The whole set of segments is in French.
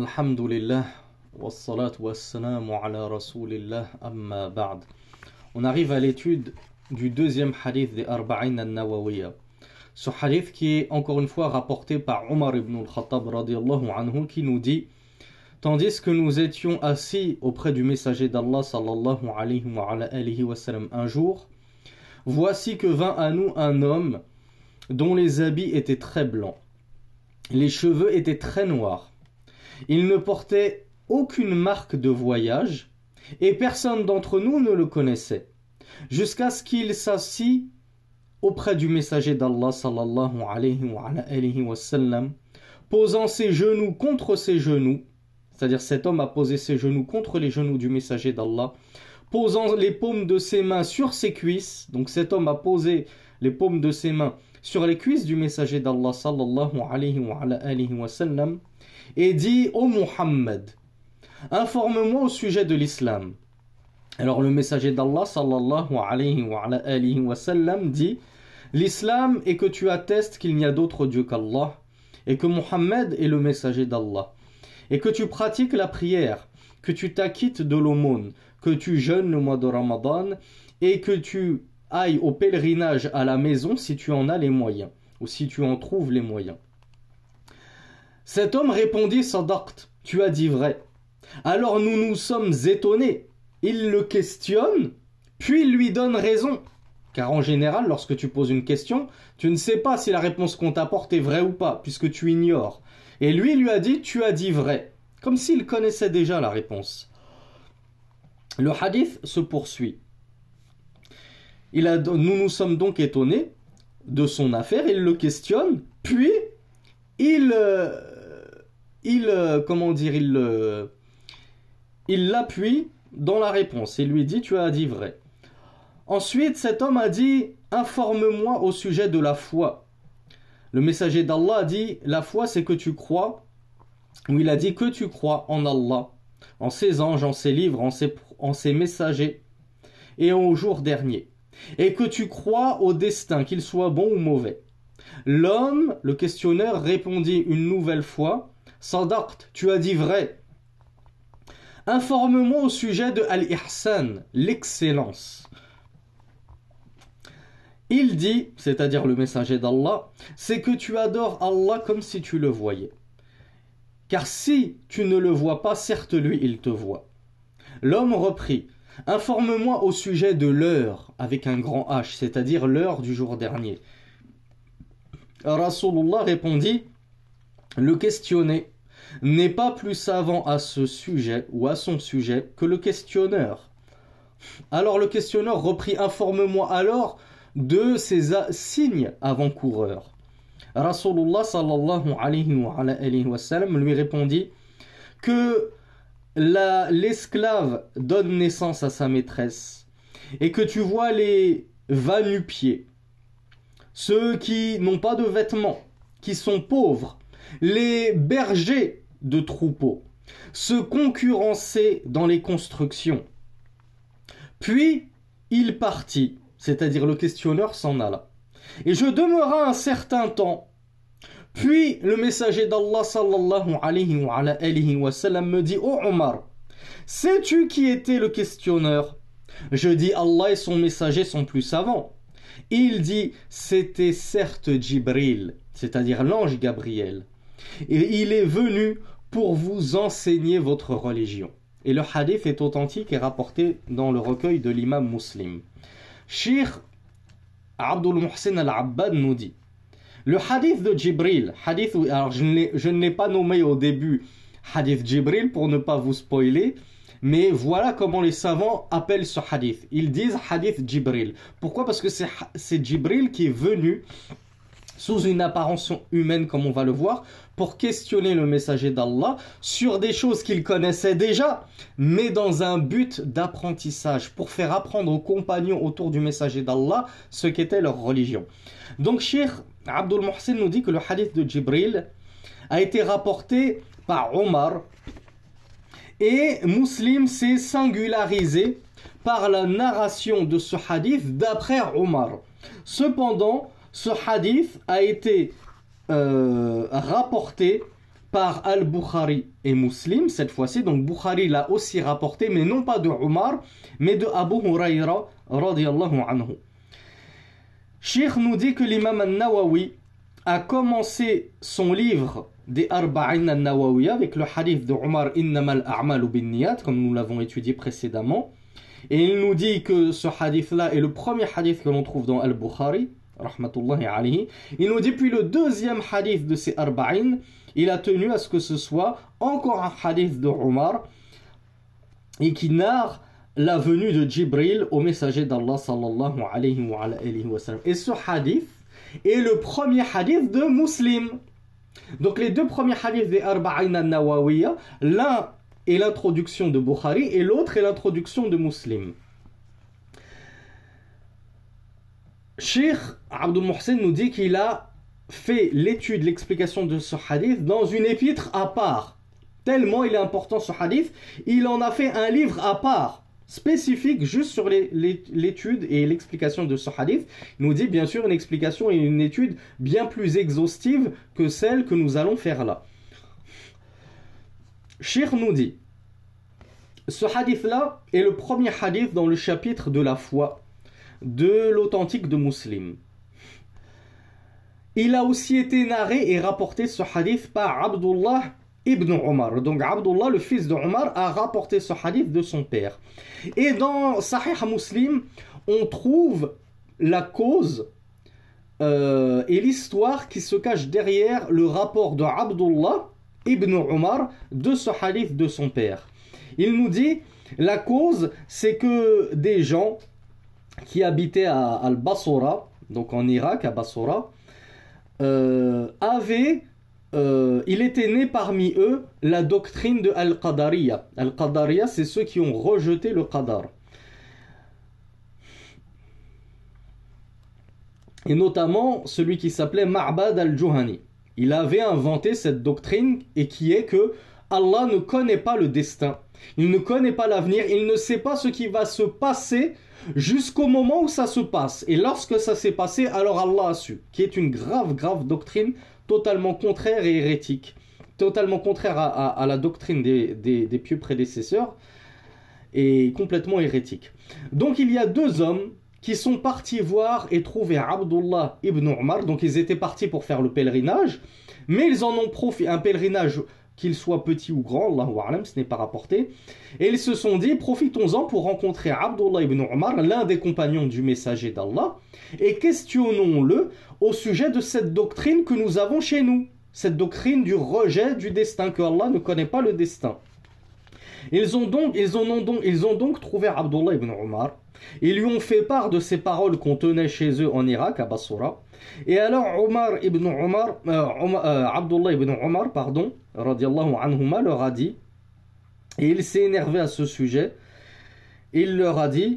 Alhamdulillah, wassalatu wassalamu ala rasulillah, amma ba'd. On arrive à l'étude du deuxième hadith des Arba'in al-Nawawiyya. Ce hadith qui est encore une fois rapporté par Omar ibn al-Khattab radiyallahu anhu, qui nous dit: tandis que nous étions assis auprès du messager d'Allah sallallahu alayhi wa sallam un jour, voici que vint à nous un homme dont les habits étaient très blancs, les cheveux étaient très noirs. Il ne portait aucune marque de voyage et personne d'entre nous ne le connaissait, jusqu'à ce qu'il s'assit auprès du messager d'Allah sallallahu alayhi wa sallam, posant ses genoux contre ses genoux, c'est-à-dire cet homme a posé ses genoux contre les genoux du messager d'Allah, posant les paumes de ses mains sur ses cuisses. Donc cet homme a posé les paumes de ses mains sur les cuisses du messager d'Allah sallallahu alayhi wa sallam, et dit: ô Muhammad, informe-moi au sujet de l'islam. Alors le messager d'Allah sallallahu alayhi wa sallam dit: l'islam est que tu attestes qu'il n'y a d'autre Dieu qu'Allah et que Muhammad est le messager d'Allah, et que tu pratiques la prière, que tu t'acquittes de l'aumône, que tu jeûnes le mois de Ramadan et que tu ailles au pèlerinage à la maison si tu en as les moyens, ou si tu en trouves les moyens. Cet homme répondit: Sadaqt, tu as dit vrai. Alors nous nous sommes étonnés. Il le questionne, puis il lui donne raison. Car en général, lorsque tu poses une question, tu ne sais pas si la réponse qu'on t'apporte est vraie ou pas, puisque tu ignores. Et lui a dit: tu as dit vrai, comme s'il connaissait déjà la réponse. Le hadith se poursuit. Nous nous sommes donc étonnés de son affaire, il le questionne, puis il l'appuie dans la réponse et lui dit: tu as dit vrai. Ensuite, cet homme a dit: informe-moi au sujet de la foi. Le messager d'Allah a dit: la foi, c'est que tu crois, ou il a dit que tu crois en Allah, en ses anges, en ses livres, en ses messagers et au jour dernier, et que tu crois au destin, qu'il soit bon ou mauvais. L'homme, le questionneur, répondit une nouvelle fois: Sadaqt, tu as dit vrai. Informe-moi au sujet de Al-Ihsan, l'excellence. Il dit, c'est-à-dire le messager d'Allah, c'est que tu adores Allah comme si tu le voyais. Car si tu ne le vois pas, certes lui, il te voit. L'homme reprit: informe-moi au sujet de l'heure, avec un grand H, c'est-à-dire l'heure du jour dernier. Rasulullah répondit: le questionné n'est pas plus savant à ce sujet ou à son sujet que le questionneur. Alors le questionneur reprit: informe-moi alors de ces signes avant-coureurs. Rasulullah sallallahu alayhi wa sallam lui répondit que l'esclave donne naissance à sa maîtresse et que tu vois les va-nu-pieds, ceux qui n'ont pas de vêtements, qui sont pauvres, les bergers de troupeaux, se concurrencer dans les constructions. Puis il partit, c'est-à-dire le questionneur s'en alla. Et je demeura un certain temps. Puis le messager d'Allah sallallahu alayhi wa sallam me dit: ô Omar, sais-tu qui était le questionneur? Je dis: Allah et son messager sont plus savants. Il dit: c'était certes Jibril, c'est-à-dire l'ange Gabriel, et il est venu pour vous enseigner votre religion. Et le hadith est authentique et rapporté dans le recueil de l'imam Muslim. Cheikh Abdul Muhsin al-Abbad nous dit: le hadith de Jibril, alors je ne l'ai pas nommé au début hadith Jibril pour ne pas vous spoiler, mais voilà comment les savants appellent ce hadith. Ils disent hadith Jibril. Pourquoi? Parce que c'est Jibril qui est venu sous une apparence humaine, comme on va le voir, pour questionner le messager d'Allah sur des choses qu'il connaissait déjà, mais dans un but d'apprentissage, pour faire apprendre aux compagnons autour du messager d'Allah ce qu'était leur religion. Donc Cheikh Abdul Muhsin nous dit que le hadith de Jibril a été rapporté par Omar, et Muslim s'est singularisé par la narration de ce hadith d'après Omar. Cependant, ce hadith a été rapporté par Al-Bukhari et Muslim, cette fois-ci. Donc Bukhari l'a aussi rapporté, mais non pas de Omar, mais de Abu Huraira, radiyallahu anhu. Cheikh nous dit que l'imam al-Nawawi a commencé son livre des Arba'in al-Nawawiya avec le hadith de Omar, Innamal a'malu bin niyat, comme nous l'avons étudié précédemment. Et il nous dit que ce hadith-là est le premier hadith que l'on trouve dans Al-Bukhari, rahmatullahi alayhi. Il nous dit, puis le deuxième hadith de ces Arba'in, il a tenu à ce que ce soit encore un hadith de Omar et qui narre la venue de Jibril au messager d'Allah sallallahu alayhi wa sallam. Et ce hadith est le premier hadith de Muslim. Donc les deux premiers hadiths des Arba'in al-Nawawiya, l'un est l'introduction de Bukhari et l'autre est l'introduction de Muslim. Cheikh Abdul Muhsin nous dit qu'il a fait l'étude, l'explication de ce hadith dans une épître à part. Tellement il est important ce hadith, il en a fait un livre à part, spécifique juste sur l'étude et l'explication de ce hadith. Il nous dit bien sûr une explication et une étude bien plus exhaustive que celle que nous allons faire là. Cheikh nous dit, ce hadith-là est le premier hadith dans le chapitre de la foi de l'authentique de Muslim. Il a aussi été narré et rapporté ce hadith par Abdullah ibn Omar. Donc Abdullah, le fils de Omar, a rapporté ce hadith de son père. Et dans Sahih Muslim, on trouve la cause et l'histoire qui se cache derrière le rapport de Abdullah ibn Omar de ce hadith de son père. Il nous dit, la cause, c'est que des gens qui habitaient à Al-Basra, donc en Irak, à Basra, il était né parmi eux la doctrine de Al-Qadariya. Al-Qadariya, c'est ceux qui ont rejeté le Qadar. Et notamment celui qui s'appelait Ma'bad al-Juhani. Il avait inventé cette doctrine et qui est que Allah ne connaît pas le destin. Il ne connaît pas l'avenir. Il ne sait pas ce qui va se passer jusqu'au moment où ça se passe. Et lorsque ça s'est passé, alors Allah a su. Qui est une grave, grave doctrine totalement contraire et hérétique. Totalement contraire à la doctrine des pieux prédécesseurs. Et complètement hérétique. Donc il y a deux hommes qui sont partis voir et trouver Abdullah ibn Omar. Donc ils étaient partis pour faire le pèlerinage. Mais ils en ont profité. Un pèlerinage, qu'il soit petit ou grand, Allahu a'lam, ce n'est pas rapporté. Et ils se sont dit, profitons-en pour rencontrer Abdullah ibn Omar, l'un des compagnons du messager d'Allah, et questionnons-le au sujet de cette doctrine que nous avons chez nous, cette doctrine du rejet du destin, que Allah ne connaît pas le destin. Ils ont donc trouvé Abdullah ibn Omar, ils lui ont fait part de ces paroles qu'on tenait chez eux en Irak, à Basra. Et alors Abdullah ibn Omar, pardon, radiallahu anhuma, leur a dit, et il s'est énervé à ce sujet, il leur a dit,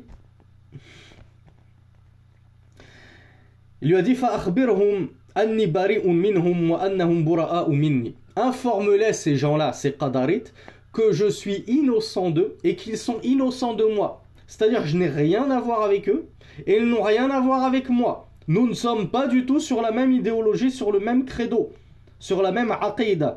il lui a dit, فَأَخْبِرْهُمْ أَنِّي بَرِئٌ مِّنْهُمْ وَأَنَّهُمْ بُرَآءُ مِنِّي. Informe-les, ces gens-là, ces qadarites, que je suis innocent d'eux et qu'ils sont innocents de moi. C'est-à-dire, je n'ai rien à voir avec eux et ils n'ont rien à voir avec moi. Nous ne sommes pas du tout sur la même idéologie, sur le même credo, sur la même aqidah.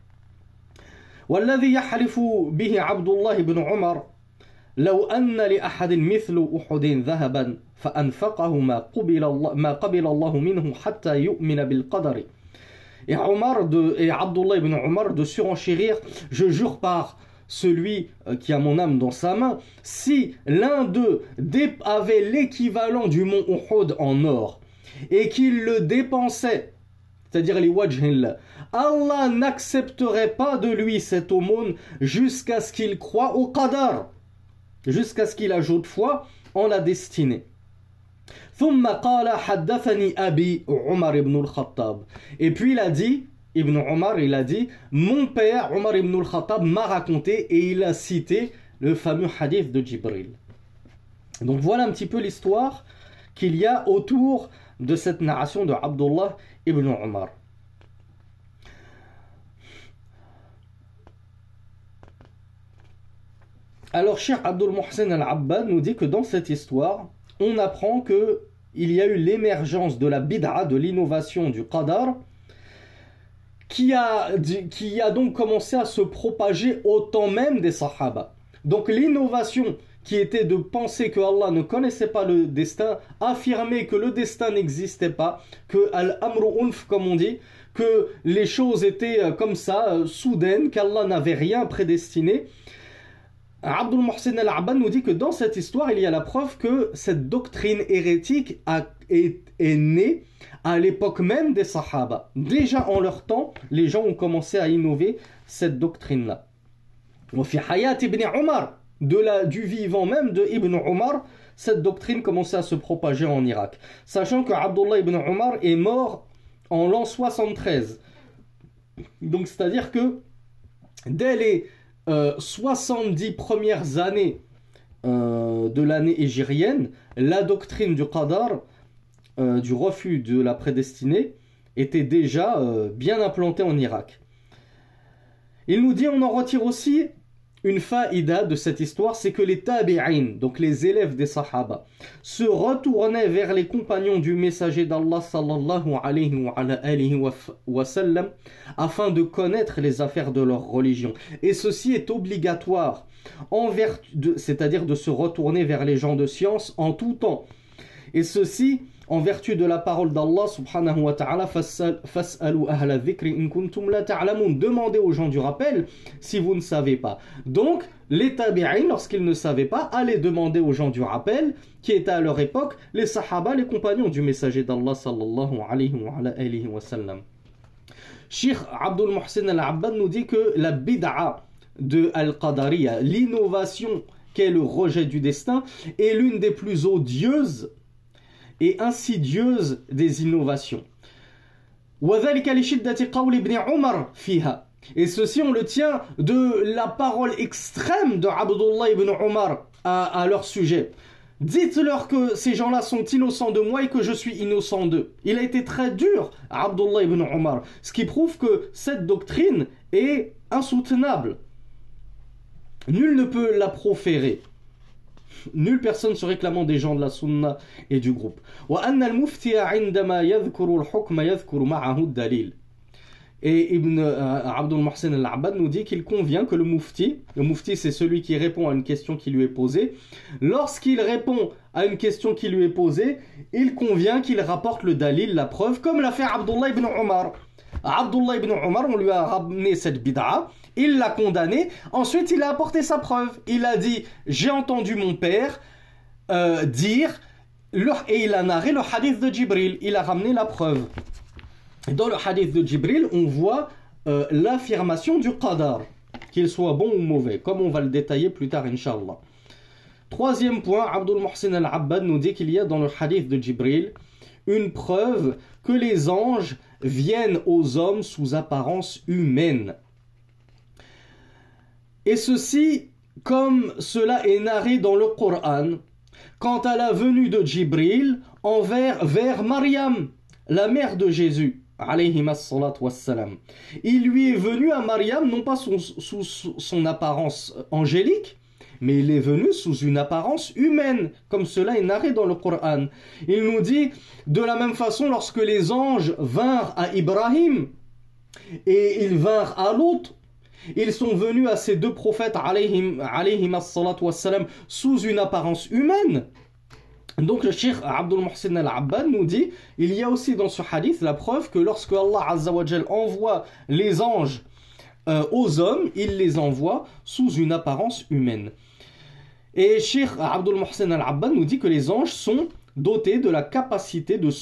والذي يحلف به عبد الله بن عمر لو أن لأحد مثل أحد ذهبا فأنفقه ما قبل الله منه حتى يؤمن بالقدر. Et Abdullah ibn Omar de surenchérir, je jure par celui qui a mon âme dans sa main, si l'un d'eux avait l'équivalent du mont Uhud en or et qu'il le dépensait, c'est-à-dire les wajhillah, Allah n'accepterait pas de lui cette aumône jusqu'à ce qu'il croie au qadar, jusqu'à ce qu'il ajoute foi en la destinée. ثم قال حدثني أبي عمر بن الخطاب. Et puis il a dit, Ibn Omar, il a dit, mon père Omar ibn al-Khattab m'a raconté, et il a cité le fameux hadith de Jibril. Donc voilà un petit peu l'histoire qu'il y a autour de cette narration de Abdullah ibn Omar. Alors Cheikh Abdul Muhsin al-Abbad nous dit que dans cette histoire, on apprend qu'il y a eu l'émergence de la bid'a, de l'innovation du qadar, qui a donc commencé à se propager au temps même des Sahaba. Donc l'innovation qui était de penser que Allah ne connaissait pas le destin, affirmer que le destin n'existait pas, que al-amru unf comme on dit, que les choses étaient comme ça, soudaines, qu'Allah n'avait rien prédestiné. Abdul Muhsin al-Abbad nous dit que dans cette histoire, il y a la preuve que cette doctrine hérétique est née à l'époque même des Sahaba. Déjà en leur temps, les gens ont commencé à innover cette doctrine-là. وفي حياة ابن عمر, du vivant même de Ibn Omar, cette doctrine commençait à se propager en Irak. Sachant que Abdullah ibn Omar est mort en l'an 73. Donc c'est-à-dire que dès les 70 premières années de l'année hégirienne, la doctrine du qadar, du refus de la prédestinée, était déjà bien implantée en Irak. Il nous dit, on en retire aussi une faïda de cette histoire, c'est que les tabi'in, donc les élèves des sahaba, se retournaient vers les compagnons du messager d'Allah sallallahu alayhi wa sallam afin de connaître les affaires de leur religion. Et ceci est obligatoire, c'est-à-dire de se retourner vers les gens de science en tout temps. Et ceci en vertu de la parole d'Allah subhanahu wa ta'ala, fas'alu ahla dhikri in kuntum la ta'lamun. Demandez aux gens du rappel si vous ne savez pas. Donc, les tabi'in, lorsqu'ils ne savaient pas, allaient demander aux gens du rappel, qui étaient à leur époque les sahaba, les compagnons du messager d'Allah sallallahu alayhi wa sallam. Cheikh Abdul Muhsin al-Abbad nous dit que la bid'a de al-Qadariya, l'innovation qu'est le rejet du destin, est l'une des plus odieuses et insidieuse des innovations. Et ceci on le tient de la parole extrême de Abdullah ibn Omar à leur sujet. Dites-leur que ces gens-là sont innocents de moi et que je suis innocent d'eux. Il a été très dur, Abdullah ibn Omar, ce qui prouve que cette doctrine est insoutenable. Nul ne peut la proférer. Nulle personne se réclamant des gens de la sunna et du groupe. Et Ibn Abdul Muhsin al-Abbad nous dit qu'il convient que le mufti c'est celui qui répond à une question qui lui est posée, lorsqu'il répond à une question qui lui est posée, il convient qu'il rapporte le dalil, la preuve, comme l'a fait Abdullah ibn Omar. Abdullah ibn Omar, on lui a ramené cette bid'a, il l'a condamné, ensuite il a apporté sa preuve. Il a dit, j'ai entendu mon père dire, et il a narré le hadith de Jibril, il a ramené la preuve. Dans le hadith de Jibril, on voit l'affirmation du qadar, qu'il soit bon ou mauvais, comme on va le détailler plus tard, Inch'Allah. Troisième point, Abdul Muhsin al-Abbad nous dit qu'il y a dans le hadith de Jibril une preuve que les anges viennent aux hommes sous apparence humaine. Et ceci, comme cela est narré dans le Coran, quant à la venue de Jibril vers Mariam, la mère de Jésus, alayhima salatu wassalam. Il lui est venu à Mariam, non pas sous son apparence angélique, mais il est venu sous une apparence humaine, comme cela est narré dans le Coran. Il nous dit, de la même façon, lorsque les anges vinrent à Ibrahim, et ils vinrent à Lot, ils sont venus à ces deux prophètes, alayhim as-salatu wassalam, sous une apparence humaine. Donc le Cheikh Abdul Muhsin al-Abbad nous dit, il y a aussi dans ce hadith la preuve que lorsque Allah Azza wa Jal envoie les anges aux hommes, il les envoie sous une apparence humaine. Et Cheikh Abdul Muhsin al-Abbad nous dit que les anges sont dotés de la capacité de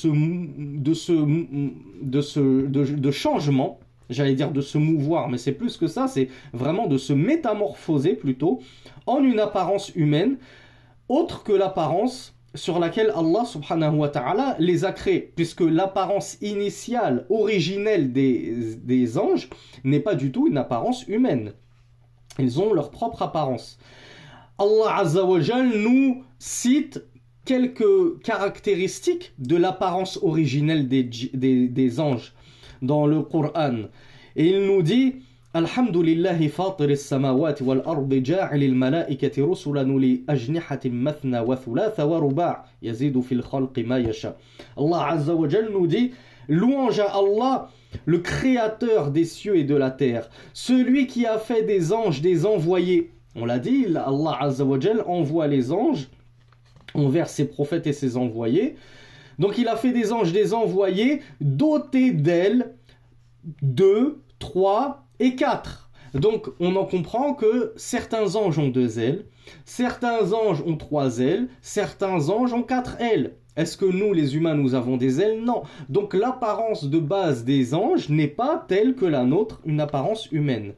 changement, j'allais dire de se mouvoir, mais c'est plus que ça, c'est vraiment de se métamorphoser plutôt, en une apparence humaine, autre que l'apparence sur laquelle Allah subhanahu wa ta'ala les a créés, puisque l'apparence initiale, originelle des anges n'est pas du tout une apparence humaine. Ils ont leur propre apparence. Allah Azza wa Jal nous cite quelques caractéristiques de l'apparence originelle des anges dans le Coran. Et il nous dit Alhamdulillahi fatir as-samawati wal ardi ja'il al-malaikati rusulan li ajnihatin mathna wa thulatha wa ruba' yazidu fil khalqi ma yasha. Allah Azza wa Jal nous dit Louange à Allah, le créateur des cieux et de la terre, celui qui a fait des anges des envoyés. On l'a dit, Allah Azza wa Jal envoie les anges envers ses prophètes et ses envoyés. Donc il a fait des anges des envoyés dotés d'ailes 2, 3 et 4. Donc on en comprend que certains anges ont 2 ailes, certains anges ont 3 ailes, certains anges ont 4 ailes. Est-ce que nous, les humains, nous avons des ailes? Non. Donc l'apparence de base des anges n'est pas telle que la nôtre, une apparence humaine.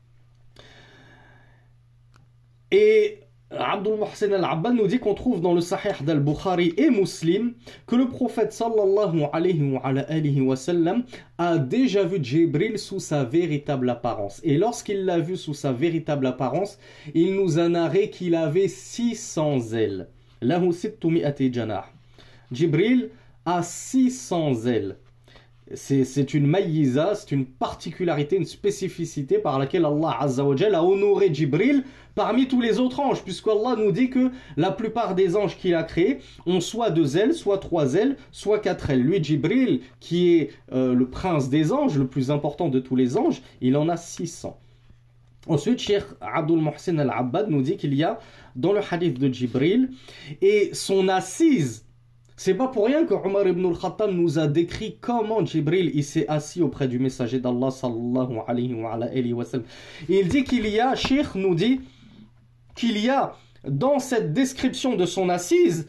Et Abdul Muhsin al-Abbad nous dit qu'on trouve dans le Sahih d'Al-Bukhari et Muslim que le prophète sallallahu alayhi wa sallam a déjà vu Jibril sous sa véritable apparence. Et lorsqu'il l'a vu sous sa véritable apparence, il nous a narré qu'il avait 600 ailes. Lahu sittu mi'ati janah. Jibril a 600 ailes. C'est une maïza, c'est une particularité, une spécificité par laquelle Allah Azza wa Jal a honoré Jibril parmi tous les autres anges, puisque Allah nous dit que la plupart des anges qu'il a créés ont soit 2 ailes, soit 3 ailes, soit 4 ailes. Lui, Jibril, qui est le prince des anges, le plus important de tous les anges, il en a 600. Ensuite, Cheikh Abdul Muhsin al-Abbad nous dit qu'il y a dans le hadith de Jibril et son assise. C'est pas pour rien que Omar ibn al-Khattab nous a décrit comment Jibril il s'est assis auprès du messager d'Allah sallallahu alayhi wa sallam. Il dit qu'il y a, Cheikh nous dit qu'il y a dans cette description de son assise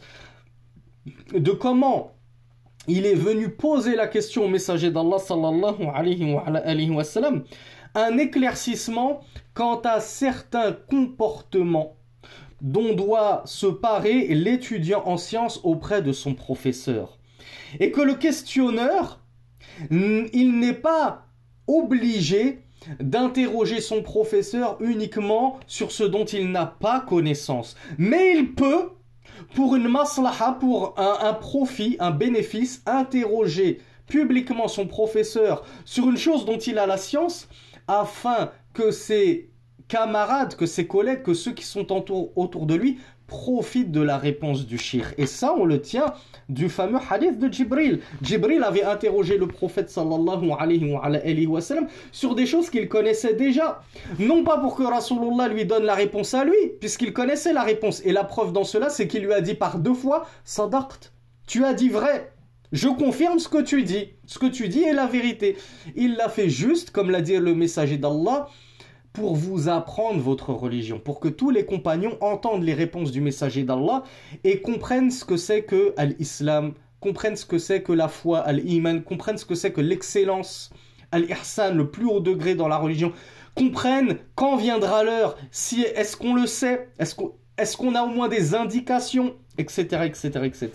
de comment il est venu poser la question au messager d'Allah sallallahu alayhi wa sallam un éclaircissement quant à certains comportements dont doit se parer l'étudiant en sciences auprès de son professeur. Et que le questionneur, il n'est pas obligé d'interroger son professeur uniquement sur ce dont il n'a pas connaissance. Mais il peut, pour une maslaha, pour un profit, un bénéfice, interroger publiquement son professeur sur une chose dont il a la science, afin que ses camarades, que ses collègues, que ceux qui sont autour de lui profitent de la réponse du shir. Et ça, on le tient du fameux hadith de Jibril. Jibril avait interrogé le prophète sallallahu alayhi wa sallam sur des choses qu'il connaissait déjà. Non pas pour que Rasulullah lui donne la réponse à lui, puisqu'il connaissait la réponse. Et la preuve dans cela, c'est qu'il lui a dit par 2 fois « Sadaqt », tu as dit vrai. Je confirme ce que tu dis. Ce que tu dis est la vérité. Il l'a fait juste, comme l'a dit le messager d'Allah, pour vous apprendre votre religion, pour que tous les compagnons entendent les réponses du messager d'Allah et comprennent ce que c'est que l'islam, comprennent ce que c'est que la foi, l'iman, comprennent ce que c'est que l'excellence, l'ihsan, le plus haut degré dans la religion, comprennent quand viendra l'heure, si, est-ce qu'on le sait, est-ce qu'on a au moins des indications, etc., etc., etc.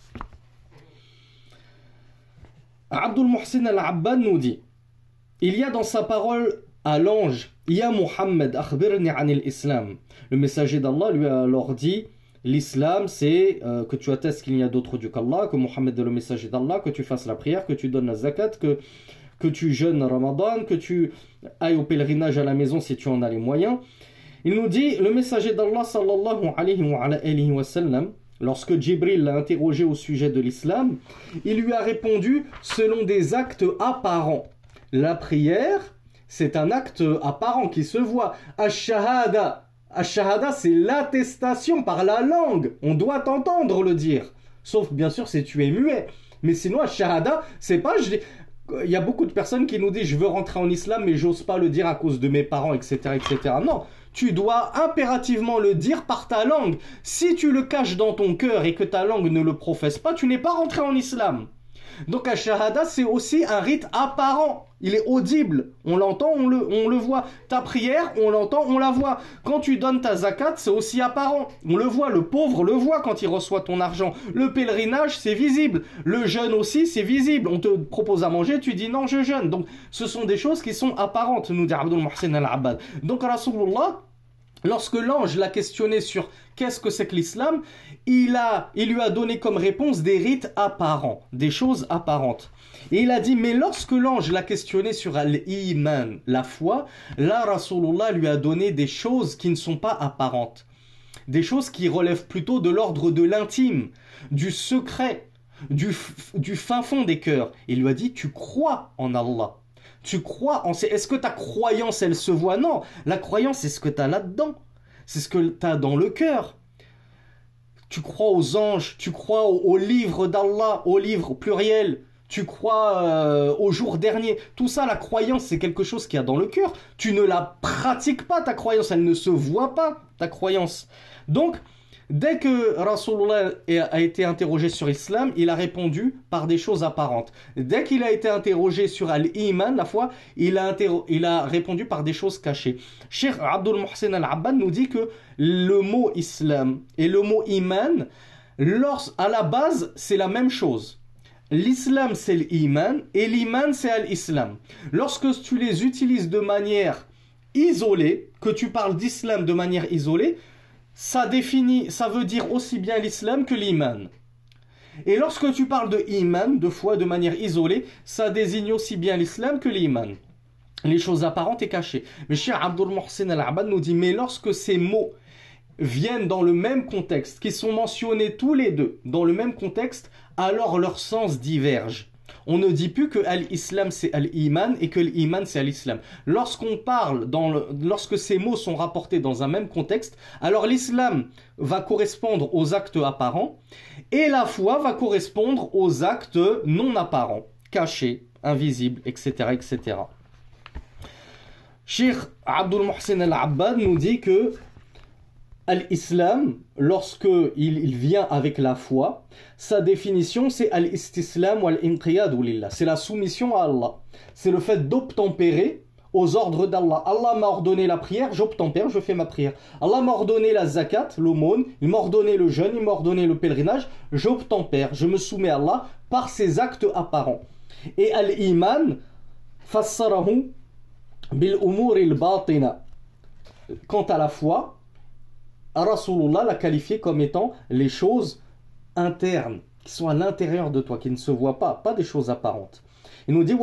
Abdul Muhsin al-Abbad nous dit, il y a dans sa parole à l'ange, Ya Muhammad, akhbirni anil islam. Le messager d'Allah lui a alors dit, l'islam c'est que tu attestes qu'il n'y a d'autre Dieu qu'Allah, que Muhammad est le messager d'Allah, que tu fasses la prière, que tu donnes la zakat, que tu jeûnes Ramadan, que tu ailles au pèlerinage à la maison si tu en as les moyens. Il nous dit, le messager d'Allah sallallahu alayhi wa sallam, lorsque Jibril l'a interrogé au sujet de l'islam, il lui a répondu selon des actes apparents. La prière, c'est un acte apparent qui se voit. Ash-shahada. Ash-shahada, c'est l'attestation par la langue. On doit t'entendre le dire. Sauf, bien sûr, si tu es muet. Mais sinon, ash-shahada, c'est pas... Il y a beaucoup de personnes qui nous disent « Je veux rentrer en islam, mais j'ose pas le dire à cause de mes parents, etc. etc. » Non, tu dois impérativement le dire par ta langue. Si tu le caches dans ton cœur et que ta langue ne le professe pas, tu n'es pas rentré en islam. Donc ash-shahada, c'est aussi un rite apparent. Il est audible. On l'entend, on le voit. Ta prière, on l'entend, on la voit. Quand tu donnes ta zakat, c'est aussi apparent. On le voit. Le pauvre le voit quand il reçoit ton argent. Le pèlerinage, c'est visible. Le jeûne aussi, c'est visible. On te propose à manger, tu dis non, je jeûne. Donc, ce sont des choses qui sont apparentes, nous dit Abdul Muhsin al-Abbad. Donc, Rasulullah, lorsque l'ange l'a questionné sur qu'est-ce que c'est que l'islam, il lui a donné comme réponse des rites apparents, des choses apparentes. Et il a dit, mais lorsque l'ange l'a questionné sur l'iman, la foi, là Rasulullah lui a donné des choses qui ne sont pas apparentes. Des choses qui relèvent plutôt de l'ordre de l'intime, du secret. du fin fond des cœurs. Il lui a dit, tu crois en Allah. Tu crois en... Est-ce que ta croyance, elle se voit? Non, la croyance, c'est ce que tu as là-dedans. C'est ce que tu as dans le cœur. Tu crois aux anges, tu crois au livre d'Allah, au livre pluriel. Tu crois au jour dernier. Tout ça, la croyance, c'est quelque chose qu'il y a dans le cœur. Tu ne la pratiques pas, ta croyance. Elle ne se voit pas, ta croyance. Donc, dès que Rasulullah a été interrogé sur l'islam, il a répondu par des choses apparentes. Dès qu'il a été interrogé sur al-Iman, la foi, il a répondu par des choses cachées. Cheikh Abdul Mohsen Al-Abbad nous dit que le mot islam et le mot iman, à la base, c'est la même chose. L'islam, c'est l'iman et l'iman, c'est al-islam. Lorsque tu les utilises de manière isolée, que tu parles d'islam de manière isolée, ça veut dire aussi bien l'islam que l'iman. Et lorsque tu parles de iman, de foi, de manière isolée, ça désigne aussi bien l'islam que l'iman. Les choses apparentes et cachées. Mais Cheikh Abdul Mohsen Al-Abbad nous dit, mais lorsque ces mots viennent dans le même contexte, qui sont mentionnés tous les deux dans le même contexte, alors leur sens diverge. On ne dit plus que l'islam c'est al-iman et que l'iman c'est l'islam. Lorsqu'on parle, lorsque ces mots sont rapportés dans un même contexte, alors l'islam va correspondre aux actes apparents et la foi va correspondre aux actes non apparents, cachés, invisibles, etc. etc. Cheikh Abdul Mohsen Al-Abbad nous dit que l'islam, lorsque il vient avec la foi, sa définition c'est al-istislam wal-inqiyadu lillah. C'est la soumission à Allah. C'est le fait d'obtempérer aux ordres d'Allah. Allah m'a ordonné la prière, j'obtempère, je fais ma prière. Allah m'a ordonné la zakat, l'aumône, il m'a ordonné le jeûne, il m'a ordonné le pèlerinage, j'obtempère, je me soumets à Allah par ses actes apparents. Et al-iman, fassarahu bil-umur il-batina. Quant à la foi, Rasulullah l'a qualifié comme étant les choses internes, qui sont à l'intérieur de toi, qui ne se voient pas des choses apparentes. Il nous dit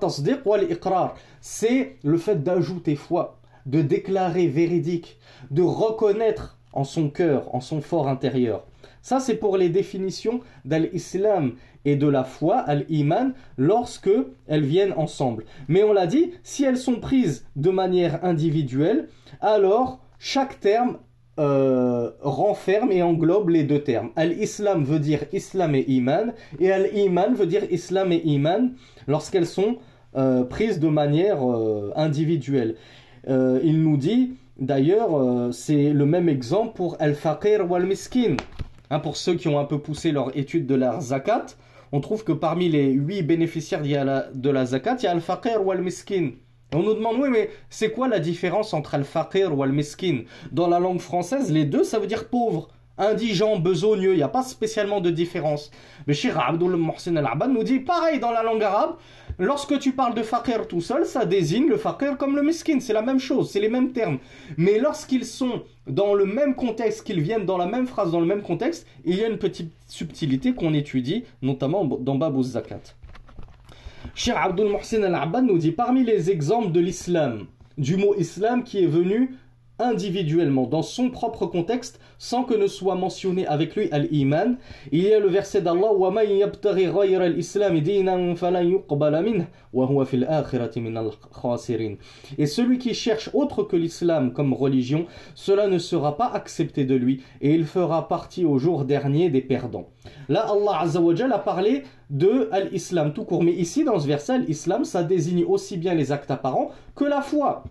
c'est le fait d'ajouter foi, de déclarer véridique, de reconnaître en son cœur, en son fort intérieur. Ça, c'est pour les définitions d'al-Islam et de la foi, al-Iman, lorsque elles viennent ensemble. Mais on l'a dit, si elles sont prises de manière individuelle, alors chaque terme renferme et englobe les deux termes. Al-Islam veut dire Islam et Iman, et Al-Iman veut dire Islam et Iman lorsqu'elles sont prises de manière individuelle. Il nous dit, d'ailleurs, c'est le même exemple pour Al-Faqir ou Al-Miskin. Hein, pour ceux qui ont un peu poussé leur étude de la zakat, on trouve que parmi les 8 bénéficiaires de la zakat, il y a Al-Faqir ou Al-Miskin. On nous demande, oui, mais c'est quoi la différence entre al-faqir ou al-miskin? Dans la langue française, les deux, ça veut dire pauvre, indigent, besogneux. Il n'y a pas spécialement de différence. Mais Cheikh Abdul Mohsen Al-Abbad nous dit, pareil, dans la langue arabe, lorsque tu parles de faqir tout seul, ça désigne le faqir comme le miskin. C'est la même chose, c'est les mêmes termes. Mais lorsqu'ils sont dans le même contexte, qu'ils viennent dans la même phrase, dans le même contexte, il y a une petite subtilité qu'on étudie, notamment dans Bab az-Zakat. Cheikh Abdul Mohsen Al-Abbad nous dit, parmi les exemples de l'islam, du mot islam qui est venu individuellement, dans son propre contexte, sans que ne soit mentionné avec lui al-iman, il y a le verset d'Allah وَمَنْ يَبْتَغِ غَيْرَ الْإِسْلَامِ دِينًا فَلَنْ يُقْبَلَ مِنْهُ وَهُوَ فِي الْآخِرَةِ مِنَ الْخَاسِرِينَ. Et celui qui cherche autre que l'islam comme religion, cela ne sera pas accepté de lui, et il fera partie au jour dernier des perdants. Là, Allah Azza wa Jal a parlé de l'islam tout court, mais ici, dans ce verset, l'islam, ça désigne aussi bien les actes apparents que la foi.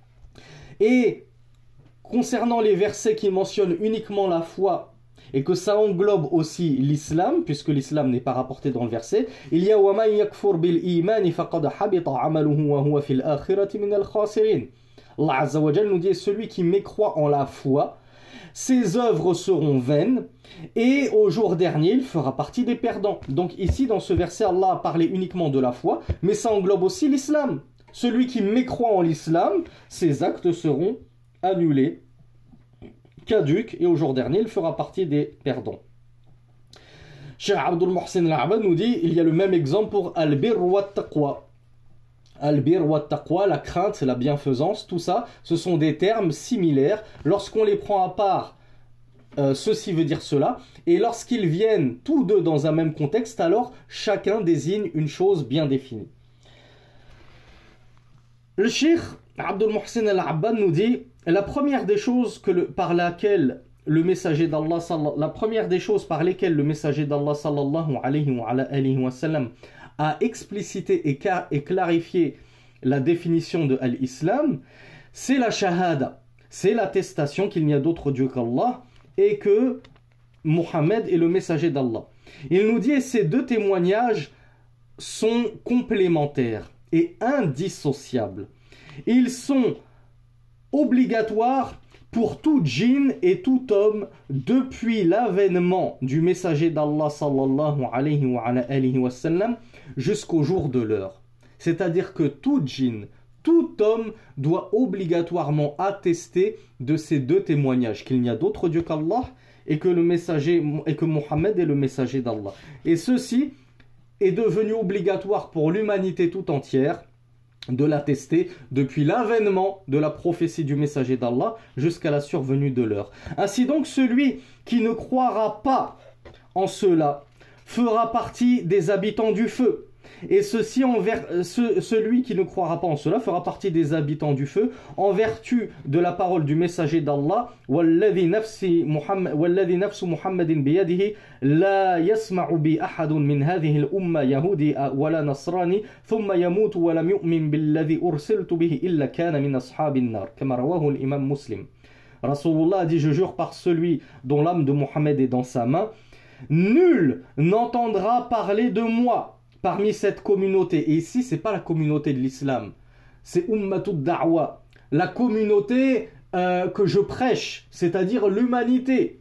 Et concernant les versets qui mentionnent uniquement la foi et que ça englobe aussi l'islam, puisque l'islam n'est pas rapporté dans le verset, il y a وَمَنْ يَكْفُرْ بِالْإِيمَانِ فَقَدْ حَبِطَ عَمَلُهُ وَهُوَ فِي الْآخِرَةِ مِنَ الْخَاسِرِينَ. Allah Azza wa Jal nous dit, celui qui mécroit en la foi, ses œuvres seront vaines et au jour dernier, il fera partie des perdants. Donc ici, dans ce verset, Allah a parlé uniquement de la foi, mais ça englobe aussi l'islam. Celui qui mécroit en l'islam, ses actes seront annulé, caduque, et au jour dernier, il fera partie des perdants. Cheikh Abdul Mohsen Al-Abbad nous dit, il y a le même exemple pour al-bir wa taqwa. Al-bir wa taqwa, la crainte, la bienfaisance, tout ça, ce sont des termes similaires. Lorsqu'on les prend à part ceci veut dire cela. Et lorsqu'ils viennent tous deux dans un même contexte, alors chacun désigne une chose bien définie. Le Cheikh Abdul Muhsin al-Abbad nous dit la première des choses par lesquelles le messager d'Allah sallallahu alayhi wa sallam a explicité et clarifié la définition de l'islam, c'est la shahada, c'est l'attestation qu'il n'y a d'autre Dieu qu'Allah et que Mohammed est le messager d'Allah. Il nous dit et ces deux témoignages sont complémentaires et indissociables. Ils sont obligatoires pour tout djinn et tout homme depuis l'avènement du messager d'Allah sallallahu alayhi wa sallam jusqu'au jour de l'heure. C'est-à-dire que tout djinn, tout homme doit obligatoirement attester de ces deux témoignages, qu'il n'y a d'autre Dieu qu'Allah et que Mohammed est le messager d'Allah. Et ceci est devenu obligatoire pour l'humanité tout entière de l'attester depuis l'avènement de la prophétie du messager d'Allah jusqu'à la survenue de l'heure. Ainsi donc, celui qui ne croira pas en cela fera partie des habitants du feu. Et celui qui ne croira pas en cela fera partie des habitants du feu en vertu de la parole du messager d'Allah Walladhi nafsu Muhammadin biyadihi la yasma'u bi ahadun min hadhihi al-umma yahudi wala nasrani thumma yamutu wa lam yu'min billadhi ursiltu bihi illa kana min ashabin nar kama rawahu al-imam Muslim. Rasulullah a dit je jure par celui dont l'âme de Mohammed est dans sa main, nul n'entendra parler de moi parmi cette communauté. Et ici, ce n'est pas la communauté de l'islam, c'est Ummatud Da'wa, la communauté que je prêche, c'est-à-dire l'humanité.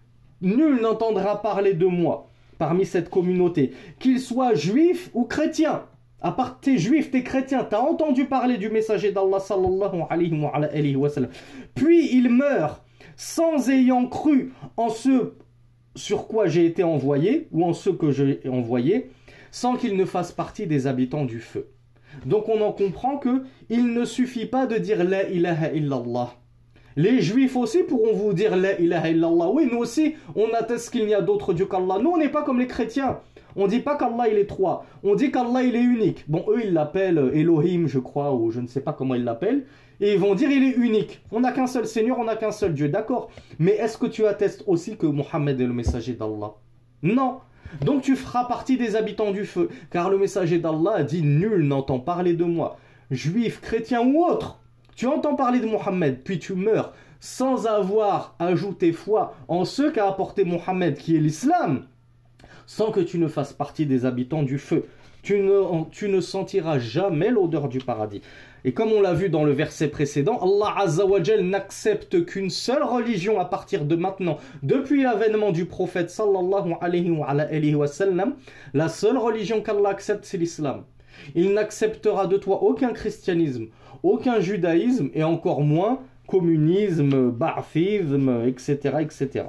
Nul n'entendra parler de moi parmi cette communauté, qu'il soit juif ou chrétien. À part t'es juif, t'es chrétien, t'as entendu parler du messager d'Allah sallallahu alayhi wa sallam. Puis il meurt sans ayant cru en ce sur quoi j'ai été envoyé ou en ce que j'ai envoyé, sans qu'il ne fasse partie des habitants du feu. Donc on en comprend que il ne suffit pas de dire la ilaha illallah. Les juifs aussi pourront vous dire la ilaha illallah. Oui, nous aussi, on atteste qu'il n'y a d'autre Dieu qu'Allah. Nous, on n'est pas comme les chrétiens. On ne dit pas qu'Allah il est trois. On dit qu'Allah il est unique. Bon, eux ils l'appellent Elohim, je crois, ou je ne sais pas comment ils l'appellent. Et ils vont dire il est unique. On n'a qu'un seul Seigneur, on n'a qu'un seul Dieu. D'accord. Mais est-ce que tu attestes aussi que Mohammed est le messager d'Allah? Non. Donc tu feras partie des habitants du feu, car le messager d'Allah a dit nul n'entend parler de moi, juif, chrétien ou autre. Tu entends parler de Mohammed, puis tu meurs sans avoir ajouté foi en ce qu'a apporté Mohammed, qui est l'islam, sans que tu ne fasses partie des habitants du feu. Tu ne sentiras jamais l'odeur du paradis. Et comme on l'a vu dans le verset précédent, Allah Azza wa Jal n'accepte qu'une seule religion à partir de maintenant. Depuis l'avènement du prophète sallallahu alayhi wa sallam, la seule religion qu'Allah accepte, c'est l'islam. Il n'acceptera de toi aucun christianisme, aucun judaïsme et encore moins communisme, ba'athisme, etc. etc.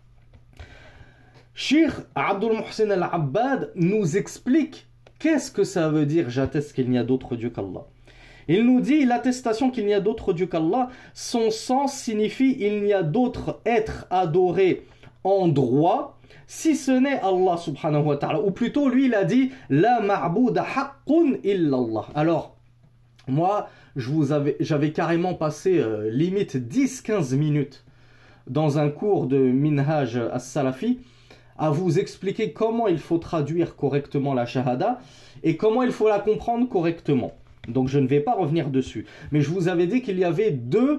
Cheikh Abdul Muhsin al-Abbad nous explique qu'est-ce que ça veut dire j'atteste qu'il n'y a d'autre Dieu qu'Allah. Il nous dit l'attestation qu'il n'y a d'autre Dieu qu'Allah, son sens signifie il n'y a d'autre être adoré en droit si ce n'est Allah subhanahu wa ta'ala. Ou plutôt lui il a dit la ma'bouda haqqun illallah. Alors moi j'avais carrément passé limite 10-15 minutes dans un cours de Minhaj as-Salafi à vous expliquer comment il faut traduire correctement la shahada et comment il faut la comprendre correctement. Donc je ne vais pas revenir dessus. Mais je vous avais dit qu'il y avait deux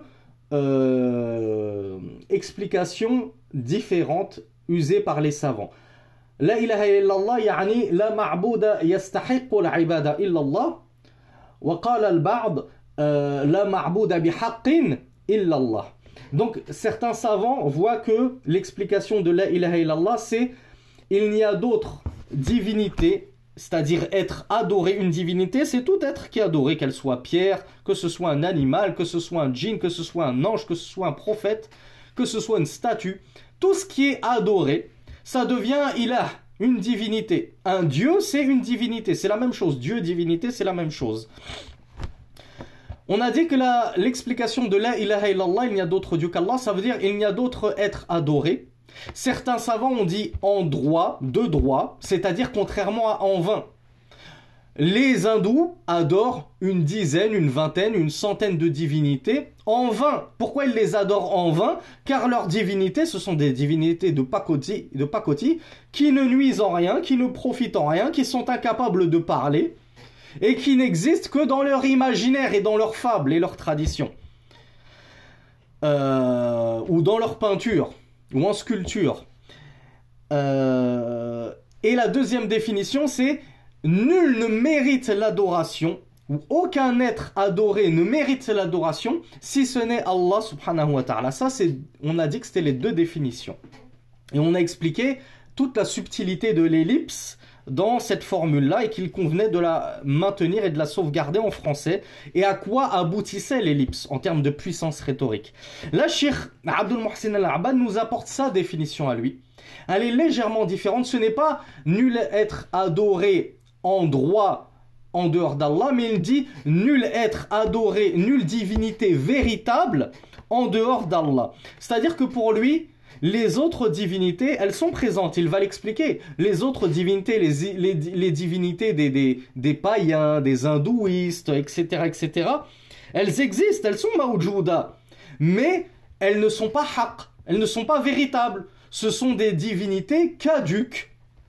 explications différentes usées par les savants. La ilaha illallah yani la ma'bouda yastahiqqu al-ibada illallah wa qala al-ba'd la ma'bouda bihaqqin illallah. Donc certains savants voient que l'explication de la ilaha illallah c'est il n'y a d'autre divinité, c'est-à-dire être adoré, une divinité, c'est tout être qui est adoré, qu'elle soit pierre, que ce soit un animal, que ce soit un djinn, que ce soit un ange, que ce soit un prophète, que ce soit une statue. Tout ce qui est adoré, ça devient ilah, une divinité. Un dieu, c'est une divinité, c'est la même chose. Dieu, divinité, c'est la même chose. On a dit que l'explication de la ilaha illallah, il n'y a d'autre Dieu qu'Allah, ça veut dire il n'y a d'autre être adoré, Certains savants ont dit en droit, de droit, c'est-à-dire contrairement à en vain. Les hindous adorent une dizaine, une vingtaine, une centaine de divinités en vain. Pourquoi ils les adorent en vain? Car leurs divinités, ce sont des divinités de pacotille qui ne nuisent en rien, qui ne profitent en rien, qui sont incapables de parler et qui n'existent que dans leur imaginaire et dans leurs fables et leurs traditions. Ou dans leur peinture, ou en sculpture. Et la deuxième définition, c'est nul ne mérite l'adoration, ou aucun être adoré ne mérite l'adoration, si ce n'est Allah subhanahu wa ta'ala. Ça, on a dit que c'était les deux définitions. Et on a expliqué toute la subtilité de l'ellipse dans cette formule-là et qu'il convenait de la maintenir et de la sauvegarder en français. Et à quoi aboutissait l'ellipse en termes de puissance rhétorique. Là, Cheikh Abdul Muhsin Al-Abbad nous apporte sa définition à lui. Elle est légèrement différente. Ce n'est pas nul être adoré en droit en dehors d'Allah, mais il dit nul être adoré, nulle divinité véritable en dehors d'Allah. C'est-à-dire que pour lui, les autres divinités, elles sont présentes, il va l'expliquer. Les autres divinités, les divinités des païens, des hindouistes, etc., elles existent, elles sont mawjouda, mais elles ne sont pas haqq, elles ne sont pas véritables. Ce sont des divinités caduques.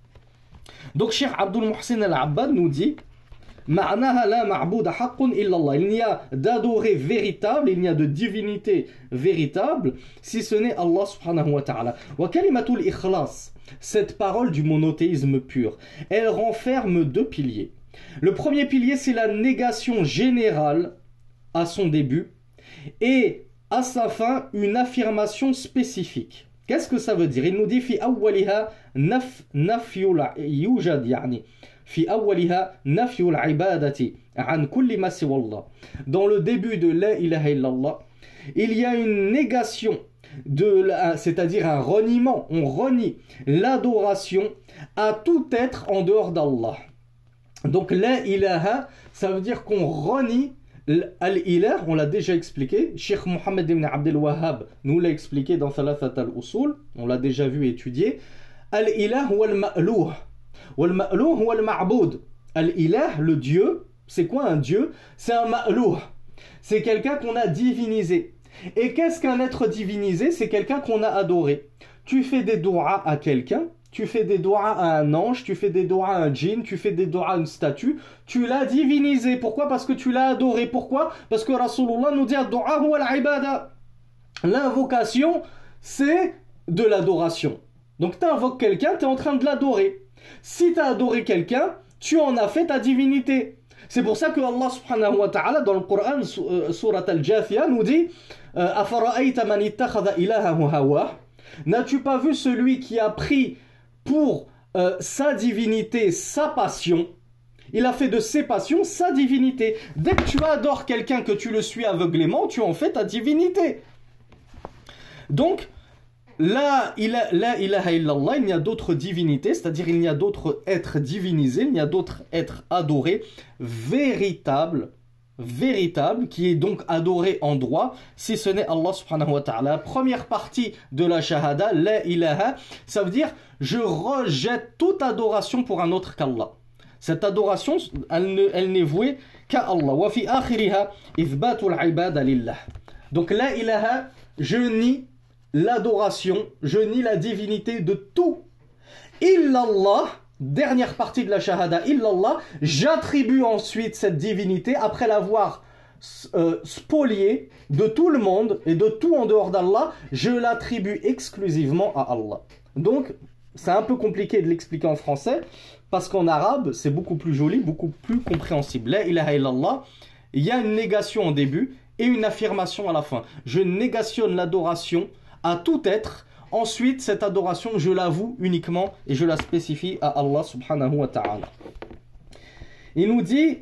Donc, Cheikh Abdul Muhsin Al-Abbad nous dit Ma'naha la ma'bouda haqqun illa Allah. Il n'y a d'adoré véritable, il n'y a de divinité véritable, si ce n'est Allah subhanahu wa ta'ala. Wa kalimatul ikhlas, cette parole du monothéisme pur, elle renferme deux piliers. Le premier pilier, c'est la négation générale à son début et à sa fin, une affirmation spécifique. Qu'est-ce que ça veut dire? Il nous dit fi awwaliha nafyul yujad yani fi awwaliha nafyul ibadati an kulli ma siwa Allah. Dans le début de la ilaha illallah, il y a une négation c'est-à-dire un reniement, on renie l'adoration à tout être en dehors d'Allah. Donc la ilaha, ça veut dire qu'on renie Al-Ilah, on l'a déjà expliqué. Cheikh Mohammed ibn Abdel Wahhab nous l'a expliqué dans Thalathat al-Usul. On l'a déjà vu et étudié. Al-Ilah ou al-Ma'louh. Wal-Ma'louh ou al-Ma'boud. Al-Ilah, le Dieu, c'est quoi un Dieu? C'est un Ma'louh. C'est quelqu'un qu'on a divinisé. Et qu'est-ce qu'un être divinisé? C'est quelqu'un qu'on a adoré. Tu fais des doigts à quelqu'un. Tu fais des doigts à un ange, tu fais des doigts à un djinn, tu fais des doigts à une statue, tu l'as divinisé. Pourquoi? Parce que tu l'as adoré. Pourquoi? Parce que Rasulullah nous dit ad-du'a huwa al-ibada. L'invocation, c'est de l'adoration. Donc tu invoques quelqu'un, tu es en train de l'adorer. Si tu as adoré quelqu'un, tu en as fait ta divinité. C'est pour ça que Allah subhanahu wa ta'ala dans le Coran, surat al-Jathiyah, nous dit afara'ayta man ittakhadha ilahahu hawah. N'as-tu pas vu celui qui a pris pour sa divinité, sa passion? Il a fait de ses passions sa divinité. Dès que tu adores quelqu'un, que tu le suis aveuglément, tu en fais ta divinité. Donc, la ilaha illallah, il y a d'autres divinités, c'est-à-dire il y a d'autres êtres divinisés, il y a d'autres êtres adorés, véritables, qui est donc adoré en droit, si ce n'est Allah subhanahu wa ta'ala. La première partie de la shahada, la ilaha, ça veut dire je rejette toute adoration pour un autre qu'Allah. Cette adoration, elle n'est vouée qu'à Allah. Wa fi akhiriha ithbatul ibada lillah. Donc la ilaha, je nie l'adoration, je nie la divinité de tout. Illallah, dernière partie de la shahada, illallah, j'attribue ensuite cette divinité, après l'avoir spoliée de tout le monde et de tout en dehors d'Allah, je l'attribue exclusivement à Allah. Donc, c'est un peu compliqué de l'expliquer en français, parce qu'en arabe, c'est beaucoup plus joli, beaucoup plus compréhensible. La ilaha illallah, il y a une négation au début et une affirmation à la fin. Je négationne l'adoration à tout être. Ensuite, cette adoration, je l'avoue uniquement et je la spécifie à Allah subhanahu wa ta'ala. Il nous dit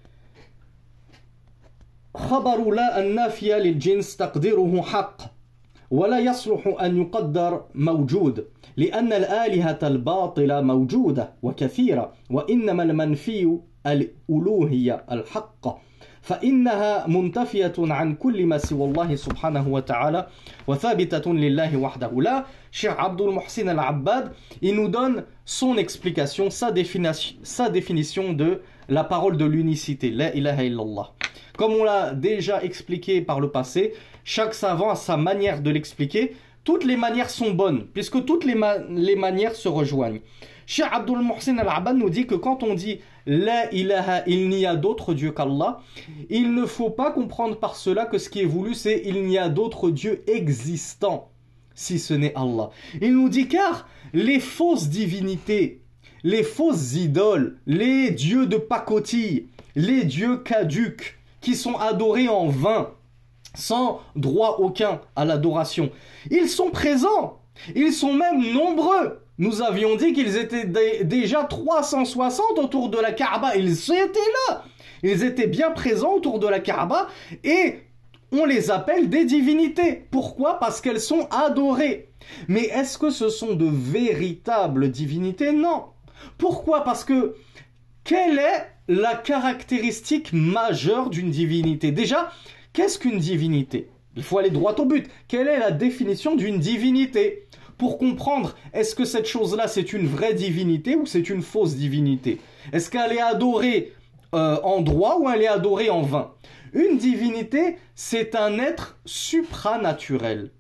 خبر لا النافية للجنس تقديره حق ولا يصلح أن يقدر موجود لأن الآلهة الباطلة موجودة وكثيرة وإنما المنفي الألوهية الحق فإنها منتفية عن كل ما سوى الله سبحانه وتعالى وثابتة لله وحده. Là, Cheikh Abdul Muhsin Al-Abbad, il nous donne son explication, sa définition de la parole de l'unicité, la ilaha illallah. Comme on l'a déjà expliqué par le passé, chaque savant a sa manière de l'expliquer. Toutes les manières sont bonnes, puisque toutes les manières se rejoignent. Cheikh Abdul Muhsin Al-Abbad nous dit que quand on dit la ilaha, il n'y a d'autre Dieu qu'Allah, il ne faut pas comprendre par cela que ce qui est voulu, c'est il n'y a d'autre Dieu existant, si ce n'est Allah. Il nous dit car les fausses divinités, les fausses idoles, les dieux de pacotille, les dieux caducs, qui sont adorés en vain, sans droit aucun à l'adoration, ils sont présents, ils sont même nombreux. Nous avions dit qu'ils étaient déjà 360 autour de la Kaaba. Ils étaient là. Ils étaient bien présents autour de la Kaaba et on les appelle des divinités. Pourquoi? Parce qu'elles sont adorées. Mais est-ce que ce sont de véritables divinités? Non. Pourquoi? Parce que quelle est la caractéristique majeure d'une divinité? Déjà, qu'est-ce qu'une divinité? Il faut aller droit au but. Quelle est la définition d'une divinité? Pour comprendre, est-ce que cette chose-là, c'est une vraie divinité ou c'est une fausse divinité? Est-ce qu'elle est adorée en droit ou elle est adorée en vain? Une divinité, c'est un être supranaturel,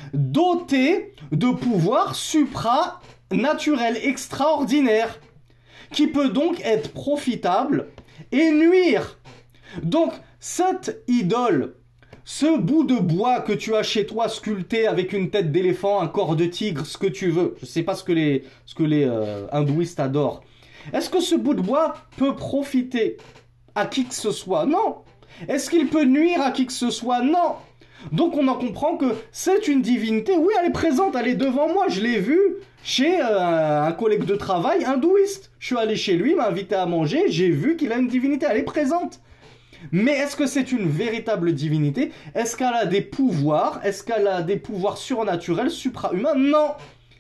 doté de pouvoirs supranaturels extraordinaires, qui peut donc être profitable et nuire. Donc, cette idole, ce bout de bois que tu as chez toi sculpté avec une tête d'éléphant, un corps de tigre, ce que tu veux, je ne sais pas ce que les hindouistes adorent. Est-ce que ce bout de bois peut profiter à qui que ce soit? Non. Est-ce qu'il peut nuire à qui que ce soit? Non. Donc on en comprend que c'est une divinité. Oui, elle est présente, elle est devant moi. Je l'ai vue chez un collègue de travail hindouiste. Je suis allé chez lui, il m'a invité à manger, j'ai vu qu'il a une divinité, elle est présente. Mais est-ce que c'est une véritable divinité? Est-ce qu'elle a des pouvoirs? Est-ce qu'elle a des pouvoirs surnaturels, supra-humains? Non.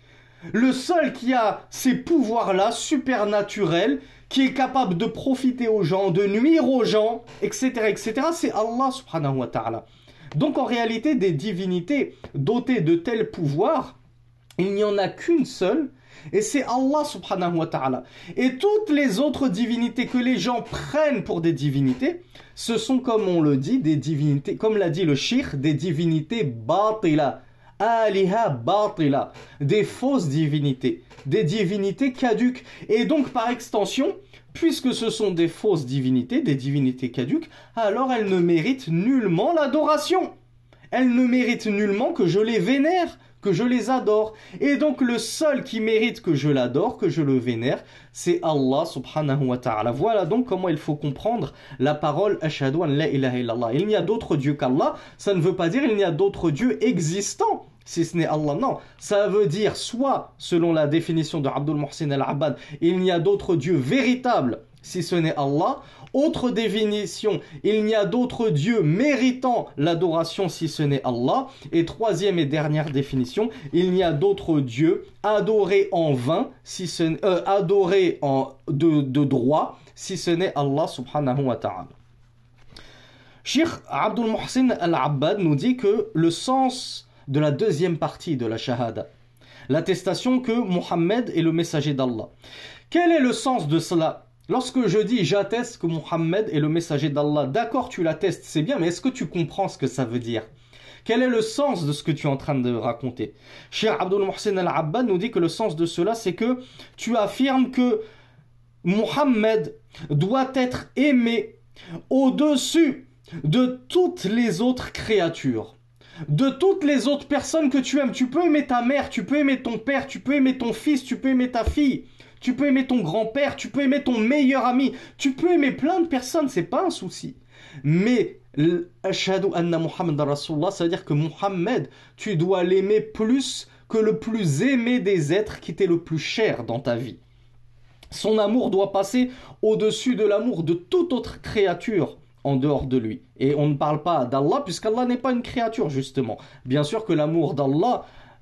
Le seul qui a ces pouvoirs-là, supernaturels, qui est capable de profiter aux gens, de nuire aux gens, etc., c'est Allah subhanahu wa ta'ala. Donc en réalité, des divinités dotées de tels pouvoirs, il n'y en a qu'une seule, et c'est Allah subhanahu wa ta'ala. Et toutes les autres divinités que les gens prennent pour des divinités, ce sont, comme on le dit, des divinités, comme l'a dit le shir, des divinités batila, aliha batila, des fausses divinités, des divinités caduques. Et donc par extension, puisque ce sont des fausses divinités, des divinités caduques, alors elles ne méritent nullement l'adoration. Elles ne méritent nullement que je les vénère, que je les adore. Et donc le seul qui mérite que je l'adore, que je le vénère, c'est Allah subhanahu wa ta'ala. Voilà donc comment il faut comprendre la parole Ashhadu an la ilaha illallah. Il n'y a d'autre Dieu qu'Allah. Ça ne veut pas dire il n'y a d'autres dieux existants si ce n'est Allah. Non, ça veut dire soit, selon la définition de Abdul Muhsin Al-Abbad, il n'y a d'autres dieux véritables si ce n'est Allah. Autre définition, il n'y a d'autres dieux méritant l'adoration si ce n'est Allah. Et troisième et dernière définition, il n'y a d'autres dieux adorés en vain, si ce adorés de droit, si ce n'est Allah subhanahu wa ta'ala. Cheikh Abdul Muhsin Al-Abbad nous dit que le sens de la deuxième partie de la shahada, l'attestation que Muhammad est le messager d'Allah. Quel est le sens de cela? Lorsque je dis j'atteste que Muhammad est le messager d'Allah, d'accord, tu l'attestes, c'est bien, mais est-ce que tu comprends ce que ça veut dire? Quel est le sens de ce que tu es en train de raconter? Cheikh Abdul Muhsin Al-Abbad nous dit que le sens de cela, c'est que tu affirmes que Muhammad doit être aimé au-dessus de toutes les autres créatures, de toutes les autres personnes que tu aimes. Tu peux aimer ta mère, tu peux aimer ton père, tu peux aimer ton fils, tu peux aimer ta fille, tu peux aimer ton grand-père, tu peux aimer ton meilleur ami, tu peux aimer plein de personnes, c'est pas un souci. Mais Ashhadu anna Muhammad Rasulullah, ça veut dire que Muhammad, tu dois l'aimer plus que le plus aimé des êtres qui t'est le plus cher dans ta vie. Son amour doit passer au-dessus de l'amour de toute autre créature en dehors de lui. Et on ne parle pas d'Allah, puisqu'Allah n'est pas une créature, justement. Bien sûr que l'amour d'Allah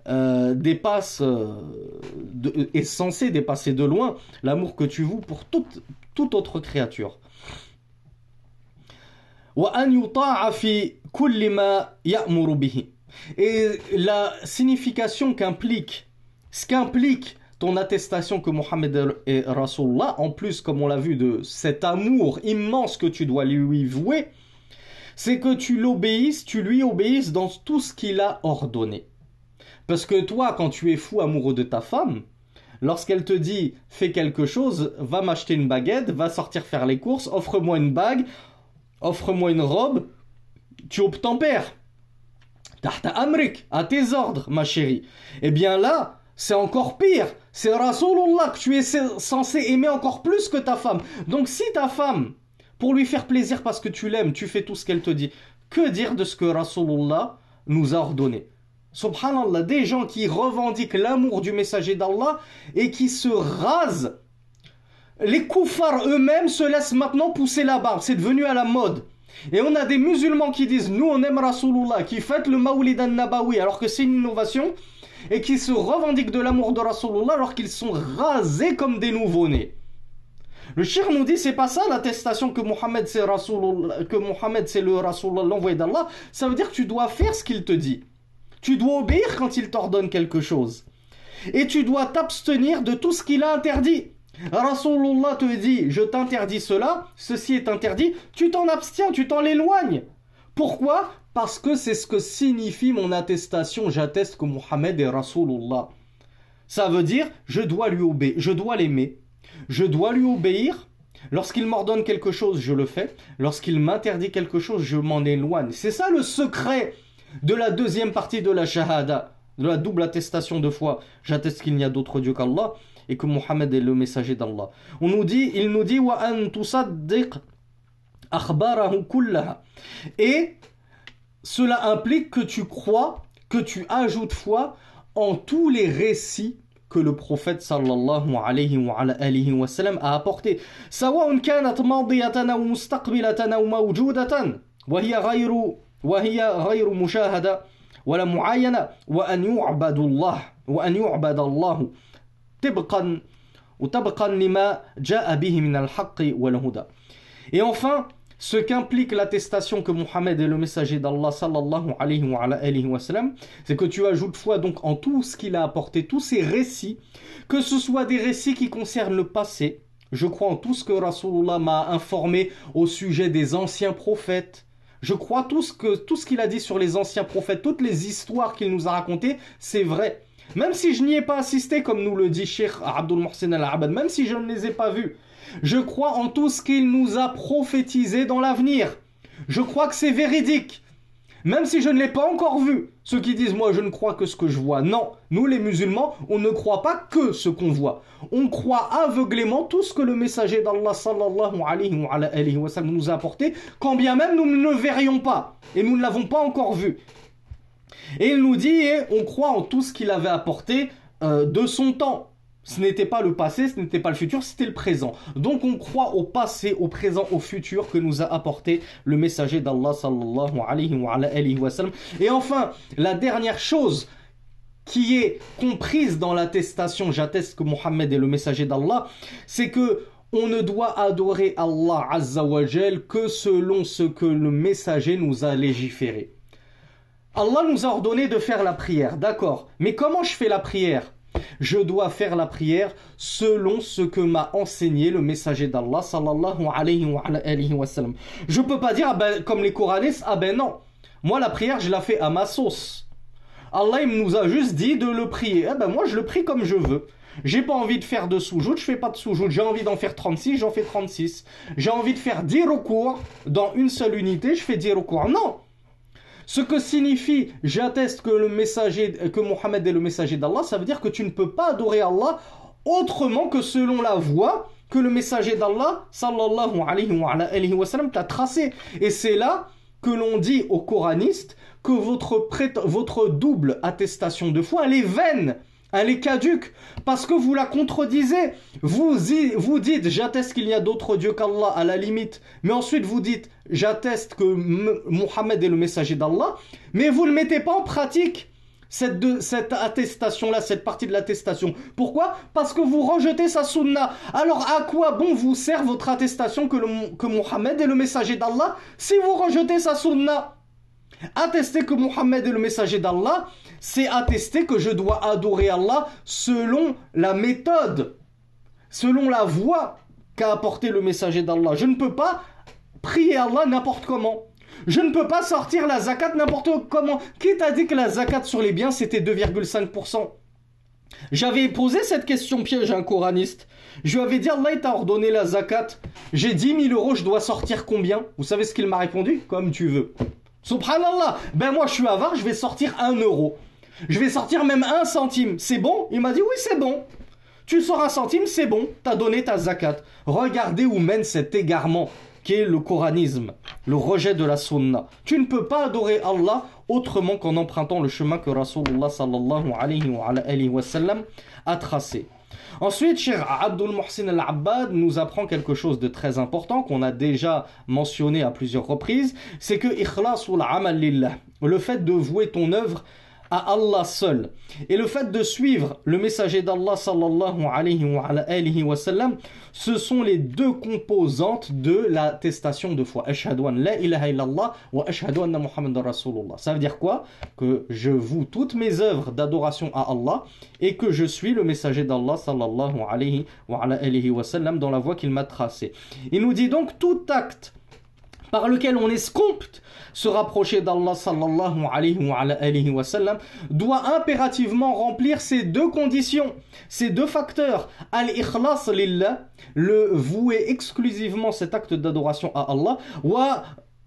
est censé dépasser de loin l'amour que tu voues pour toute autre créature. وأن يطاع في كل ما يأمر به. Et la signification qu'implique, ce qu'implique ton attestation que Mohammed est Rasulullah, en plus, comme on l'a vu, de cet amour immense que tu dois lui vouer, c'est que tu lui obéisses dans tout ce qu'il a ordonné. Parce que toi, quand tu es fou amoureux de ta femme, lorsqu'elle te dit « fais quelque chose, va m'acheter une baguette, va sortir faire les courses, offre-moi une bague, offre-moi une robe », tu obtempères. Tahta amrik, à tes ordres, ma chérie. Eh bien là, c'est encore pire. C'est Rasulullah que tu es censé aimer encore plus que ta femme. Donc si ta femme, pour lui faire plaisir parce que tu l'aimes, tu fais tout ce qu'elle te dit, que dire de ce que Rasulullah nous a ordonné? Subhanallah, des gens qui revendiquent l'amour du messager d'Allah et qui se rasent. Les koufars eux-mêmes se laissent maintenant pousser la barbe. C'est devenu à la mode. Et on a des musulmans qui disent « Nous, on aime Rasulullah », qui fêtent le Mawlid al-Nabawi alors que c'est une innovation, et qui se revendiquent de l'amour de Rasulullah alors qu'ils sont rasés comme des nouveau-nés. Le shir nous dit, c'est pas ça l'attestation que Mohammed c'est le Rasulullah, l'envoyé d'Allah. Ça veut dire que tu dois faire ce qu'il te dit. Tu dois obéir quand il t'ordonne quelque chose. Et tu dois t'abstenir de tout ce qu'il a interdit. Rasulullah te dit, je t'interdis cela, ceci est interdit, tu t'en abstiens, tu t'en éloignes. Pourquoi? Parce que c'est ce que signifie mon attestation, j'atteste que Mohammed est Rasulullah. Ça veut dire, je dois lui obéir, je dois l'aimer, je dois lui obéir. Lorsqu'il m'ordonne quelque chose, je le fais. Lorsqu'il m'interdit quelque chose, je m'en éloigne. C'est ça le secret de la deuxième partie de la shahada, de la double attestation de foi. J'atteste qu'il n'y a d'autre Dieu qu'Allah et que Mohammed est le messager d'Allah. Il nous dit wa an tusaddiq akhbarahu kullaha. Et cela implique que tu crois, que tu ajoutes foi en tous les récits que le prophète sallallahu alayhi wa sallam a apporté. Sawa'un kanat madiyatan aw mustaqbilatan aw mawjudatan wa hiya ghayru mushahada wa la muayyana wa an yu'badu Allah et enfin, ce qu'implique l'attestation que Mohammed est le messager d'Allah sallallahu alayhi wa sallam, c'est que tu ajoutes foi donc en tout ce qu'il a apporté, tous ces récits, que ce soit des récits qui concernent le passé. Je crois en tout ce que Rasulullah m'a informé au sujet des anciens prophètes. Je crois tout ce qu'il a dit sur les anciens prophètes, toutes les histoires qu'il nous a racontées, c'est vrai. Même si je n'y ai pas assisté, comme nous le dit Cheikh Abdul Mohsen Al-Abad, même si je ne les ai pas vus, je crois en tout ce qu'il nous a prophétisé dans l'avenir. Je crois que c'est véridique. Même si je ne l'ai pas encore vu. Ceux qui disent, moi je ne crois que ce que je vois. Non, nous les musulmans, on ne croit pas que ce qu'on voit. On croit aveuglément tout ce que le messager d'Allah sallallahu alayhi wa sallam nous a apporté, quand bien même nous ne le verrions pas. Et nous ne l'avons pas encore vu. Et il nous dit, et on croit en tout ce qu'il avait apporté de son temps. Ce n'était pas le passé, ce n'était pas le futur, c'était le présent. Donc on croit au passé, au présent, au futur que nous a apporté le messager d'Allah sallallahu alayhi wa sallam. Et enfin, la dernière chose qui est comprise dans l'attestation, j'atteste que Mohammed est le messager d'Allah, c'est que on ne doit adorer Allah Azza wa Jal que selon ce que le messager nous a légiféré. Allah nous a ordonné de faire la prière, d'accord. Mais comment je fais la prière? Je dois faire la prière selon ce que m'a enseigné le messager d'Allah sallallahu alayhi wa sallam. Je peux pas dire, ah ben, comme les coranistes, ah ben non. Moi la prière je la fais à ma sauce. Allah il nous a juste dit de le prier. Eh ben moi je le prie comme je veux. J'ai pas envie de faire de soujoud, je fais pas de soujoud. J'ai envie d'en faire 36, j'en fais 36. J'ai envie de faire 10 recours dans une seule unité, je fais 10 recours. Non. Ce que signifie j'atteste que Mohammed est le messager d'Allah, ça veut dire que tu ne peux pas adorer Allah autrement que selon la voie que le messager d'Allah sallallahu alayhi wa sallam t'a tracée. Et c'est là que l'on dit aux coranistes que votre double attestation de foi, elle est vaine. Elle est caduque, parce que vous la contredisez. Vous dites, j'atteste qu'il y a d'autres dieux qu'Allah à la limite, mais ensuite vous dites, j'atteste que Mohammed est le messager d'Allah, mais vous ne le mettez pas en pratique. cette attestation-là, cette partie de l'attestation. Pourquoi? Parce que vous rejetez sa sunna. Alors à quoi bon vous sert votre attestation que Mohammed est le messager d'Allah si vous rejetez sa sunna? Attester que Mohammed est le messager d'Allah, c'est attester que je dois adorer Allah selon la méthode, selon la voie qu'a apporté le messager d'Allah. Je ne peux pas prier Allah n'importe comment. Je ne peux pas sortir la zakat n'importe comment. Qui t'a dit que la zakat sur les biens c'était 2,5%? J'avais posé cette question piège à un coraniste. Je lui avais dit Allah t'a ordonné la zakat. J'ai 10 000 euros, je dois sortir combien? Vous savez ce qu'il m'a répondu? Comme tu veux. Subhanallah. Ben moi je suis avare, je vais sortir 1 euro. Je vais sortir même 1 centime. C'est bon? Il m'a dit oui c'est bon. Tu sors 1 centime, c'est bon. T'as donné ta zakat. Regardez où mène cet égarement qui est le coranisme, le rejet de la sunna. Tu ne peux pas adorer Allah autrement qu'en empruntant le chemin que Rasulullah sallallahu alayhi wa sallam a tracé. Ensuite, Cheikh Abdul Muhsin al-Abbad nous apprend quelque chose de très important qu'on a déjà mentionné à plusieurs reprises, c'est que ikhlasul amal lillah, le fait de vouer ton œuvre à Allah seul. Et le fait de suivre le messager d'Allah sallallahu alayhi wa sallam, ce sont les deux composantes de l'attestation de foi. Ashhadu an la ilaha illallah wa ashhadu anna Muhammadan Rasulullah. Ça veut dire quoi? Que je voue toutes mes œuvres d'adoration à Allah et que je suis le messager d'Allah sallallahu alayhi wa sallam dans la voie qu'il m'a tracée. Il nous dit donc tout acte par lequel on escompte se rapprocher d'Allah sallallahu alayhi wa sallam doit impérativement remplir ces deux conditions, ces deux facteurs. Al-ikhlas lillah, le vouer exclusivement cet acte d'adoration à Allah, wa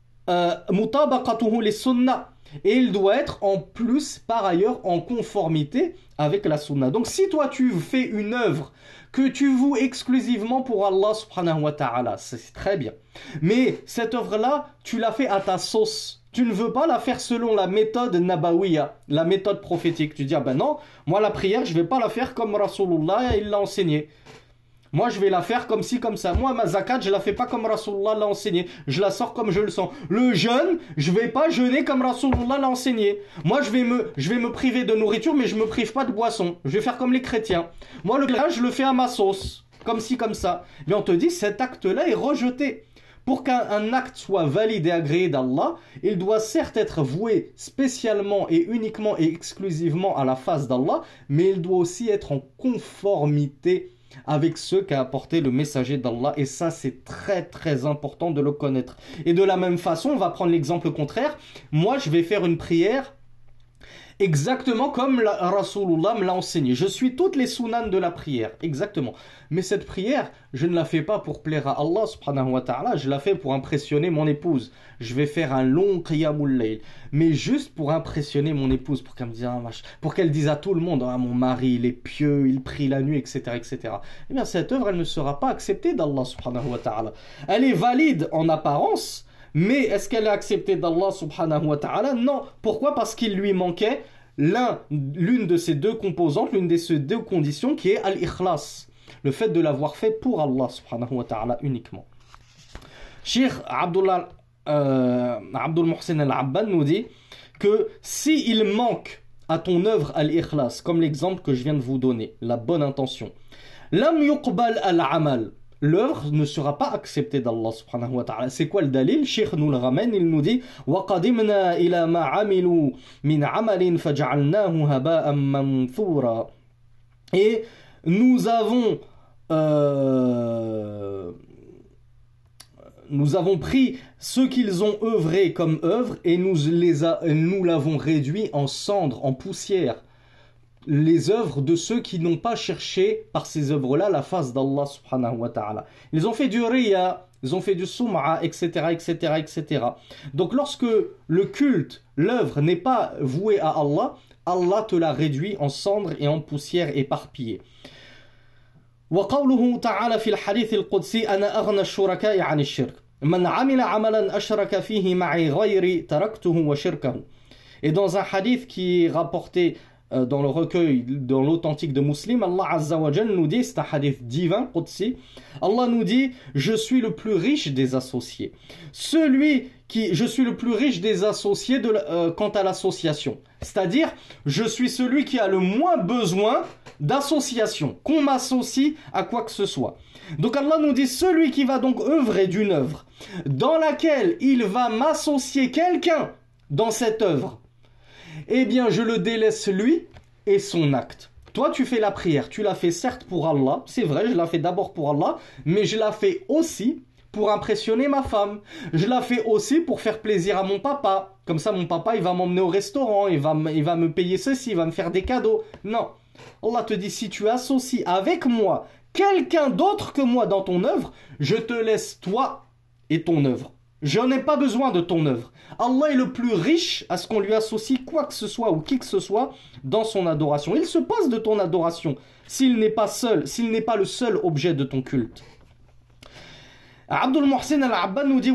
mutabaqatuhu lis-sunnah, et il doit être en plus par ailleurs en conformité avec la sunna. Donc si toi tu fais une œuvre que tu voues exclusivement pour Allah subhanahu wa ta'ala, c'est très bien. Mais cette œuvre-là, tu l'as fait à ta sauce. Tu ne veux pas la faire selon la méthode nabawiya, la méthode prophétique. Tu dis, ah ben non, moi la prière, je ne vais pas la faire comme Rasulullah, il l'a enseigné. Moi, je vais la faire comme ci, comme ça. Moi, ma zakat, je la fais pas comme Rasulullah l'a enseigné. Je la sors comme je le sens. Le jeûne, je vais pas jeûner comme Rasulullah l'a enseigné. Moi, je vais me priver de nourriture, mais je me prive pas de boisson. Je vais faire comme les chrétiens. Moi, le glas, je le fais à ma sauce. Comme ci, comme ça. Mais on te dit, cet acte-là est rejeté. Pour qu'un acte soit valide et agréé d'Allah, il doit certes être voué spécialement et uniquement et exclusivement à la face d'Allah, mais il doit aussi être en conformité avec ce qu'a apporté le messager d'Allah, et ça c'est très très important de le connaître. Et de la même façon, on va prendre l'exemple contraire. Moi je vais faire une prière exactement comme Rasulullah me l'a enseigné. Je suis toutes les sunan de la prière, exactement. Mais cette prière, je ne la fais pas pour plaire à Allah subhanahu wa ta'ala, je la fais pour impressionner mon épouse. Je vais faire un long qiyamul layl, mais juste pour impressionner mon épouse, pour qu'elle me dise, pour qu'elle dise à tout le monde, ah, mon mari, il est pieux, il prie la nuit, etc., etc. Eh bien, cette œuvre, elle ne sera pas acceptée d'Allah subhanahu wa ta'ala. Elle est valide en apparence, mais est-ce qu'elle est acceptée d'Allah subhanahu wa ta'ala? Non. Pourquoi? Parce qu'il lui manquait l'une de ces deux composantes, l'une de ces deux conditions qui est al-ikhlas. Le fait de l'avoir fait pour Allah subhanahu wa ta'ala uniquement. Cheikh Abdul Muhsin al-Abbad nous dit que s'il manque à ton œuvre al-ikhlas, comme l'exemple que je viens de vous donner, la bonne intention, lam yuqbal al-amal, l'œuvre ne sera pas acceptée d'Allah subhanahu wa ta'ala. C'est quoi le dalil? Cheikh nous le ramène, il nous dit وَقَدِمْنَا إِلَى مَا عَمِلُوا مِنْ عَمَلٍ فَجَعَلْنَاهُ هَبَاءً مَنْثُورًا. Et nous avons pris ce qu'ils ont œuvré comme œuvre et nous l'avons réduit en cendres, en poussière. Les œuvres de ceux qui n'ont pas cherché par ces œuvres-là la face d'Allah subhanahu wa ta'ala. Ils ont fait du riya, ils ont fait du sum'a, etc., etc., etc. Donc lorsque le culte, l'œuvre n'est pas vouée à Allah, Allah te la réduit en cendres et en poussière éparpillée. وقوله تعالى في الحديث القدسي أنا أغنى الشركاء عن الشرك من عمل عملا أشرك فيه معي غيري تركته وشركه. Et dans un hadith qui est rapporté dans le recueil, dans l'authentique de Muslim, Allah Azza wa Jal nous dit, c'est un hadith divin, Qudsi, Allah nous dit, je suis le plus riche des associés. Je suis le plus riche des associés quant à l'association. C'est-à-dire, je suis celui qui a le moins besoin d'association, qu'on m'associe à quoi que ce soit. Donc Allah nous dit, celui qui va donc œuvrer d'une œuvre dans laquelle il va m'associer quelqu'un dans cette œuvre, eh bien je le délaisse lui et son acte. Toi tu fais la prière, tu l'as fait certes pour Allah, c'est vrai, je l'ai fait d'abord pour Allah, mais je l'ai fait aussi pour impressionner ma femme. Je l'ai fait aussi pour faire plaisir à mon papa. Comme ça mon papa il va m'emmener au restaurant, il va me payer ceci, il va me faire des cadeaux. Non, Allah te dit, si tu associes avec moi quelqu'un d'autre que moi dans ton œuvre, je te laisse toi et ton œuvre. Je n'ai pas besoin de ton œuvre. Allah est le plus riche à ce qu'on lui associe quoi que ce soit ou qui que ce soit dans son adoration. Il se passe de ton adoration s'il n'est pas le seul objet de ton culte. Abdul Muhsin al-Abbad nous dit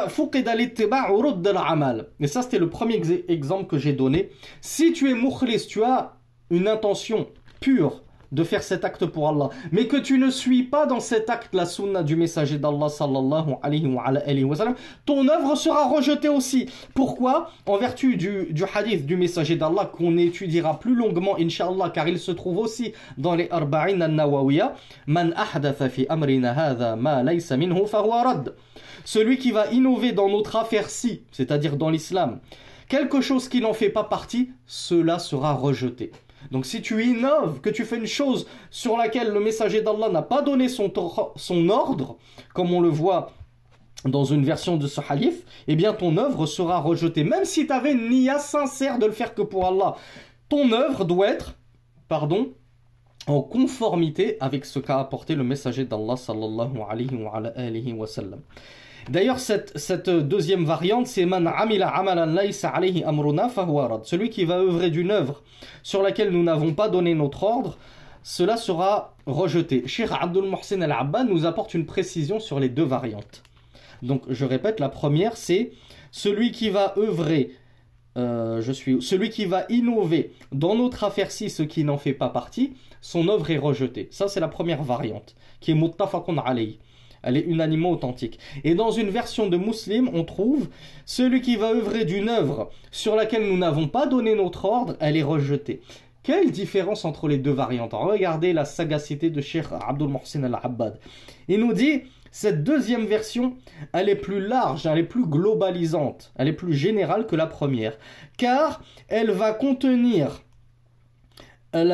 et ça c'était le premier exemple que j'ai donné. Si tu es mukhlis, tu as une intention pure de faire cet acte pour Allah, mais que tu ne suis pas dans cet acte la sunna du messager d'Allah sallallahu alayhi wa sallam, ton œuvre sera rejetée aussi. Pourquoi? En vertu du hadith du messager d'Allah qu'on étudiera plus longuement incha'Allah, car il se trouve aussi dans les Arba'in an-Nawawiyya, man ahdatha fi amrina hadha ma laysa minhu fahuwa radd. Celui qui va innover dans notre affaire-ci, c'est-à-dire dans l'islam, quelque chose qui n'en fait pas partie, cela sera rejeté. Donc si tu innoves, que tu fais une chose sur laquelle le messager d'Allah n'a pas donné son ordre, comme on le voit dans une version de ce hadith, eh bien ton œuvre sera rejetée. Même si tu avais une niya sincère de le faire que pour Allah, ton œuvre doit être, en conformité avec ce qu'a apporté le messager d'Allah sallallahu alayhi wa sallam. D'ailleurs, cette deuxième variante, c'est man amila amalan laysa alayhi amruna fahuwa rad. Celui qui va œuvrer d'une œuvre sur laquelle nous n'avons pas donné notre ordre, cela sera rejeté. Cheikh Abdul Muhsin al-Abbad nous apporte une précision sur les deux variantes. Donc, je répète, la première, c'est celui qui va œuvrer, celui qui va innover dans notre affaire-ci, ce qui n'en fait pas partie, son œuvre est rejetée. Ça, c'est la première variante, qui est muttafaqun alayhi. Elle est unanimement authentique. Et dans une version de Muslim, on trouve celui qui va œuvrer d'une œuvre sur laquelle nous n'avons pas donné notre ordre, elle est rejetée. Quelle différence entre les deux variantes? Regardez la sagacité de Cheikh Abdul Muhsin al-Abbad. Il nous dit, cette deuxième version, elle est plus large, elle est plus globalisante, elle est plus générale que la première, car elle va contenir elle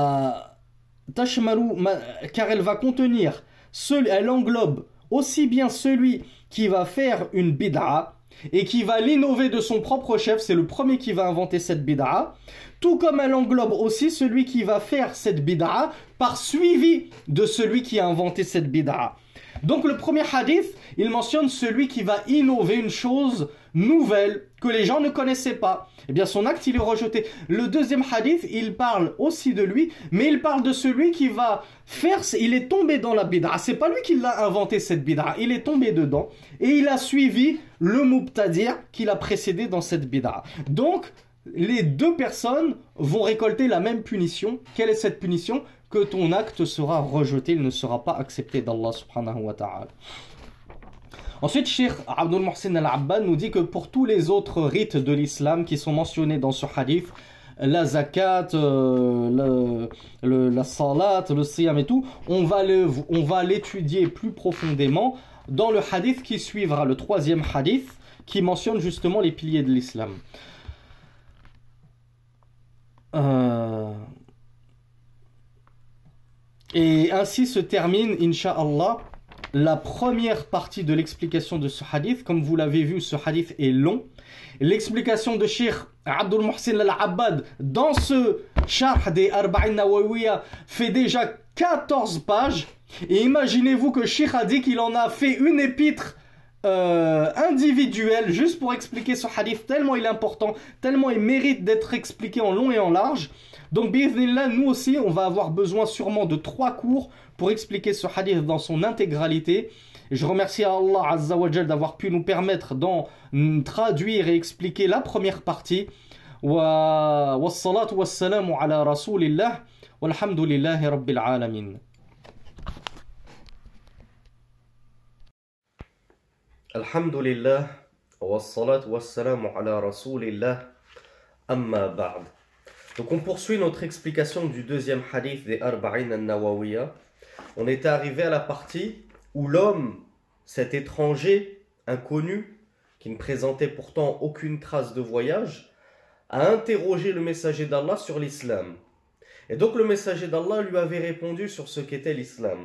englobe aussi bien celui qui va faire une bid'a et qui va l'innover de son propre chef, c'est le premier qui va inventer cette bid'a, tout comme elle englobe aussi celui qui va faire cette bid'a par suivi de celui qui a inventé cette bid'a. Donc le premier hadith, il mentionne celui qui va innover une chose nouvelle que les gens ne connaissaient pas. Eh bien son acte il est rejeté. Le deuxième hadith, il parle aussi de lui, mais il parle de celui qui va faire, il est tombé dans la bid'a. C'est pas lui qui l'a inventé cette bid'a, il est tombé dedans et il a suivi le mubtadir qui l'a précédé dans cette bid'a. Donc les deux personnes vont récolter la même punition. Quelle est cette punition? Que ton acte sera rejeté, il ne sera pas accepté d'Allah subhanahu wa ta'ala. Ensuite, Cheikh Abdul Muhsin al-Abbad nous dit que pour tous les autres rites de l'islam qui sont mentionnés dans ce hadith, la zakat, la salat, le siyam et tout, on va l'étudier plus profondément dans le hadith qui suivra, le troisième hadith qui mentionne justement les piliers de l'islam. Et ainsi se termine, incha'Allah, la première partie de l'explication de ce hadith. Comme vous l'avez vu, ce hadith est long. L'explication de Cheikh Abdul Muhsin al-Abbad dans ce Sharh des Arba'in Nawawiyya fait déjà 14 pages. Et imaginez-vous que Cheikh a dit qu'il en a fait une épître individuelle juste pour expliquer ce hadith, tellement il est important, tellement il mérite d'être expliqué en long et en large. Donc, bi'idhnillah, nous aussi, on va avoir besoin sûrement de 3 cours pour expliquer ce hadith dans son intégralité. Je remercie Allah Azza wa Jal d'avoir pu nous permettre d'en traduire et expliquer la première partie. والصلاة والسلام على رسول الله والحمد لله رب العالمين. الحمد لله والصلاة والسلام على رسول الله أما بعد. Donc on poursuit notre explication du deuxième hadith des Arba'in al-Nawawiya. On était arrivé à la partie où l'homme, cet étranger inconnu, qui ne présentait pourtant aucune trace de voyage, a interrogé le messager d'Allah sur l'islam. Et donc le messager d'Allah lui avait répondu sur ce qu'était l'islam.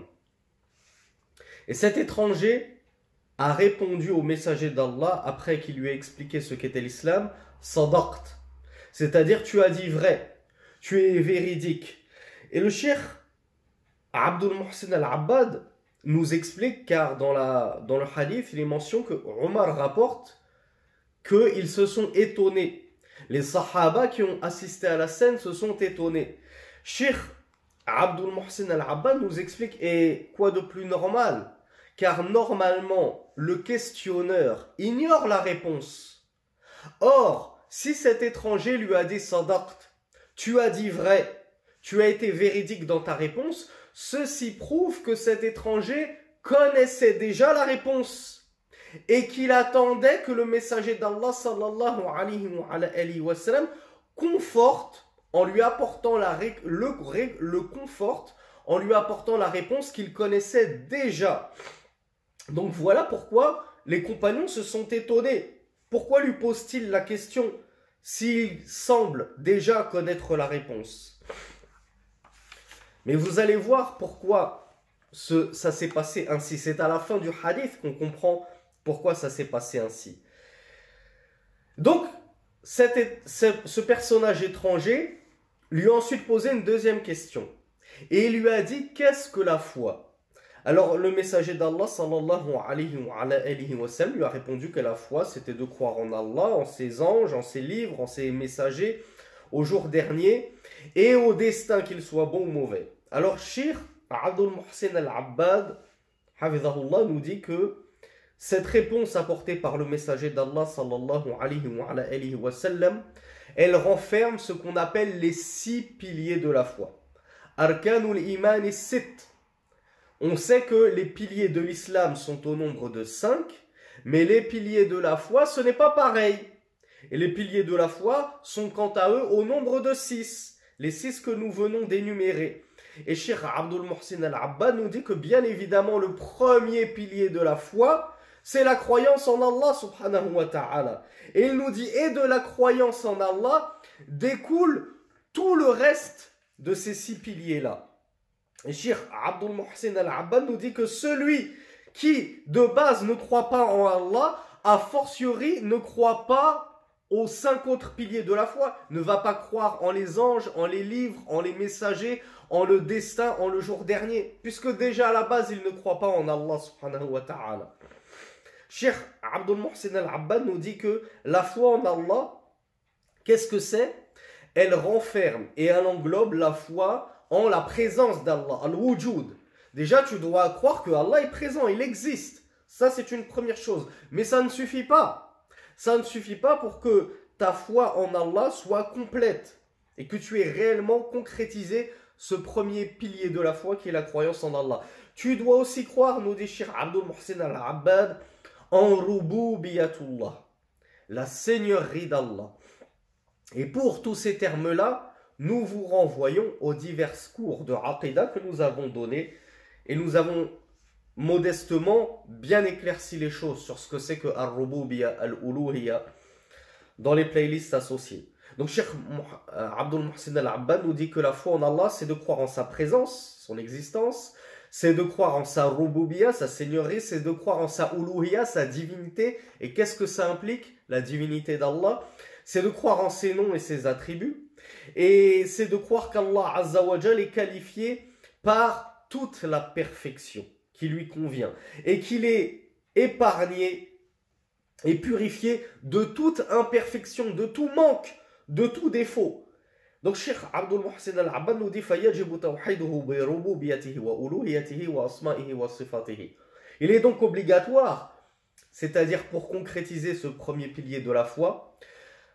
Et cet étranger a répondu au messager d'Allah après qu'il lui a expliqué ce qu'était l'islam, sadaqt, c'est-à-dire tu as dit vrai, tu es véridique. Et le cheikh Abdul Muhsin al-Abbad nous explique, car dans le hadith, il est mention que Omar rapporte qu'ils se sont étonnés. Les sahaba qui ont assisté à la scène se sont étonnés. Cheikh Abdul Muhsin al-Abbad nous explique, et quoi de plus normal? Car normalement, le questionneur ignore la réponse. Or, si cet étranger lui a dit sadaqt, tu as dit vrai, tu as été véridique dans ta réponse, ceci prouve que cet étranger connaissait déjà la réponse et qu'il attendait que le messager d'Allah sallallahu alayhi wa sallam conforte en lui apportant le conforte en lui apportant la réponse qu'il connaissait déjà. Donc voilà pourquoi les compagnons se sont étonnés. Pourquoi lui pose-t-il la question s'il semble déjà connaître la réponse? Mais vous allez voir pourquoi ça s'est passé ainsi. C'est à la fin du hadith qu'on comprend pourquoi ça s'est passé ainsi. Donc, ce personnage étranger lui a ensuite posé une deuxième question. Et il lui a dit, qu'est-ce que la foi? Alors, le messager d'Allah, sallallahu alayhi wa sallam, lui a répondu que la foi, c'était de croire en Allah, en ses anges, en ses livres, en ses messagers, au jour dernier, et au destin, qu'il soit bon ou mauvais. Alors, Cheikh Abdul Muhsin al-Abbad, hafidhahullah, nous dit que cette réponse apportée par le messager d'Allah, sallallahu alayhi wa sallam, elle renferme ce qu'on appelle les 6 piliers de la foi. Arkanul iman sit. On sait que les piliers de l'islam sont au nombre de 5, mais les piliers de la foi, ce n'est pas pareil. Et les piliers de la foi sont quant à eux au nombre de 6, les 6 que nous venons d'énumérer. Et Cheikh Abdul Muhsin al-Abbad nous dit que bien évidemment le premier pilier de la foi, c'est la croyance en Allah subhanahu wa ta'ala. Et il nous dit, et de la croyance en Allah découle tout le reste de ces 6 piliers-là. Et Cheikh Abdul Muhsin al-Abbad nous dit que celui qui de base ne croit pas en Allah, a fortiori ne croit pas aux 5 autres piliers de la foi, ne va pas croire en les anges, en les livres, en les messagers, en le destin, en le jour dernier, puisque déjà à la base il ne croit pas en Allah subhanahu wa ta'ala. Cheikh Abdul Muhsin al-Abbad nous dit que la foi en Allah, qu'est-ce que c'est? Elle renferme et elle englobe la foi en la présence d'Allah, al-wujud. Déjà, tu dois croire que Allah est présent, il existe. Ça, c'est une première chose. Mais ça ne suffit pas. Ça ne suffit pas pour que ta foi en Allah soit complète et que tu aies réellement concrétisé ce premier pilier de la foi qui est la croyance en Allah. Tu dois aussi croire, nous dit Cheikh Abdul Muhsin al-Abbad, en rububiyatullah, la seigneurie d'Allah. Et pour tous ces termes-là, nous vous renvoyons aux divers cours de Aqidah que nous avons donnés et nous avons modestement bien éclairci les choses sur ce que c'est que Ar-Rububiyya, Al-Uluhiyya dans les playlists associées. Donc Cheikh Abdul Muhsin al-Abbad nous dit que la foi en Allah, c'est de croire en sa présence, son existence, c'est de croire en sa Rububiyya, sa seigneurie, c'est de croire en sa Uluhiyya, sa divinité. Et qu'est-ce que ça implique, la divinité d'Allah? C'est de croire en ses noms et ses attributs. Et c'est de croire qu'Allah Azza wa Jal est qualifié par toute la perfection qui lui convient. Et qu'il est épargné et purifié de toute imperfection, de tout manque, de tout défaut. Donc Cheikh Abdul Muhsin al-Abbad nous dit فَيَجِبُ تَوْحِيدُهُ بِرُبُوبِيَّتِهِ وَأُلُوهِيَّتِهِ وَأَسْمَائِهِ وَصِفَاتِهِ. Il est donc obligatoire, c'est-à-dire pour concrétiser ce premier pilier de la foi,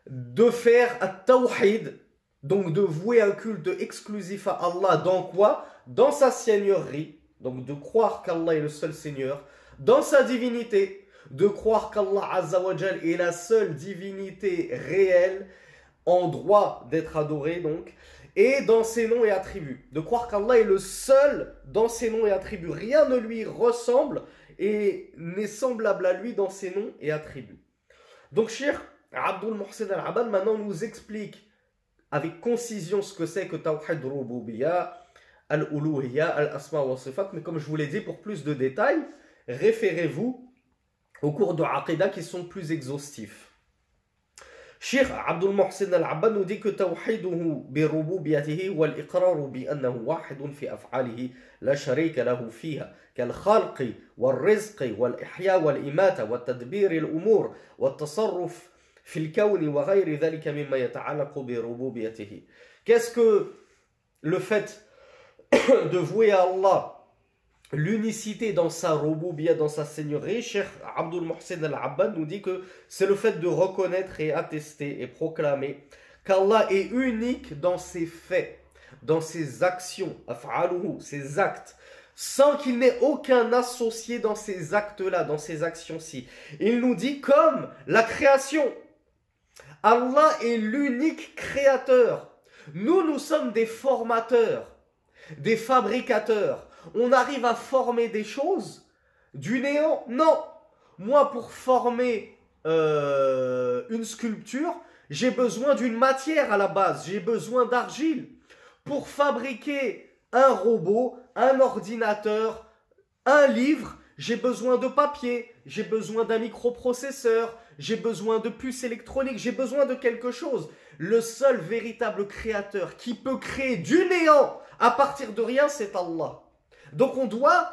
de faire at-tawhid, donc de vouer un culte exclusif à Allah, dans quoi? Dans sa seigneurie, donc de croire qu'Allah est le seul Seigneur, dans sa divinité, de croire qu'Allah Azza wa Jal est la seule divinité réelle, en droit d'être adoré donc, et dans ses noms et attributs. De croire qu'Allah est le seul dans ses noms et attributs. Rien ne lui ressemble et n'est semblable à lui dans ses noms et attributs. Donc Cheikh Abdul Muhsin Al-Abbad maintenant nous explique avec concision ce que c'est que Tawhid Rububiyya, Al-Uluhiyya, Al-Asma wa Sifat. Mais comme je vous l'ai dit, pour plus de détails, référez-vous aux cours de Aqidah qui sont plus exhaustifs. Cheikh Abdul Muhsin Al-Abbad nous dit que Tawhiduhu bi rububiyyatihi wal iqraru bi annahu wahidun fi af'alihi la sharika lahu fiha kal khalqi wal rizqi wal ihya wal imata wat tadbir al umur wat tasarruf fi al kawn wa ghayri dhalika mimma yata'allaqu bi rububiyyatihi. Qu'est-ce que le fait de vouer à Allah l'unicité dans sa rububiyya, dans sa seigneurie? Cheikh Abdul Muhsin Al-Abbad nous dit que c'est le fait de reconnaître et attester et proclamer qu'Allah est unique dans ses faits, dans ses actions, af'aluhu, ses actes, sans qu'il n'ait aucun associé dans ces actes-là, dans ces actions-ci. Il nous dit comme la création. Allah est l'unique créateur. Nous sommes des formateurs, des fabricateurs. On arrive à former des choses du néant? Non. Moi, pour former une sculpture, j'ai besoin d'une matière à la base. J'ai besoin d'argile. Pour fabriquer un robot, un ordinateur, un livre, j'ai besoin de papier. J'ai besoin d'un microprocesseur. J'ai besoin de puces électroniques. J'ai besoin de quelque chose. Le seul véritable créateur qui peut créer du néant à partir de rien, c'est Allah. Donc on doit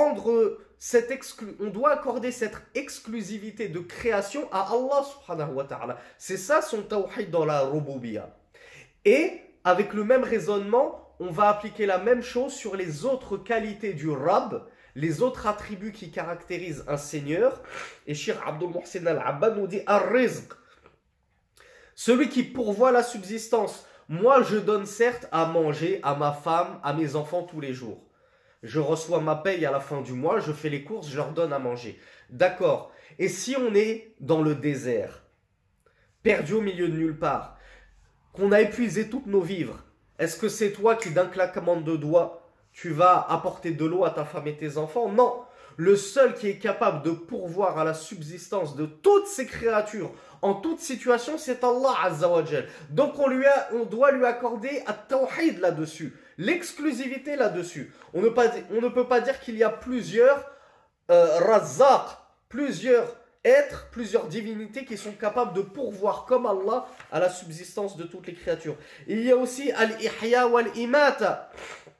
accorder cette exclusivité de création à Allah subhanahu wa ta'ala. C'est ça son tawhid dans la rububiyya. Et avec le même raisonnement, on va appliquer la même chose sur les autres qualités du Rabb, les autres attributs qui caractérisent un Seigneur. Et Cheikh Abdul Muhsin Al-Abbad nous dit Ar-Rizq, celui qui pourvoit la subsistance. Moi je donne certes à manger à ma femme, à mes enfants tous les jours. Je reçois ma paye à la fin du mois, je fais les courses, je leur donne à manger. D'accord. Et si on est dans le désert, perdu au milieu de nulle part, qu'on a épuisé toutes nos vivres, est-ce que c'est toi qui, d'un claquement de doigts, tu vas apporter de l'eau à ta femme et tes enfants? Non. Le seul qui est capable de pourvoir à la subsistance de toutes ces créatures, en toute situation, c'est Allah Azza wa Jal. Donc on doit lui accorder at-tawhid là-dessus, l'exclusivité là-dessus. On ne peut pas dire qu'il y a plusieurs razzaq, plusieurs êtres, plusieurs divinités qui sont capables de pourvoir comme Allah à la subsistance de toutes les créatures. Il y a aussi al-ihya wal-imata,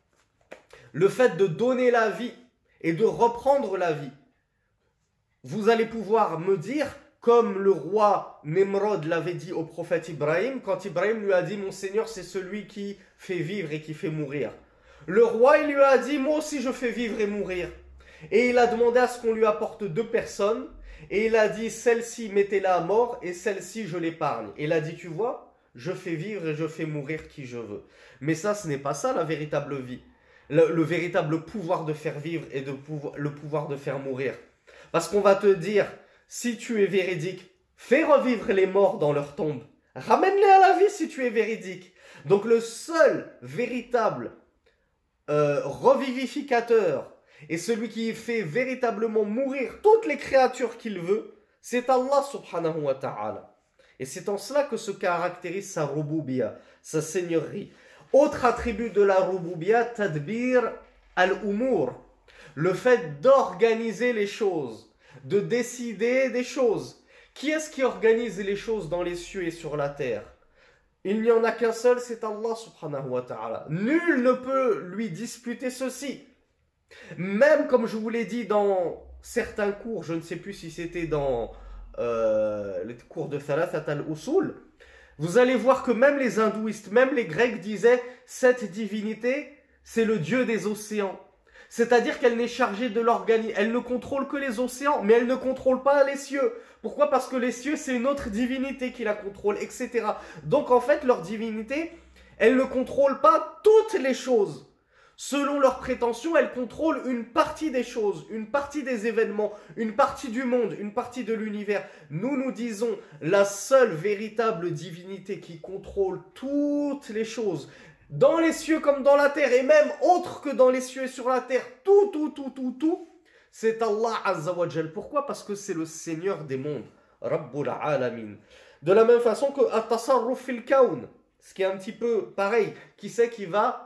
le fait de donner la vie et de reprendre la vie. Vous allez pouvoir me dire, comme le roi Nemrod l'avait dit au prophète Ibrahim, quand Ibrahim lui a dit « Mon Seigneur, c'est celui qui fait vivre et qui fait mourir ». Le roi, il lui a dit « Moi aussi, je fais vivre et mourir ». Et il a demandé à ce qu'on lui apporte 2 personnes. Et il a dit « Celle-ci, mettez-la à mort et celle-ci, je l'épargne ». Et il a dit « Tu vois, je fais vivre et je fais mourir qui je veux ». Mais ça, ce n'est pas ça la véritable vie. Le véritable pouvoir de faire vivre et le pouvoir de faire mourir. Parce qu'on va te dire, si tu es véridique, fais revivre les morts dans leur tombe. Ramène-les à la vie si tu es véridique. Donc le seul véritable revivificateur et celui qui fait véritablement mourir toutes les créatures qu'il veut, c'est Allah subhanahu wa ta'ala. Et c'est en cela que se caractérise sa rububiyya, sa seigneurie. Autre attribut de la rububiyya, tadbir al-umur, le fait d'organiser les choses, de décider des choses. Qui est-ce qui organise les choses dans les cieux et sur la terre? Il n'y en a qu'un seul, c'est Allah subhanahu wa ta'ala. Nul ne peut lui disputer ceci. Même comme je vous l'ai dit dans certains cours, je ne sais plus si c'était dans les cours de Thalathat al-Usul, vous allez voir que même les hindouistes, même les grecs disaient cette divinité, c'est le dieu des océans. C'est-à-dire qu'elle n'est chargée de l'organisme. Elle ne contrôle que les océans, mais elle ne contrôle pas les cieux. Pourquoi? Parce que les cieux, c'est une autre divinité qui la contrôle, etc. Donc en fait, leur divinité, elle ne contrôle pas toutes les choses. Selon leurs prétentions, elle contrôle une partie des choses, une partie des événements, une partie du monde, une partie de l'univers. Nous disons la seule véritable divinité qui contrôle toutes les choses, dans les cieux comme dans la terre, et même autre que dans les cieux et sur la terre, tout, c'est Allah Azza wa Jal. Pourquoi? Parce que c'est le Seigneur des mondes, Rabbul Alamin. De la même façon que At-Tasarruf fil Kawn, ce qui est un petit peu pareil, qui c'est qui va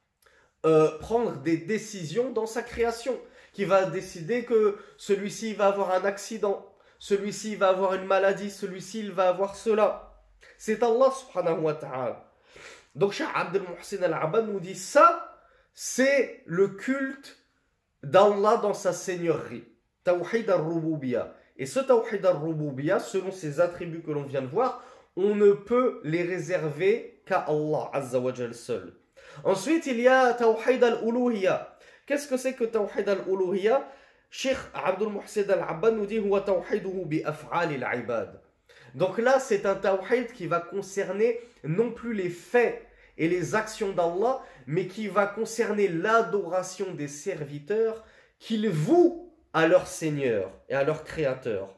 prendre des décisions dans sa création, qui va décider que celui-ci va avoir un accident, celui-ci va avoir une maladie, celui-ci il va avoir cela. C'est Allah subhanahu wa ta'ala. Donc Cheikh Abdel Mohsin Al-Abbad nous dit ça, c'est le culte d'Allah dans sa seigneurie. Tawhid al-Rububiya. Et ce Tawhid al-Rububiya, selon ces attributs que l'on vient de voir, on ne peut les réserver qu'à Allah Azza wa Jal seul. Ensuite, il y a Tawhid al-Uluhiyya. Qu'est-ce que c'est que Tawhid al-Uluhiyya? Cheikh Abdul Muhsin al-Abbad nous dit Huwa tawhiduhu bi af'ali al-ibad. Donc là, c'est un tawhid qui va concerner non plus les faits et les actions d'Allah, mais qui va concerner l'adoration des serviteurs qu'ils vouent à leur Seigneur et à leur Créateur.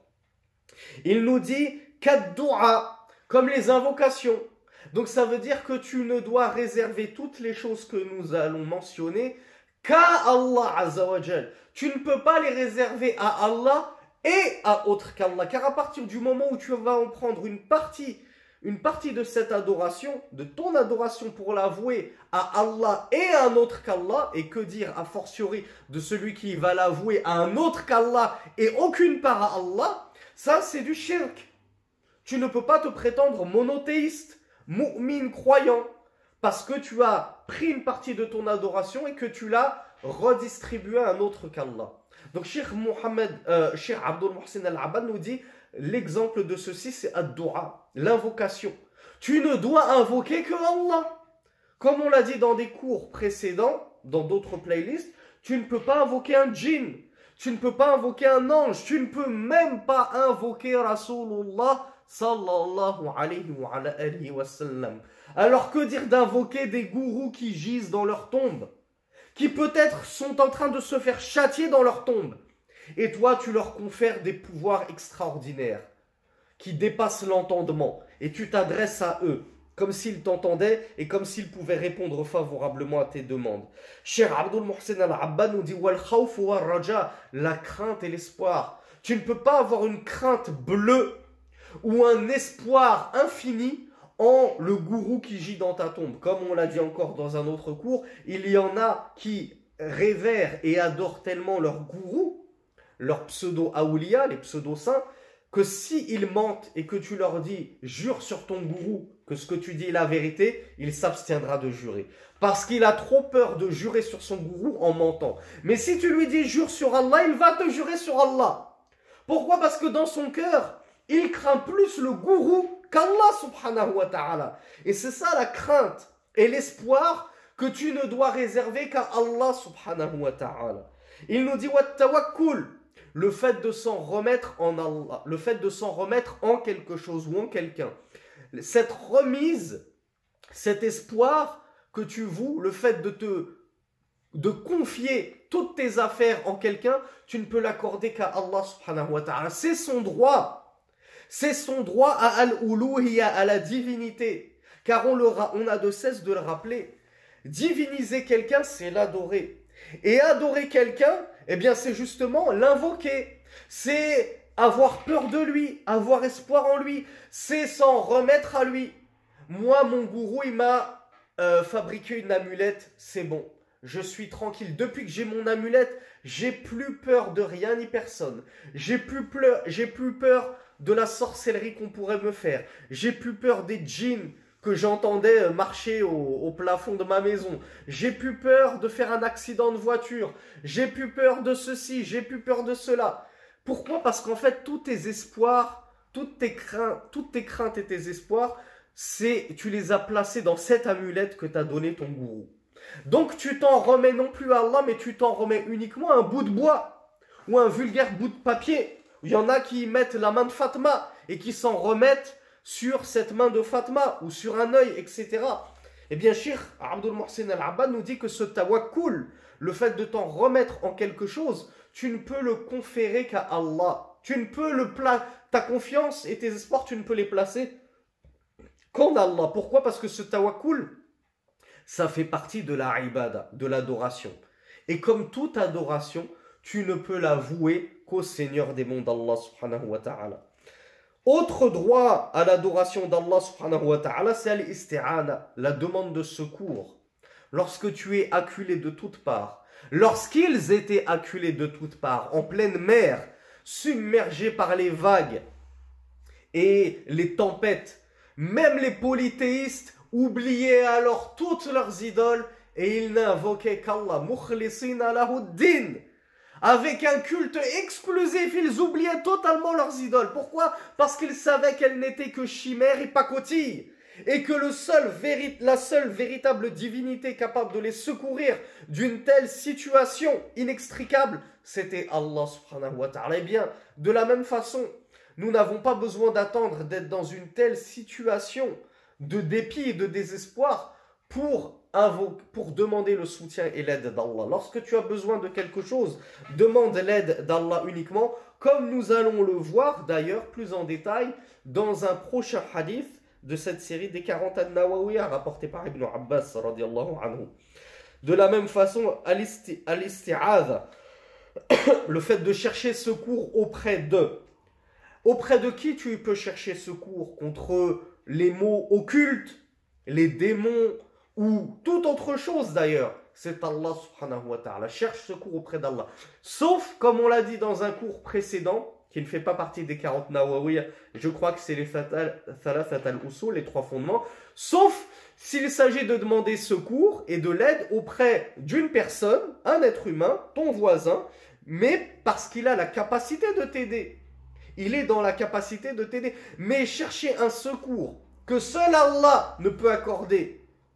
Il nous dit Kad-du'a, comme les invocations. Donc ça veut dire que tu ne dois réserver toutes les choses que nous allons mentionner qu'à Allah Azza wa Jal. Tu ne peux pas les réserver à Allah et à autre qu'Allah. Car à partir du moment où tu vas en prendre une partie de cette adoration, de ton adoration pour l'avouer à Allah et à un autre qu'Allah, et que dire a fortiori de celui qui va l'avouer à un autre qu'Allah et aucune part à Allah, ça c'est du shirk. Tu ne peux pas te prétendre monothéiste, mu'min, croyant, parce que tu as pris une partie de ton adoration et que tu l'as redistribuée à un autre qu'Allah. Donc Cheikh Abdul Muhsin Al-Abbad nous dit l'exemple de ceci, c'est ad-du'a, l'invocation. Tu ne dois invoquer que Allah. Comme on l'a dit dans des cours précédents, dans d'autres playlists, tu ne peux pas invoquer un djinn, tu ne peux pas invoquer un ange, tu ne peux même pas invoquer Rasulullah sallallahu alayhi wa sallam. Alors que dire d'invoquer des gourous qui gisent dans leur tombe, qui peut-être sont en train de se faire châtier dans leur tombe, et toi tu leur confères des pouvoirs extraordinaires qui dépassent l'entendement, et tu t'adresses à eux comme s'ils t'entendaient et comme s'ils pouvaient répondre favorablement à tes demandes. Cheikh Abdul Muhsin Al-Abbad nous dit wal khawf wal raja, la crainte et l'espoir. Tu ne peux pas avoir une crainte bleue ou un espoir infini en le gourou qui gît dans ta tombe. Comme on l'a dit encore dans un autre cours, il y en a qui révèrent et adorent tellement leur gourou, leur pseudo-aoulia, les pseudo-saints, que s'ils mentent et que tu leur dis « jure sur ton gourou que ce que tu dis est la vérité », il s'abstiendra de jurer. Parce qu'il a trop peur de jurer sur son gourou en mentant. Mais si tu lui dis « jure sur Allah », il va te jurer sur Allah. Pourquoi? Parce que dans son cœur, il craint plus le gourou qu'Allah subhanahu wa ta'ala. Et c'est ça la crainte et l'espoir que tu ne dois réserver qu'à Allah subhanahu wa ta'ala. Il nous dit wa tawakkul, le fait de s'en remettre en Allah, le fait de s'en remettre en quelque chose ou en quelqu'un. Cette remise, cet espoir que tu voues, le fait de confier toutes tes affaires en quelqu'un, tu ne peux l'accorder qu'à Allah subhanahu wa ta'ala. C'est son droit. C'est son droit à al-uluhiyya, à la divinité. Car on a de cesse de le rappeler. Diviniser quelqu'un, c'est l'adorer. Et adorer quelqu'un, eh bien c'est justement l'invoquer. C'est avoir peur de lui, avoir espoir en lui. C'est s'en remettre à lui. Moi, mon gourou, il m'a fabriqué une amulette, c'est bon. Je suis tranquille. Depuis que j'ai mon amulette, j'ai plus peur de rien ni personne. J'ai plus peur de la sorcellerie qu'on pourrait me faire. J'ai plus peur des djinns que j'entendais marcher au plafond de ma maison. J'ai plus peur de faire un accident de voiture. J'ai plus peur de ceci, j'ai plus peur de cela. Pourquoi? Parce qu'en fait, tous tes espoirs, toutes tes craintes et tes espoirs, tu les as placés dans cette amulette que t'a donné ton gourou. Donc tu t'en remets non plus à Allah, mais tu t'en remets uniquement à un bout de bois ou un vulgaire bout de papier. Il y en a qui mettent la main de Fatma et qui s'en remettent sur cette main de Fatma ou sur un œil, etc. Eh bien, Cheikh Abdul Mohsin Al-Abbad nous dit que ce tawakkul, le fait de t'en remettre en quelque chose, tu ne peux le conférer qu'à Allah. Tu ne peux ta confiance et tes espoirs, tu ne peux les placer qu'en Allah. Pourquoi? Parce que ce tawakkul, ça fait partie de la ibada, de l'adoration. Et comme toute adoration, tu ne peux la vouer qu'au Seigneur des mondes, Allah subhanahu wa ta'ala. Autre droit à l'adoration d'Allah subhanahu wa ta'ala, c'est al-isti'ana, la demande de secours. Lorsque tu es acculé de toutes parts, lorsqu'ils étaient acculés de toutes parts, en pleine mer, submergés par les vagues et les tempêtes, même les polythéistes oubliaient alors toutes leurs idoles et ils n'invoquaient qu'Allah, mukhlisina lahu-d-din. Avec un culte exclusif, ils oubliaient totalement leurs idoles. Pourquoi? Parce qu'ils savaient qu'elles n'étaient que chimères et pacotilles. Et que la seule véritable divinité capable de les secourir d'une telle situation inextricable, c'était Allah subhanahu wa ta'ala. Eh bien, de la même façon, nous n'avons pas besoin d'attendre d'être dans une telle situation de dépit et de désespoir pour demander le soutien et l'aide d'Allah. Lorsque tu as besoin de quelque chose, demande l'aide d'Allah uniquement, comme nous allons le voir d'ailleurs plus en détail dans un prochain hadith de cette série des 40 an-Nawawiyya rapporté par Ibn Abbas radiyallahu anhu. De la même façon, al-isti'adha, le fait de chercher secours auprès d'eux. Auprès de qui tu peux chercher secours? Contre les maux occultes, les démons, ou toute autre chose d'ailleurs, c'est Allah subhanahu wa ta'ala. Cherche secours auprès d'Allah. Sauf, comme on l'a dit dans un cours précédent, qui ne fait pas partie des 40 Nawawiyya, je crois que c'est les Thalathat al-Usul, les 3 fondements, sauf s'il s'agit de demander secours et de l'aide auprès d'une personne, un être humain, ton voisin, mais parce qu'il a la capacité de t'aider. Il est dans la capacité de t'aider. Mais chercher un secours que seul Allah ne peut accorder.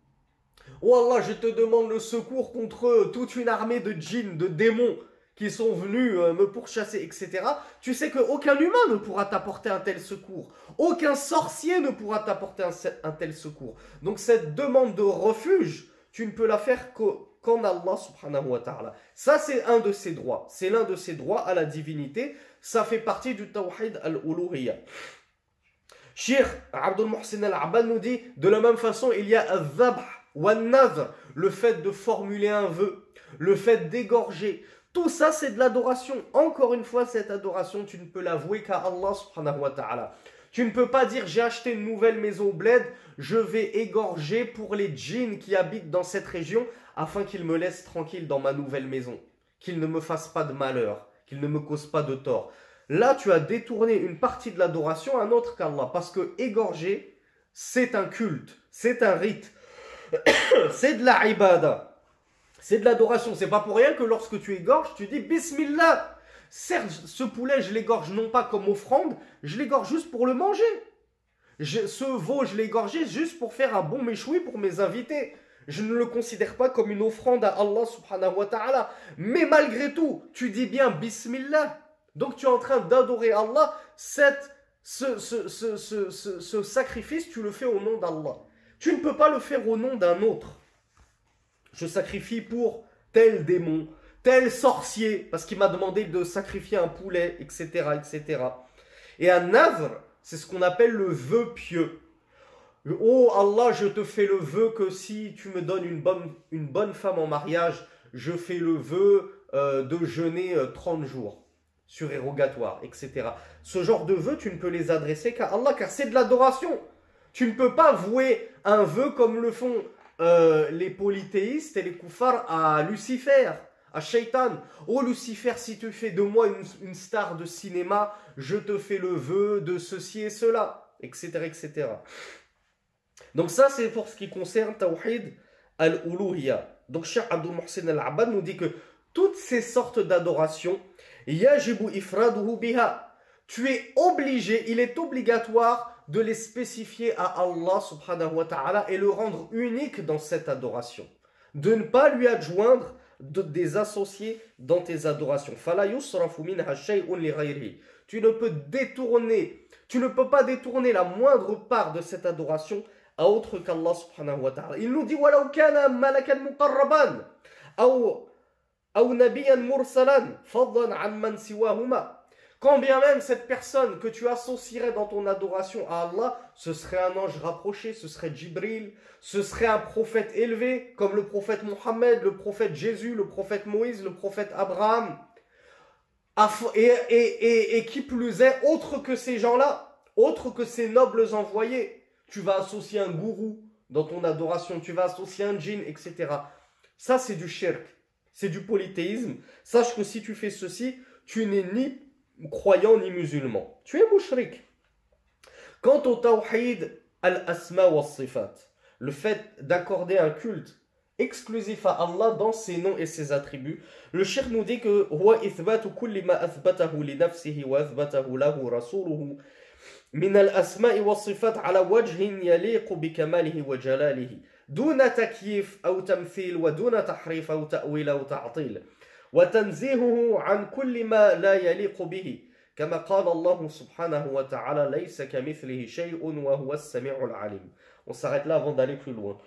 Oh Allah, je te demande le secours contre toute une armée de djinns, de démons qui sont venus me pourchasser, etc. Tu sais qu'aucun humain ne pourra t'apporter un tel secours. Aucun sorcier ne pourra t'apporter un tel secours. Donc cette demande de refuge, tu ne peux la faire qu'en Allah subhanahu wa ta'ala. Ça, c'est un de ses droits. C'est l'un de ses droits à la divinité. Ça fait partie du tawhid al-uluhiyya. Cheikh Abdul Mohsin Al-Abbad nous dit, de la même façon, il y a al-dhabh wal-nadhr, le fait de formuler un vœu, le fait d'égorger. Tout ça, c'est de l'adoration. Encore une fois, cette adoration, tu ne peux l'avouer qu'à Allah subhanahu wa ta'ala. Tu ne peux pas dire, j'ai acheté une nouvelle maison au bled, je vais égorger pour les djinns qui habitent dans cette région, afin qu'ils me laissent tranquille dans ma nouvelle maison, qu'ils ne me fassent pas de malheur, qu'ils ne me causent pas de tort. Là, tu as détourné une partie de l'adoration à un autre qu'Allah, parce que égorger, c'est un culte, c'est un rite, c'est de la ibada, c'est de l'adoration. C'est pas pour rien que lorsque tu égorges, tu dis Bismillah. Certes, ce poulet, je l'égorge non pas comme offrande, je l'égorge juste pour le manger. Ce veau, je l'ai égorgé juste pour faire un bon méchoui pour mes invités. Je ne le considère pas comme une offrande à Allah subhanahu wa ta'ala. Mais malgré tout, tu dis bien Bismillah. Donc tu es en train d'adorer Allah. Ce sacrifice, tu le fais au nom d'Allah. Tu ne peux pas le faire au nom d'un autre. Je sacrifie pour tel démon, tel sorcier, parce qu'il m'a demandé de sacrifier un poulet, etc., etc. Et un nadhr, c'est ce qu'on appelle le vœu pieux. Oh Allah, je te fais le vœu que si tu me donnes une bonne femme en mariage, je fais le vœu de jeûner 30 jours, surérogatoire, etc. Ce genre de vœux, tu ne peux les adresser qu'à Allah, car c'est de l'adoration. Tu ne peux pas vouer un vœu comme le font les polythéistes et les koufars à Lucifer, à Shaitan. Oh Lucifer, si tu fais de moi une star de cinéma, je te fais le vœu de ceci et cela, etc. etc. Donc ça, c'est pour ce qui concerne Tawhid al-Uluhiyya. Donc Cheikh Abdul Mohsin Al-Abbad nous dit que toutes ces sortes d'adoration, yajibu ifraduhu biha. Tu es obligé, il est obligatoire de les spécifier à Allah subhanahu wa ta'ala et le rendre unique dans cette adoration. de ne pas lui adjoindre des associés dans tes adorations. Tu ne peux détourner, tu ne peux pas détourner la moindre part de cette adoration à autre qu'Allah subhanahu wa ta'ala. Il nous dit وَلَوْ كَانَ مَلَكًا مُقَرَّبًا أو نبيا مرسلا فضلا عن من سواهما. Quand bien même cette personne que tu associerais dans ton adoration à Allah, ce serait un ange rapproché, ce serait Jibril, ce serait un prophète élevé, comme le prophète Mohammed, le prophète Jésus, le prophète Moïse, le prophète Abraham, et qui plus est, autre que ces gens-là, autre que ces nobles envoyés, tu vas associer un gourou dans ton adoration, tu vas associer un djinn, etc. Ça, c'est du shirk, c'est du polythéisme. Sache que si tu fais ceci, tu n'es ni croyant ni musulman. Tu es mushrik. Quant au tawhid al-asma wa sifat, le fait d'accorder un culte exclusif à Allah dans ses noms et ses attributs, le cheikh nous dit que huwa ithbatu kulli ma athbatahu li nafsihi wa athbatahu lahu rasuluhu min al-asma'i wa sifat ala wajhin yaliqu bi kamalihi wa jalalihi duna takyif aw tamthil wa duna tahrif aw ta'wil aw ta'til. وتنزيهه عن كل ما لا يليق به كما قال الله سبحانه وتعالى ليس كمثله شيء وهو السميع العليم. On s'arrête là avant d'aller plus loin.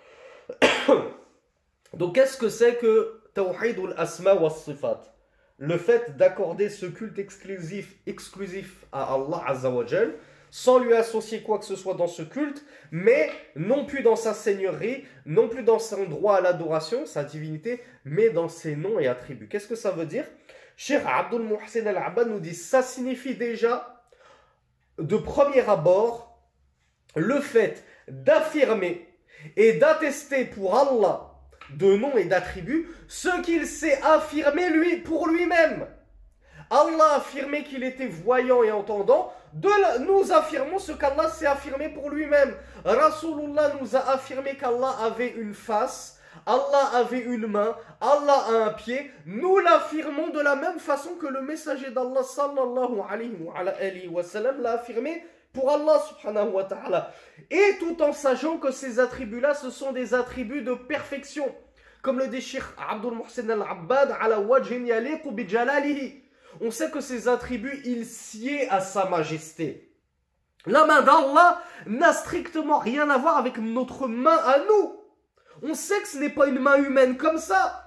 Donc qu'est-ce que c'est que Tawhid al-Asma wa Sifat? Le fait d'accorder ce culte exclusif à Allah Azza wa Jal, sans lui associer quoi que ce soit dans ce culte, mais non plus dans sa seigneurie, non plus dans son droit à l'adoration, sa divinité, mais dans ses noms et attributs. Qu'est-ce que ça veut dire? Cheikh Abdul Muhsin al-Abbad nous dit, ça signifie déjà, de premier abord, le fait d'affirmer et d'attester pour Allah de noms et d'attributs ce qu'il s'est affirmé pour lui-même. Allah a affirmé qu'il était voyant et entendant, nous affirmons ce qu'Allah s'est affirmé pour lui-même. Rasulullah nous a affirmé qu'Allah avait une face, Allah avait une main, Allah a un pied. Nous l'affirmons de la même façon que le messager d'Allah sallallahu alayhi wa sallam l'a affirmé pour Allah subhanahu wa ta'ala. Et tout en sachant que ces attributs-là, ce sont des attributs de perfection. Comme le dit Cheikh Abdul Muhsin al-Abbad, ala wajhin yaliqu bi jalalihi. On sait que ces attributs, ils sied à sa majesté. La main d'Allah n'a strictement rien à voir avec notre main à nous. On sait que ce n'est pas une main humaine comme ça.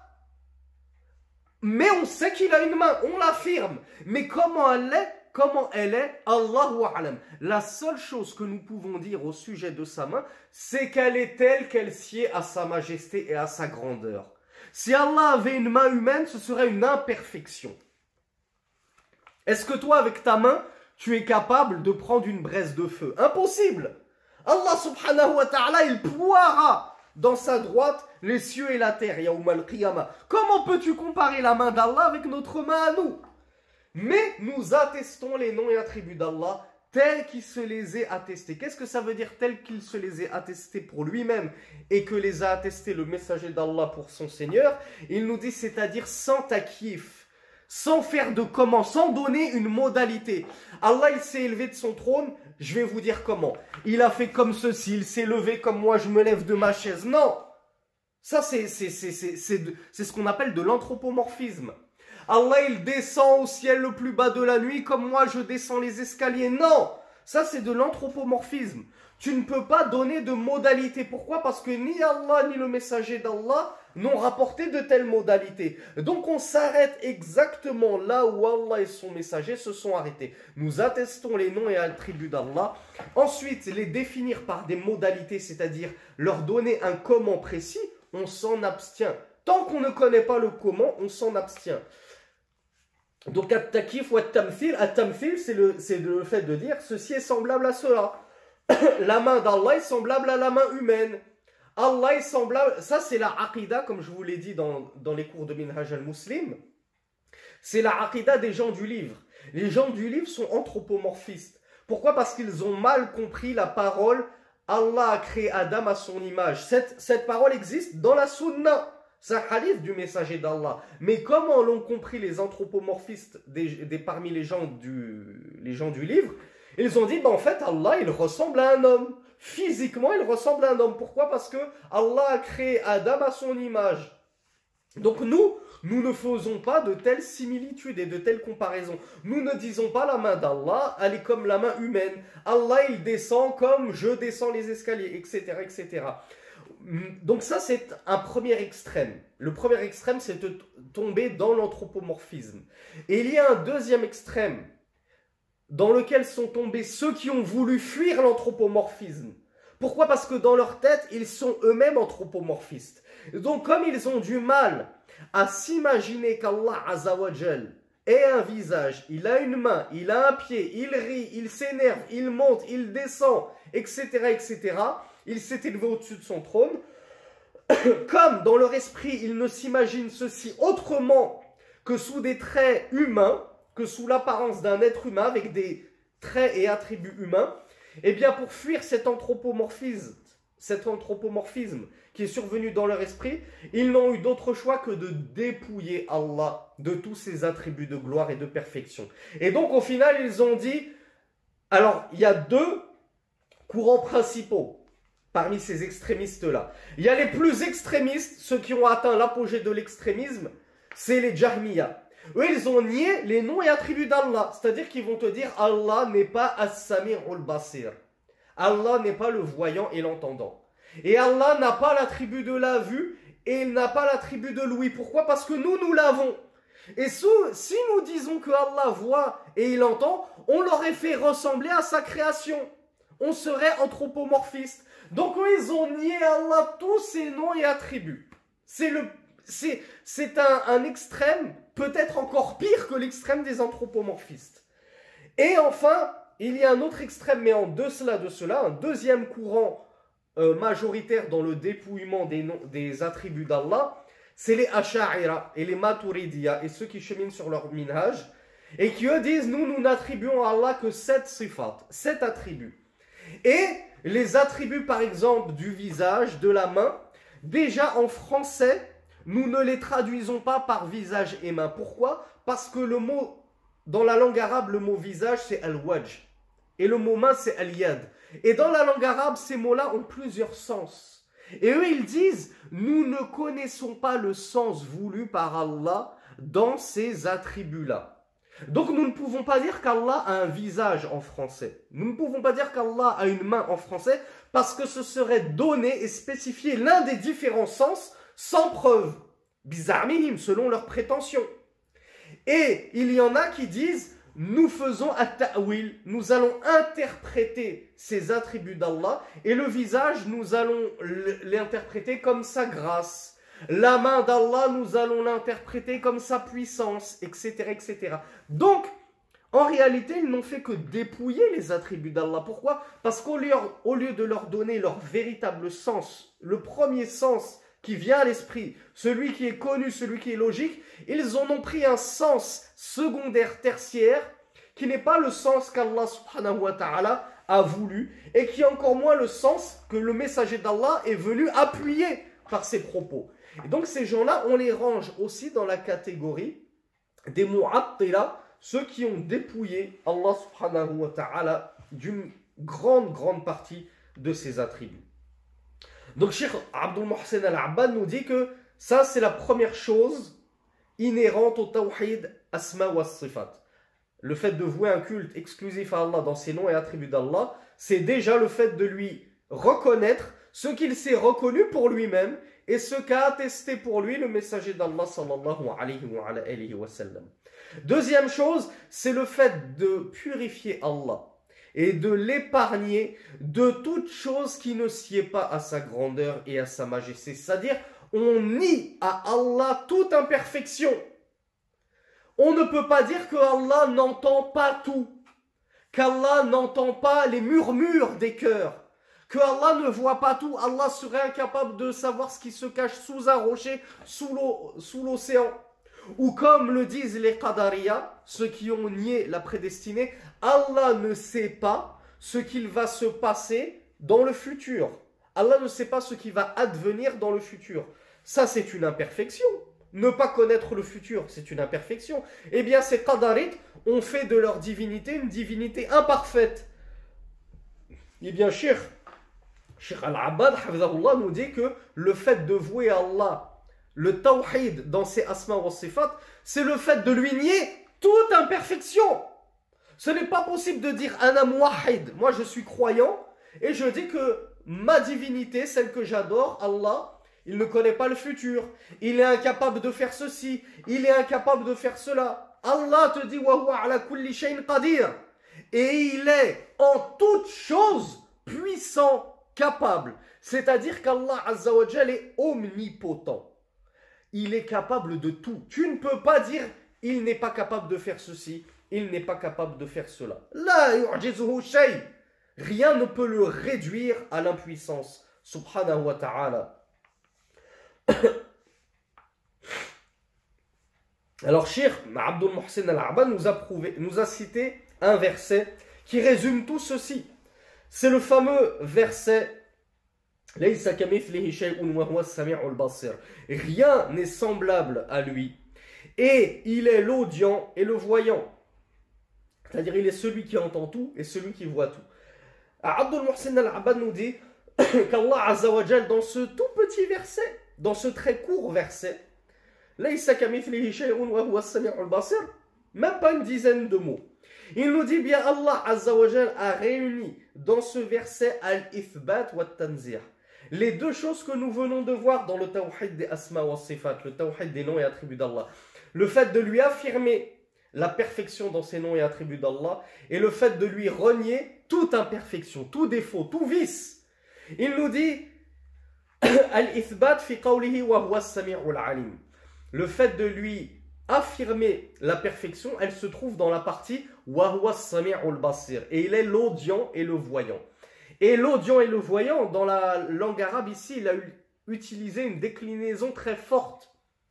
Mais on sait qu'il a une main, on l'affirme. Mais comment elle est, Allahu a'lam. La seule chose que nous pouvons dire au sujet de sa main, c'est qu'elle est telle qu'elle sied à sa majesté et à sa grandeur. Si Allah avait une main humaine, ce serait une imperfection. Est-ce que toi, avec ta main, tu es capable de prendre une braise de feu? Impossible. Allah subhanahu wa ta'ala, il ploiera dans sa droite les cieux et la terre, yawm al-qiyamah. Comment peux-tu comparer la main d'Allah avec notre main à nous? Mais nous attestons les noms et attributs d'Allah tels qu'il se les est attestés. Qu'est-ce que ça veut dire tels qu'il se les est attestés pour lui-même et que les a attestés le messager d'Allah pour son Seigneur? Il nous dit, c'est-à-dire sans takyif, sans faire de comment, sans donner une modalité. Allah, il s'est élevé de son trône, je vais vous dire comment. Il a fait comme ceci, il s'est levé comme moi, je me lève de ma chaise. Non, ça c'est ce qu'on appelle de l'anthropomorphisme. Allah, il descend au ciel le plus bas de la nuit, comme moi je descends les escaliers. Non, ça c'est de l'anthropomorphisme. Tu ne peux pas donner de modalité. Pourquoi? Parce que ni Allah ni le messager d'Allah n'ont rapporté de telles modalités. Donc on s'arrête exactement là où Allah et son messager se sont arrêtés. Nous attestons les noms et attributs d'Allah. Ensuite, les définir par des modalités, c'est-à-dire leur donner un comment précis, on s'en abstient. Tant qu'on ne connaît pas le comment, on s'en abstient. Donc at-takif ou at-tamthil, c'est le fait de dire ceci est semblable à cela. La main d'Allah est semblable à la main humaine. Allah est semblable, ça c'est la aqidah, comme je vous l'ai dit dans les cours de Minhaj al-Muslim. C'est la aqidah des gens du livre. Les gens du livre sont anthropomorphistes. Pourquoi? Parce qu'ils ont mal compris la parole Allah a créé Adam à son image. Cette parole existe dans la sunna. C'est un hadith du messager d'Allah. Mais comment l'ont compris les anthropomorphistes parmi les gens du livre? Ils ont dit, en fait, Allah, il ressemble à un homme. physiquement, il ressemble à un homme. Pourquoi? Parce que Allah a créé Adam à son image. Donc nous ne faisons pas de telles similitudes et de telles comparaisons. Nous ne disons pas la main d'Allah, elle est comme la main humaine. Allah, il descend comme je descends les escaliers, etc., etc. Donc ça, c'est un premier extrême. Le premier extrême, c'est de tomber dans l'anthropomorphisme. Et il y a un deuxième extrême dans lequel sont tombés ceux qui ont voulu fuir l'anthropomorphisme. Pourquoi? Parce que dans leur tête, ils sont eux-mêmes anthropomorphistes. Donc comme ils ont du mal à s'imaginer qu'Allah Azzawajal ait un visage, il a une main, il a un pied, il rit, il s'énerve, il monte, il descend, etc., etc., il s'est élevé au-dessus de son trône. Comme dans leur esprit, ils ne s'imaginent ceci autrement que sous des traits humains, que sous l'apparence d'un être humain avec des traits et attributs humains, eh bien pour fuir cet anthropomorphisme qui est survenu dans leur esprit, ils n'ont eu d'autre choix que de dépouiller Allah de tous ses attributs de gloire et de perfection. Et donc au final, ils ont dit, alors il y a deux courants principaux parmi ces extrémistes-là. Il y a les plus extrémistes, ceux qui ont atteint l'apogée de l'extrémisme, c'est les Jahmiya. Eux, ils ont nié les noms et attributs d'Allah. C'est-à-dire qu'ils vont te dire Allah n'est pas As-Sami'ul Basir. Allah n'est pas le voyant et l'entendant. Et Allah n'a pas l'attribut de la vue et il n'a pas l'attribut de l'ouïe. Pourquoi? Parce que nous l'avons. Et si nous disons que Allah voit et il entend, on l'aurait fait ressembler à sa création. On serait anthropomorphiste. Donc eux, ils ont nié Allah tous ses noms et attributs. C'est un extrême, peut-être encore pire que l'extrême des anthropomorphistes. Et enfin, il y a un autre extrême, mais en deçà de cela, un deuxième courant majoritaire dans le dépouillement des attributs d'Allah, c'est les Asha'ira et les Maturidiya et ceux qui cheminent sur leur minhaj et qui eux disent nous n'attribuons à Allah que 7 sifat, 7 attributs. Et les attributs par exemple du visage, de la main, déjà en français, nous ne les traduisons pas par visage et main. Pourquoi? Parce que le mot, dans la langue arabe, le mot visage c'est al-wajh et le mot main c'est al-yad. Et dans la langue arabe, ces mots-là ont plusieurs sens. Et eux, ils disent, nous ne connaissons pas le sens voulu par Allah dans ces attributs-là. Donc nous ne pouvons pas dire qu'Allah a un visage en français. Nous ne pouvons pas dire qu'Allah a une main en français parce que ce serait donner et spécifier l'un des différents sens sans preuve. Bizarmihim, selon leurs prétentions. Et il y en a qui disent, nous faisons at-ta'wil, nous allons interpréter ces attributs d'Allah et le visage, nous allons l'interpréter comme sa grâce. La main d'Allah, nous allons l'interpréter comme sa puissance, etc., etc. Donc, en réalité, ils n'ont fait que dépouiller les attributs d'Allah. Pourquoi? Parce qu'au lieu de leur donner leur véritable sens, le premier sens qui vient à l'esprit, celui qui est connu, celui qui est logique, ils en ont pris un sens secondaire, tertiaire, qui n'est pas le sens qu'Allah subhanahu wa ta'ala a voulu, et qui est encore moins le sens que le messager d'Allah est venu appuyer par ses propos. Et donc ces gens-là, on les range aussi dans la catégorie des mu'attila, ceux qui ont dépouillé Allah subhanahu wa ta'ala d'une grande partie de ses attributs. Donc Cheikh Abdul Mohsen Al-Abbad nous dit que ça c'est la première chose inhérente au tawhid asma wa sifat. Le fait de vouer un culte exclusif à Allah dans ses noms et attributs d'Allah, c'est déjà le fait de lui reconnaître ce qu'il s'est reconnu pour lui-même et ce qu'a attesté pour lui le messager d'Allah sallallahu alayhi wa sallam. Deuxième chose, c'est le fait de purifier Allah et de l'épargner de toute chose qui ne sied pas à sa grandeur et à sa majesté. C'est-à-dire, on nie à Allah toute imperfection. On ne peut pas dire que Allah n'entend pas tout, qu'Allah n'entend pas les murmures des cœurs, que Allah ne voit pas tout. Allah serait incapable de savoir ce qui se cache sous un rocher, sous l'océan. Ou comme le disent les Qadariya, ceux qui ont nié la prédestinée, Allah ne sait pas ce qu'il va se passer dans le futur. Allah ne sait pas ce qui va advenir dans le futur. Ça, c'est une imperfection. Ne pas connaître le futur, c'est une imperfection. Eh bien, ces Qadarites ont fait de leur divinité une divinité imparfaite. Eh bien, Cheikh Cheikh Al-Abbad hafidhahullah, nous dit que le fait de vouer à Allah le tawhid dans ses asma wa sifat, c'est le fait de lui nier toute imperfection. Ce n'est pas possible de dire ana muwahhid, moi je suis croyant et je dis que ma divinité, celle que j'adore, Allah, il ne connaît pas le futur, il est incapable de faire ceci, il est incapable de faire cela. Allah te dit wa huwa ala kulli shay'in qadir, et il est en toute chose puissant, capable. C'est-à-dire qu'Allah Azza wa Jal est omnipotent. Il est capable de tout. Tu ne peux pas dire il n'est pas capable de faire ceci, il n'est pas capable de faire cela. La yu'jizuhu shay. Rien ne peut le réduire à l'impuissance. Subhanahu wa ta'ala. Alors, Cheikh Abdul Muhsin Al-Abbad nous a cité un verset qui résume tout ceci. C'est le fameux verset Laysa kamithlihi shay'un wa huwa as-sami'ul basir. Rien n'est semblable à lui et il est l'audient et le voyant. C'est-à-dire il est celui qui entend tout et celui qui voit tout. Abdul Muhsin Al-Abbad nous dit qu'Allah Azza wa Jal, dans ce tout petit verset, dans ce très court verset, Laysa kamithlihi shay'un wa huwa as-sami'ul basir, même pas une dizaine de mots. Il nous dit bien Allah Azza wa Jal a réuni dans ce verset al-ithbat wa tanzih. Les deux choses que nous venons de voir dans le tawhid des asma wa sifat, le tawhid des noms et attributs d'Allah. Le fait de lui affirmer la perfection dans ses noms et attributs d'Allah et le fait de lui renier toute imperfection, tout défaut, tout vice. Il nous dit al-ithbat fi qawlihi wa huwa as-sami'ul alim. Le fait de lui affirmer la perfection, elle se trouve dans la partie wa huwa as-sami'ul basir, et il est l'audient et le voyant. Et l'audient et le voyant, dans la langue arabe ici, il a utilisé une déclinaison très forte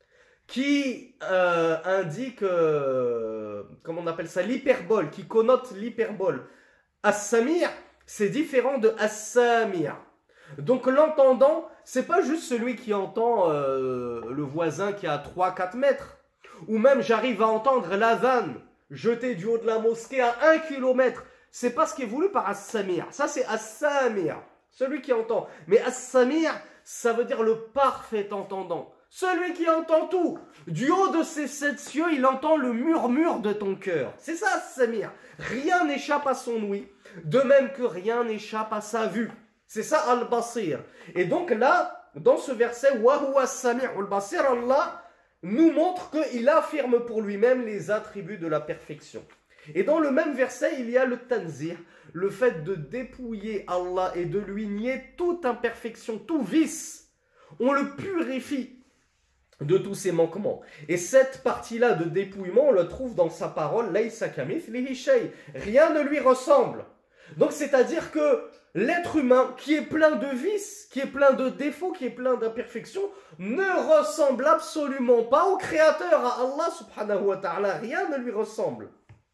qui indique, comment on appelle ça, l'hyperbole, qui connote l'hyperbole. As-sami', c'est différent de as-sami'. Donc l'entendant, c'est pas juste celui qui entend le voisin qui est à 3-4 mètres. Ou même j'arrive à entendre l'adhan jeté du haut de la mosquée à 1 kilomètre. C'est pas ce qui est voulu par as-sami'. Ça c'est as-sami', celui qui entend. Mais as-sami', ça veut dire le parfait entendant. Celui qui entend tout. Du haut de ses 7 cieux, il entend le murmure de ton cœur. C'est ça as-sami'. Rien n'échappe à son ouïe. De même que rien n'échappe à sa vue. C'est ça al-basir. Et donc là, dans ce verset, wa huwa as-sami'ul basir, Allah nous montre qu'il affirme pour lui-même les attributs de la perfection. Et dans le même verset, il y a le tanzih, le fait de dépouiller Allah et de lui nier toute imperfection, tout vice. On le purifie de tous ses manquements. Et cette partie-là de dépouillement, on le trouve dans sa parole, Laysa kamithlihi shay. Rien ne lui ressemble. Donc c'est-à-dire que l'être humain qui est plein de vices, qui est plein de défauts, qui est plein d'imperfections, ne ressemble absolument pas au Créateur, à Allah subhanahu wa ta'ala. Rien ne lui ressemble.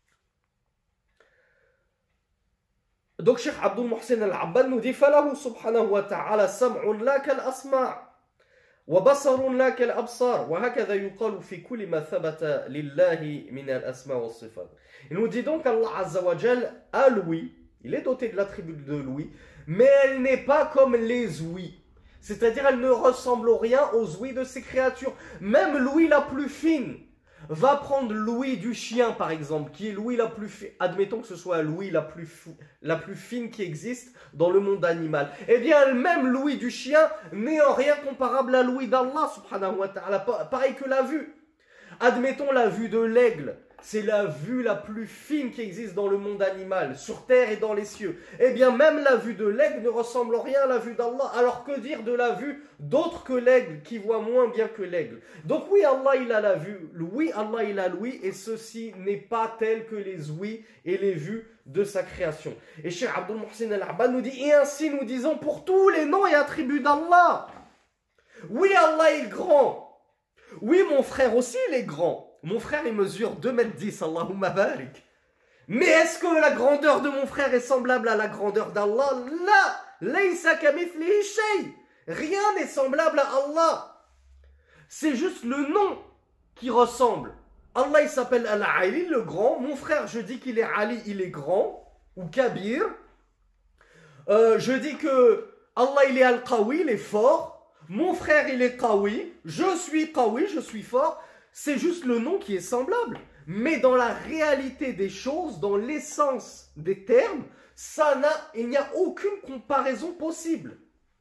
Donc Cheikh Abdul Muhsin Al-Abbad nous dit فَلَهُ سُبْحَانَهُ وَتَعَالَى سَمْعٌ لَا كَالْأَسْمَاعِ وَبَصَرٌ لَا كَالْأَبْصَارِ وَهَكَذَا يُقَالُ فِي كُلِّ مَا ثَبَتَ لِلَّهِ مِنَ الْأَسْمَاءِ وَالصِّفَاتِ. Il nous dit donc qu'Allah Azza wa Jal a l'ouïe, il est doté de l'attribut de l'ouïe, mais elle n'est pas comme les ouïes. C'est-à-dire elle ne ressemble rien aux ouïes de ses créatures. Même l'ouïe la plus fine va prendre l'ouïe du chien par exemple, qui est l'ouïe la plus fine. Admettons que ce soit l'ouïe la plus fine qui existe dans le monde animal. Eh bien même l'ouïe du chien n'est en rien comparable à l'ouïe d'Allah subhanahu wa ta'ala. Pareil que la vue. Admettons la vue de l'aigle. C'est la vue la plus fine qui existe dans le monde animal, sur terre et dans les cieux. Eh bien, même la vue de l'aigle ne ressemble en rien à la vue d'Allah. Alors que dire de la vue d'autres que l'aigle, qui voit moins bien que l'aigle? Donc oui, Allah il a la vue, oui, Allah il a l'ouïe, et ceci n'est pas tel que les ouïes et les vues de sa création. Et Cheikh Abdul Muhsin Al-Abbad nous dit, et ainsi nous disons pour tous les noms et attributs d'Allah. Oui, Allah est grand. Oui, mon frère aussi il est grand. Mon frère, il mesure 2,10 m, Allahumma barik. Mais est-ce que la grandeur de mon frère est semblable à la grandeur d'Allah? Là, laysa kamithlihi shay. Rien n'est semblable à Allah. C'est juste le nom qui ressemble. Allah, il s'appelle Al-Ali, le grand. Mon frère, je dis qu'il est Ali, il est grand. Ou Kabir. Je dis que Allah il est al-Qawi, il est fort. Mon frère il est Qawi. Je suis Qawi, je suis fort. C'est juste le nom qui est semblable. Mais dans la réalité des choses, dans l'essence des termes, il n'y a aucune comparaison possible.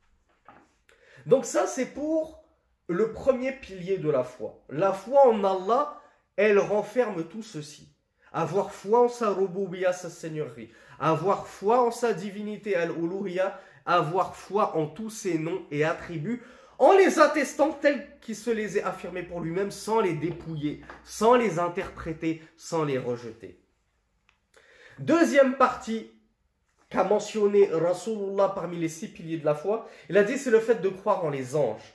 Donc ça c'est pour le premier pilier de la foi. La foi en Allah, elle renferme tout ceci. Avoir foi en sa rububiyya, sa seigneurie. Avoir foi en sa divinité al-uluhiyya. Avoir foi en tous ses noms et attributs, en les attestant tels qu'il se les est affirmés pour lui-même, sans les dépouiller, sans les interpréter, sans les rejeter. Deuxième partie qu'a mentionné Rasulullah parmi les 6 piliers de la foi, il a dit c'est le fait de croire en les anges.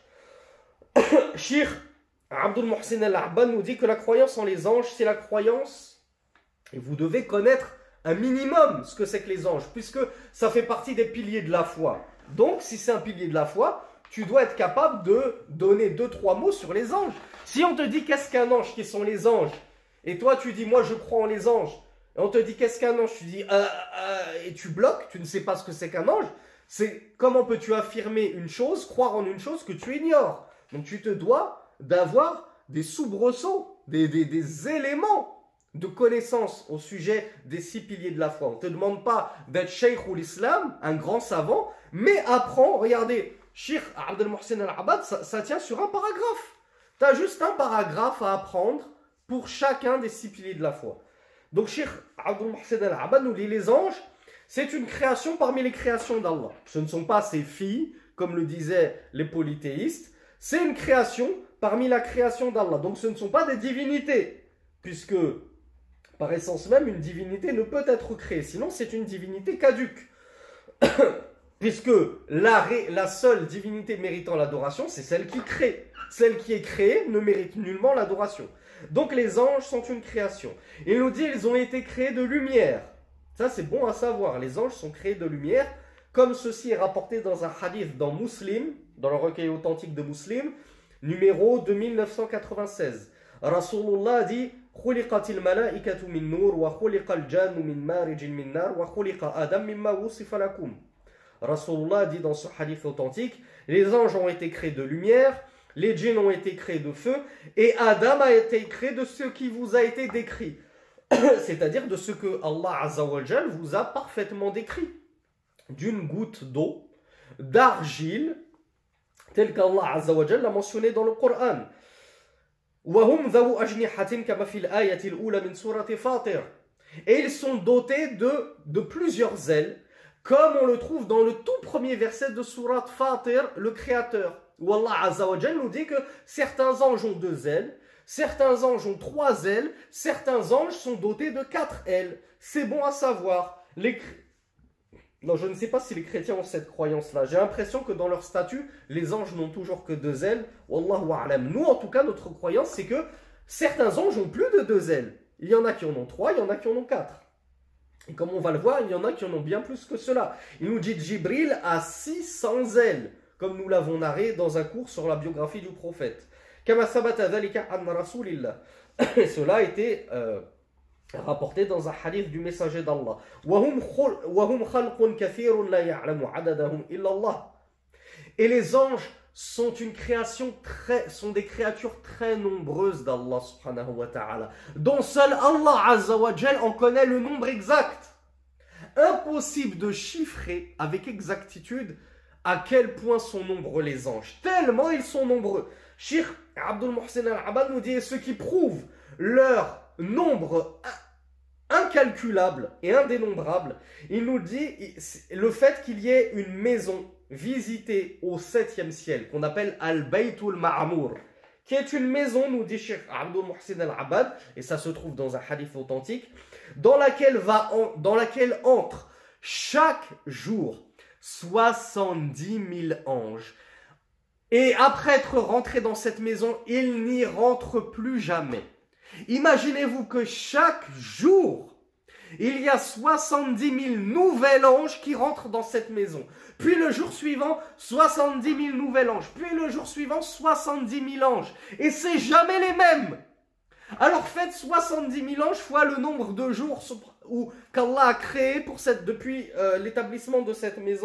Cheikh Abdul Muhsin al-Abbad nous dit que la croyance en les anges, c'est la croyance, et vous devez connaître un minimum ce que c'est que les anges, puisque ça fait partie des piliers de la foi. Donc, si c'est un pilier de la foi, tu dois être capable de donner 2-3 mots sur les anges. Si on te dit qu'est-ce qu'un ange, qui sont les anges, et toi tu dis moi je crois en les anges, et on te dit qu'est-ce qu'un ange, tu dis et tu bloques, tu ne sais pas ce que c'est qu'un ange, c'est comment peux-tu affirmer une chose, croire en une chose que tu ignores. Donc tu te dois d'avoir des soubresauts, des éléments de connaissance au sujet des 6 piliers de la foi. On ne te demande pas d'être cheikh ou l'islam, un grand savant, mais apprends, regardez, Cheikh Abdel Mohsen Al-Abbad, ça tient sur un paragraphe. Tu as juste un paragraphe à apprendre pour chacun des 6 piliers de la foi. Donc Cheikh Abdel Mohsen Al-Abbad nous dit les anges, c'est une création parmi les créations d'Allah. Ce ne sont pas ses filles, comme le disaient les polythéistes, c'est une création parmi la création d'Allah. Donc ce ne sont pas des divinités, puisque par essence même, une divinité ne peut être créée. Sinon, c'est une divinité caduque. Puisque la seule divinité méritant l'adoration, c'est celle qui crée. Celle qui est créée ne mérite nullement l'adoration. Donc les anges sont une création. Il nous dit ils ont été créés de lumière. Ça, c'est bon à savoir. Les anges sont créés de lumière. Comme ceci est rapporté dans un hadith dans Muslim, dans le recueil authentique de Muslim, numéro 2996. Rasulullah dit خُلِقَتِ الْمَلَائِكَةُ مِنْ نُورٍ وَخُلِقَ الْجَانُّ مِنْ مَارِجٍ مِنْ نَارٍ وَخُلِقَ آدَمْ مِمَّا وُصِفَ لَكُمْ. Rasulullah dit dans ce hadith authentique, les anges ont été créés de lumière, les djinns ont été créés de feu, et Adam a été créé de ce qui vous a été décrit. C'est-à-dire de ce que Allah Azza wa Jal vous a parfaitement décrit. D'une goutte d'eau, d'argile, tel qu'Allah Azza wa Jal l'a mentionné dans le Coran. Et ils sont dotés de plusieurs ailes, comme on le trouve dans le tout premier verset de Surat Fatir, le Créateur, où Allah Azza wa Jal nous dit que certains anges ont 2 ailes, certains anges ont 3 ailes, certains anges sont dotés de 4 ailes. C'est bon à savoir. Non, je ne sais pas si les chrétiens ont cette croyance-là. J'ai l'impression que dans leur statut, les anges n'ont toujours que 2 ailes. Wallahu a'lam. Nous, en tout cas, notre croyance, c'est que certains anges ont plus de 2 ailes. Il y en a qui en ont 3, il y en a qui en ont 4. Et comme on va le voir, il y en a qui en ont bien plus que cela. Il nous dit Jibril a 600 ailes, comme nous l'avons narré dans un cours sur la biographie du prophète. Kama sabata dhalika an rasulillah. Et cela a été rapporté dans un hadith du messager d'Allah. Et les anges sont des créatures très nombreuses d'Allah subhanahu wa ta'ala, dont seul Allah Azza wa Jal en connaît le nombre exact. Impossible de chiffrer avec exactitude à quel point sont nombreux les anges, tellement ils sont nombreux. Cheikh Abdul Muhsin al-Abbad nous dit ce qui prouve leur nombre incalculable et indénombrable. Il nous dit le fait qu'il y ait une maison visitée au 7e ciel, qu'on appelle Al-Baytul Ma'amour, qui est une maison, nous dit Cheikh Abdul Muhsin al-Abbad, et ça se trouve dans un hadith authentique, dans laquelle entrent chaque jour 70 000 anges. Et après être rentrés dans cette maison, ils n'y rentrent plus jamais. Imaginez-vous que chaque jour, il y a 70 000 nouveaux anges qui rentrent dans cette maison. Puis le jour suivant, 70 000 nouveaux anges. Puis le jour suivant, 70 000 anges. Et c'est jamais les mêmes. Alors faites 70 000 anges fois le nombre de jours qu'Allah a créé depuis l'établissement de cette maison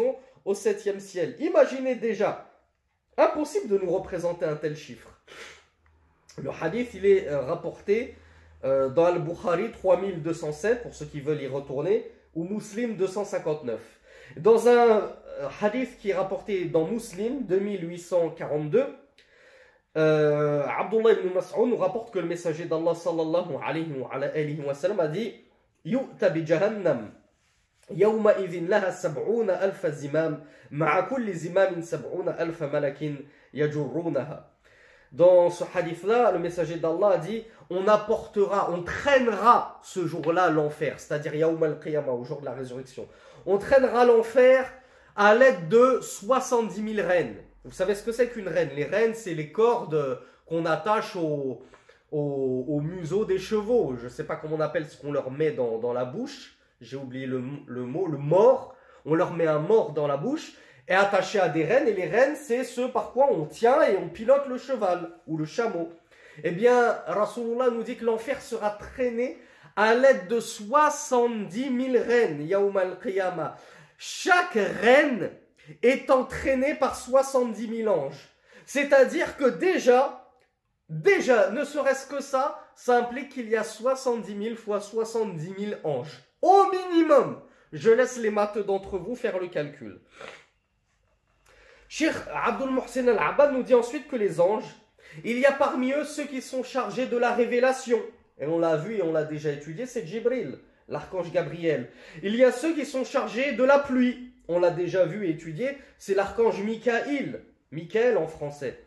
au 7e ciel. Imaginez déjà, impossible de nous représenter un tel chiffre. Le hadith, il est rapporté dans Al-Bukhari 3207, pour ceux qui veulent y retourner, ou Muslim 259. Dans un hadith qui est rapporté dans Muslim 2842, Abdullah ibn Mas'ud nous rapporte que le messager d'Allah sallallahu alayhi wa sallam a dit Yu'ta bi jahannam yawma idhin laha sab'una alfa zimam ma'a kulli zimamin sab'una alfa malakin yajurrunaha. Dans ce hadith-là, le messager d'Allah a dit on apportera, on traînera ce jour-là l'enfer, c'est-à-dire Yawm al-Qiyamah, au jour de la résurrection. On traînera l'enfer à l'aide de 70 000 rennes. Vous savez ce que c'est qu'une renne? Les rennes, c'est les cordes qu'on attache au museau des chevaux. Je ne sais pas comment on appelle ce qu'on leur met dans la bouche. J'ai oublié le mot, le mors. On leur met un mors dans la bouche et attaché à des rennes. Et les rennes, c'est ce par quoi on tient et on pilote le cheval ou le chameau. Eh bien, Rasulullah nous dit que l'enfer sera traîné à l'aide de 70 000 rennes. Yawm al-Qiyamah. Chaque reine est entraîné par 70 000 anges. C'est-à-dire que déjà, ne serait-ce que ça implique qu'il y a 70 000 fois 70 000 anges. Au minimum. Je laisse les maths d'entre vous faire le calcul. Cheikh Abdul Muhsin al-Abbad nous dit ensuite que les anges, il y a parmi eux ceux qui sont chargés de la révélation. Et on l'a vu et on l'a déjà étudié, c'est Jibril, l'archange Gabriel. Il y a ceux qui sont chargés de la pluie. On l'a déjà vu et étudié, c'est l'archange Mikaïl, Michael en français.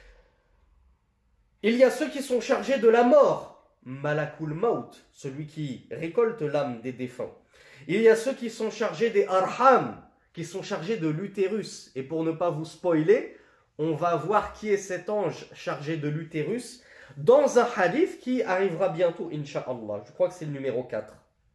Il y a ceux qui sont chargés de la mort, Malakul Maut, celui qui récolte l'âme des défunts. Il y a ceux qui sont chargés des Arham, qui sont chargés de l'utérus. Et pour ne pas vous spoiler, on va voir qui est cet ange chargé de l'utérus dans un hadith qui arrivera bientôt, Inch'Allah. Je crois que c'est le numéro 4.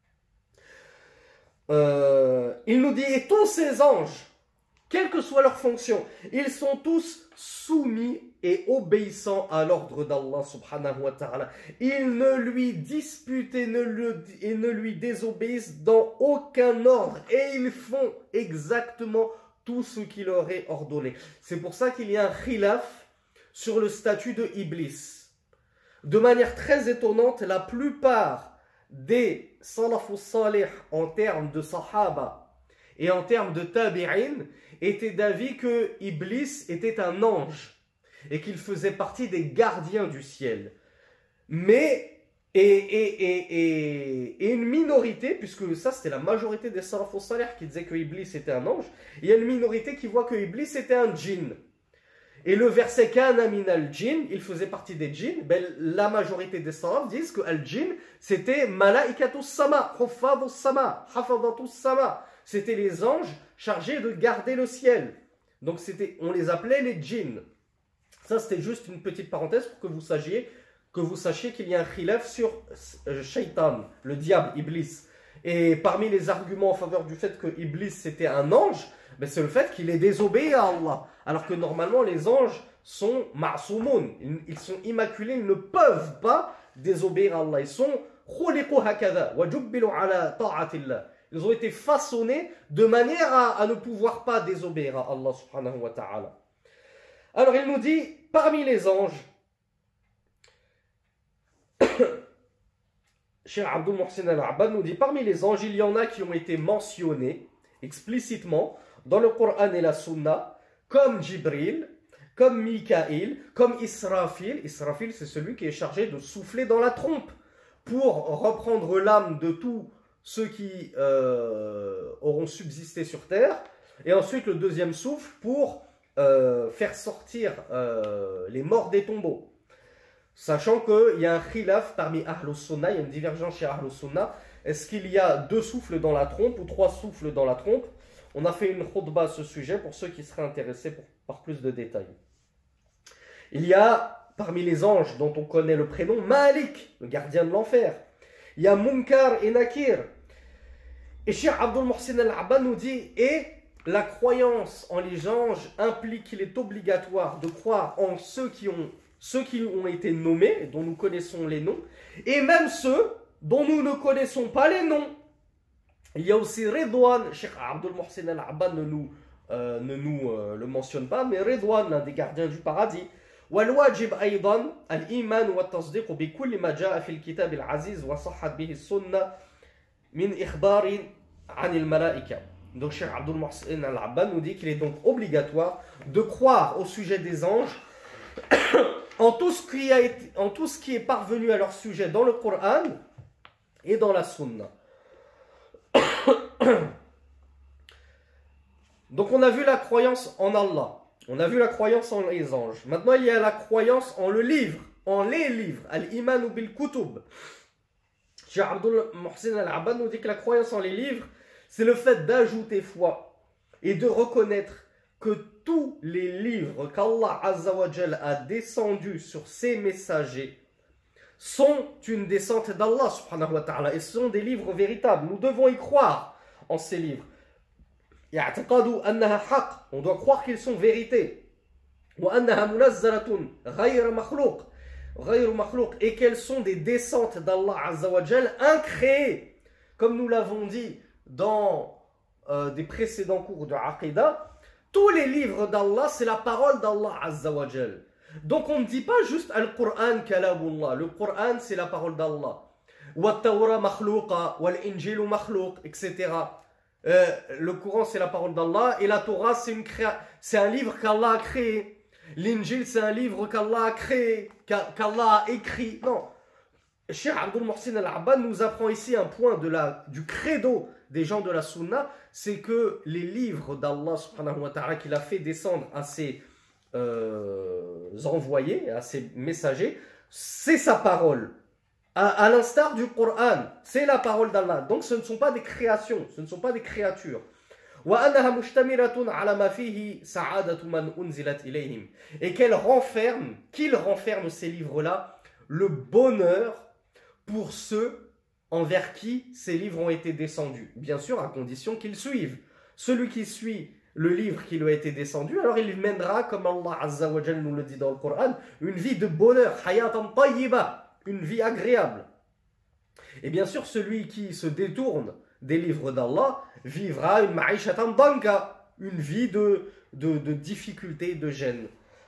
Il nous dit, et tous ces anges, quelle que soit leur fonction, ils sont tous soumis et obéissants à l'ordre d'Allah subhanahu wa ta'ala. Ils ne lui disputent et ne lui désobéissent dans aucun ordre. Et ils font exactement tout ce qu'il leur est ordonné. C'est pour ça qu'il y a un khilaf sur le statut de Iblis. De manière très étonnante, la plupart des salafus salih en termes de sahaba et en termes de tabi'in étaient d'avis que Iblis était un ange et qu'il faisait partie des gardiens du ciel. Mais, et une minorité, puisque ça c'était la majorité des salafus salih qui disaient que Iblis était un ange, il y a une minorité qui voit que Iblis était un djinn. Et le verset Kana min al-jinn, il faisait partie des djinns. Ben, la majorité des salafs disent que al-jinn, c'était malaikatus sama, huffadus sama, hafadatus sama. C'était les anges chargés de garder le ciel. Donc on les appelait les djinns. Ça c'était juste une petite parenthèse pour que vous sachiez qu'il y a un khilaf sur Shaitan, le diable, Iblis. Et parmi les arguments en faveur du fait que Iblis c'était un ange, ben c'est le fait qu'il est désobéi à Allah. Alors que normalement les anges sont ma'soumoun, ils sont immaculés, ils ne peuvent pas désobéir à Allah. Ils sont khuliqu hakadha wa jubbilu ala ta'atillah. Ils ont été façonnés de manière à ne pouvoir pas désobéir à Allah subhanahu wa ta'ala. Alors il nous dit, parmi les anges, Cheikh Abdul Muhsin al-Abbad nous dit, parmi les anges, il y en a qui ont été mentionnés explicitement dans le Coran et la Sunna, comme Jibril, comme Mikaïl, comme Israfil. Israfil, c'est celui qui est chargé de souffler dans la trompe pour reprendre l'âme de tous ceux qui auront subsisté sur terre. Et ensuite, le deuxième souffle pour faire sortir les morts des tombeaux. Sachant qu'il y a un khilaf parmi Ahlus Sunnah, il y a une divergence chez Ahlus Sunnah. Est-ce qu'il y a 2 souffles dans la trompe ou 3 souffles dans la trompe? On a fait une khutbah à ce sujet pour ceux qui seraient intéressés par plus de détails. Il y a parmi les anges dont on connaît le prénom Malik, le gardien de l'enfer. Il y a Munkar et Nakir. Et Cheikh Abdul Muhsin al-Abbad nous dit, et la croyance en les anges implique qu'il est obligatoire de croire en ceux qui ont été nommés, dont nous connaissons les noms, et même ceux dont nous ne connaissons pas les noms. Il y a aussi Ridwan, Cheikh Abdul Muhsin al-Abbad ne nous le mentionne pas, mais Ridwan, l'un des gardiens du paradis. والواجب أيضا الإيمان والتصديق بكل ما جاء في الكتاب العزيز وصحت به السنة من إخبار عن الملائكة. Donc Cheikh Abdul Mohsin Al-Abban nous dit qu'il est donc obligatoire de croire au sujet des anges en tout ce qui est parvenu à leur sujet dans le Coran et dans la Sunna. Donc on a vu la croyance en Allah, on a vu la croyance en les anges. Maintenant il y a la croyance en le livre, en les livres, al-imanu bil kutub. Cheikh Abdul Mohsin Al-Abban nous dit que la croyance en les livres, c'est le fait d'ajouter foi et de reconnaître que tous les livres qu'Allah Azza wa Jal a descendus sur ses messagers sont une descente d'Allah subhanahu wa ta'ala et sont des livres véritables. Nous devons y croire en ces livres. On doit croire qu'ils sont vérité. Et qu'elles sont des descentes d'Allah Azza wa Jal incréées. Comme nous l'avons dit dans des précédents cours de Aqidah, tous les livres d'Allah, c'est la parole d'Allah Azza wa Jal. Donc on ne dit pas juste Al-Qur'an kalamullah. Le Qur'an, c'est la parole d'Allah. Wa-Tawra makhlouqa, wal-Injilu makhlouq, etc. Le Coran, c'est la parole d'Allah. Et la Torah, c'est un livre qu'Allah a créé. L'Injil, c'est un livre qu'Allah a créé, qu'Allah a écrit. Non. Cheikh Abdul Mohsin Al-Abban nous apprend ici un point du credo des gens de la Sunna, c'est que les livres d'Allah subhanahu wa ta'ala qu'il a fait descendre à ses envoyés, à ses messagers, c'est sa parole. À l'instar du Coran, c'est la parole d'Allah. Donc ce ne sont pas des créations, ce ne sont pas des créatures. Et qu'il renferme ces livres-là le bonheur pour ceux envers qui ces livres ont été descendus. Bien sûr, à condition qu'ils suivent. Celui qui suit le livre qui lui a été descendu, alors il mènera, comme Allah Azza wa Jal nous le dit dans le Coran, une vie de bonheur, hayatan tayyiba, une vie agréable. Et bien sûr, celui qui se détourne des livres d'Allah vivra une ma'ishatan danka, une vie de difficulté, de gêne.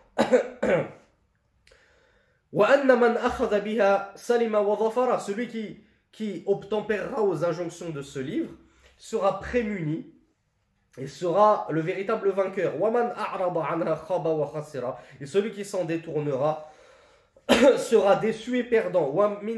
Celui qui obtempérera aux injonctions de ce livre sera prémuni et sera le véritable vainqueur. Et celui qui s'en détournera sera déçu et perdant.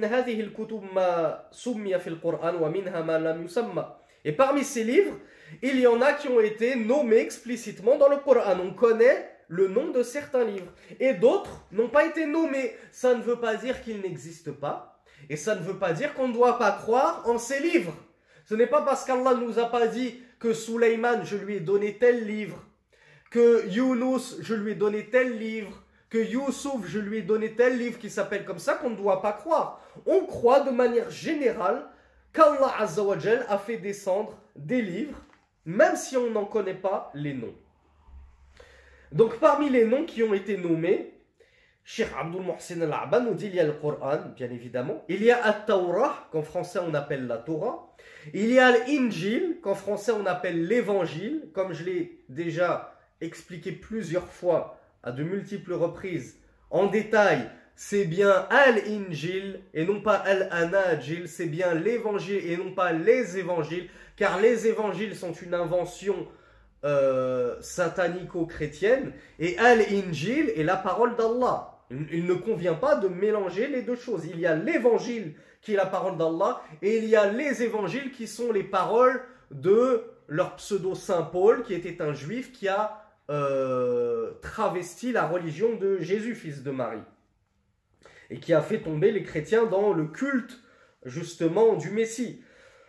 Et parmi ces livres, il y en a qui ont été nommés explicitement dans le Coran. On connaît le nom de certains livres. Et d'autres n'ont pas été nommés. Ça ne veut pas dire qu'ils n'existent pas. Et ça ne veut pas dire qu'on ne doit pas croire en ces livres. Ce n'est pas parce qu'Allah ne nous a pas dit que Suleyman, je lui ai donné tel livre, que Yunus, je lui ai donné tel livre, que Youssouf, je lui ai donné tel livre qui s'appelle comme ça, qu'on ne doit pas croire. On croit de manière générale qu'Allah Azza wa Jal a fait descendre des livres, même si on n'en connaît pas les noms. Donc parmi les noms qui ont été nommés, Cheikh Abdul Mohsin Al-Abban nous dit il y a le Coran, bien évidemment. Il y a At-Tawrah, qu'en français on appelle la Torah. Il y a l'Injil, qu'en français on appelle l'Évangile. Comme je l'ai déjà expliqué plusieurs fois, à de multiples reprises, en détail, c'est bien Al-Injil et non pas Al-Anajil. C'est bien l'Évangile et non pas les Évangiles. Car les Évangiles sont une invention satanico-chrétienne. Et Al-Injil est la parole d'Allah. Il ne convient pas de mélanger les deux choses. Il y a l'évangile qui est la parole d'Allah et il y a les évangiles qui sont les paroles de leur pseudo Saint Paul qui était un juif qui a travesti la religion de Jésus, fils de Marie, et qui a fait tomber les chrétiens dans le culte justement du Messie.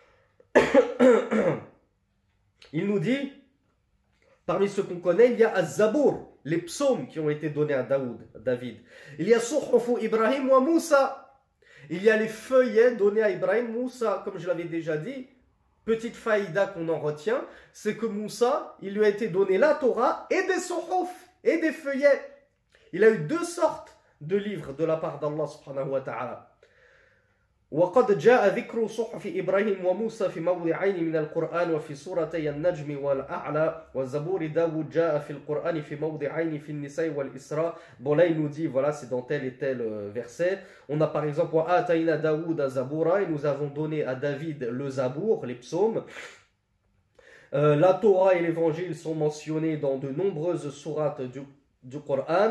Il nous dit, parmi ceux qu'on connaît, il y a Az-Zabour, les psaumes qui ont été donnés à David. Il y a Suhufu Ibrahim wa Moussa. Il y a les feuillets donnés à Ibrahim, Moussa, comme je l'avais déjà dit. Petite faïda qu'on en retient, c'est que Moussa, il lui a été donné la Torah et des Suhuf et des feuillets. Il a eu deux sortes de livres de la part d'Allah subhanahu wa ta'ala. وقد جاء ذكر صحف إبراهيم وموسى في موضعين من القرآن وفي سورتي النجم والأعلى والزبور داود جاء في القرآن في موضعين في النساء والإسراء. Bon là il nous dit voilà c'est dans tel et tel verset. On a par exemple وآتينا داود زبورا et nous avons donné à David le Zabour, les psaumes. La Torah et l'évangile sont mentionnés dans de nombreuses sourates du Coran.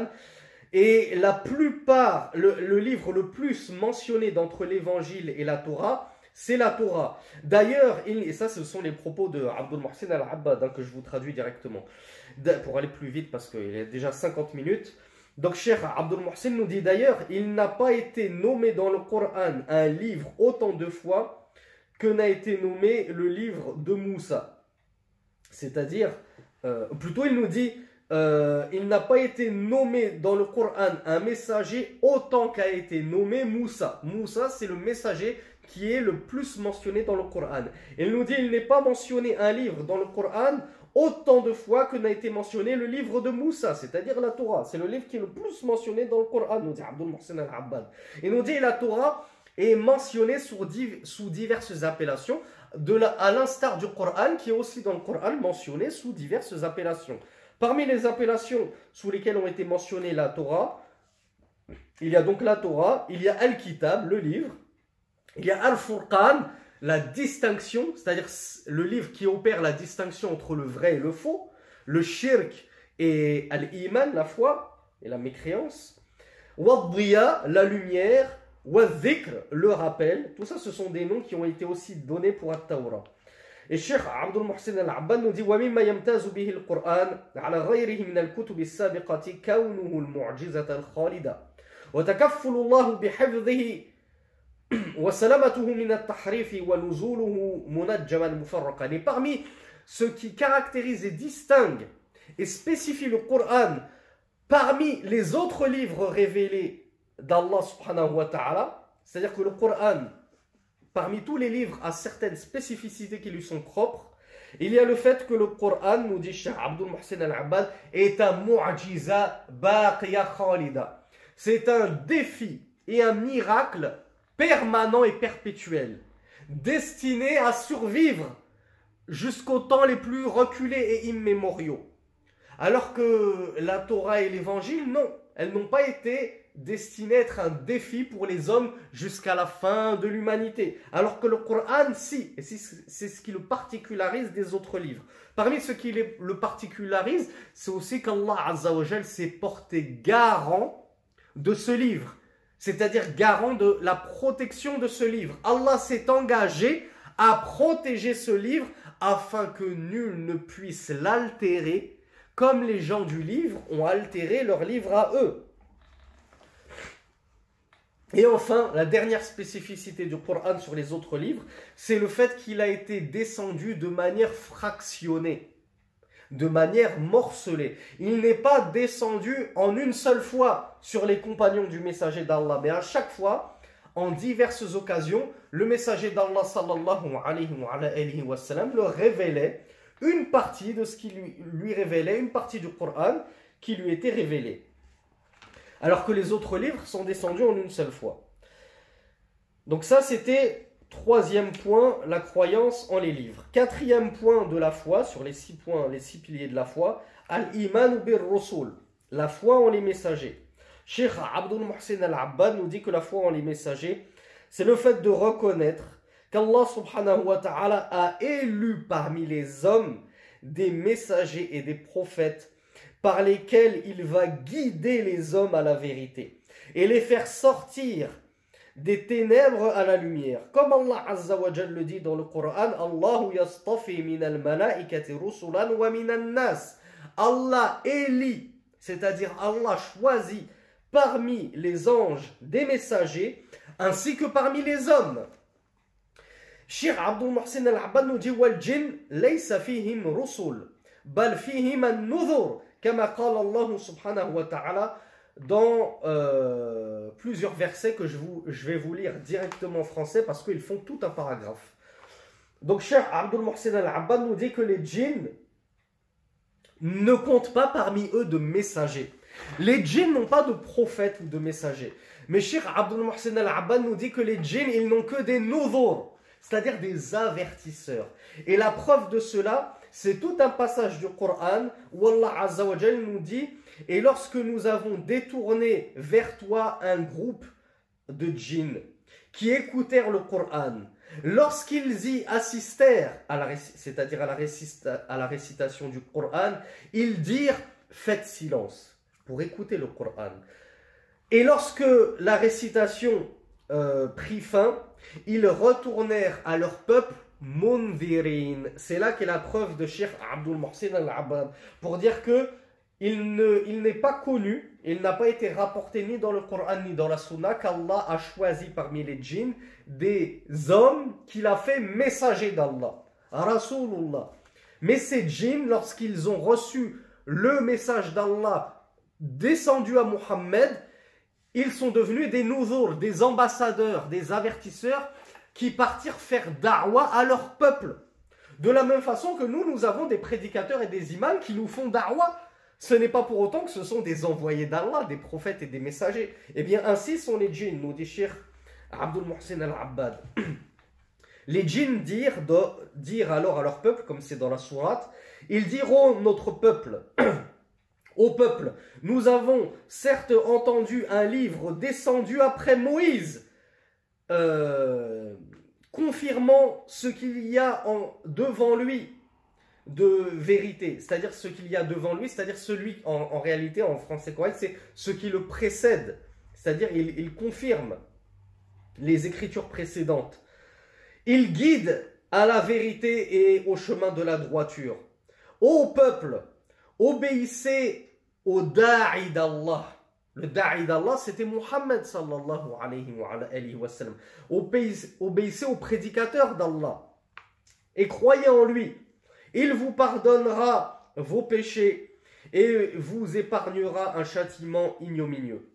Et la plupart, le livre le plus mentionné d'entre l'évangile et la Torah, c'est la Torah. D'ailleurs, et ça ce sont les propos de Abdul Mohsin Al-Abbad, hein, que je vous traduis directement, pour aller plus vite parce qu'il y a déjà 50 minutes. Donc Cheikh Abdul Mohsin nous dit d'ailleurs, il n'a pas été nommé dans le Coran un livre autant de fois que n'a été nommé le livre de Moussa. C'est-à-dire, plutôt il nous dit, il n'a pas été nommé dans le Coran un messager autant qu'a été nommé Moussa. Moussa, c'est le messager qui est le plus mentionné dans le Coran. Il nous dit, il n'est pas mentionné un livre dans le Coran autant de fois que n'a été mentionné le livre de Moussa, c'est-à-dire la Torah. C'est le livre qui est le plus mentionné dans le Coran, nous dit Abdul Mohsin Al-Abbad. Il nous dit, la Torah est mentionnée sous diverses appellations, à l'instar du Coran, qui est aussi dans le Coran mentionné sous diverses appellations. Parmi les appellations sous lesquelles ont été mentionnées la Torah, il y a donc la Torah, il y a Al-Kitab, le livre, il y a Al-Furqan, la distinction, c'est-à-dire le livre qui opère la distinction entre le vrai et le faux, le shirk et Al-Iman, la foi et la mécréance, Wad-Diya, la lumière, Wad-Dhikr, le rappel, tout ça ce sont des noms qui ont été aussi donnés pour At-Tawrah. Et Cheikh Abdul Mohsin Al-Abbad nous dit وَمِمَّا يَمْتَازُ بِهِ الْقُرْآنِ عَلَى غَيْرِهِ مِنَ الْكُتُبِ السَّابِقَةِ كَوْنُهُ الْمُعْجِزَةَ الْخَالِدَةَ وَتَكَفُّلُ اللَّهُ بِحِفْظِهِ وَسَلَامَتُهُ مِنَ التَّحْرِيفِ وَنُزُولُهُ مُنَجَّمًا مُفَرَّقًا. Et parmi ce qui caractérise et distingue et spécifie le Coran parmi les autres livres révélés d'Allah subhanahu wa ta'ala, c'est-à-dire que le Coran, parmi tous les livres, a certaines spécificités qui lui sont propres. Il y a le fait que le Coran, nous dit Cheikh Abdul Mohsin Al-Abbad, est un mu'jiza baqiya khalida. C'est un défi et un miracle permanent et perpétuel, destiné à survivre jusqu'aux temps les plus reculés et immémoriaux. Alors que la Torah et l'Évangile, non, elles n'ont pas été destiné à être un défi pour les hommes jusqu'à la fin de l'humanité. Alors que le Coran, si, et c'est ce qui le particularise des autres livres. Parmi ce qui le particularise, c'est aussi qu'Allah Azza wa Jal s'est porté garant de ce livre, c'est-à-dire garant de la protection de ce livre. Allah s'est engagé à protéger ce livre afin que nul ne puisse l'altérer, comme les gens du livre ont altéré leur livre à eux. Et enfin, la dernière spécificité du Coran sur les autres livres, c'est le fait qu'il a été descendu de manière fractionnée, de manière morcelée. Il n'est pas descendu en une seule fois sur les compagnons du messager d'Allah, mais à chaque fois, en diverses occasions, le messager d'Allah sallallahu alayhi wa sallam leur révélait une partie de ce qui lui révélait, une partie du Coran qui lui était révélée. Alors que les autres livres sont descendus en une seule fois. Donc ça, c'était troisième point, la croyance en les livres. Quatrième point de la foi, sur les 6 points, les 6 piliers de la foi, al-iman bir-rusul, la foi en les messagers. Cheikh Abdul Mohsin Al-Abbad nous dit que la foi en les messagers, c'est le fait de reconnaître qu'Allah subhanahu wa ta'ala a élu parmi les hommes des messagers et des prophètes par lesquels il va guider les hommes à la vérité et les faire sortir des ténèbres à la lumière. Comme Allah Azza wa Jal le dit dans le Coran, Allahu yastafi minal malaikati rusulan wa minan nas. Allah élit, c'est-à-dire Allah choisit parmi les anges des messagers ainsi que parmi les hommes. Cheikh Abdul Mohsin Al-Abbad nous dit wal jinn laysa fihim rusul bal fihim an-nuzur. Kama qala Allah subhanahu wa ta'ala dans plusieurs versets que je vais vous lire directement en français parce qu'ils font tout un paragraphe. Donc Cheikh Abdul Mohsin Al-Abbad nous dit que les djinns ne comptent pas parmi eux de messagers. Les djinns n'ont pas de prophète ou de messager. Mais Cheikh Abdul Muhsin Al-Abbad nous dit que les djinns, ils n'ont que des nuzur, c'est-à-dire des avertisseurs. Et la preuve de cela, c'est tout un passage du Coran où Allah Azza wa Jal nous dit « Et lorsque nous avons détourné vers toi un groupe de djinns qui écoutèrent le Coran, lorsqu'ils y assistèrent, c'est-à-dire à la récitation du Coran, ils dirent « Faites silence » pour écouter le Coran. Et lorsque la récitation prit fin, ils retournèrent à leur peuple Mundhirin. C'est là qu'est la preuve de Cheikh Abdul Muhsin Al-Abbad pour dire que il n'est pas connu, il n'a pas été rapporté ni dans le Coran ni dans la Sunna qu'Allah a choisi parmi les djinns des hommes qu'il a fait messagers d'Allah, Rasulullah. Mais ces djinns, lorsqu'ils ont reçu le message d'Allah descendu à Muhammad, ils sont devenus des nuzur, des ambassadeurs, des avertisseurs qui partirent faire da'wa à leur peuple. De la même façon que nous avons des prédicateurs et des imams qui nous font da'wa. Ce n'est pas pour autant que ce sont des envoyés d'Allah, des prophètes et des messagers. Eh bien, ainsi sont les djinns, nous dit Cheikh Abdul Muhsin Al-Abbad. Les djinns dirent alors à leur peuple, comme c'est dans la sourate, ils diront notre peuple, au peuple, nous avons certes entendu un livre descendu après Moïse, confirmant ce qu'il y a devant lui de vérité, c'est-à-dire ce qu'il y a devant lui, c'est-à-dire celui, en réalité, en français correct, c'est ce qui le précède, c'est-à-dire il confirme les écritures précédentes. Il guide à la vérité et au chemin de la droiture. Ô peuple, obéissez au da'i d'Allah. Le da'i d'Allah, c'était Muhammad sallallahu alayhi wa sallam. Obéissez au prédicateur d'Allah et croyez en lui. Il vous pardonnera vos péchés et vous épargnera un châtiment ignominieux.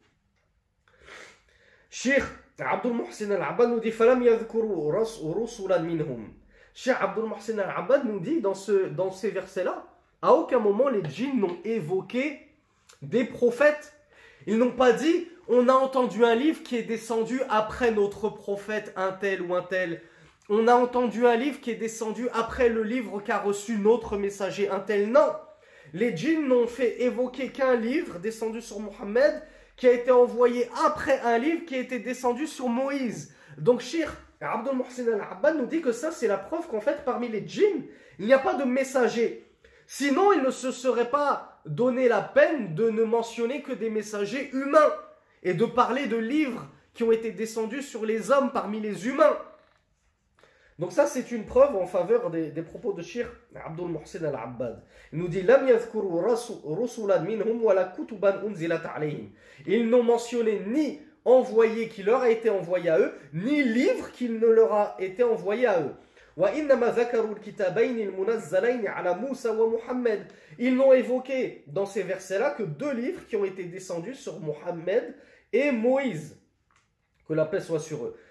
Cheikh Abdul Muhsin Al-Abbad nous dit Falam yadhkuru rusulan minhum. Cheikh Abdul Muhsin Al-Abbad nous dit dans ces versets-là, à aucun moment les djinns n'ont évoqué des prophètes. Ils n'ont pas dit on a entendu un livre qui est descendu après notre prophète un tel ou un tel. On a entendu un livre qui est descendu après le livre qu'a reçu notre messager un tel. Non, les djinns n'ont fait évoquer qu'un livre descendu sur Mohammed qui a été envoyé après un livre qui a été descendu sur Moïse. Donc Cheikh Abdul Muhsin Al-Abbad nous dit que ça c'est la preuve qu'en fait parmi les djinns il n'y a pas de messager. Sinon il ne se serait pas donné la peine de ne mentionner que des messagers humains et de parler de livres qui ont été descendus sur les hommes parmi les humains. Donc ça c'est une preuve en faveur des propos de Cheikh Abdul Muhsin Al-Abbad. Il nous dit Lam yadhkuru rusulan minhum wa la kutuban unzilat alayhim. Ils n'ont mentionné ni envoyé qui leur a été envoyé à eux, ni livre qui ne leur a été envoyé à eux. Wa innama dhakaru al-kitabayn al-munazzalayn ala Musa wa Muhammad. Ils n'ont évoqué dans ces versets-là que deux livres qui ont été descendus sur Muhammad et Moïse. Que la paix soit sur eux.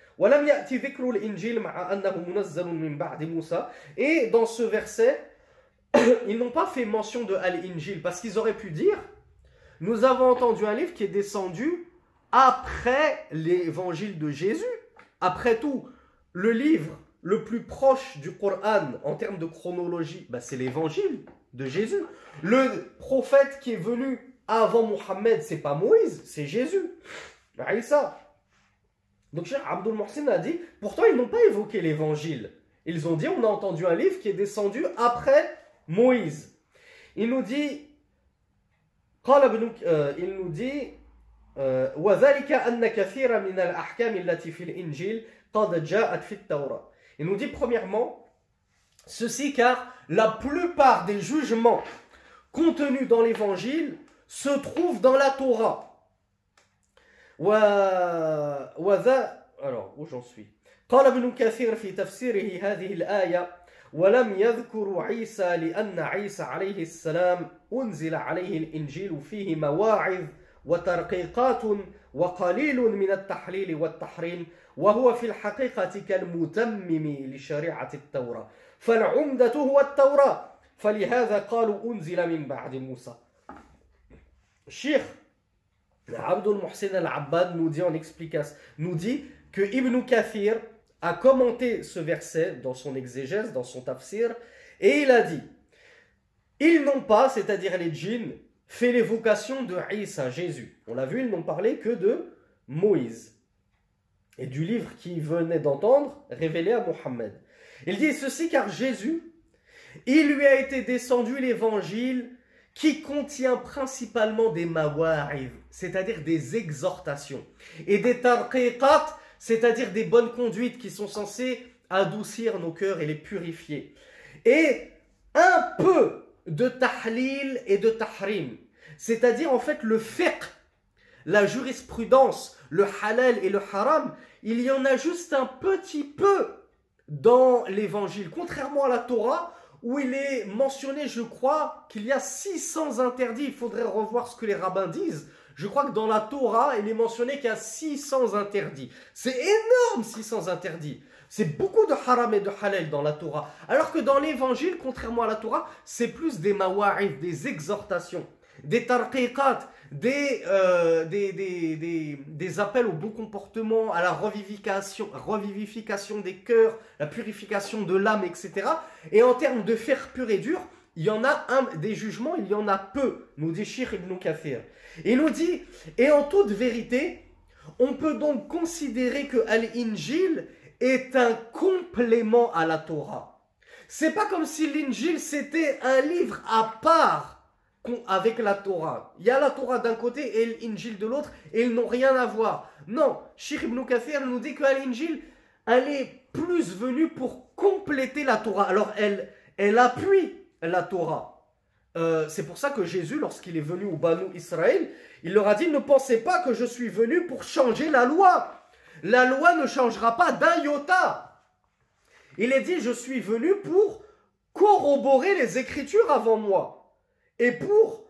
Et dans ce verset, ils n'ont pas fait mention de Al-Injil parce qu'ils auraient pu dire nous avons entendu un livre qui est descendu après l'évangile de Jésus. Après tout, le livre le plus proche du Coran en termes de chronologie, c'est l'évangile de Jésus. Le prophète qui est venu avant Mohammed, c'est pas Moïse, c'est Jésus. Aïssa. Donc Cheikh Abdul Muhsin a dit, pourtant ils n'ont pas évoqué l'évangile. Ils ont dit, on a entendu un livre qui est descendu après Moïse. Il nous dit, وَذَلِكَ أَنَّ كَثِيرًا مِنَ الْأَحْكَامِ الَّتِي فِي الْإِنْجِيلِ قَدْ جَاءَتْ فِي التَّوْرَةِ. Il nous dit premièrement, ceci car la plupart des jugements contenus dans l'évangile se trouvent dans la Torah. Alors, où j'en suis? قال ابن كثير في تفسيره هذه الآية ولم يذكر عيسى لأن عيسى عليه السلام أنزل عليه الإنجيل فيه مواعظ وترقيقات وقليل من التحليل والتحريم وهو في الحقيقة كالمتمم لشريعة التوراة فالعمدة هو التوراة فلهذا قالوا أنزل من بعد موسى. Cheikh Abdul Muhsin al-Abbad nous dit en explication, nous dit que Ibn Kathir a commenté ce verset dans son exégèse, dans son tafsir, et il a dit: ils n'ont pas, c'est-à-dire les djinns, fait l'évocation de Isa, Jésus. On l'a vu, ils n'ont parlé que de Moïse et du livre qu'ils venaient d'entendre révélé à Mohammed. Il dit ceci car Jésus, il lui a été descendu l'évangile qui contient principalement des mawa'id, c'est-à-dire des exhortations, et des tarqiqat, c'est-à-dire des bonnes conduites qui sont censées adoucir nos cœurs et les purifier, et un peu de tahlil et de tahrim, c'est-à-dire en fait le fiqh, la jurisprudence, le halal et le haram, il y en a juste un petit peu dans l'évangile, contrairement à la Torah, où il est mentionné, je crois, qu'il y a 600 interdits. Il faudrait revoir ce que les rabbins disent. Je crois que dans la Torah, il est mentionné qu'il y a 600 interdits. C'est énorme, 600 interdits. C'est beaucoup de haram et de halal dans la Torah. Alors que dans l'évangile, contrairement à la Torah, c'est plus des mawa'id, des exhortations, des tarqiqat, des appels au bon comportement, à la revivification des cœurs, la purification de l'âme, etc. Et en termes de faire pur et dur, il y en a des jugements, il y en a peu, nous dit Cheikh Ibn Kathir. Il nous dit, et en toute vérité, on peut donc considérer que Al-Injil est un complément à la Torah. C'est pas comme si l'Injil c'était un livre à part avec la Torah. Il y a la Torah d'un côté et l'Injil de l'autre et ils n'ont rien à voir. Non, Cheikh Ibn Kathir nous dit que l'Injil, elle est plus venue pour compléter la Torah. Alors elle appuie la Torah. C'est pour ça que Jésus, lorsqu'il est venu au Banu Israël, il leur a dit: ne pensez pas que je suis venu pour changer la loi. La loi ne changera pas d'un iota. Il est dit: je suis venu pour corroborer les Écritures avant moi et pour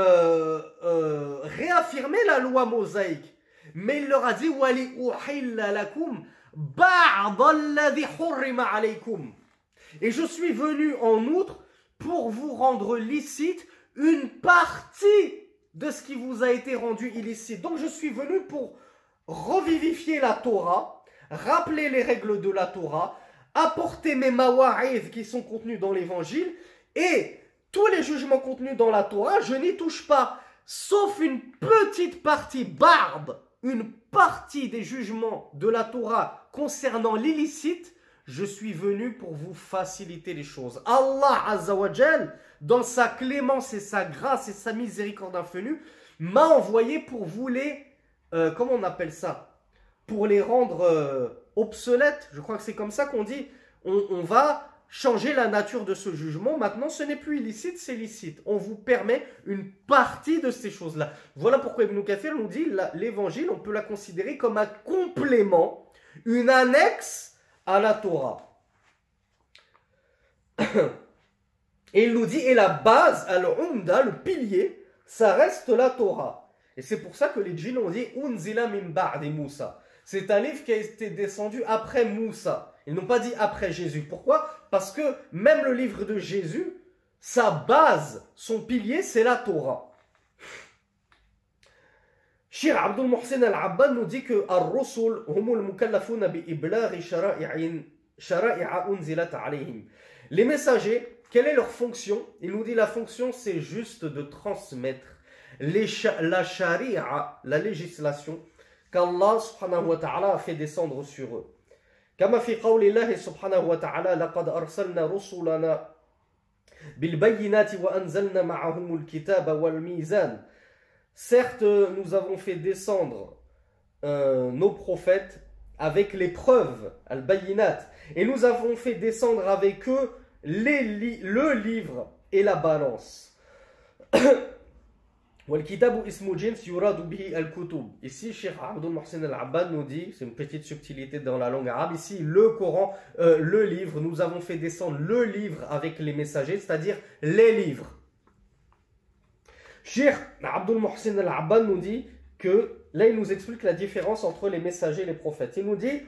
réaffirmer la loi mosaïque. Mais il leur a dit: wali uhilla lakum ba'd alladhi hurrima alaykum. Et je suis venu en outre pour vous rendre licite une partie de ce qui vous a été rendu illicite. Donc je suis venu pour revivifier la Torah, rappeler les règles de la Torah, apporter mes mawa'id qui sont contenus dans l'évangile, et tous les jugements contenus dans la Torah, je n'y touche pas, sauf une petite partie, barbe, une partie des jugements de la Torah concernant l'illicite. Je suis venu pour vous faciliter les choses. Allah Azza wa Jal, dans sa clémence et sa grâce et sa miséricorde infinie, m'a envoyé pour vous les... comment on appelle ça? Pour les rendre obsolètes. Je crois que c'est comme ça qu'on dit. On va changer la nature de ce jugement. Maintenant, ce n'est plus illicite, c'est licite. On vous permet une partie de ces choses-là. Voilà pourquoi Ibn Kathir nous dit l'évangile, on peut la considérer comme un complément, une annexe à la Torah. Et il nous dit, et la base, al-umda, le pilier, ça reste la Torah. Et c'est pour ça que les djinns ont dit Unzila min ba'di Moussa. C'est un livre qui a été descendu après Moussa. Ils n'ont pas dit après Jésus. Pourquoi? Parce que même le livre de Jésus, sa base, son pilier, c'est la Torah. Cheikh Abdul Muhsin al-Abbad nous dit que Ar-Rusul humul mukallafuna bi iblaghi shara'i'a unzilat alayhim. Les messagers, quelle est leur fonction? Il nous dit la fonction, c'est juste de transmettre la shari'a, la législation qu'Allah subhanahu wa ta'ala a fait descendre sur eux. Kama fi qawlillahi subhanahu wa ta'ala laqad arsalna rusulana bil bayyinati wa anzalna ma'ahumul kitaba wal mizan. Certes, nous avons fait descendre nos prophètes avec les preuves, al-bayyinat, et nous avons fait descendre avec eux le livre et la balance. Ici, Cheikh Abdul Muhsin al-Abbad nous dit, c'est une petite subtilité dans la langue arabe, ici le Coran, le livre, nous avons fait descendre le livre avec les messagers, c'est-à-dire les livres. Cheikh Abdul Muhsin al-Abbad nous dit que, là il nous explique la différence entre les messagers et les prophètes. Il nous dit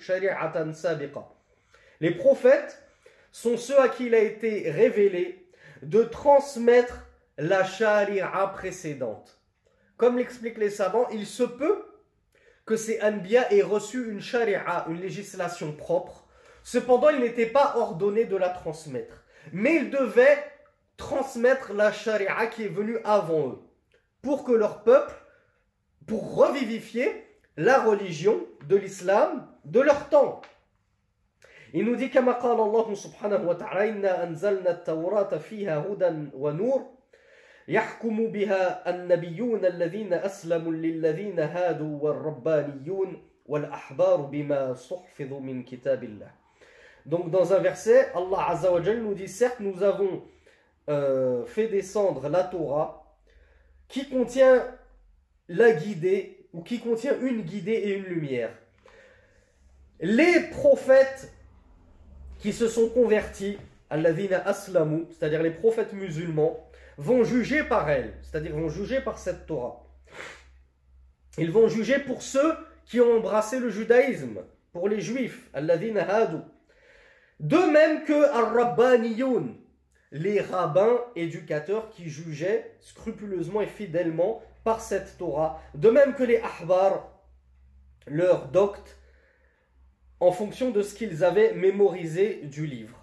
les prophètes sont ceux à qui il a été révélé de transmettre la charia précédente. Comme l'expliquent les savants, il se peut que ces anbiya aient reçu une charia, une législation propre. Cependant, ils n'étaient pas ordonnés de la transmettre. Mais ils devaient transmettre la charia qui est venue avant eux, pour que leur peuple, pour revivifier la religion de l'islam de leur temps. Il nous dit كما قال الله سبحانه وتعالى إنا أنزلنا التوراة فيها هدى ونور يحكم بها النبيون الذين أسلموا للذين هادوا والربانيون والأحبار بما استحفظوا من كتاب الله. Donc dans un verset, Allah Azza wa Jal nous dit certes nous avons fait descendre la Torah qui contient la guidée ou qui contient une guidée et une lumière. Les prophètes qui se sont convertis, alladhina aslamu, c'est-à-dire les prophètes musulmans, vont juger par elle, c'est-à-dire vont juger par cette Torah. Ils vont juger pour ceux qui ont embrassé le judaïsme, pour les juifs, alladhina hadu. De même que al-rabbaniyoun, les rabbins éducateurs qui jugeaient scrupuleusement et fidèlement par cette Torah. De même que les ahbar, leurs doctes, en fonction de ce qu'ils avaient mémorisé du livre.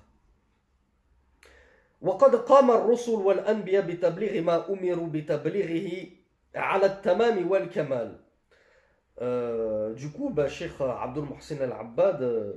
وقد قام الرسل والأنبياء بتبليغ ما أمروا بتبليغه على التمام والكمال. Du coup, Cheikh Abdul Muhsin Al-Abbad,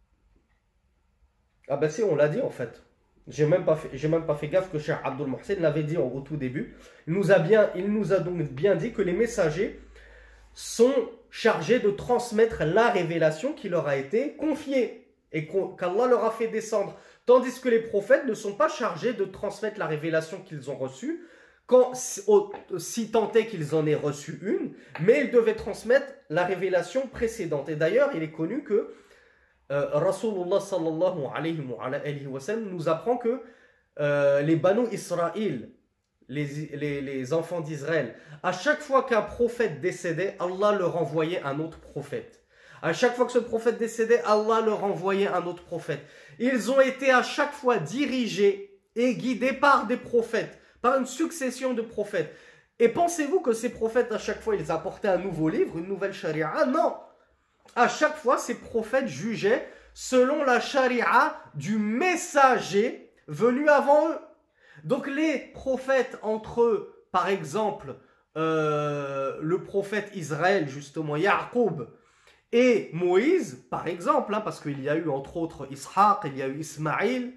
ah ben si, on l'a dit en fait. J'ai même pas fait gaffe que Cheikh Abdul Muhsin l'avait dit au tout début. Il nous a donc bien dit que les messagers sont chargés de transmettre la révélation qui leur a été confiée et qu'Allah leur a fait descendre. Tandis que les prophètes ne sont pas chargés de transmettre la révélation qu'ils ont reçue, si tant est qu'ils en aient reçu une, mais ils devaient transmettre la révélation précédente. Et d'ailleurs, il est connu que Rasulullah sallallahu alayhi wa sallam nous apprend que les Banu Israël, les enfants d'Israël, à chaque fois qu'un prophète décédait, Allah leur envoyait un autre prophète. À chaque fois que ce prophète décédait, Allah leur envoyait un autre prophète. Ils ont été à chaque fois dirigés et guidés par des prophètes, par une succession de prophètes. Et pensez-vous que ces prophètes, à chaque fois, ils apportaient un nouveau livre, une nouvelle charia? Non! À chaque fois, ces prophètes jugeaient selon la charia du messager venu avant eux. Donc les prophètes entre eux, par exemple, le prophète Israël, justement, Ya'qub, et Moïse, par exemple, hein, parce qu'il y a eu entre autres Ishaq, il y a eu Ismaïl,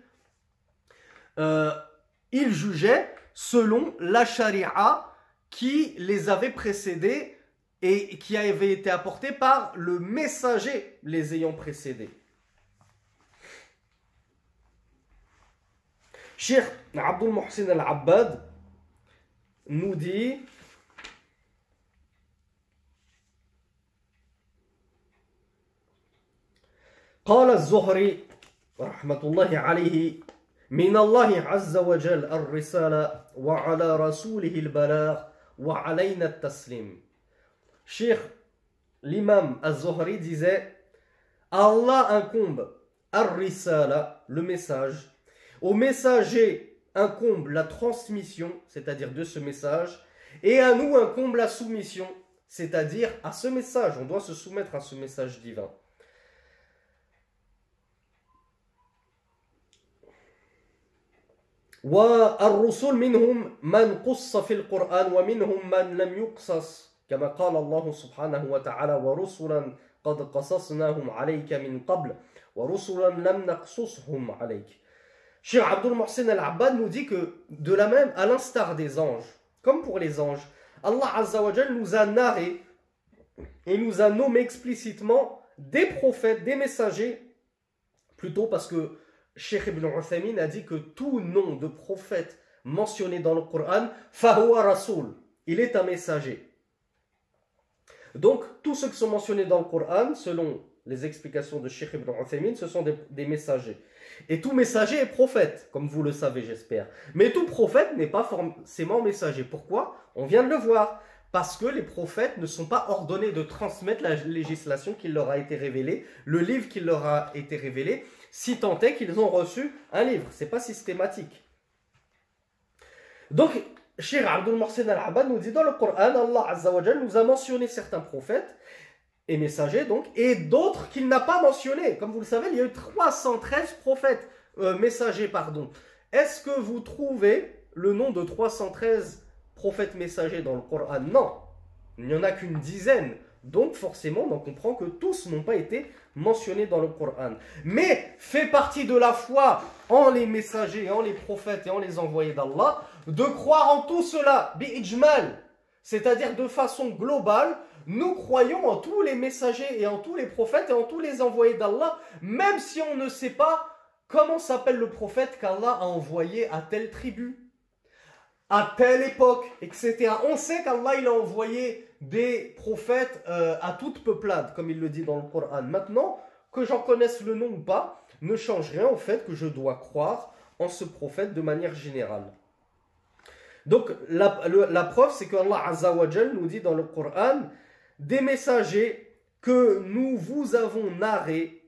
ils jugeaient selon la charia qui les avait précédés et qui avait été apportée par le messager les ayant précédés. Cheikh Abdul Muhsin Al-Abbad nous dit قال الزهري رحمة الله عليه من الله عز وجل الرسالة وعلى رسوله البلاغ وعلينا التسليم. Cheikh l'imam Az-Zuhri disait Allah incombe ar-risala, le message, au messager incombe la transmission, c'est-à-dire de ce message, et à nous incombe la soumission, c'est-à-dire à ce message. On doit se soumettre à ce message divin. والرسل منهم من قص في القرآن ومنهم من لم يقصص كما قال الله سبحانه وتعالى ورسلا قد قصصناهم عليك من قبل ورسلا لم نقصصهم عليك. Cheikh Abdul Muhsin Al-Abbad nous dit que de la même, à l'instar des anges, comme pour les anges, Allah Azza wa Jal nous a narré et nous a nommé explicitement des prophètes, des messagers, plutôt parce que Cheikh Ibn Uthaymin a dit que tout nom de prophète mentionné dans le Coran, fahuwa rasoul, il est un messager. Donc, tous ceux qui sont mentionnés dans le Coran, selon les explications de Cheikh Ibn Uthaymin, ce sont des messagers. Et tout messager est prophète, comme vous le savez, j'espère. Mais tout prophète n'est pas forcément messager. Pourquoi? On vient de le voir. Parce que les prophètes ne sont pas ordonnés de transmettre la législation qui leur a été révélée, le livre qui leur a été révélé, si tant est qu'ils ont reçu un livre. Ce n'est pas systématique. Donc, Cheikh Abdul Mohsen Al-Abbad nous dit dans le Coran, Allah Azza wa Jal nous a mentionné certains prophètes et messagers, donc, et d'autres qu'il n'a pas mentionnés. Comme vous le savez, il y a eu 313 prophètes, messagers, pardon. Est-ce que vous trouvez le nom de 313 prophètes messagers dans le Coran? Non, il n'y en a qu'une dizaine. Donc forcément, on comprend que tous n'ont pas été mentionnés dans le Coran. Mais fait partie de la foi en les messagers, en les prophètes et en les envoyés d'Allah, de croire en tout cela, bi'ijmal, c'est-à-dire de façon globale. Nous croyons en tous les messagers et en tous les prophètes et en tous les envoyés d'Allah, même si on ne sait pas comment s'appelle le prophète qu'Allah a envoyé à telle tribu, à telle époque, etc. On sait qu'Allah il a envoyé des prophètes à toute peuplade, comme il le dit dans le Coran. Maintenant, que j'en connaisse le nom ou pas, ne change rien au fait que je dois croire en ce prophète de manière générale. Donc, la preuve, c'est que Allah Azza wa Jal nous dit dans le Coran, des messagers que nous vous avons narrés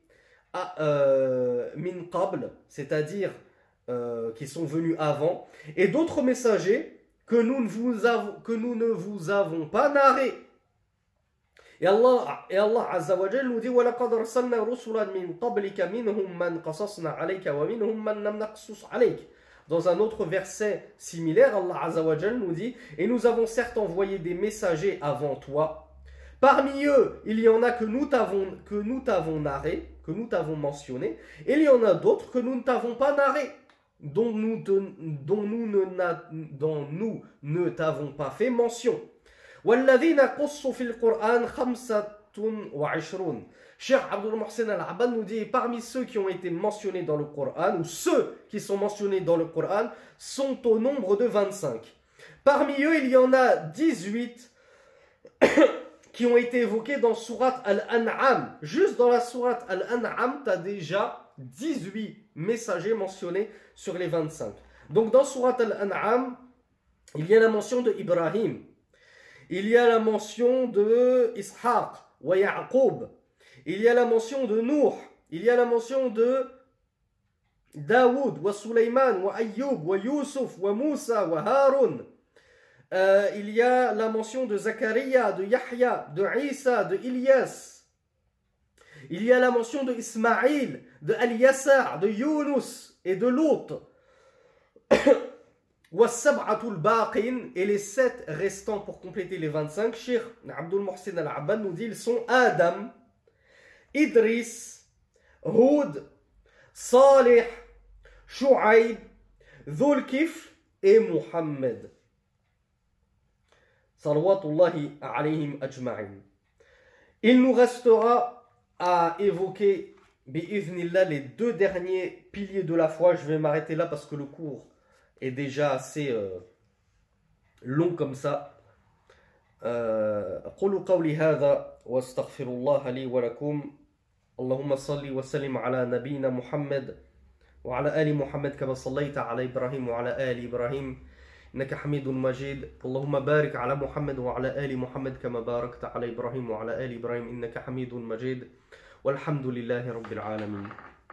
min qabl, c'est-à-dire qui sont venus avant, et d'autres messagers que nous ne vous avons pas narrés. Et Allah Azza wa Jal nous dit وَلَقَدْ أَرْسَلْنَا رُسُلًا مِنْ قَبْلِكَ مِنْهُمْ مَنْ قَصَصْنَا عَلَيْكَ وَمِنْهُمْ مَنْ لَمْ نَقْصُصْ عَلَيْكَ. Dans un autre verset similaire, Allah Azza wa Jal nous dit et nous avons certes envoyé des messagers avant toi. Parmi eux, il y en a que nous t'avons narré, que nous t'avons mentionné, et il y en a d'autres que nous ne t'avons pas narré, dont nous ne t'avons pas fait mention. وَالَّذِينَ قُصُّوا فِي الْقُرْآنِ 25. Cheikh Abdul Mohsen Al-Abbad nous dit parmi ceux qui ont été mentionnés dans le Coran, ou ceux qui sont mentionnés dans le Coran, sont au nombre de 25. Parmi eux, il y en a 18 qui ont été évoqués dans Surat Al-An'am. Juste dans la Surat Al-An'am, tu as déjà 18 messagers mentionnés sur les 25. Donc dans Surat Al-An'am, il y a la mention de Ibrahim. Il y a la mention de Ishaq wa Ya'qub. Il y a la mention de Nuh. Il y a la mention de Daoud, wa Sulaiman, wa Ayyub, wa Yusuf, wa Moussa, wa Harun. Il y a la mention de Zakaria, de Yahya, de Isa, de Ilyas. Il y a la mention de Ismaïl, de Al-Yasa, de Yunus et de Lut. Wa-sab'atul baqin, et les 7 restants pour compléter les 25. Cheikh Abdul Mohsen Al-Abbad nous dit ils sont Adam, Idris, Hud, Salih, Shu'aib, Dhul-Kifl et Muhammad. Salawatullahi alayhim ajma'in. Il nous restera à évoquer bi'idhnillah les 2 derniers piliers de la foi. Je vais m'arrêter là parce que le cours est déjà assez long comme ça. أقول قولي هذا واستغفر الله لي ولكم. اللهم صل وسلم على نبينا محمد وعلى آل محمد كما صليت على إبراهيم وعلى آل إبراهيم إنك حميد مجيد. اللهم بارك على محمد وعلى آل محمد كما باركت على إبراهيم وعلى آل إبراهيم إنك حميد مجيد. والحمد لله رب العالمين.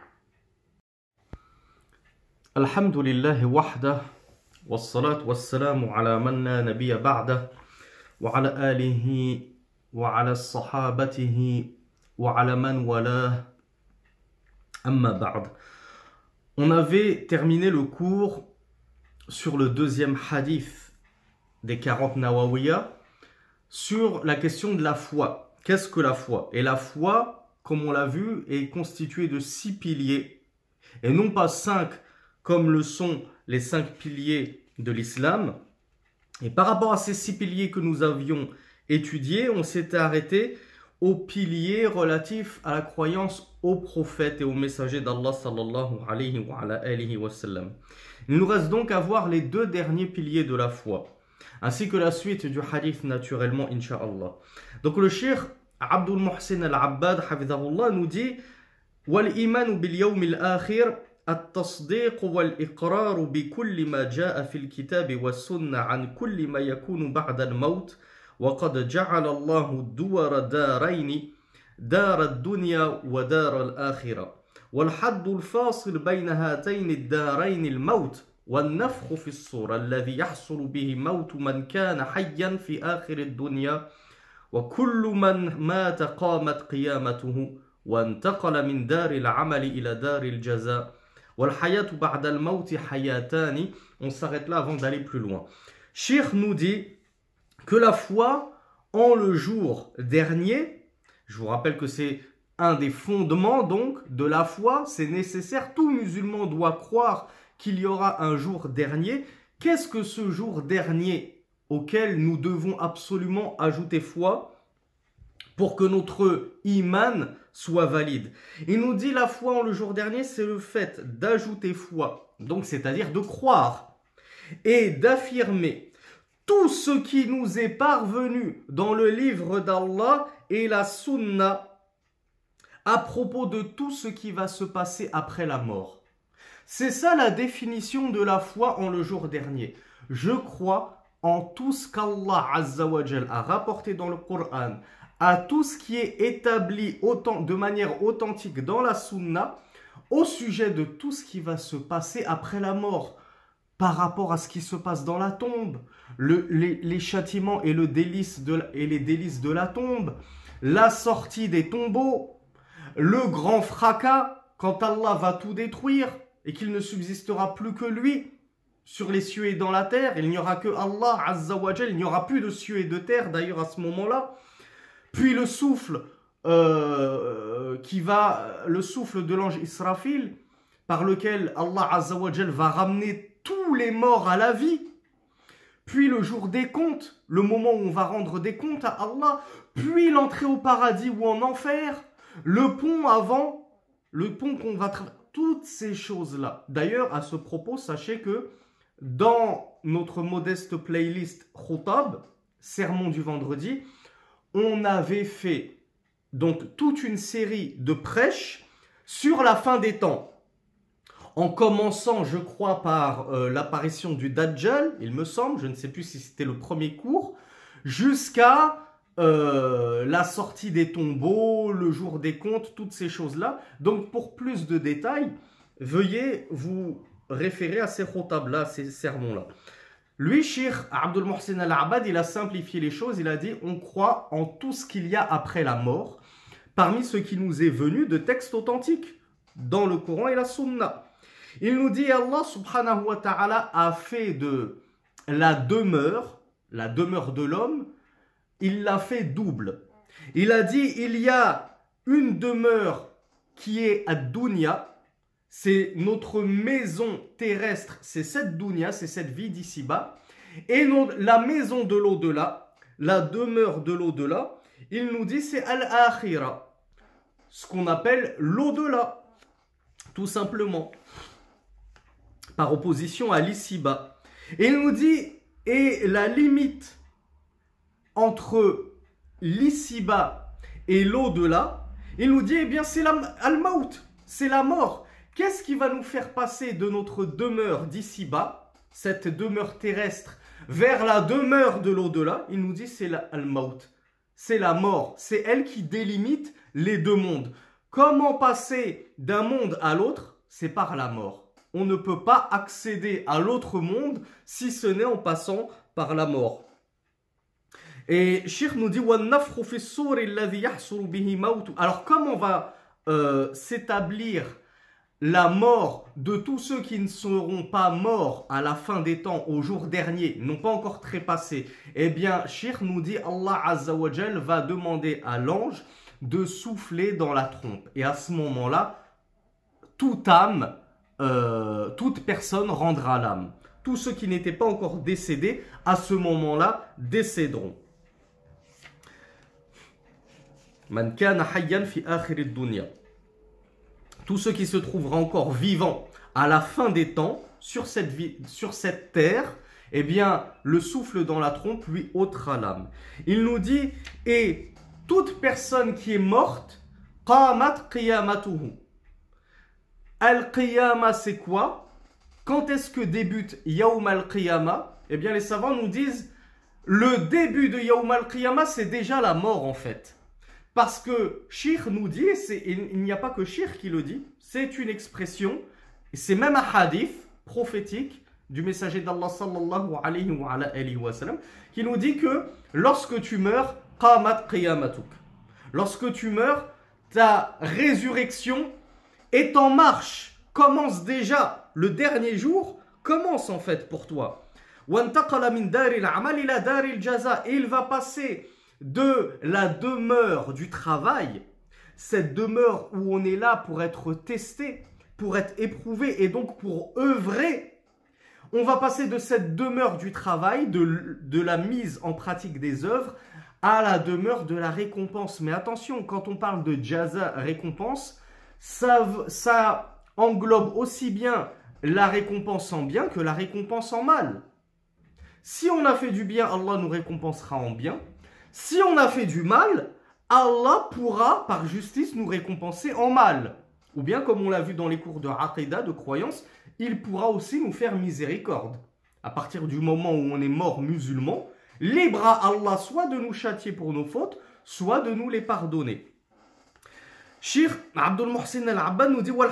الحمد لله وحده والصلاة والسلام على من لا نبي بعده وعلى آله وعلى صحابته وعلى من والاه أما بعد. On avait terminé le cours sur le deuxième hadith des 40 Nawawiya sur la question de la foi. Qu'est-ce que la foi? Et la foi, comme on l'a vu, est constituée de 6 piliers et non pas 5 comme le sont les 5 piliers de l'islam. Et par rapport à ces 6 piliers que nous avions étudiés, on s'était arrêté aux piliers relatifs à la croyance aux prophètes et aux messagers d'Allah sallallahu alayhi wa sallam. Il nous reste donc à voir les 2 derniers piliers de la foi, ainsi que la suite du hadith naturellement, incha'Allah. Donc le cheikh Abdul Mohsen Al-Abbad hafidhahullah nous dit وَالْإِيمَانُ بِالْيَوْمِ الْآخِرِ التصديق والإقرار بكل ما جاء في الكتاب والسنة عن كل ما يكون بعد الموت وقد جعل الله الدور دارين دار الدنيا ودار الآخرة والحد الفاصل بين هاتين الدارين الموت والنفخ في الصور الذي يحصل به موت من كان حيا في آخر الدنيا وكل من مات قامت قيامته وانتقل من دار العمل إلى دار الجزاء والحياة بعد الموت حياتان. On s'arrête là avant d'aller plus loin. Cheikh nous dit que la foi en le jour dernier, je vous rappelle que c'est un des fondements donc de la foi, c'est nécessaire, tout musulman doit croire qu'il y aura un jour dernier. Qu'est-ce que ce jour dernier auquel nous devons absolument ajouter foi pour que notre iman soit valide? Il nous dit la foi en le jour dernier, c'est le fait d'ajouter foi, donc c'est-à-dire de croire et d'affirmer tout ce qui nous est parvenu dans le livre d'Allah et la sunna à propos de tout ce qui va se passer après la mort. C'est ça la définition de la foi en le jour dernier. Je crois en tout ce qu'Allah Azza wa Jal a rapporté dans le Coran, à tout ce qui est établi de manière authentique dans la sunna, au sujet de tout ce qui va se passer après la mort, par rapport à ce qui se passe dans la tombe, les châtiments et les délices de la tombe, la sortie des tombeaux, le grand fracas quand Allah va tout détruire et qu'il ne subsistera plus que lui sur les cieux et dans la terre. Il n'y aura que Allah Azza wa Jal, il n'y aura plus de cieux et de terre d'ailleurs à ce moment-là. Puis le souffle le souffle de l'ange Israfil par lequel Allah Azza wa Jal va ramener tous les morts à la vie. Puis le jour des comptes, le moment où on va rendre des comptes à Allah. Puis l'entrée au paradis ou en enfer. Le pont avant, le pont qu'on va traverser, toutes ces choses-là. D'ailleurs, à ce propos, sachez que dans notre modeste playlist Khutab, Sermon du vendredi, on avait fait donc toute une série de prêches sur la fin des temps. En commençant, je crois, par l'apparition du Dajjal, il me semble, je ne sais plus si c'était le premier cours, jusqu'à la sortie des tombeaux, le jour des comptes, toutes ces choses-là. Donc, pour plus de détails, veuillez vous référer à ces khutab-là, ces sermons-là. Lui, Cheikh Abdul Mohsen Al-Abad, il a simplifié les choses. Il a dit, on croit en tout ce qu'il y a après la mort, parmi ce qui nous est venu de textes authentiques, dans le Coran et la Sunna. Il nous dit, Allah subhanahu wa ta'ala a fait de la demeure de l'homme, il l'a fait double. Il a dit, il y a une demeure qui est ad-dunya, c'est notre maison terrestre, c'est cette dunya, c'est cette vie d'ici-bas. Et la maison de l'au-delà, la demeure de l'au-delà, il nous dit, c'est al-akhira, ce qu'on appelle l'au-delà, tout simplement, par opposition à l'ici-bas. Et il nous dit, et la limite entre l'ici-bas et l'au-delà, il nous dit, eh bien, c'est al-maut, c'est la mort. Qu'est-ce qui va nous faire passer de notre demeure d'ici-bas, cette demeure terrestre, vers la demeure de l'au-delà? Il nous dit, c'est al-maut, c'est la mort, c'est elle qui délimite les deux mondes. Comment passer d'un monde à l'autre? C'est par la mort. On ne peut pas accéder à l'autre monde si ce n'est en passant par la mort. Et Cheikh nous dit, alors comment va s'établir la mort de tous ceux qui ne seront pas morts à la fin des temps, au jour dernier, n'ont pas encore trépassé? Eh bien, Cheikh nous dit, Allah Azza wa Jal va demander à l'ange de souffler dans la trompe. Et à ce moment-là, toute âme, toute personne rendra l'âme. Tous ceux qui n'étaient pas encore décédés, à ce moment-là, décéderont. Man kana hayyan fi akhir ad-dunya. Tous ceux qui se trouvera encore vivants à la fin des temps, sur cette terre, eh bien, le souffle dans la trompe lui ôtera l'âme. Il nous dit, et toute personne qui est morte, qamat qiyamatuhu. Al-Qiyama, c'est quoi? Quand est-ce que débute Yawm al-Qiyama? Eh bien, les savants nous disent, le début de Yawm al-Qiyama, c'est déjà la mort en fait. Parce que Cheikh nous dit, il n'y a pas que Cheikh qui le dit, c'est une expression, c'est même un hadith prophétique du messager d'Allah sallallahu alayhi wa sallam, qui nous dit que lorsque tu meurs, qamat qiyamatuk. Lorsque tu meurs, ta résurrection est en marche, commence déjà, le dernier jour commence en fait pour toi. Et il va passer de la demeure du travail, cette demeure où on est là pour être testé, pour être éprouvé et donc pour œuvrer. On va passer de cette demeure du travail, de la mise en pratique des œuvres, à la demeure de la récompense. Mais attention, quand on parle de jaza, récompense, ça englobe aussi bien la récompense en bien que la récompense en mal. Si on a fait du bien, Allah nous récompensera en bien. Si on a fait du mal, Allah pourra par justice nous récompenser en mal. Ou bien, comme on l'a vu dans les cours de Aqidah, de croyance, il pourra aussi nous faire miséricorde. À partir du moment où on est mort musulman, libre à Allah soit de nous châtier pour nos fautes, soit de nous les pardonner. Cheikh Abdul Muhsin al-Abbad nous dit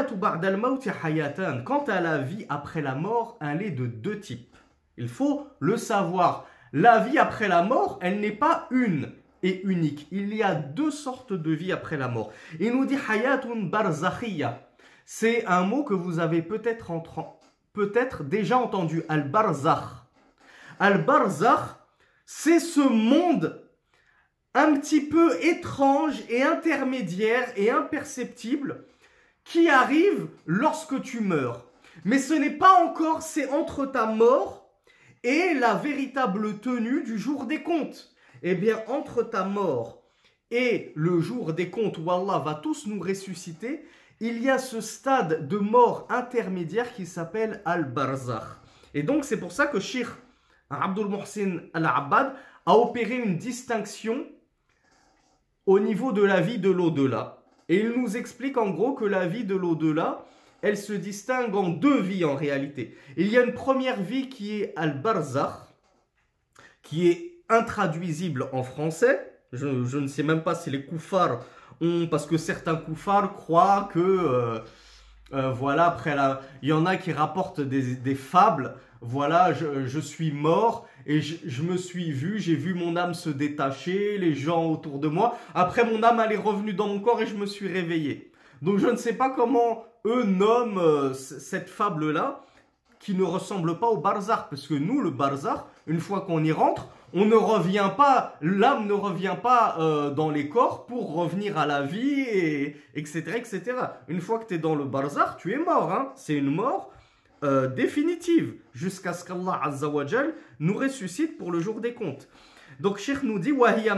quant à la vie après la mort, elle est de deux types. Il faut le savoir. La vie après la mort, elle n'est pas une et unique. Il y a deux sortes de vie après la mort. Il nous dit hayatun barzakhiyya. C'est un mot que vous avez peut-être déjà entendu. Al-barzakh. Al-barzakh, c'est ce monde un petit peu étrange et intermédiaire et imperceptible qui arrive lorsque tu meurs. Mais ce n'est pas encore, c'est entre ta mort et la véritable tenue du jour des comptes. Eh bien, entre ta mort et le jour des comptes où Allah va tous nous ressusciter, il y a ce stade de mort intermédiaire qui s'appelle Al-Barzakh. Et donc, c'est pour ça que Cheikh Abdul Muhsin al-Abbad a opéré une distinction au niveau de la vie de l'au-delà. Et il nous explique en gros que la vie de l'au-delà, elle se distingue en deux vies en réalité. Il y a une première vie qui est Al-Barzakh, qui est intraduisible en français. Je ne sais même pas si les koufars ont... Parce que certains koufars croient que... voilà, après il y en a qui rapportent des fables. Voilà, je suis mort et je me suis vu, j'ai vu mon âme se détacher, les gens autour de moi. Après, mon âme, elle est revenue dans mon corps et je me suis réveillé. Donc, je ne sais pas comment eux nomment cette fable-là qui ne ressemble pas au barzakh. Parce que nous, le barzakh, une fois qu'on y rentre, on ne revient pas, l'âme ne revient pas dans les corps pour revenir à la vie, etc., etc. Une fois que tu es dans le barzakh, tu es mort. Hein. C'est une mort définitive, jusqu'à ce qu'Allah Azza wa Jal nous ressuscite pour le jour des comptes. Donc, Cheikh nous dit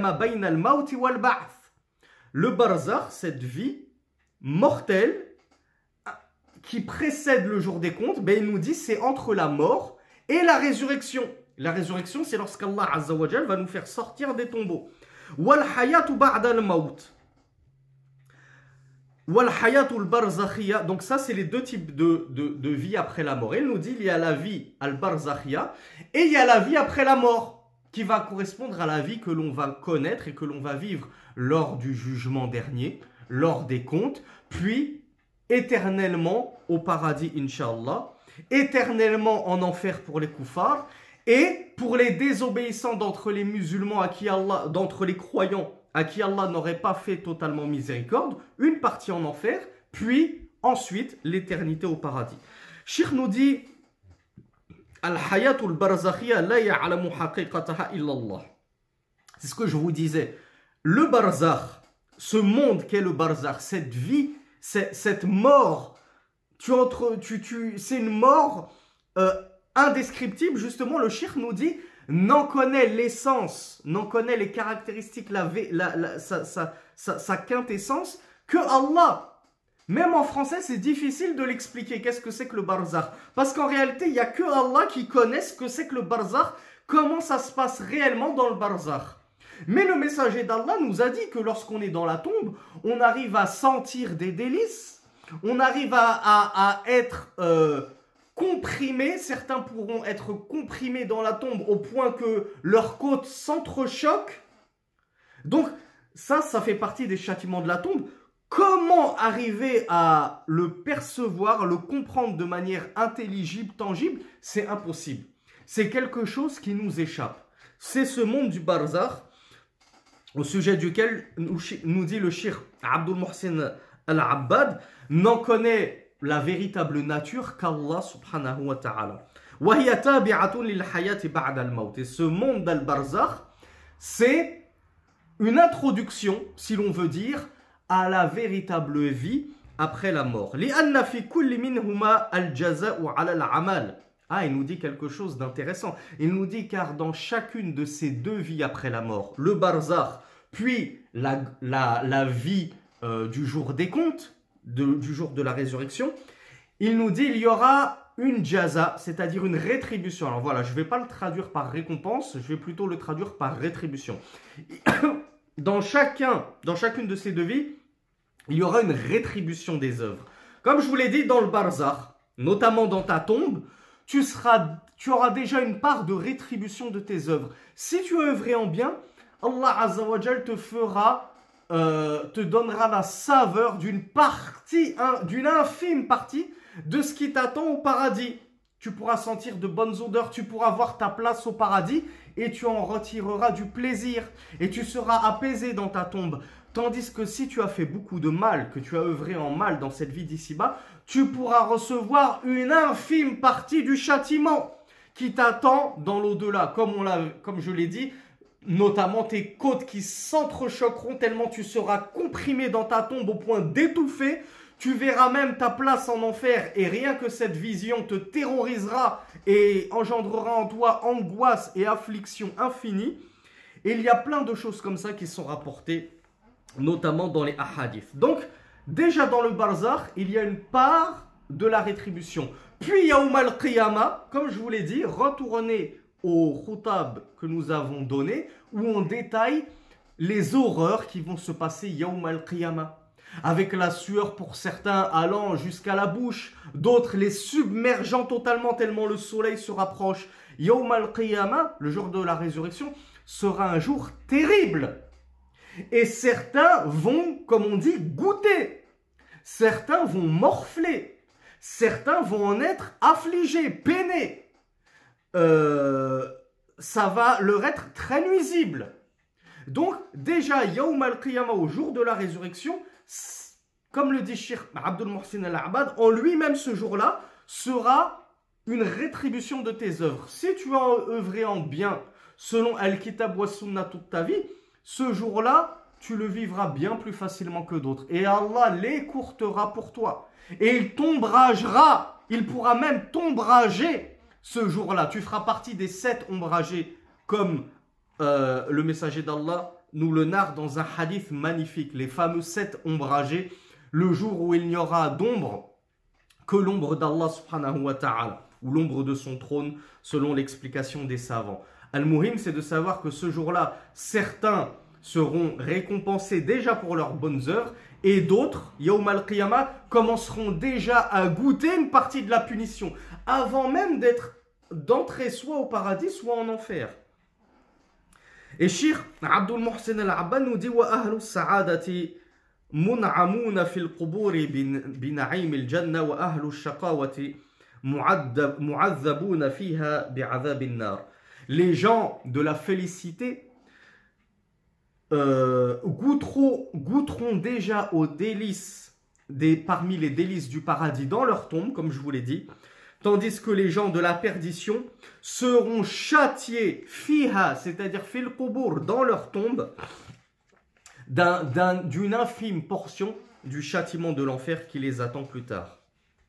le barzakh, cette vie mortelle qui précède le jour des comptes, ben, il nous dit c'est entre la mort et la résurrection. La résurrection, c'est lorsqu'Allah Azza wa Jal va nous faire sortir des tombeaux. Wal hayatu ba'da al-maut. Wal hayatul barzakhiyya. Donc ça, c'est les deux types de vie après la mort. Il nous dit, il y a la vie al-barzakhiyya et il y a la vie après la mort, qui va correspondre à la vie que l'on va connaître et que l'on va vivre lors du jugement dernier, lors des comptes, puis éternellement au paradis, Inch'Allah, éternellement en enfer pour les koufars, et pour les désobéissants d'entre les musulmans, d'entre les croyants, à qui Allah n'aurait pas fait totalement miséricorde, une partie en enfer, puis ensuite l'éternité au paradis. Cheikh nous dit Al-hayatul barzakhiyya la ya'lamu haqiqataha illa Allah. C'est ce que je vous disais. Le barzakh, ce monde qu'est le barzakh, cette vie, cette mort, c'est une mort indescriptible. Justement, le cheikh nous dit n'en connaît l'essence, n'en connaît les caractéristiques, sa quintessence que Allah. Même en français, c'est difficile de l'expliquer. Qu'est-ce que c'est que le barzakh? Parce qu'en réalité, il n'y a que Allah qui connaît ce que c'est que le barzakh, comment ça se passe réellement dans le barzakh. Mais le messager d'Allah nous a dit que lorsqu'on est dans la tombe, on arrive à sentir des délices, on arrive à être comprimés. Certains pourront être comprimés dans la tombe au point que leurs côtes s'entrechoquent. Donc, ça fait partie des châtiments de la tombe. Comment arriver à le percevoir, le comprendre de manière intelligible, tangible? C'est impossible. C'est quelque chose qui nous échappe. C'est ce monde du barzakh au sujet duquel nous dit le cheikh Abdul Muhsin al-Abbad, n'en connaît la véritable nature qu'Allah subhanahu wa ta'ala. Et ce monde d'al-barzakh, c'est une introduction, si l'on veut dire, à la véritable vie après la mort. Il nous dit quelque chose d'intéressant. Il nous dit car dans chacune de ces deux vies après la mort, le barzakh, puis la vie du jour des comptes, du jour de la résurrection, il nous dit il y aura une jaza, c'est-à-dire une rétribution. Alors voilà, je ne vais pas le traduire par récompense, je vais plutôt le traduire par rétribution. Dans chacune de ces deux vies, il y aura une rétribution des œuvres. Comme je vous l'ai dit, dans le barzakh, notamment dans ta tombe, tu auras déjà une part de rétribution de tes œuvres. Si tu as œuvré en bien, Allah Azza wa Jal te donnera la saveur d'une infime partie de ce qui t'attend au paradis. Tu pourras sentir de bonnes odeurs, tu pourras voir ta place au paradis et tu en retireras du plaisir et tu seras apaisé dans ta tombe. Tandis que si tu as fait beaucoup de mal, que tu as œuvré en mal dans cette vie d'ici-bas, tu pourras recevoir une infime partie du châtiment qui t'attend dans l'au-delà. Comme je l'ai dit, notamment tes côtes qui s'entrechoqueront tellement tu seras comprimé dans ta tombe au point d'étouffer. Tu verras même ta place en enfer et rien que cette vision te terrorisera et engendrera en toi angoisse et affliction infinie. Et il y a plein de choses comme ça qui sont rapportées, notamment dans les ahadith. Donc, déjà dans le barzakh, il y a une part de la rétribution. Puis, Yawm al-Qiyamah, comme je vous l'ai dit, retournez au khutab que nous avons donné, où on détaille les horreurs qui vont se passer Yawm al-Qiyamah. Avec la sueur pour certains allant jusqu'à la bouche, d'autres les submergeant totalement tellement le soleil se rapproche. Yawm al-Qiyamah, le jour de la résurrection, sera un jour terrible. Et certains vont, comme on dit, goûter. Certains vont morfler. Certains vont en être affligés, peinés. Ça va leur être très nuisible. Donc, déjà, Yawm al-Qiyamah, au jour de la résurrection, comme le dit Cheikh Abdul Muhsin al-Abbad, en lui-même ce jour-là sera une rétribution de tes œuvres. Si tu as œuvré en bien selon Al-Kitab wa Sunnah toute ta vie, ce jour-là, tu le vivras bien plus facilement que d'autres. Et Allah l'écourtera pour toi. Et il t'ombragera, il pourra même t'ombrager ce jour-là. Tu feras partie des 7 ombragés, comme le messager d'Allah nous le narre dans un hadith magnifique. Les fameux 7 ombragés, le jour où il n'y aura d'ombre que l'ombre d'Allah subhanahu wa ta'ala, ou l'ombre de son trône, selon l'explication des savants. Al-Muhim, c'est de savoir que ce jour-là, certains seront récompensés déjà pour leurs bonnes œuvres et d'autres, Yawm al-Qiyamah, commenceront déjà à goûter une partie de la punition avant même d'entrer soit au paradis, soit en enfer. Et Cheikh Abdul Muhsin al-Abbad nous dit wa ahlu as-sa'adati mun'amuna fil quburi bi na'im al-jannah wa ahlu ash-shaqawati mu'adhabuna fiha bi'adhab an-nar. Les gens de la félicité goûteront déjà aux délices parmi les délices du paradis dans leur tombe, comme je vous l'ai dit, tandis que les gens de la perdition seront châtiés fiha, c'est-à-dire fil qubur, dans leur tombe, d'une infime portion du châtiment de l'enfer qui les attend plus tard.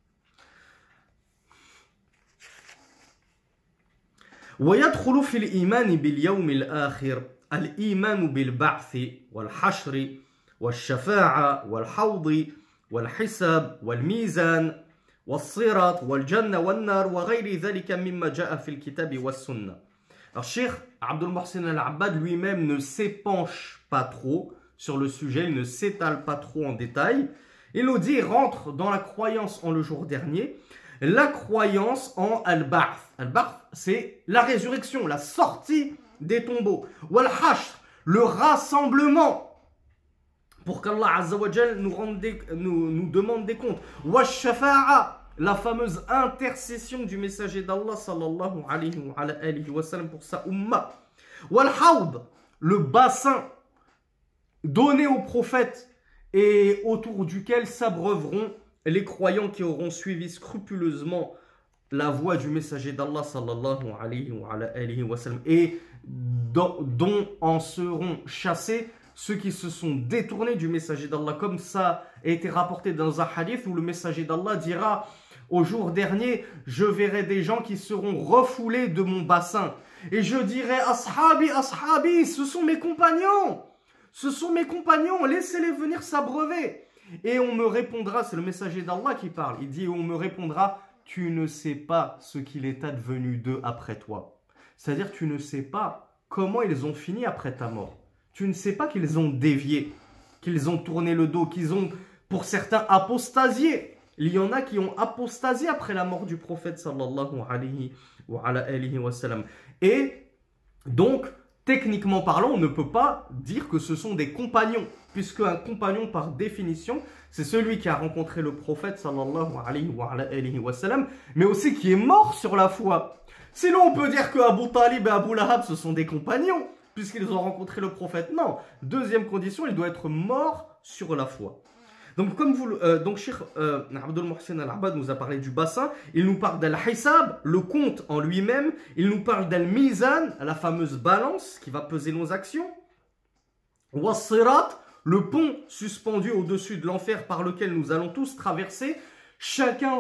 ويدخل في الإيمان باليوم الآخر الإيمان بالبعث والحشر والشفاعة والحوض والحساب والميزان والصراط والجنة والنار وغير ذلك مما جاء في الكتاب والسنة. Alors Cheikh Abdul Muhsin al-Abbad lui-même ne s'épanche pas trop sur le sujet, il ne s'étale pas trop en détail. Il nous dit, rentre dans la croyance en le jour dernier, la croyance en al-Ba'th. Al-Ba'th, c'est la résurrection, la sortie des tombeaux. Wal-Hashr, le rassemblement pour qu'Allah Azza wa Jal nous demande des comptes. Wa shafa'a, la fameuse intercession du messager d'Allah sallallahu alayhi wa sallam pour sa umma. Wal hawd, le bassin donné aux prophètes et autour duquel s'abreuveront les croyants qui auront suivi scrupuleusement la voie du messager d'Allah sallallahu alayhi wa sallam, et dont en seront chassés ceux qui se sont détournés du messager d'Allah, comme ça a été rapporté dans un hadith où le messager d'Allah dira au jour dernier: je verrai des gens qui seront refoulés de mon bassin et je dirai: ashabi, ashabi, ce sont mes compagnons, laissez-les venir s'abreuver. Et on me répondra, c'est le messager d'Allah qui parle, il dit, on me répondra: tu ne sais pas ce qu'il est advenu d'eux après toi. C'est-à-dire, tu ne sais pas comment ils ont fini après ta mort. Tu ne sais pas qu'ils ont dévié, qu'ils ont tourné le dos, qu'ils ont, pour certains, apostasié. Il y en a qui ont apostasié après la mort du prophète sallallahu alayhi wa sallam. Et donc, techniquement parlant, on ne peut pas dire que ce sont des compagnons, puisque un compagnon, par définition, c'est celui qui a rencontré le prophète sallallahu alayhi wa sallam, mais aussi qui est mort sur la foi. Sinon, on peut dire que Abu Talib et Abu Lahab, ce sont des compagnons, puisqu'ils ont rencontré le prophète. Non, deuxième condition, il doit être mort sur la foi. Donc, comme donc Cheikh Abdul Muhsin Al-Abbad nous a parlé du bassin, il nous parle d'Al-Hisab, le compte en lui-même, il nous parle d'Al-Mizan, la fameuse balance qui va peser nos actions, Was-Sirat, le pont suspendu au-dessus de l'enfer par lequel nous allons tous traverser, chacun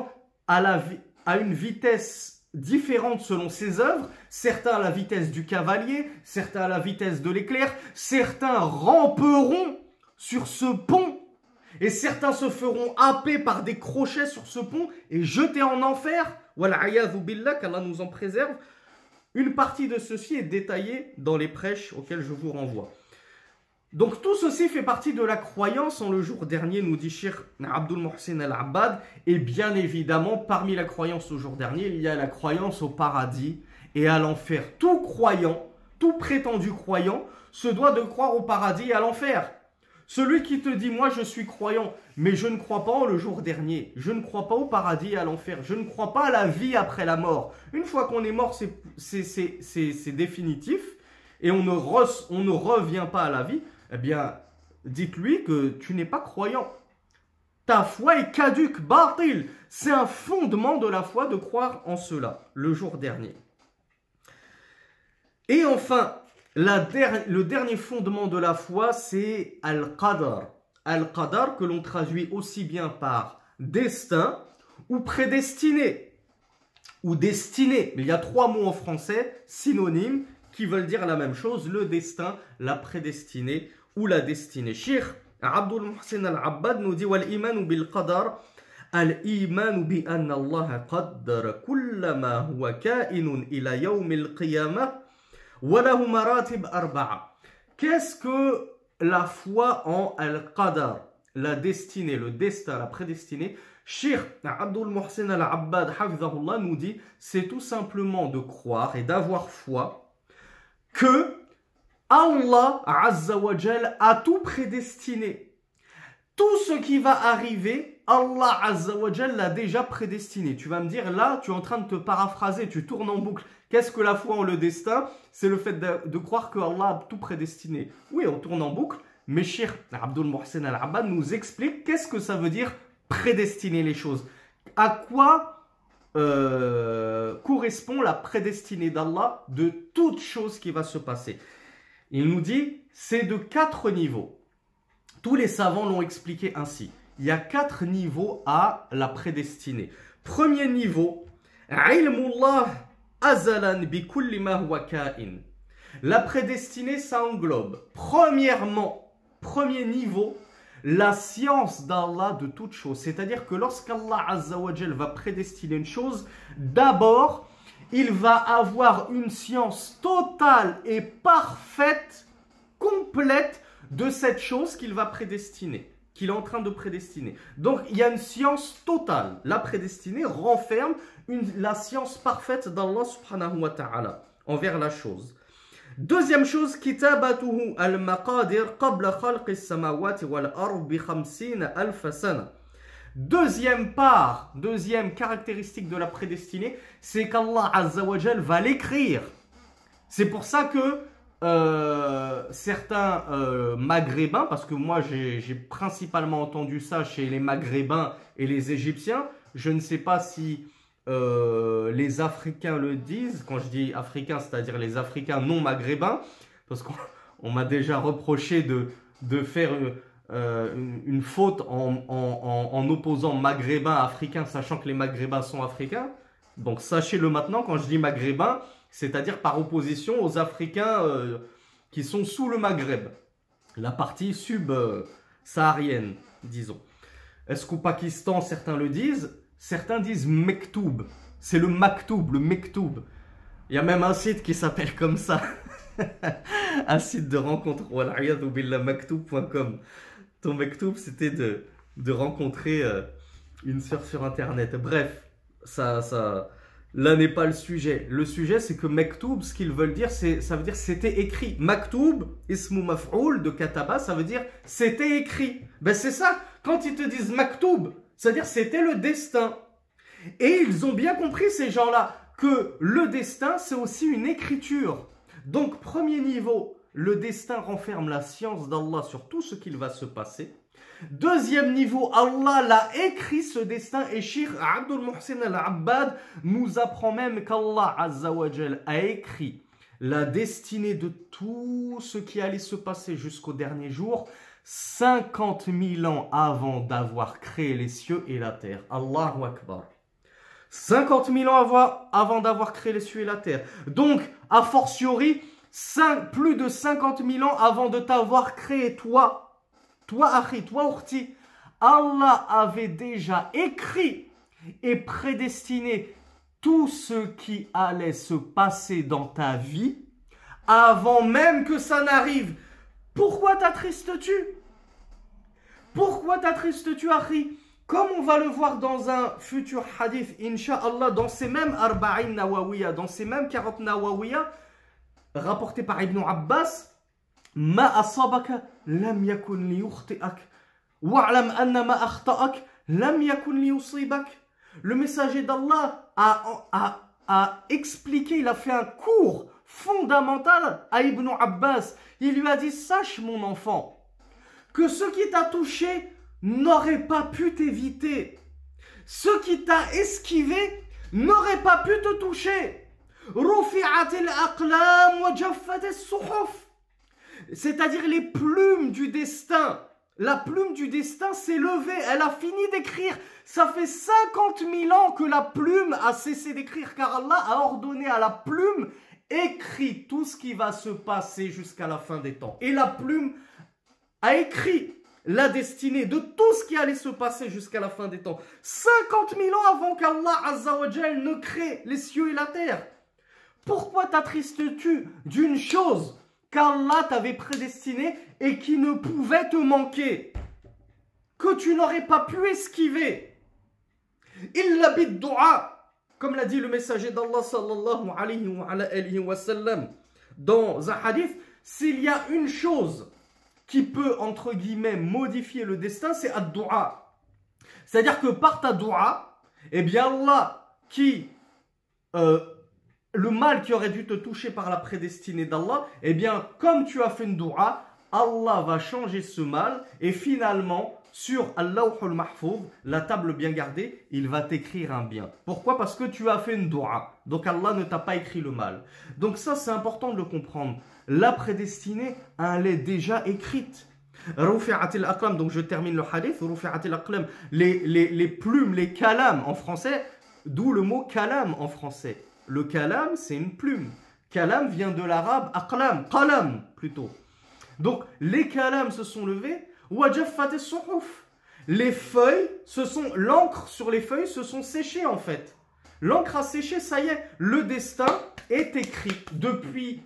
a une vitesse différentes selon ses œuvres, certains à la vitesse du cavalier, certains à la vitesse de l'éclair, certains ramperont sur ce pont, et certains se feront happer par des crochets sur ce pont et jeter en enfer. Wal'ayadhu billah, qu'Allah nous en préserve. Une partie de ceci est détaillée dans les prêches auxquels je vous renvoie. Donc tout ceci fait partie de la croyance en le jour dernier, nous dit Cheikh Abdul Muhsin Al-Abbad. Et bien évidemment, parmi la croyance au jour dernier, il y a la croyance au paradis et à l'enfer. Tout croyant, tout prétendu croyant, se doit de croire au paradis et à l'enfer. Celui qui te dit: moi je suis croyant, mais je ne crois pas en le jour dernier, je ne crois pas au paradis et à l'enfer, je ne crois pas à la vie après la mort. Une fois qu'on est mort, c'est définitif, et on ne revient pas à la vie. Eh bien, dites-lui que tu n'es pas croyant. Ta foi est caduque, batil. C'est un fondement de la foi de croire en cela, le jour dernier. Et enfin, le dernier fondement de la foi, c'est Al-Qadar. Al-Qadar, que l'on traduit aussi bien par destin ou prédestiné, ou destiné. Mais il y a trois mots en français synonymes qui veulent dire la même chose: le destin, la prédestinée ou la destinée. Cheikh Abdul Muhsin Al-Abbad nous dit: wal imanu bil qadar, al imanu bi anna Allah qaddara kulla ma huwa ka'inun ila yawm al qiyamah wa lahu maratib arba'a. Qu'est-ce que la foi en al-qadar, la destinée, le destin, la prédestinée? Cheikh Abdul Muhsin Al-Abbad hafidhahullah nous dit: c'est tout simplement de croire et d'avoir foi que Allah Azza wa Jal a tout prédestiné. Tout ce qui va arriver, Allah Azza wa Jal l'a déjà prédestiné. Tu vas me dire, là, tu es en train de te paraphraser, tu tournes en boucle. Qu'est-ce que la foi en le destin? C'est le fait de croire que Allah a tout prédestiné. Oui, on tourne en boucle, mais Cheikh Abdul Muhsin Al-Abbad nous explique qu'est-ce que ça veut dire prédestiner les choses. À quoi correspond la prédestinée d'Allah de toute chose qui va se passer? Il nous dit, c'est de 4 niveaux. Tous les savants l'ont expliqué ainsi. Il y a 4 niveaux à la prédestinée. Premier niveau, ilmullah azalan bi kulli ma huwa ka'in. La prédestinée, ça englobe, premièrement, premier niveau, la science d'Allah de toute chose. C'est-à-dire que lorsqu'Allah Azza wa Jal va prédestiner une chose, d'abord, il va avoir une science totale et parfaite, complète de cette chose qu'il va prédestiner, qu'il est en train de prédestiner. Donc, il y a une science totale. La prédestinée renferme la science parfaite d'Allah subhanahu wa ta'ala envers la chose. Deuxième chose, kitabatuhu al-maqadir qabla khalqi as-samawati wal-ard bi 50,000 sana. Deuxième caractéristique de la prédestinée, c'est qu'Allah Azza wa Jal va l'écrire. C'est pour ça que certains maghrébins, parce que moi j'ai principalement entendu ça chez les maghrébins et les égyptiens, je ne sais pas si les Africains le disent. Quand je dis Africains, c'est-à-dire les Africains non maghrébins, parce qu'on m'a déjà reproché de faire une faute en opposant maghrébins à africains, sachant que les maghrébins sont africains. Donc sachez-le maintenant, quand je dis maghrébins, c'est-à-dire par opposition aux Africains qui sont sous le Maghreb, la partie sub-saharienne, disons. Est-ce qu'au Pakistan, certains le disent? Certains disent Mektoub. C'est le Maktoub, le Mektoub. Il y a même un site qui s'appelle comme ça. Un site de rencontre. Wal'iyadhu billah, maktoub.com. Ton Mektoub, c'était de rencontrer une sœur sur Internet. Bref, là n'est pas le sujet. Le sujet, c'est que Mektoub, ce qu'ils veulent dire, ça veut dire c'était écrit. Maktoub, ismu maf'oul de kataba, ça veut dire c'était écrit. Ben c'est ça. Quand ils te disent Maktoub, c'est-à-dire c'était le destin. Et ils ont bien compris, ces gens-là, que le destin, c'est aussi une écriture. Donc, premier niveau, le destin renferme la science d'Allah sur tout ce qu'il va se passer. Deuxième niveau, Allah l'a écrit ce destin et Cheikh Abdul Muhsin Al-Abbad nous apprend même qu'Allah Azza wa Jal a écrit la destinée de tout ce qui allait se passer jusqu'au dernier jour, 50 000 ans avant d'avoir créé les cieux et la terre. Allahu Akbar. 50 000 ans avant d'avoir créé les cieux et la terre. Donc, a fortiori, plus de 50 000 ans avant de t'avoir créé toi, Akhi, toi, Urti, Allah avait déjà écrit et prédestiné tout ce qui allait se passer dans ta vie avant même que ça n'arrive. Pourquoi t'attristes-tu? Pourquoi t'attristes-tu, Akhi? Comme on va le voir dans un futur hadith, Inch'Allah, dans ces mêmes Arba'in Nawawiya, dans ces mêmes 40 Nawawiya, rapporté par Ibn Abbas, Ma asabaka lam yakun li yukhti'ak wa'lam anna ma akhta'ak lam yakun li yusibak. Le messager d'Allah a expliqué, il a fait un cours fondamental à Ibn Abbas. Il lui a dit, sache mon enfant, que ce qui t'a touché n'aurait pas pu t'éviter. Ce qui t'a esquivé n'aurait pas pu te toucher. Rufi'atil aqlam wa jaffatis suhuf. C'est-à-dire les plumes du destin. La plume du destin s'est levée, elle a fini d'écrire. Ça fait 50 000 ans que la plume a cessé d'écrire, car Allah a ordonné à la plume, écris tout ce qui va se passer jusqu'à la fin des temps. Et la plume a écrit la destinée de tout ce qui allait se passer jusqu'à la fin des temps. 50 000 ans avant qu'Allah Azza wa Jal ne crée les cieux et la terre. Pourquoi t'attristes-tu d'une chose qu'Allah t'avait prédestiné et qui ne pouvait te manquer, que tu n'aurais pas pu esquiver? Illa bid-du'a, comme l'a dit le messager d'Allah sallallahu alayhi wa sallam dans un hadith, s'il y a une chose qui peut, entre guillemets, modifier le destin, c'est ad-du'a. C'est-à-dire que par ta du'a, eh bien Allah qui le mal qui aurait dû te toucher par la prédestinée d'Allah, eh bien, comme tu as fait une dua, Allah va changer ce mal et finalement, sur Al-Lawhul Mahfouz, la table bien gardée, il va t'écrire un bien. Pourquoi? Parce que tu as fait une dua. Donc Allah ne t'a pas écrit le mal. Donc ça, c'est important de le comprendre. La prédestinée, elle est déjà écrite. Rufi'atil aqlam, donc je termine le hadith. Rufi'atil aqlam, les plumes, les kalam en français, d'où le mot kalam en français. Le kalam, c'est une plume. Kalam vient de l'arabe aqlam, qalam plutôt. Donc, les kalams se sont levés. Wajaffatis suhuf. Les feuilles, l'encre sur les feuilles se sont séchées en fait. L'encre a séché, ça y est, le destin est écrit depuis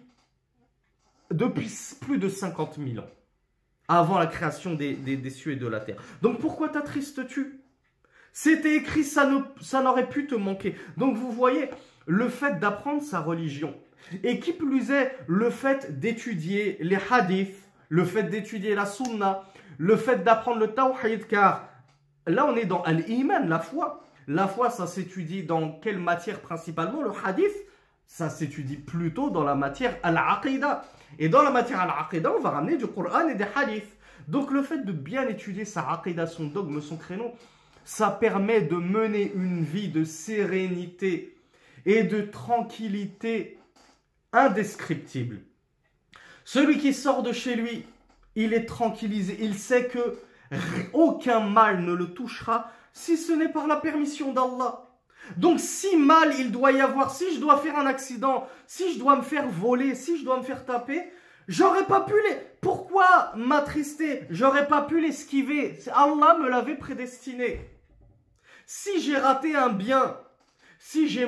plus de 50 000 ans. Avant la création des cieux et de la terre. Donc, pourquoi t'attristes-tu? C'était écrit, ça n'aurait pu te manquer. Donc, vous voyez, le fait d'apprendre sa religion, Et qui plus est, le fait d'étudier les hadiths, le fait d'étudier la sunna, le fait d'apprendre le tawhid, car là on est dans al-iman, la foi. La foi, ça s'étudie dans quelle matière principalement? Le hadith, ça s'étudie plutôt dans la matière al-aqida. Et dans la matière al-aqida, on va ramener du Coran et des hadiths. Donc le fait de bien étudier sa aqida, son dogme, son créneau, ça permet de mener une vie de sérénité et de tranquillité indescriptible. Celui qui sort de chez lui, il est tranquillisé, il sait que aucun mal ne le touchera si ce n'est par la permission d'Allah. Donc si mal il doit y avoir, si je dois faire un accident, si je dois me faire voler, si je dois me faire taper, j'aurais pas pu les... Pourquoi m'attrister? J'aurais pas pu l'esquiver. Allah me l'avait prédestiné. Si j'ai raté un bien, si j'ai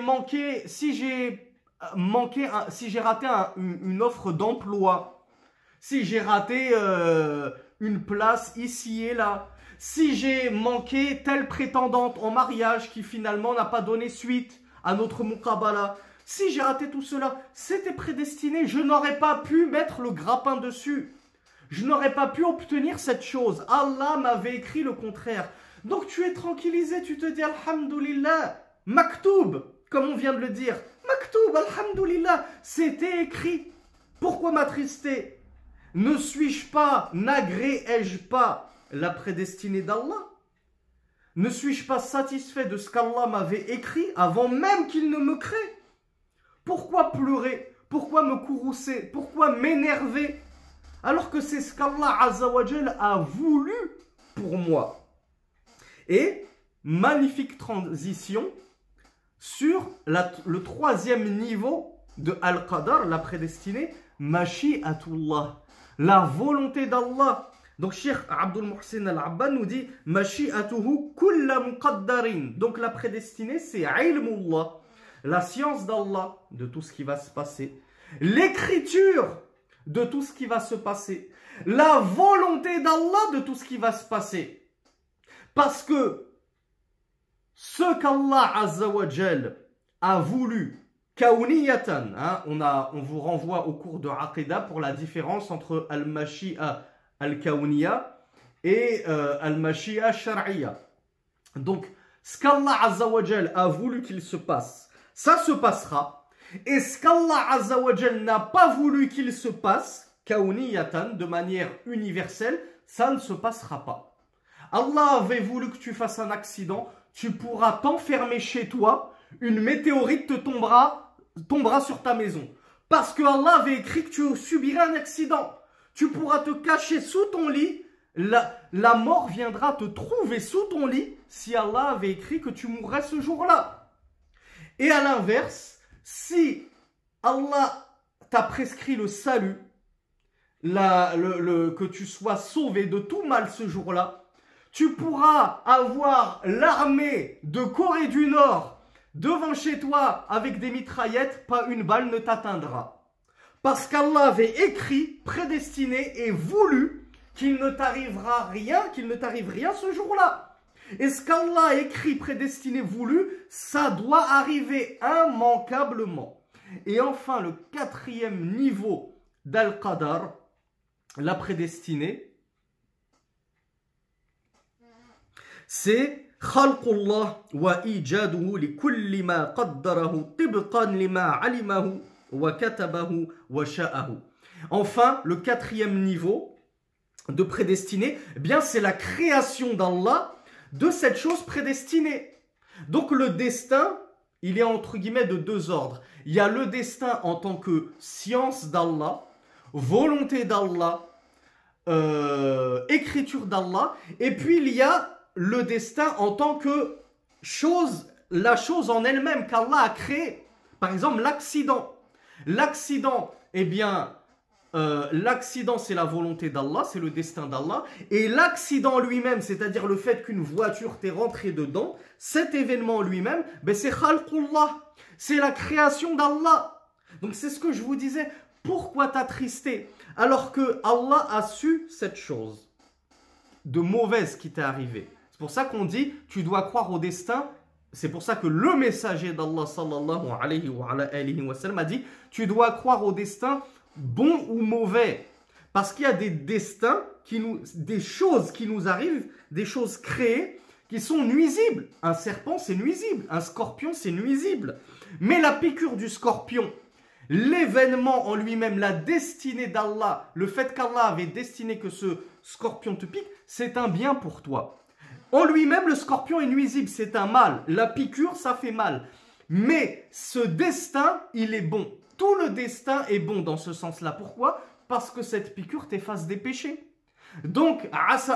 raté une offre d'emploi, si j'ai raté une place ici et là, si j'ai manqué telle prétendante en mariage qui finalement n'a pas donné suite à notre muqabala, si j'ai raté tout cela, c'était prédestiné. Je n'aurais pas pu mettre le grappin dessus. Je n'aurais pas pu obtenir cette chose. Allah m'avait écrit le contraire. Donc tu es tranquillisé, tu te dis Alhamdulillah, maktoub, comme on vient de le dire. Maktoub, Alhamdulillah, c'était écrit. Pourquoi m'attrister? Ne suis-je pas, n'agréai-je pas la prédestinée d'Allah? Ne suis-je pas satisfait de ce qu'Allah m'avait écrit avant même qu'il ne me crée? Pourquoi pleurer? Pourquoi me courroucer? Pourquoi m'énerver? Alors que c'est ce qu'Allah Azzawajal a voulu pour moi. Et magnifique transition sur le troisième niveau de Al-Qadar, la prédestinée, Mashi'atullah, la volonté d'Allah. Donc Cheikh Abdul Muhsin Al-Abban nous dit Mashi'atuhu kulla muqaddarin. Donc la prédestinée, c'est ilmullah, la science d'Allah de tout ce qui va se passer, l'écriture de tout ce qui va se passer, la volonté d'Allah de tout ce qui va se passer. Parce que ce qu'Allah Azzawajal a voulu, kawniyatan, hein, on vous renvoie au cours de Aqidah pour la différence entre al-mashi'a al-kawniya et al-mashi'a shar'iyya. Donc, ce qu'Allah Azzawajal a voulu qu'il se passe, ça se passera. Et ce qu'Allah Azzawajal n'a pas voulu qu'il se passe, kawniyatan, de manière universelle, ça ne se passera pas. Allah avait voulu que tu fasses un accident, tu pourras t'enfermer chez toi, une météorite te tombera sur ta maison. Parce que Allah avait écrit que tu subirais un accident. Tu pourras te cacher sous ton lit, la mort viendra te trouver sous ton lit si Allah avait écrit que tu mourrais ce jour-là. Et à l'inverse, si Allah t'a prescrit le salut, que tu sois sauvé de tout mal ce jour-là, tu pourras avoir l'armée de Corée du Nord devant chez toi avec des mitraillettes, pas une balle ne t'atteindra. Parce qu'Allah avait écrit, prédestiné et voulu qu'il ne t'arrivera rien, qu'il ne t'arrive rien ce jour-là. Et ce qu'Allah a écrit, prédestiné, voulu, ça doit arriver immanquablement. Et enfin, le quatrième niveau d'Al-Qadar, la prédestinée, c'est khalqullah wa ijaduhu li kulli ma qaddarahu tibqan lima alimahu wa katabahu wa sha'ahu. Enfin, le quatrième niveau de prédestiné, eh bien c'est la création d'Allah de cette chose prédestinée. Donc le destin, il est entre guillemets de deux ordres. Il y a le destin en tant que science d'Allah, volonté d'Allah, écriture d'Allah, et puis il y a le destin en tant que chose, la chose en elle-même qu'Allah a créée. Par exemple, l'accident. L'accident, eh bien, l'accident c'est la volonté d'Allah, c'est le destin d'Allah. Et l'accident lui-même, c'est-à-dire le fait qu'une voiture t'est rentrée dedans, cet événement lui-même, ben c'est khalqullah, c'est la création d'Allah. Donc c'est ce que je vous disais. Pourquoi t'attrister alors que Allah a su cette chose de mauvaise qui t'est arrivée? C'est pour ça qu'on dit, tu dois croire au destin c'est pour ça que le messager d'Allah sallallahu alayhi wa sallam a dit, tu dois croire au destin bon ou mauvais. Parce qu'il y a des destins, des choses qui nous arrivent, des choses créées qui sont nuisibles. Un serpent, c'est nuisible. Un scorpion, c'est nuisible. Mais la piqûre du scorpion, l'événement en lui-même, la destinée d'Allah, le fait qu'Allah avait destiné que ce scorpion te pique, c'est un bien pour toi. En lui-même, le scorpion est nuisible, c'est un mal. La piqûre, ça fait mal. Mais ce destin, il est bon. Tout le destin est bon dans ce sens-là. Pourquoi ? Parce que cette piqûre t'efface des péchés. Donc,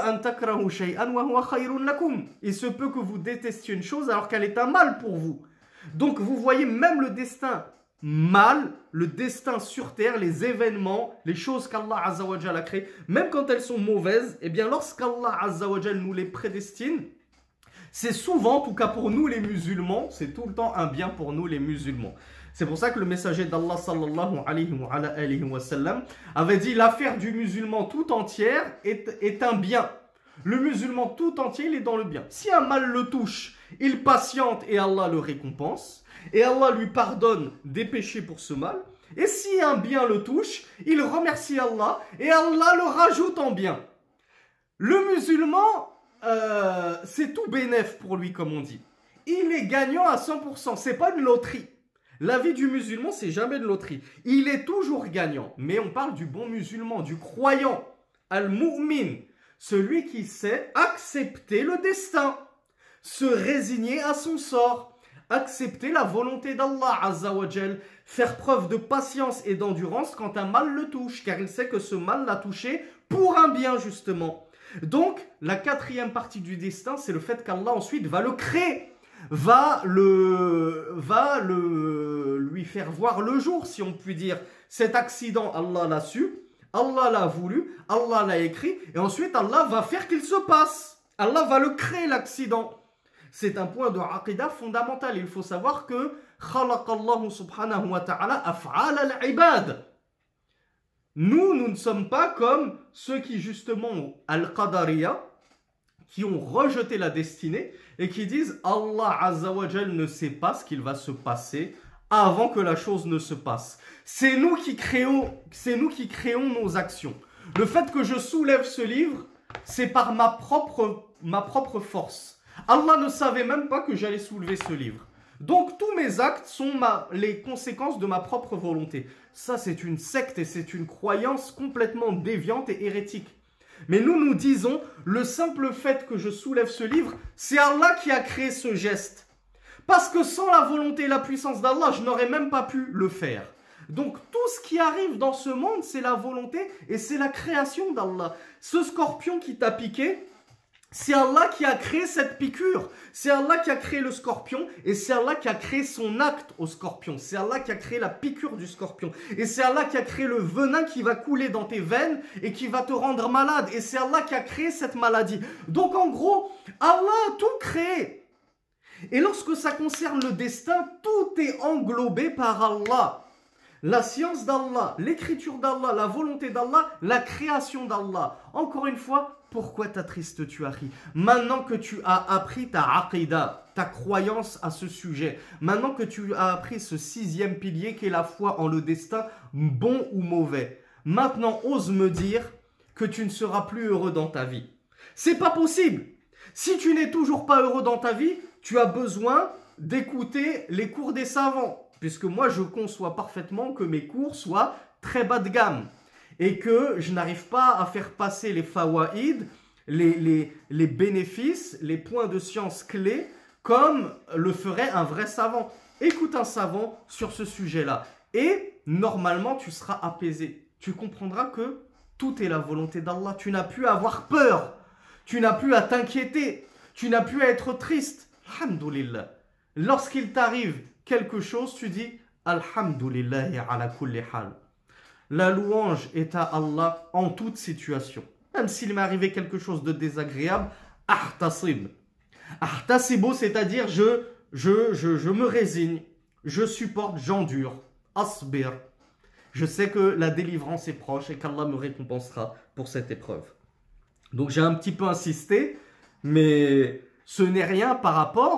il se peut que vous détestiez une chose alors qu'elle est un mal pour vous. Donc, vous voyez même le destin mal, le destin sur terre, les événements, les choses qu'Allah Azza wa Jal a créées, même quand elles sont mauvaises, eh bien, lorsqu'Allah Azza wa Jal nous les prédestine, c'est souvent, en tout cas pour nous les musulmans, c'est tout le temps un bien pour nous les musulmans. C'est pour ça que le messager d'Allah sallallahu alayhi wa sallam avait dit l'affaire du musulman tout entière est un bien. Le musulman tout entier, il est dans le bien. Si un mal le touche, il patiente et Allah le récompense. Et Allah lui pardonne des péchés pour ce mal. Et si un bien le touche, il remercie Allah et Allah le rajoute en bien. Le musulman, c'est tout bénef pour lui, comme on dit. Il est gagnant à 100%. C'est pas une loterie. La vie du musulman, c'est jamais une loterie. Il est toujours gagnant. Mais on parle du bon musulman, du croyant. Al-mu'min. Celui qui sait accepter le destin. Se résigner à son sort. Accepter la volonté d'Allah Azza wa Jal. Faire preuve de patience et d'endurance quand un mal le touche. Car il sait que ce mal l'a touché pour un bien, justement. Donc, la quatrième partie du destin, c'est le fait qu'Allah ensuite va le créer. Va lui faire voir le jour, si on peut dire. Cet accident, Allah l'a su, Allah l'a voulu, Allah l'a écrit, et ensuite Allah va faire qu'il se passe. Allah va le créer, l'accident. C'est un point de aqidah fondamental. Il faut savoir que khalaqallahu subhanahu wa ta'ala af'al al-ibad. Nous ne sommes pas comme ceux qui justement, al-qadariya, qui ont rejeté la destinée et qui disent Allah Azza wa Jal ne sait pas ce qu'il va se passer avant que la chose ne se passe. C'est nous qui créons nos actions. Le fait que je soulève ce livre, c'est par ma propre force. Allah ne savait même pas que j'allais soulever ce livre. Donc tous mes actes sont les conséquences de ma propre volonté. Ça, c'est une secte et c'est une croyance complètement déviante et hérétique. Mais nous disons, le simple fait que je soulève ce livre, c'est Allah qui a créé ce geste. Parce que sans la volonté et la puissance d'Allah, je n'aurais même pas pu le faire. Donc tout ce qui arrive dans ce monde, c'est la volonté et c'est la création d'Allah. Ce scorpion qui t'a piqué, c'est Allah qui a créé cette piqûre. C'est Allah qui a créé le scorpion et c'est Allah qui a créé son acte au scorpion. C'est Allah qui a créé la piqûre du scorpion. Et c'est Allah qui a créé le venin qui va couler dans tes veines et qui va te rendre malade. Et c'est Allah qui a créé cette maladie. Donc en gros, Allah a tout créé. Et lorsque ça concerne le destin, tout est englobé par Allah. La science d'Allah, l'écriture d'Allah, la volonté d'Allah, la création d'Allah. Encore une fois, pourquoi t'attristes-tu, Akhi? Maintenant que tu as appris ta aqidah, ta croyance à ce sujet, maintenant que tu as appris ce 6e pilier qui est la foi en le destin, bon ou mauvais, maintenant ose me dire que tu ne seras plus heureux dans ta vie. C'est pas possible. Si tu n'es toujours pas heureux dans ta vie, tu as besoin d'écouter les cours des savants. Puisque moi, je conçois parfaitement que mes cours soient très bas de gamme. Et que je n'arrive pas à faire passer les fawaïd, les bénéfices, les points de science clés, comme le ferait un vrai savant. Écoute un savant sur ce sujet-là. Et normalement, tu seras apaisé. Tu comprendras que tout est la volonté d'Allah. Tu n'as plus à avoir peur. Tu n'as plus à t'inquiéter. Tu n'as plus à être triste. Alhamdulillah. Lorsqu'il t'arrive quelque chose, tu dis Alhamdulillahi ala kulli hal. La louange est à Allah en toute situation. Même s'il m'est arrivé quelque chose de désagréable, ahtasib. Ahtasibo, c'est-à-dire je me résigne, je supporte, j'endure. Asbir. Je sais que la délivrance est proche et qu'Allah me récompensera pour cette épreuve. Donc j'ai un petit peu insisté, mais ce n'est rien par rapport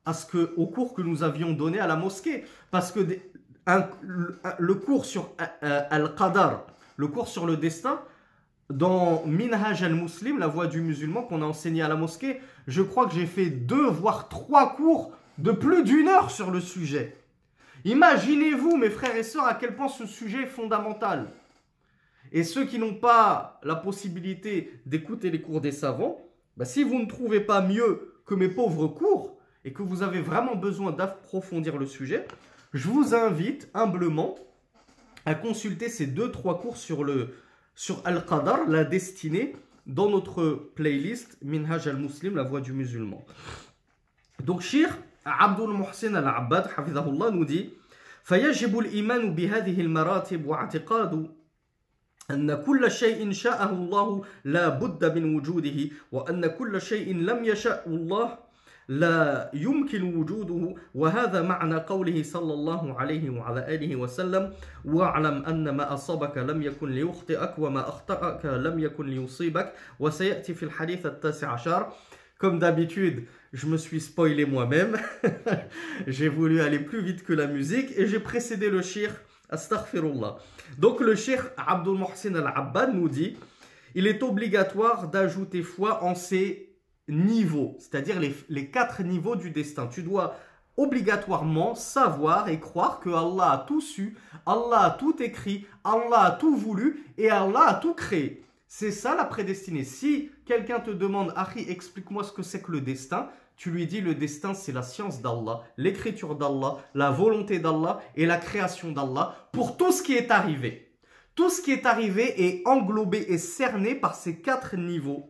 au cours que nous avions donné à la mosquée. Parce que le cours sur Al-Qadar, le cours sur le destin, dans Minhaj al-Muslim, la voie du musulman qu'on a enseigné à la mosquée, je crois que j'ai fait 2 voire 3 cours de plus d'1 heure sur le sujet. Imaginez-vous, mes frères et sœurs, à quel point ce sujet est fondamental. Et ceux qui n'ont pas la possibilité d'écouter les cours des savants, bah, si vous ne trouvez pas mieux que mes pauvres cours et que vous avez vraiment besoin d'approfondir le sujet, je vous invite humblement à consulter ces 2-3 cours sur Al-Qadar, la destinée, dans notre playlist Minhaj al-Muslim, la voie du musulman. Donc, Cheikh Abdul Muhsin al-Abbad, hafidhahullah, nous dit فيجب الإيمان بهذه المراتب واعتقاد أن كل شيء شاءه الله لا بد من وجوده وأن كل شيء لم يشأ الله لا يمكن وجوده وهذا معنى قوله صلى الله عليه وعلى آله وسلم واعلم أن ما أصابك لم يكن ليخطئك وما أخطأك لم يكن ليصيبك وسيأتي في الحديث 19. Comme d'habitude, je me suis spoilé moi-même. J'ai voulu aller plus vite que la musique et j'ai précédé le cheikh. Astaghfirullah. Donc le cheikh Abdul Muhsin al-Abbad nous dit il est obligatoire d'ajouter foi en ces niveaux, c'est-à-dire les 4 niveaux du destin. Tu dois obligatoirement savoir et croire que Allah a tout su, Allah a tout écrit, Allah a tout voulu et Allah a tout créé. C'est ça la prédestinée. Si quelqu'un te demande, Akhi, explique-moi ce que c'est que le destin, tu lui dis le destin c'est la science d'Allah, l'écriture d'Allah, la volonté d'Allah et la création d'Allah pour tout ce qui est arrivé. Tout ce qui est arrivé est englobé et cerné par ces 4 niveaux.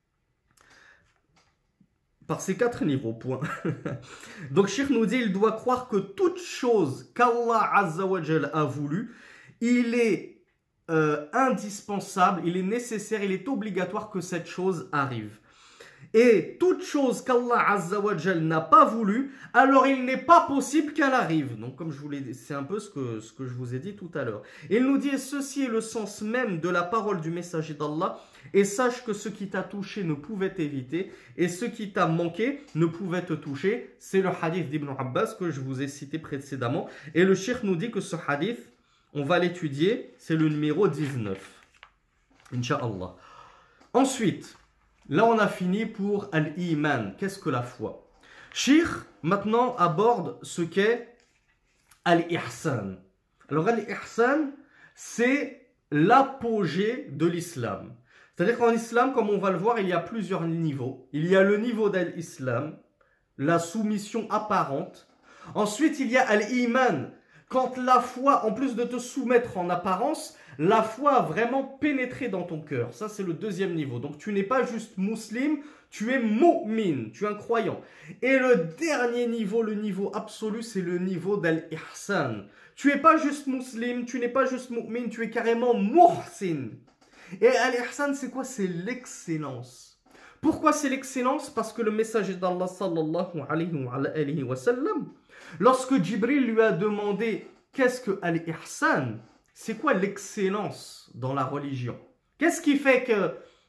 Par ces 4 niveaux, point. Donc, Cheikh nous dit, il doit croire que toute chose qu'Allah Azza wa Jal a voulu, il est indispensable, il est nécessaire, il est obligatoire que cette chose arrive. Et toute chose qu'Allah Azza wa Jal n'a pas voulu, alors il n'est pas possible qu'elle arrive. Donc comme je vous l'ai dit, c'est un peu ce que je vous ai dit tout à l'heure. Il nous dit, ceci est le sens même de la parole du messager d'Allah, et sache que ce qui t'a touché ne pouvait t'éviter, et ce qui t'a manqué ne pouvait te toucher. C'est le hadith d'Ibn Abbas que je vous ai cité précédemment. Et le cheikh nous dit que ce hadith, on va l'étudier, c'est le numéro 19. Inch'Allah. Ensuite, là on a fini pour Al-Iman. Qu'est-ce que la foi? Cheikh maintenant aborde ce qu'est Al-Ihsan. Alors Al-Ihsan, c'est l'apogée de l'islam. C'est-à-dire qu'en islam, comme on va le voir, il y a plusieurs niveaux. Il y a le niveau d'Al-Islam, la soumission apparente. Ensuite, il y a Al-Iman. Quand la foi, en plus de te soumettre en apparence, la foi a vraiment pénétré dans ton cœur. Ça, c'est le 2e niveau. Donc, tu n'es pas juste musulman, tu es mu'min, tu es un croyant. Et le dernier niveau, le niveau absolu, c'est le niveau d'al-ihsan. Tu n'es pas juste musulman, tu n'es pas juste mu'min, tu es carrément muhsin. Et al-ihsan, c'est quoi? C'est l'excellence. Pourquoi c'est l'excellence? Parce que le messager d'Allah, sallallahu alayhi wa sallam, lorsque Jibril lui a demandé qu'est-ce que Al-Ihsan, c'est quoi l'excellence dans la religion? Qu'est-ce qui fait que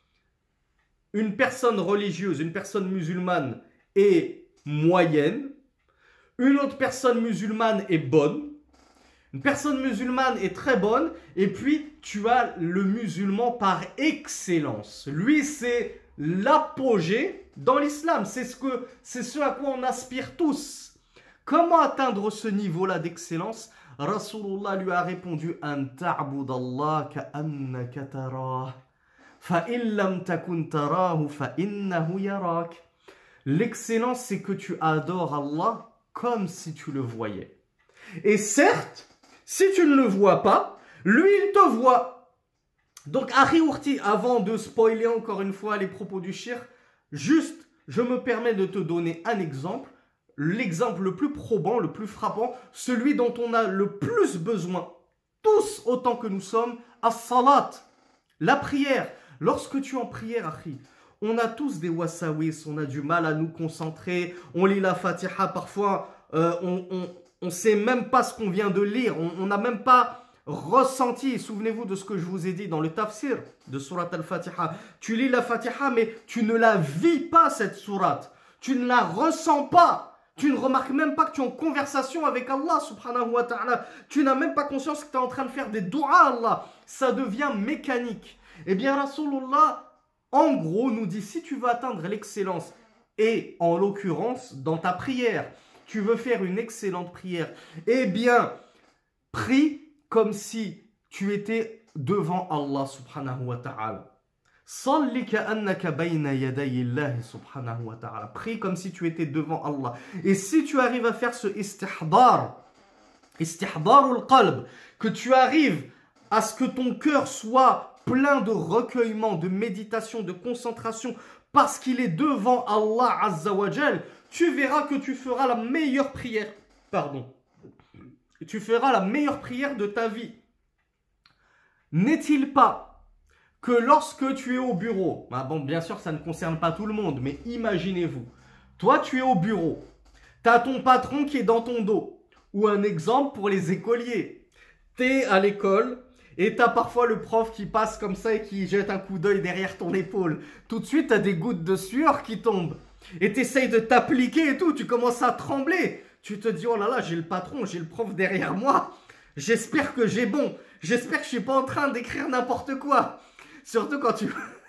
une personne religieuse, une personne musulmane est moyenne, une autre personne musulmane est bonne, une personne musulmane est très bonne, et puis tu as le musulman par excellence. Lui, c'est l'apogée dans l'islam. C'est ce à quoi on aspire tous. Comment atteindre ce niveau-là d'excellence? Rasulullah lui a répondu An ta'budallah ka'annaka tarah fa in lam takun tarahu fa innahu yarak. L'excellence, c'est que tu adores Allah comme si tu le voyais. Et certes, si tu ne le vois pas, lui, il te voit. Donc, Akhi Ourti, avant de spoiler encore une fois les propos du cheikh, juste, je me permets de te donner un exemple. L'exemple le plus probant, le plus frappant, celui dont on a le plus besoin, tous autant que nous sommes, as-salat, la prière. Lorsque tu es en prière, Akhi, on a tous des wasawis, on a du mal à nous concentrer, on lit la Fatiha, parfois on ne sait même pas ce qu'on vient de lire, on n'a même pas ressenti. Souvenez-vous de ce que je vous ai dit dans le tafsir de Surat al-Fatiha. Tu lis la Fatiha, mais tu ne la vis pas, cette sourate. Tu ne la ressens pas. Tu ne remarques même pas que tu es en conversation avec Allah subhanahu wa ta'ala. Tu n'as même pas conscience que tu es en train de faire des doigts à Allah. Ça devient mécanique. Eh bien, Rasulullah, en gros, nous dit, si tu veux atteindre l'excellence, et en l'occurrence, dans ta prière, tu veux faire une excellente prière, eh bien, prie comme si tu étais devant Allah subhanahu wa ta'ala. Salli ka'annaka bayna yaday Allah subhanahu wa ta'ala. Prie comme si tu étais devant Allah. Et si tu arrives à faire ce istihdarul qalb, que tu arrives à ce que ton cœur soit plein de recueillement, de méditation, de concentration, parce qu'il est devant Allah Azza wa Jal, tu verras que tu feras la meilleure prière. Tu feras la meilleure prière de ta vie. N'est-il pas que lorsque tu es au bureau, bon, bien sûr, ça ne concerne pas tout le monde, mais imaginez-vous, toi, tu es au bureau, tu as ton patron qui est dans ton dos, ou un exemple pour les écoliers, tu es à l'école et tu as parfois le prof qui passe comme ça et qui jette un coup d'œil derrière ton épaule. Tout de suite, tu as des gouttes de sueur qui tombent et tu essayes de t'appliquer et tout, tu commences à trembler. Tu te dis, oh là là, j'ai le patron, j'ai le prof derrière moi, j'espère que j'ai bon, j'espère que je ne suis pas en train d'écrire n'importe quoi. Surtout quand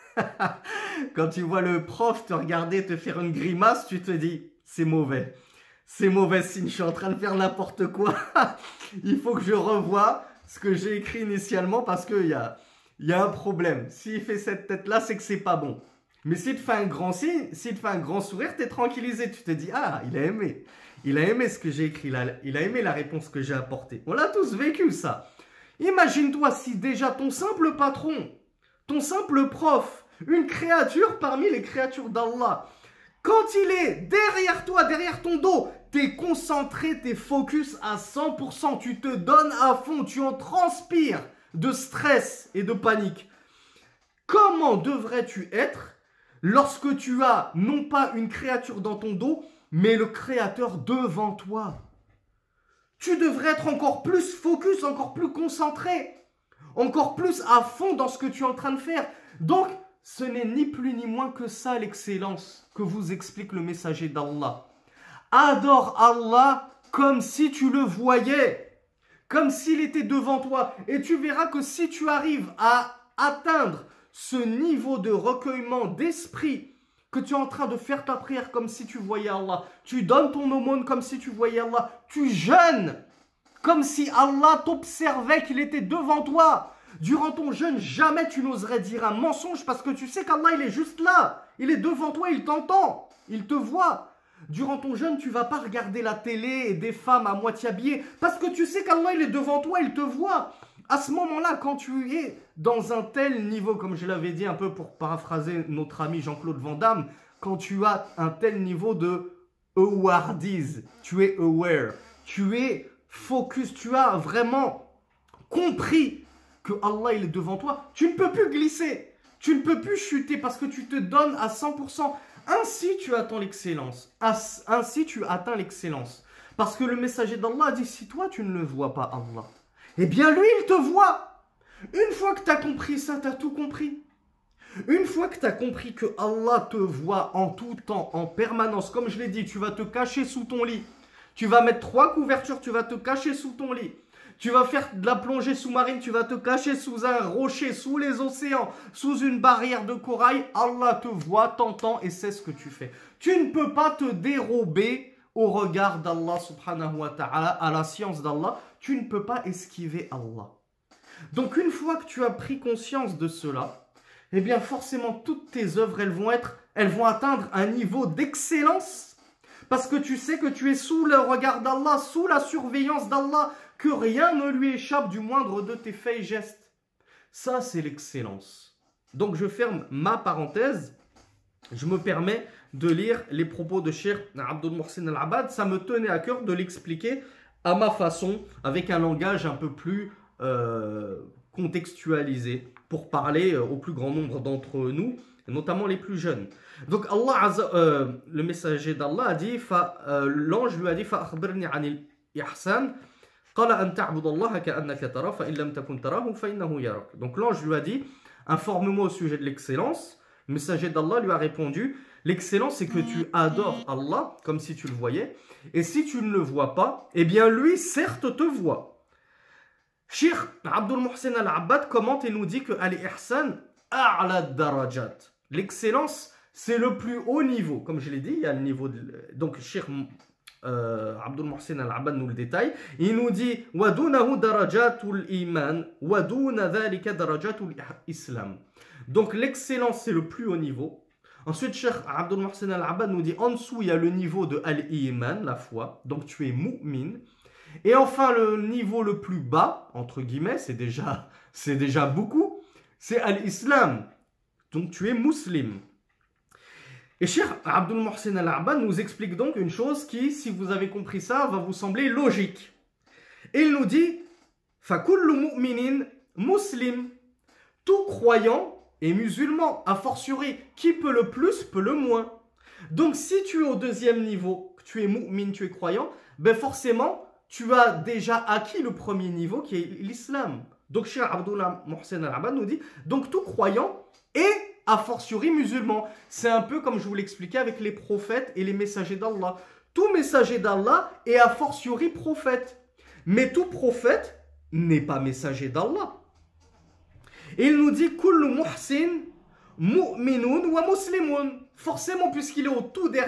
tu vois le prof te regarder, te faire une grimace, tu te dis, c'est mauvais. C'est mauvais signe, je suis en train de faire n'importe quoi. Il faut que je revoie ce que j'ai écrit initialement parce qu'il y a un problème. S'il fait cette tête-là, c'est que c'est pas bon. Mais s'il te fait un grand signe, s'il te fait un grand sourire, tu es tranquillisé. Tu te dis, ah, il a aimé. Il a aimé ce que j'ai écrit là. Il a aimé la réponse que j'ai apportée. On l'a tous vécu, ça. Imagine-toi si déjà ton simple patron, ton simple prof, une créature parmi les créatures d'Allah, quand il est derrière toi, derrière ton dos, tu es concentré, tu es focus à 100%, tu te donnes à fond, tu en transpires de stress et de panique. Comment devrais-tu être lorsque tu as non pas une créature dans ton dos, mais le créateur devant toi? Tu devrais être encore plus focus, encore plus concentré, encore plus à fond dans ce que tu es en train de faire. Donc, ce n'est ni plus ni moins que ça l'excellence que vous explique le messager d'Allah. Adore Allah comme si tu le voyais, comme s'il était devant toi. Et tu verras que si tu arrives à atteindre ce niveau de recueillement d'esprit, que tu es en train de faire ta prière comme si tu voyais Allah, tu donnes ton aumône comme si tu voyais Allah, tu jeûnes comme si Allah t'observait, qu'il était devant toi. Durant ton jeûne, jamais tu n'oserais dire un mensonge parce que tu sais qu'Allah, il est juste là. Il est devant toi, il t'entend, il te voit. Durant ton jeûne, tu ne vas pas regarder la télé et des femmes à moitié habillées parce que tu sais qu'Allah, il est devant toi, il te voit. À ce moment-là, quand tu es dans un tel niveau, comme je l'avais dit un peu pour paraphraser notre ami Jean-Claude Van Damme, quand tu as un tel niveau de awareness, tu es aware, tu es focus, tu as vraiment compris que Allah il est devant toi, tu ne peux plus glisser, tu ne peux plus chuter parce que tu te donnes à 100%. Ainsi tu atteins l'excellence, ainsi tu atteins l'excellence. Parce que le messager d'Allah a dit, si toi tu ne le vois pas Allah, eh bien lui il te voit. Une fois que tu as compris ça, tu as tout compris. Une fois que tu as compris que Allah te voit en tout temps, en permanence, comme je l'ai dit, tu vas te cacher sous ton lit. Tu vas mettre 3 couvertures, tu vas te cacher sous ton lit. Tu vas faire de la plongée sous-marine, tu vas te cacher sous un rocher, sous les océans, sous une barrière de corail. Allah te voit, t'entend et sait ce que tu fais. Tu ne peux pas te dérober au regard d'Allah subhanahu wa ta'ala, à la science d'Allah. Tu ne peux pas esquiver Allah. Donc une fois que tu as pris conscience de cela, eh bien forcément toutes tes œuvres, elles vont atteindre un niveau d'excellence. Parce que tu sais que tu es sous le regard d'Allah, sous la surveillance d'Allah, que rien ne lui échappe du moindre de tes faits et gestes. Ça, c'est l'excellence. Donc, je ferme ma parenthèse. Je me permets de lire les propos de Cheikh Abdul Muhsin Al-Abad. Ça me tenait à cœur de l'expliquer à ma façon, avec un langage un peu plus contextualisé, pour parler au plus grand nombre d'entre nous, notamment les plus jeunes. Donc le messager d'Allah a dit, l'ange lui a dit, فأخبرني عن الإحسان قال أن تعبد الله كأنك تراه فإن لم تكن تراه فإنه يراك. Donc l'ange lui a dit, informe-moi au sujet de l'excellence. Le messager d'Allah lui a répondu, l'excellence c'est que tu adores Allah comme si tu le voyais Et si tu ne le vois pas, eh bien lui, certes, te voit. Cheikh Abdul Muhsin al-Abbad commente et nous dit que al-ihsan a'la darajat. L'excellence, c'est le plus haut niveau. Comme je l'ai dit, il y a le niveau de... Donc, Cheikh Abdul Muhsin al-Abbad nous le détaille. Il nous dit وَدُونَهُ دَرَجَاتُ الْإِيمَانِ وَدُونَ ذَلِكَ دَرَجَاتُ الْإِسْلَامِ. Donc l'excellence c'est le plus haut niveau. Ensuite Cheikh Abdul Muhsin al-Abbad nous dit en dessous il y a le niveau de al-Iman, la foi. Donc tu es mu'min. Et enfin le niveau le plus bas, entre guillemets, c'est déjà beaucoup, c'est al-Islam. Donc tu es musulman. Et Cheikh Abdul Muhsin al-Abbad nous explique donc une chose qui, si vous avez compris ça, va vous sembler logique. Et il nous dit فَكُلُّ مُؤْمِنٍ muslim. Tout croyant est musulman, a fortiori. Qui peut le plus, peut le moins. Donc si tu es au deuxième niveau, tu es mu'min, tu es croyant, ben forcément, tu as déjà acquis le premier niveau qui est l'islam. Donc Cheikh Abdul Muhsin al-Abbad nous dit, donc tout croyant est a fortiori musulman. C'est un peu comme je vous l'expliquais avec les prophètes et les messagers d'Allah. Tout messager d'Allah est a fortiori prophète. Mais tout prophète n'est pas messager d'Allah. Et il nous dit kullu muhsin mu'minun wa muslimun. Forcément, puisqu'il est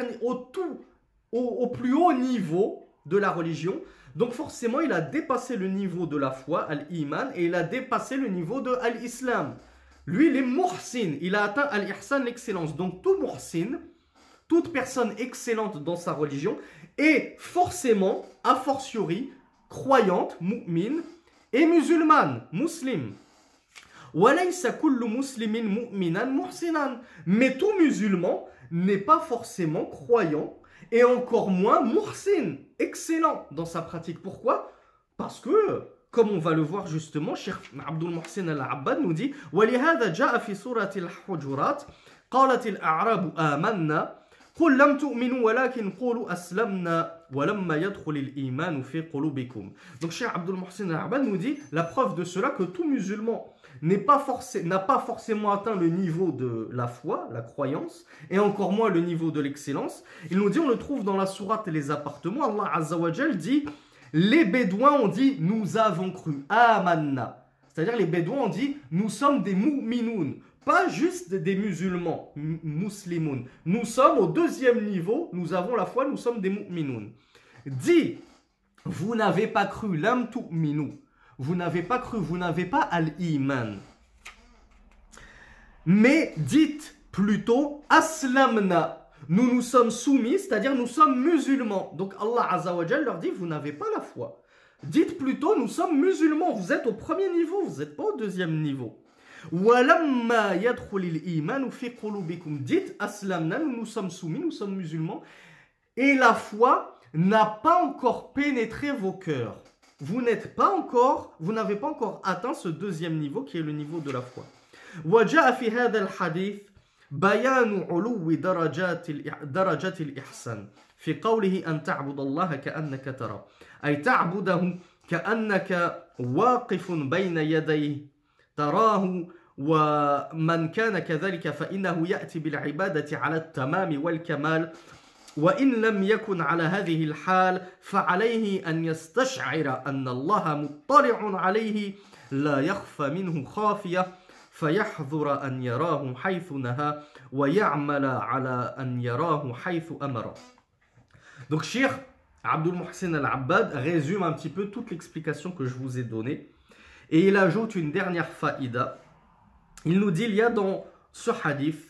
au plus haut niveau de la religion, donc forcément, il a dépassé le niveau de la foi, al-iman, et il a dépassé le niveau de al-islam. Lui, il est muhsin, il a atteint al-ihsan, l'excellence. Donc tout muhsin, toute personne excellente dans sa religion, est forcément, a fortiori, croyante, mu'min, et musulmane, muslim. وَلَيْسَ كُلُّ مُسْلِمٍ مُؤْمِنًا مُحْسِنًا. Mais tout musulman n'est pas forcément croyant, et encore moins muhsin, excellent dans sa pratique. Pourquoi? Parce que, comme on va le voir justement, Cheikh Abdul Muhsin al-Abbad nous dit وَلِهَذَا جَاءَ فِي سُورَةِ الْحُجُرَاتِ قَالَتِ الْأَعْرَابُ آمَنَّا قُلْ لَمْ تُؤْمِنُوا وَلَكِنْ قُولُوا أَسْلَمْنَا وَلَمَّا يَدْخُلِ الْإِيمَانُ فِي قُلُوبِكُمْ. Donc Cheikh Abdul Muhsin al-Abbad nous dit la preuve de cela que tout musulman n'a pas forcément atteint le niveau de la foi, la croyance, et encore moins le niveau de l'excellence. Il nous dit, on le trouve dans la sourate Les Appartements, Allah Azza wa Jal dit, les Bédouins ont dit, nous avons cru, amanna. C'est-à-dire les Bédouins ont dit, nous sommes des mu'minoun, pas juste des musulmans, muslimoun. Nous sommes au deuxième niveau, nous avons la foi, nous sommes des mu'minoun. Dit, vous n'avez pas cru, lam tu'minu. Vous n'avez pas cru, vous n'avez pas al-iman. Mais dites plutôt aslamna. Nous nous sommes soumis, c'est-à-dire nous sommes musulmans. Donc Allah Azza wa Jal leur dit, vous n'avez pas la foi. Dites plutôt, nous sommes musulmans. Vous êtes au premier niveau, vous n'êtes pas au deuxième niveau. وَلَمَّا يَدْخُلِ الْإِيمَانُ فِي قُلُوبِكُمْ. Dites aslamna, nous nous sommes soumis, nous sommes musulmans. Et la foi n'a pas encore pénétré vos cœurs. Vous n'avez pas encore atteint ce deuxième niveau qui est le niveau de la foi. وجاء في هذا الحديث بيان علو درجات الإحسان في قوله أن تعبد الله كأنك ترى أي تعبده كأنك واقف بين يديه تراه ومن كان كذلك فإنه يأتي بالعبادة على التمام والكمال وإن لم يكن على هذه الحال فعليه أن يستشعر أن الله مطلع عليه لا يخفى منه خافية فيحذر أن يراه حيث نهى ويعمل على أن يراه حيث أمر. Donc Cheikh Abdul Muhsin al-Abbad résume un petit peu toute l'explication que je vous ai donnée et il ajoute une dernière faïda. Il nous dit, il y a dans ce hadith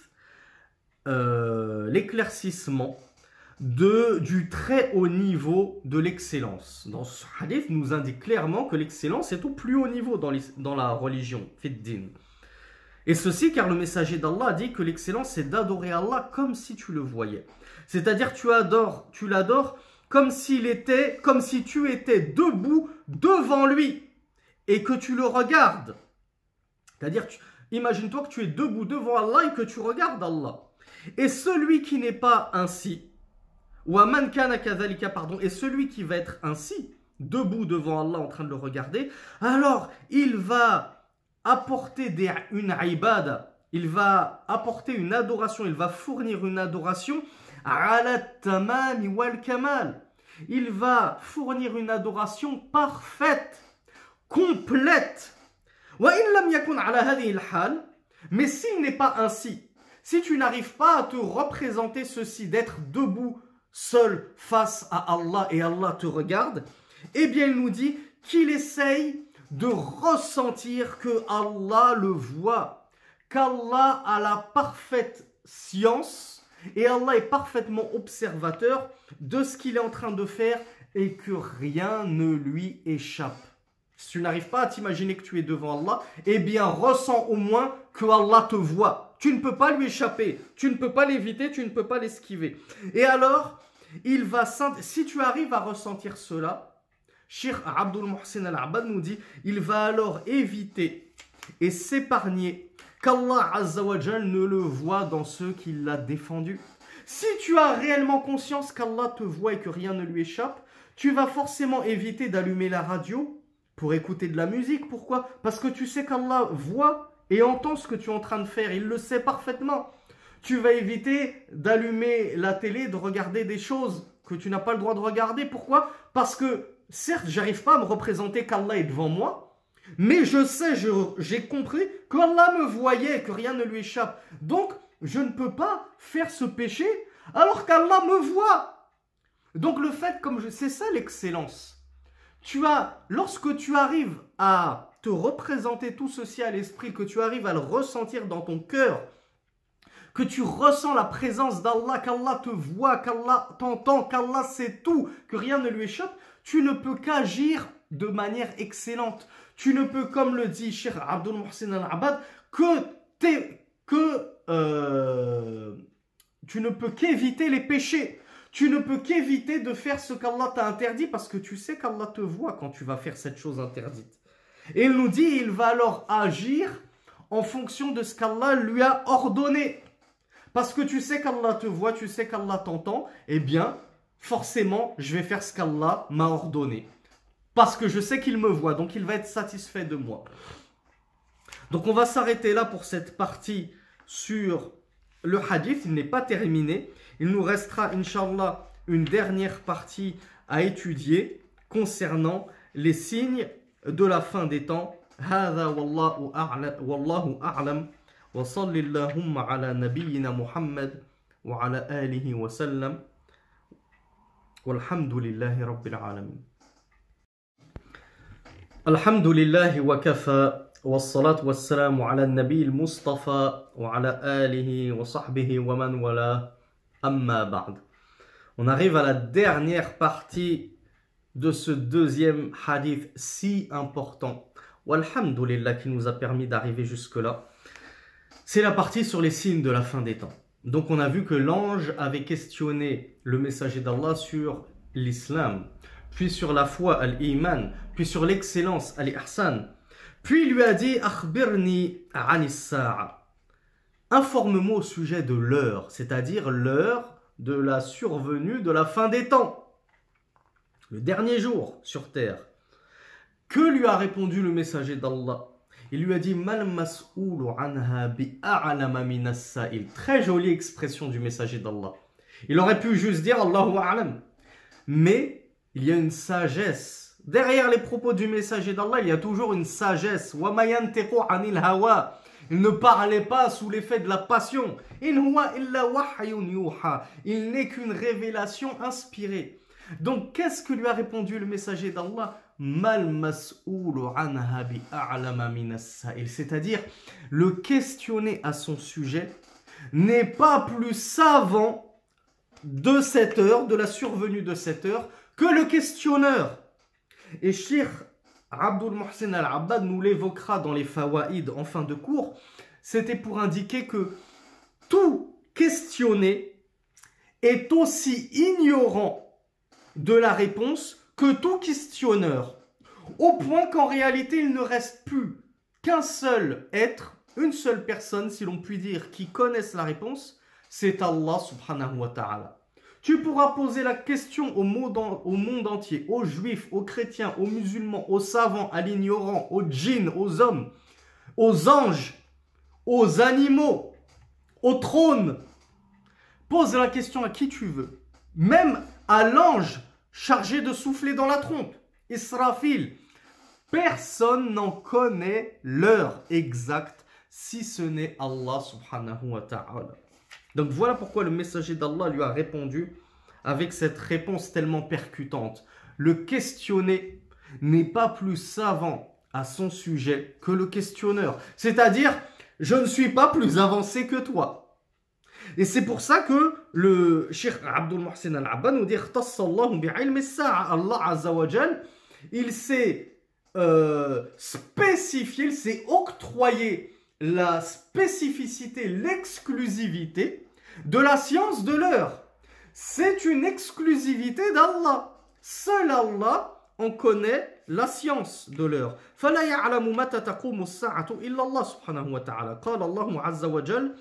l'éclaircissement du très haut niveau de l'excellence. Dans ce hadith, nous indique clairement que l'excellence est au plus haut niveau dans la religion, Fiddin. Et ceci car le messager d'Allah a dit que l'excellence c'est d'adorer Allah comme si tu le voyais. C'est-à-dire tu l'adores comme si tu étais debout devant lui et que tu le regardes. C'est-à-dire, imagine-toi que tu es debout devant Allah et que tu regardes Allah. Et celui qui n'est pas ainsi, et celui qui va être ainsi, debout devant Allah en train de le regarder, alors il va apporter une ibada, il va apporter une adoration, il va fournir une adoration ala tamami wal kamal. il va fournir une adoration parfaite, complète. Mais s'il n'est pas ainsi, si tu n'arrives pas à te représenter ceci, d'être debout, seul, face à Allah et Allah te regarde, eh bien il nous dit qu'il essaye de ressentir que Allah le voit, qu'Allah a la parfaite science et Allah est parfaitement observateur de ce qu'il est en train de faire et que rien ne lui échappe. Si tu n'arrives pas à t'imaginer que tu es devant Allah, eh bien ressens au moins que Allah te voit. Tu ne peux pas lui échapper, tu ne peux pas l'éviter, tu ne peux pas l'esquiver. Et alors, si tu arrives à ressentir cela, Cheikh Abdul Muhsin Al-Abbad nous dit, il va alors éviter et s'épargner qu'Allah Azza wa Jal ne le voit dans ceux qui l'a défendu. Si tu as réellement conscience qu'Allah te voit et que rien ne lui échappe, tu vas forcément éviter d'allumer la radio pour écouter de la musique. Pourquoi? Parce que tu sais qu'Allah voit et entend ce que tu es en train de faire. Il le sait parfaitement. Tu vas éviter d'allumer la télé, de regarder des choses que tu n'as pas le droit de regarder. Pourquoi? Parce que, certes, j'arrive pas à me représenter qu'Allah est devant moi, mais je sais, j'ai compris qu'Allah me voyait, que rien ne lui échappe. Donc, je ne peux pas faire ce péché alors qu'Allah me voit. Donc, le fait, c'est ça l'excellence. Lorsque tu arrives à te représenter tout ceci à l'esprit, que tu arrives à le ressentir dans ton cœur, que tu ressens la présence d'Allah, qu'Allah te voit, qu'Allah t'entend, qu'Allah sait tout, que rien ne lui échappe, tu ne peux qu'agir de manière excellente. Tu ne peux, comme le dit Cheikh Abdul Muhsin Al-Abbad, tu ne peux qu'éviter les péchés. Tu ne peux qu'éviter de faire ce qu'Allah t'a interdit parce que tu sais qu'Allah te voit quand tu vas faire cette chose interdite. Et il nous dit, il va alors agir en fonction de ce qu'Allah lui a ordonné. Parce que tu sais qu'Allah te voit, tu sais qu'Allah t'entend, eh bien, forcément, je vais faire ce qu'Allah m'a ordonné. Parce que je sais qu'il me voit, donc il va être satisfait de moi. Donc on va s'arrêter là pour cette partie sur le hadith. Il n'est pas terminé. Il nous restera, Inch'Allah, une dernière partie à étudier concernant les signes de la fin des temps. هذا والله أعلم وصل اللهم على نبينا محمد وعلى آله وسلم والحمد لله رب العالمين. الحمد لله وكفى والصلاة والسلام على النبي المصطفى وعلى آله وصحبه ومن والاه. Amma ba'd. On arrive à la dernière partie de ce deuxième hadith si important. Walhamdulillah qui nous a permis d'arriver jusque-là. C'est la partie sur les signes de la fin des temps. Donc on a vu que l'ange avait questionné le messager d'Allah sur l'islam, puis sur la foi, al-iman, puis sur l'excellence, al-ihsan. Puis il lui a dit, akhbirni anis sa'a. Informe-moi au sujet de l'heure, c'est-à-dire l'heure de la survenue de la fin des temps, le dernier jour sur terre. Que lui a répondu le messager d'Allah? Il lui a dit Mal mas'oulu anha bi'a'lama minas sa'il. Très jolie expression du messager d'Allah. Il aurait pu juste dire Allahu a'lam. Mais il y a une sagesse. Derrière les propos du messager d'Allah, il y a toujours une sagesse. Wa ma yantiqu anil hawa. Il ne parlait pas sous l'effet de la passion. In huwa illa wahyun yuha. Il n'est qu'une révélation inspirée. Donc, qu'est-ce que lui a répondu le messager d'Allah? Mal mas'oulu anha bi'a'lama minas sa'il. C'est-à-dire, le questionné à son sujet n'est pas plus savant de cette heure, de la survenue de cette heure, que le questionneur. Et Cheikh Abdul Muhsin Al-Abbad nous l'évoquera dans les Fawaïd en fin de cours. C'était pour indiquer que tout questionné est aussi ignorant de la réponse que tout questionneur. Au point qu'en réalité, il ne reste plus qu'un seul être, une seule personne, si l'on peut dire, qui connaisse la réponse, c'est Allah subhanahu wa ta'ala. Tu pourras poser la question au monde entier, aux juifs, aux chrétiens, aux musulmans, aux savants, à l'ignorant, aux djinns, aux hommes, aux anges, aux animaux, au trône. Pose la question à qui tu veux. Même à l'ange chargé de souffler dans la trompe. Israfil. Personne n'en connaît l'heure exacte si ce n'est Allah subhanahu wa ta'ala. Donc voilà pourquoi le messager d'Allah lui a répondu avec cette réponse tellement percutante. Le questionné n'est pas plus savant à son sujet que le questionneur. C'est-à-dire, je ne suis pas plus avancé que toi. Et c'est pour ça que le Cheikh Abdul Muhsin Al-Abbad nous dit Allah Azza wa Jal, il s'est spécifié, il s'est octroyé la spécificité, l'exclusivité de la science de l'heure. C'est une exclusivité d'Allah. Seul Allah en connaît la science de l'heure. فَلَا يَعْلَمُ مَتَى تَقُومُ السَّاعَةُ إِلَّا اللَّهُ سُبْحَانَهُ وَتَعَالَى قال الله عز وجل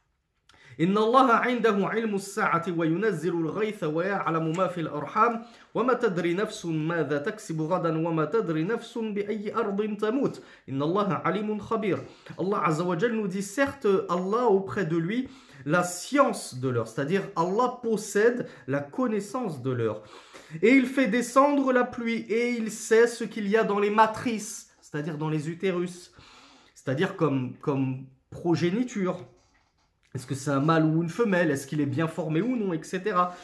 إن الله عنده علم الساعة وينزل الغيث ويعلم ما في الأرحام وما تدري نفس ماذا تكسب غدا وما تدري نفس بأي أرض تموت إن الله عليم خبير. Allah Azza wa Jal nous dit certes Allah auprès de lui la science de l'heure, c'est-à-dire Allah possède la connaissance de l'heure. Et il fait descendre la pluie et il sait ce qu'il y a dans les matrices, c'est-à-dire dans les utérus, c'est-à-dire comme progéniture. Est-ce que c'est un mâle ou une femelle? Est-ce qu'il est bien formé ou non, etc.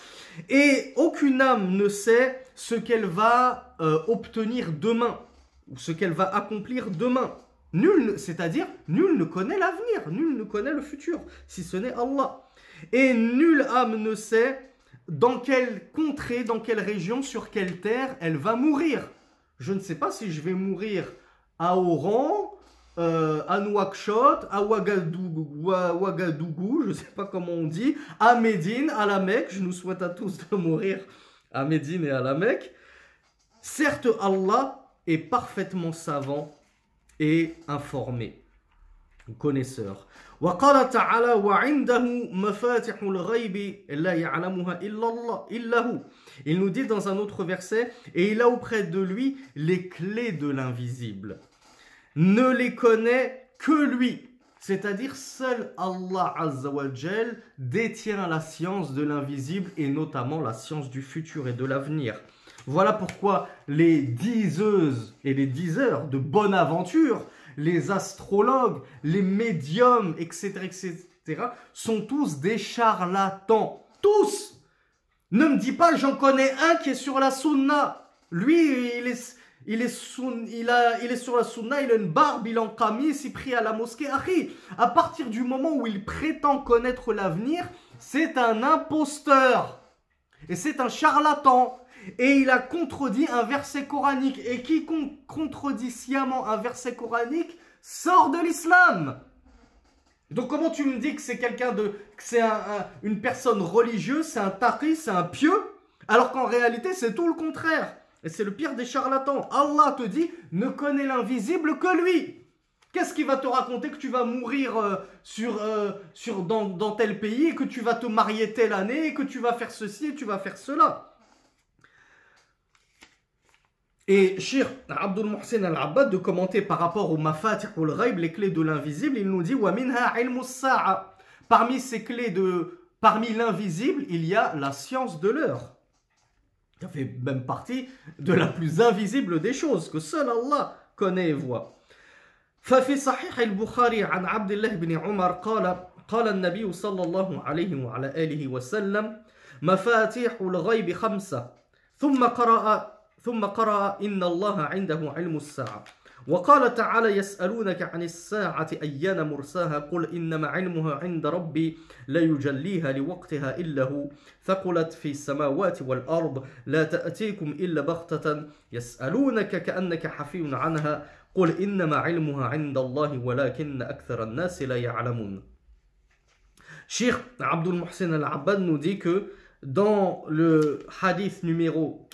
Et aucune âme ne sait ce qu'elle va obtenir demain, ou ce qu'elle va accomplir demain. Nul, c'est-à-dire, nul ne connaît l'avenir, nul ne connaît le futur, si ce n'est Allah. Et nulle âme ne sait dans quelle contrée, dans quelle région, sur quelle terre elle va mourir. Je ne sais pas si je vais mourir à Oran, à Nouakchott, à Ouagadougou, je ne sais pas comment on dit, à Médine, à la Mecque. Je nous souhaite à tous de mourir à Médine et à la Mecque. Certes, Allah est parfaitement savant et informé, connaisseur. وقال تعالى وعنده مفاتح الغيب لا يعلمها إلا هو. Il nous dit dans un autre verset, et il a auprès de lui les clés de l'invisible. Ne les connaît que lui. C'est-à-dire seul Allah Azza wa Jal détient la science de l'invisible et notamment la science du futur et de l'avenir. Voilà pourquoi les diseuses et les diseurs de bonne aventure, les astrologues, les médiums, etc., sont tous des charlatans. Tous! Ne me dis pas, j'en connais un qui est sur la sunna. Lui, il est sur la sunna, il a une barbe, il est en qamis, il prie à la mosquée. À partir du moment où il prétend connaître l'avenir, c'est un imposteur. Et c'est un charlatan. Et il a contredit un verset coranique. Et quiconque contredit sciemment un verset coranique sort de l'islam. Donc comment tu me dis que c'est quelqu'un que c'est une personne religieuse, c'est un taqi, c'est un pieux, alors qu'en réalité c'est tout le contraire. Et c'est le pire des charlatans. Allah te dit, ne connaît l'invisible que lui. Qu'est-ce qu'il va te raconter que tu vas mourir dans tel pays, et que tu vas te marier telle année, et que tu vas faire ceci et tu vas faire cela. Et Cheikh Abdul Muhsin Al-Abbad de commenter par rapport au mafatih ou al-ghaib, les clés de l'invisible, il nous dit wa minha ilmu as-sa'a. Parmi ces clés parmi l'invisible, il y a la science de l'heure. Ça fait même partie de la plus invisible des choses que seul Allah connaît et voit. ففي صحيح البخاري عن عبد الله بن عمر قال النبي صلى الله عليه وعلى آله وسلم مفاتيح الغيب خمسة ثم قرأ إن الله عنده علم الساعة وقال تعالى يسألونك عن الساعة أيان مرساها قل إنما علمها عند ربي لا يجليها لوقتها إلا هو ثقلت في السماوات والأرض لا تأتيكم إلا بغتة يسألونك كأنك حفي عنها قل إنما علمها عند الله ولكن أكثر الناس لا يعلمون. Cheikh Abdul Muhsin Al-Abbad nous dit que dans le hadith numéro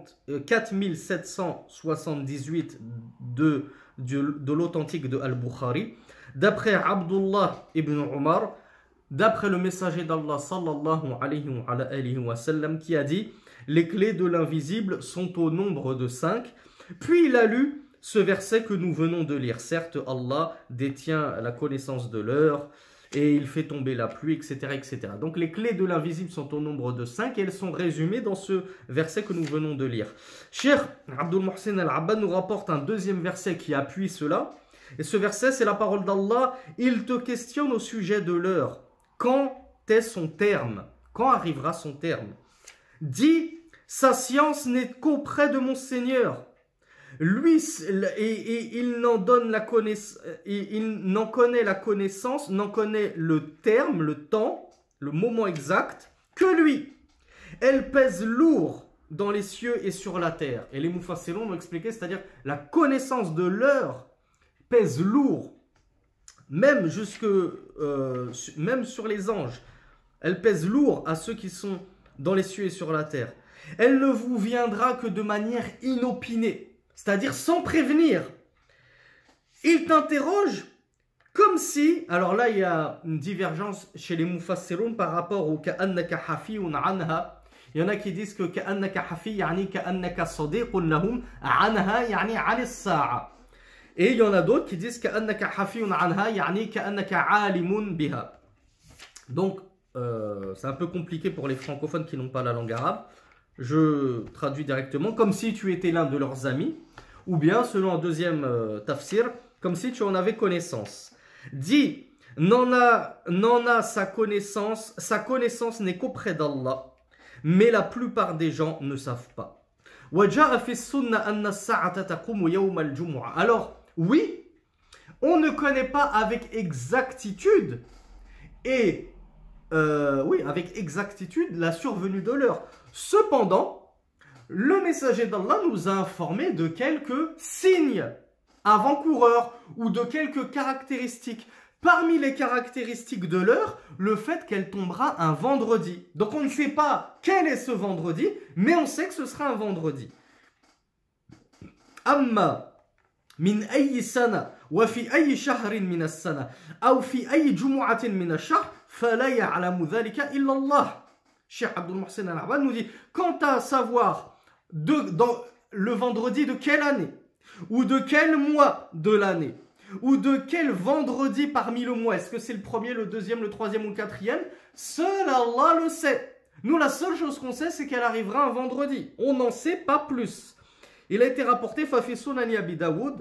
4778 de l'authentique de Al-Bukhari, d'après Abdullah ibn Umar, d'après le messager d'Allah sallallahu alayhi wa sallam, qui a dit « Les clés de l'invisible sont au nombre de 5 ». Puis il a lu ce verset que nous venons de lire. Certes, Allah détient la connaissance de l'heure et il fait tomber la pluie, etc., etc. Donc les clés de l'invisible sont au nombre de 5 et elles sont résumées dans ce verset que nous venons de lire. Cheikh Abdul Muhsin Al-Abbad nous rapporte un deuxième verset qui appuie cela. Et ce verset, c'est la parole d'Allah. Il te questionne au sujet de l'heure. Quand est son terme? Quand arrivera son terme? Dis, sa science n'est qu'auprès de mon Seigneur. Lui, et il n'en donne la connaissance, il n'en connaît la connaissance, n'en connaît le terme, le temps, le moment exact, que lui. Elle pèse lourd dans les cieux et sur la terre. Et les Mufassirun ont expliqué, c'est-à-dire la connaissance de l'heure pèse lourd, même même sur les anges. Elle pèse lourd à ceux qui sont dans les cieux et sur la terre. Elle ne vous viendra que de manière inopinée. C'est-à-dire sans prévenir. Il t'interroge comme si... Alors là, il y a une divergence chez les Mufassirun par rapport au ka'annaka hafiyun anha. Il y en a qui disent que ka'annaka hafi yani ka'annaka sadiqun lahum anha yani ani as-sa'a. Et il y en a d'autres qui disent ka'annaka hafiyun anha yani ka'annaka alimun biha. Donc, c'est un peu compliqué pour les francophones qui n'ont pas la langue arabe. Je traduis directement, comme si tu étais l'un de leurs amis, ou bien, selon un deuxième tafsir, comme si tu en avais connaissance. Dis, n'en a sa connaissance n'est qu'auprès d'Allah, mais la plupart des gens ne savent pas. Alors, oui, on ne connaît pas avec exactitude, avec exactitude la survenue de l'heure. Cependant, le messager d'Allah nous a informé de quelques signes avant-coureurs ou de quelques caractéristiques. Parmi les caractéristiques de l'heure, le fait qu'elle tombera un vendredi. Donc on ne sait pas quel est ce vendredi, mais on sait que ce sera un vendredi. Amma min ayyi sana wa fi ayyi shahrin min as-sana aw fi ayyi jumu'atin min ash-shahr fala ya'lamu dhalika illa Allah. Cheikh Abdul Muhsin Al-Abbad nous dit, quant à savoir dans le vendredi de quelle année, ou de quel mois de l'année, ou de quel vendredi parmi le mois, est-ce que c'est le premier, le deuxième, le troisième ou le quatrième, seul Allah le sait. Nous, la seule chose qu'on sait, c'est qu'elle arrivera un vendredi. On n'en sait pas plus. Il a été rapporté, Fafi Sunani Abi Daoud,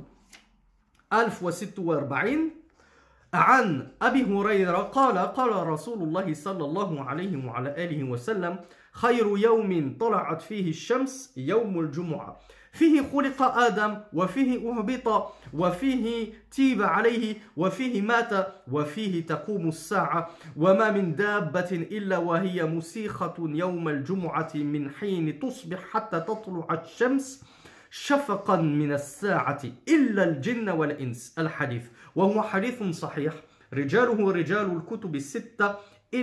1046, عن أبي هريرة قال رسول الله صلى الله عليه وعلى آله وسلم خير يوم طلعت فيه الشمس يوم الجمعة فيه خلق آدم وفيه أهبط وفيه تيب عليه وفيه مات وفيه تقوم الساعة وما من دابة إلا وهي مسيخة يوم الجمعة من حين تصبح حتى تطلع الشمس شفقا من الساعة إلا الجن والإنس. الحديث وهو حديث صحيح رجاله رجال الكتب الستة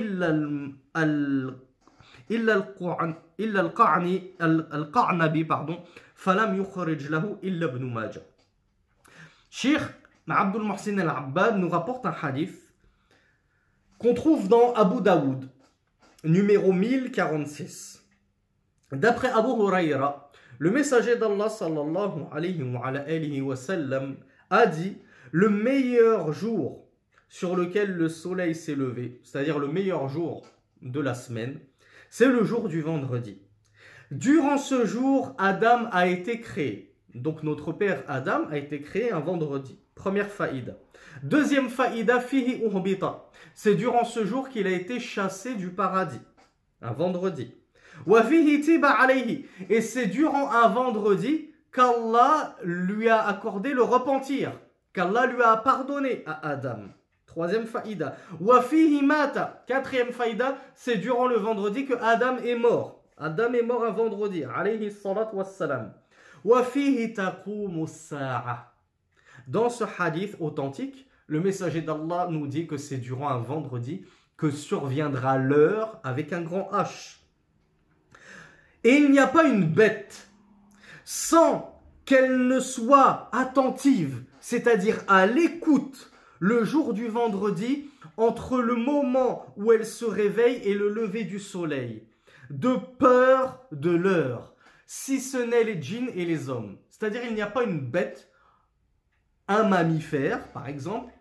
إلا القعنبي فلم يخرج له إلا ابن ماجه. Cheikh Abdul Muhsin Al-Abbad nous rapporte un hadith qu'on trouve dans Abu Daoud, numéro 1046. D'après Abu Huraira, le messager d'Allah sallallahu alayhi wa sallam a dit: le meilleur jour sur lequel le soleil s'est levé, c'est-à-dire le meilleur jour de la semaine, c'est le jour du vendredi. Durant ce jour, Adam a été créé. Donc notre père Adam a été créé un vendredi. Première faïda. Deuxième faïda, fihi uhbita. C'est durant ce jour qu'il a été chassé du paradis. Un vendredi. Wa fihi tiba alayhi. Et c'est durant un vendredi qu'Allah lui a accordé le repentir. Qu'Allah lui a pardonné à Adam. Troisième faïda. Wa fihi mata. Quatrième faïda, c'est durant le vendredi que Adam est mort. Adam est mort un vendredi. Alayhi salatu wassalam. Wa fihi taqumu as-sa'a. Dans ce hadith authentique, le messager d'Allah nous dit que c'est durant un vendredi que surviendra l'heure avec un grand H. Et il n'y a pas une bête sans qu'elle ne soit attentive, c'est-à-dire à l'écoute, le jour du vendredi, entre le moment où elle se réveille et le lever du soleil, de peur de l'heure, si ce n'est les djinns et les hommes. C'est-à-dire il n'y a pas une bête, un mammifère par exemple,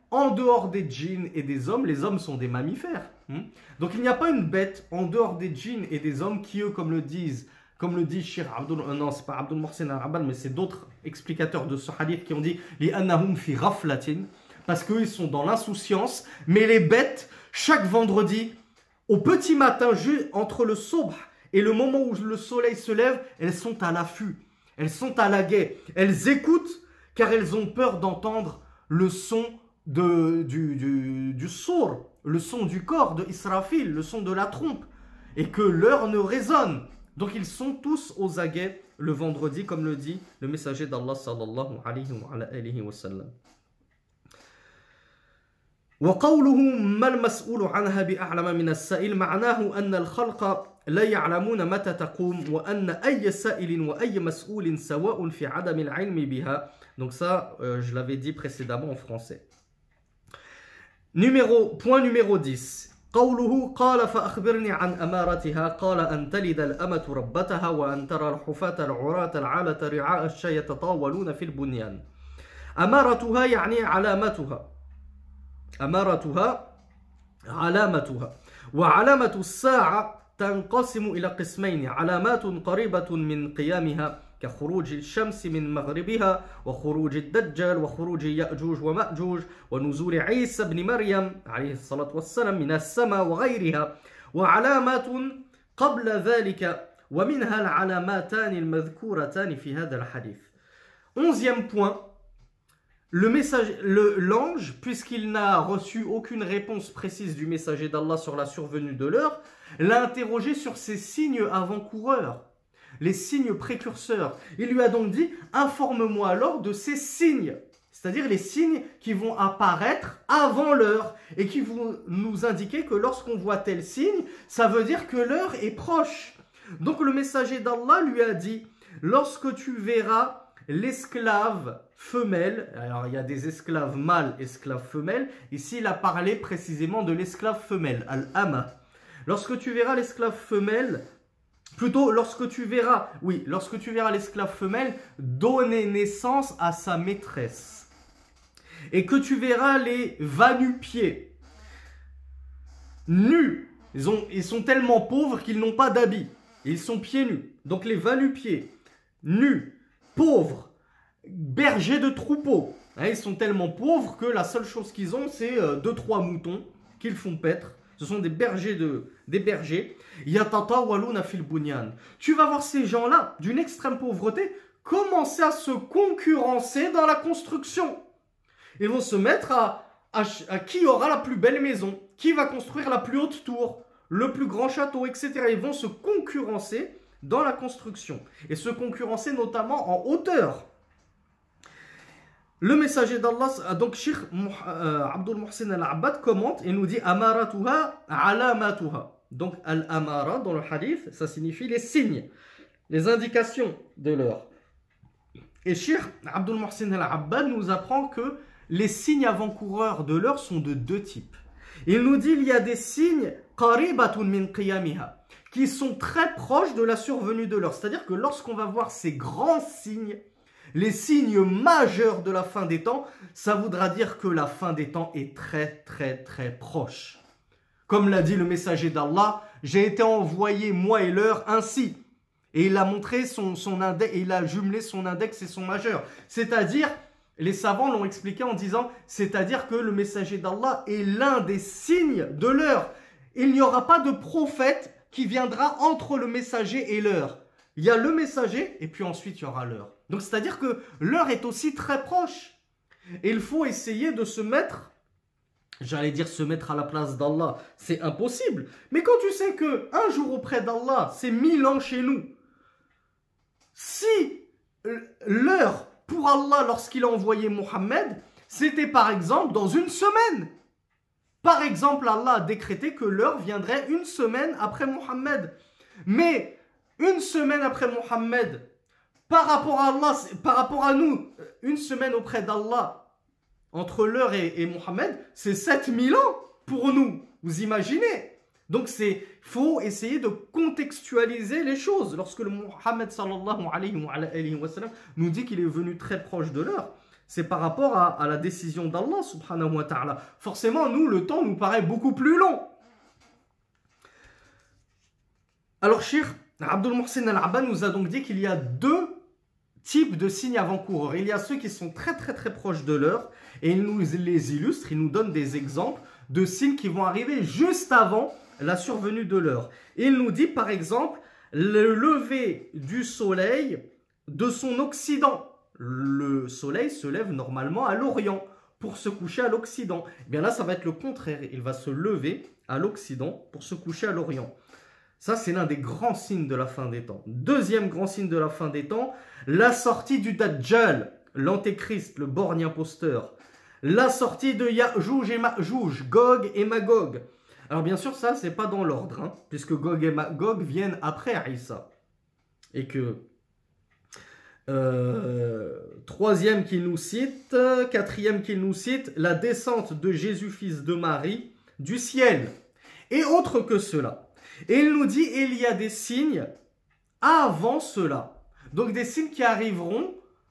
en dehors des djinns et des hommes. Les hommes sont des mammifères. Donc il n'y a pas une bête en dehors des djinns et des hommes qui, eux, comme le dit Cheikh Abdul, non, c'est pas Abdul Mohsen Al-Abbad, mais c'est d'autres explicateurs de ce hadith qui ont dit li annahum fi ghaflatin, parce qu'eux ils sont dans l'insouciance. Mais les bêtes, chaque vendredi, au petit matin, entre le sobh et le moment où le soleil se lève, elles sont à l'affût, elles sont à l'aguet, elles écoutent car elles ont peur d'entendre le son du sourd, le son du corps de Israfil, le son de la trompe, et que l'heure ne résonne. Donc ils sont tous aux aguets le vendredi, comme le dit le messager d'Allah sallallahu alayhi wa sallam. وقوله ما المسؤول عنها بأعلم من السائل معناه أن الخلق لا يعلمون متى تقوم وأن أي سائل وأي مسؤول سواء في عدم العلم بها. Donc ça, je l'avais dit précédemment en français. Point numéro 10. قوله قال فأخبرني عن أمارتها قال أن تلد الأمة ربتها وأن ترى الحفاة العراة العالة رعاء الشاة يتطاولون في البنيان. أمارتها يعني علامتها. أمارتها علامتها. وعلامة الساعة تنقسم إلى قسمين: علامات قريبة من قيامها كخروج الشمس من مغربها وخروج الدجال وخروج يأجوج ومأجوج ونزول عيسى بن مريم عليه الصلاة والسلام من السماء وغيرها، وعلامات قبل ذلك ومنها العلامتان المذكورتان في هذا الحديث. 11e point. L'ange, puisqu'il n'a reçu aucune réponse précise du messager d'Allah sur la survenue de l'heure, l'a interrogé sur ses signes avant-coureurs, les signes précurseurs. Il lui a donc dit: informe-moi alors de ces signes, c'est-à-dire les signes qui vont apparaître avant l'heure et qui vont nous indiquer que lorsqu'on voit tel signe, ça veut dire que l'heure est proche. Donc le messager d'Allah lui a dit: lorsque tu verras l'esclave femelle, alors il y a des esclaves mâles, esclaves femelles, ici il a parlé précisément de l'esclave femelle, al-ama. Lorsque tu verras l'esclave femelle, plutôt lorsque tu verras l'esclave femelle donner naissance à sa maîtresse, et que tu verras les va-nu-pieds, nus, ils sont tellement pauvres qu'ils n'ont pas d'habits, ils sont pieds nus, donc les va-nu-pieds, nus, pauvres, bergers de troupeaux. Ils sont tellement pauvres que la seule chose qu'ils ont, c'est 2-3 moutons qu'ils font paître. Ce sont des bergers. Yatatawaluna fil bunyan. Tu vas voir ces gens-là, d'une extrême pauvreté, commencer à se concurrencer dans la construction. Ils vont se mettre à qui aura la plus belle maison, qui va construire la plus haute tour, le plus grand château, etc. Ils vont se concurrencer dans la construction et se concurrencer notamment en hauteur. Le messager d'Allah, donc Cheikh Abdul Mohsen Al-Abbad commente et nous dit: amaratuha alamatuha. Donc al-amara dans le hadith, ça signifie les signes, les indications de l'heure. Et Cheikh Abdul Mohsen Al-Abbad nous apprend que les signes avant-coureurs de l'heure sont de deux types. Il nous dit: il y a des signes qaribatun min qiyamiha, qui sont très proches de la survenue de l'heure. C'est-à-dire que lorsqu'on va voir ces grands signes, les signes majeurs de la fin des temps, ça voudra dire que la fin des temps est très très très proche. Comme l'a dit le messager d'Allah: j'ai été envoyé moi et l'heure ainsi. Et il a montré son index, et il a jumelé son index et son majeur. C'est-à-dire, les savants l'ont expliqué en disant, c'est-à-dire que le messager d'Allah est l'un des signes de l'heure. Il n'y aura pas de prophète qui viendra entre le messager et l'heure. Il y a le messager et puis ensuite il y aura l'heure. Donc c'est-à-dire que l'heure est aussi très proche. Et il faut essayer de se mettre, j'allais dire se mettre à la place d'Allah, c'est impossible. Mais quand tu sais que un jour auprès d'Allah, c'est 1000 ans chez nous. Si l'heure pour Allah lorsqu'il a envoyé Mohammed, c'était par exemple dans une semaine. Par exemple, Allah a décrété que l'heure viendrait une semaine après Mohammed. Mais une semaine après Mohammed, par rapport à Allah, par rapport à nous, une semaine auprès d'Allah, entre l'heure et Mohammed, c'est 7000 ans pour nous. Vous imaginez? Donc il faut essayer de contextualiser les choses. Lorsque le Mohammed sallallahu alayhi wa sallam nous dit qu'il est venu très proche de l'heure, c'est par rapport à la décision d'Allah subhanahu wa ta'ala. Forcément, nous, le temps nous paraît beaucoup plus long. Alors, Cheikh Abdul Muhsin Al-Abbad nous a donc dit qu'il y a deux types de signes avant-coureurs. Il y a ceux qui sont très proches de l'heure et il nous les illustre, il nous donne des exemples de signes qui vont arriver juste avant la survenue de l'heure. Il nous dit par exemple le lever du soleil de son occident. Le soleil se lève normalement à l'orient pour se coucher à l'occident. Eh bien là, ça va être le contraire. Il va se lever à l'occident pour se coucher à l'orient. Ça, c'est l'un des grands signes de la fin des temps. Deuxième grand signe de la fin des temps, la sortie du Dajjal, l'antéchrist, le borgne imposteur. La sortie de Ya'juj et Ma'juj, Gog et Magog. Alors bien sûr, ça, c'est pas dans l'ordre, hein, puisque Gog et Magog viennent après Isa. Et que... troisième qu'il nous cite, quatrième qu'il nous cite, la descente de Jésus, fils de Marie, du ciel. Et autre que cela. Et il nous dit, il y a des signes avant cela. Donc des signes qui arriveront,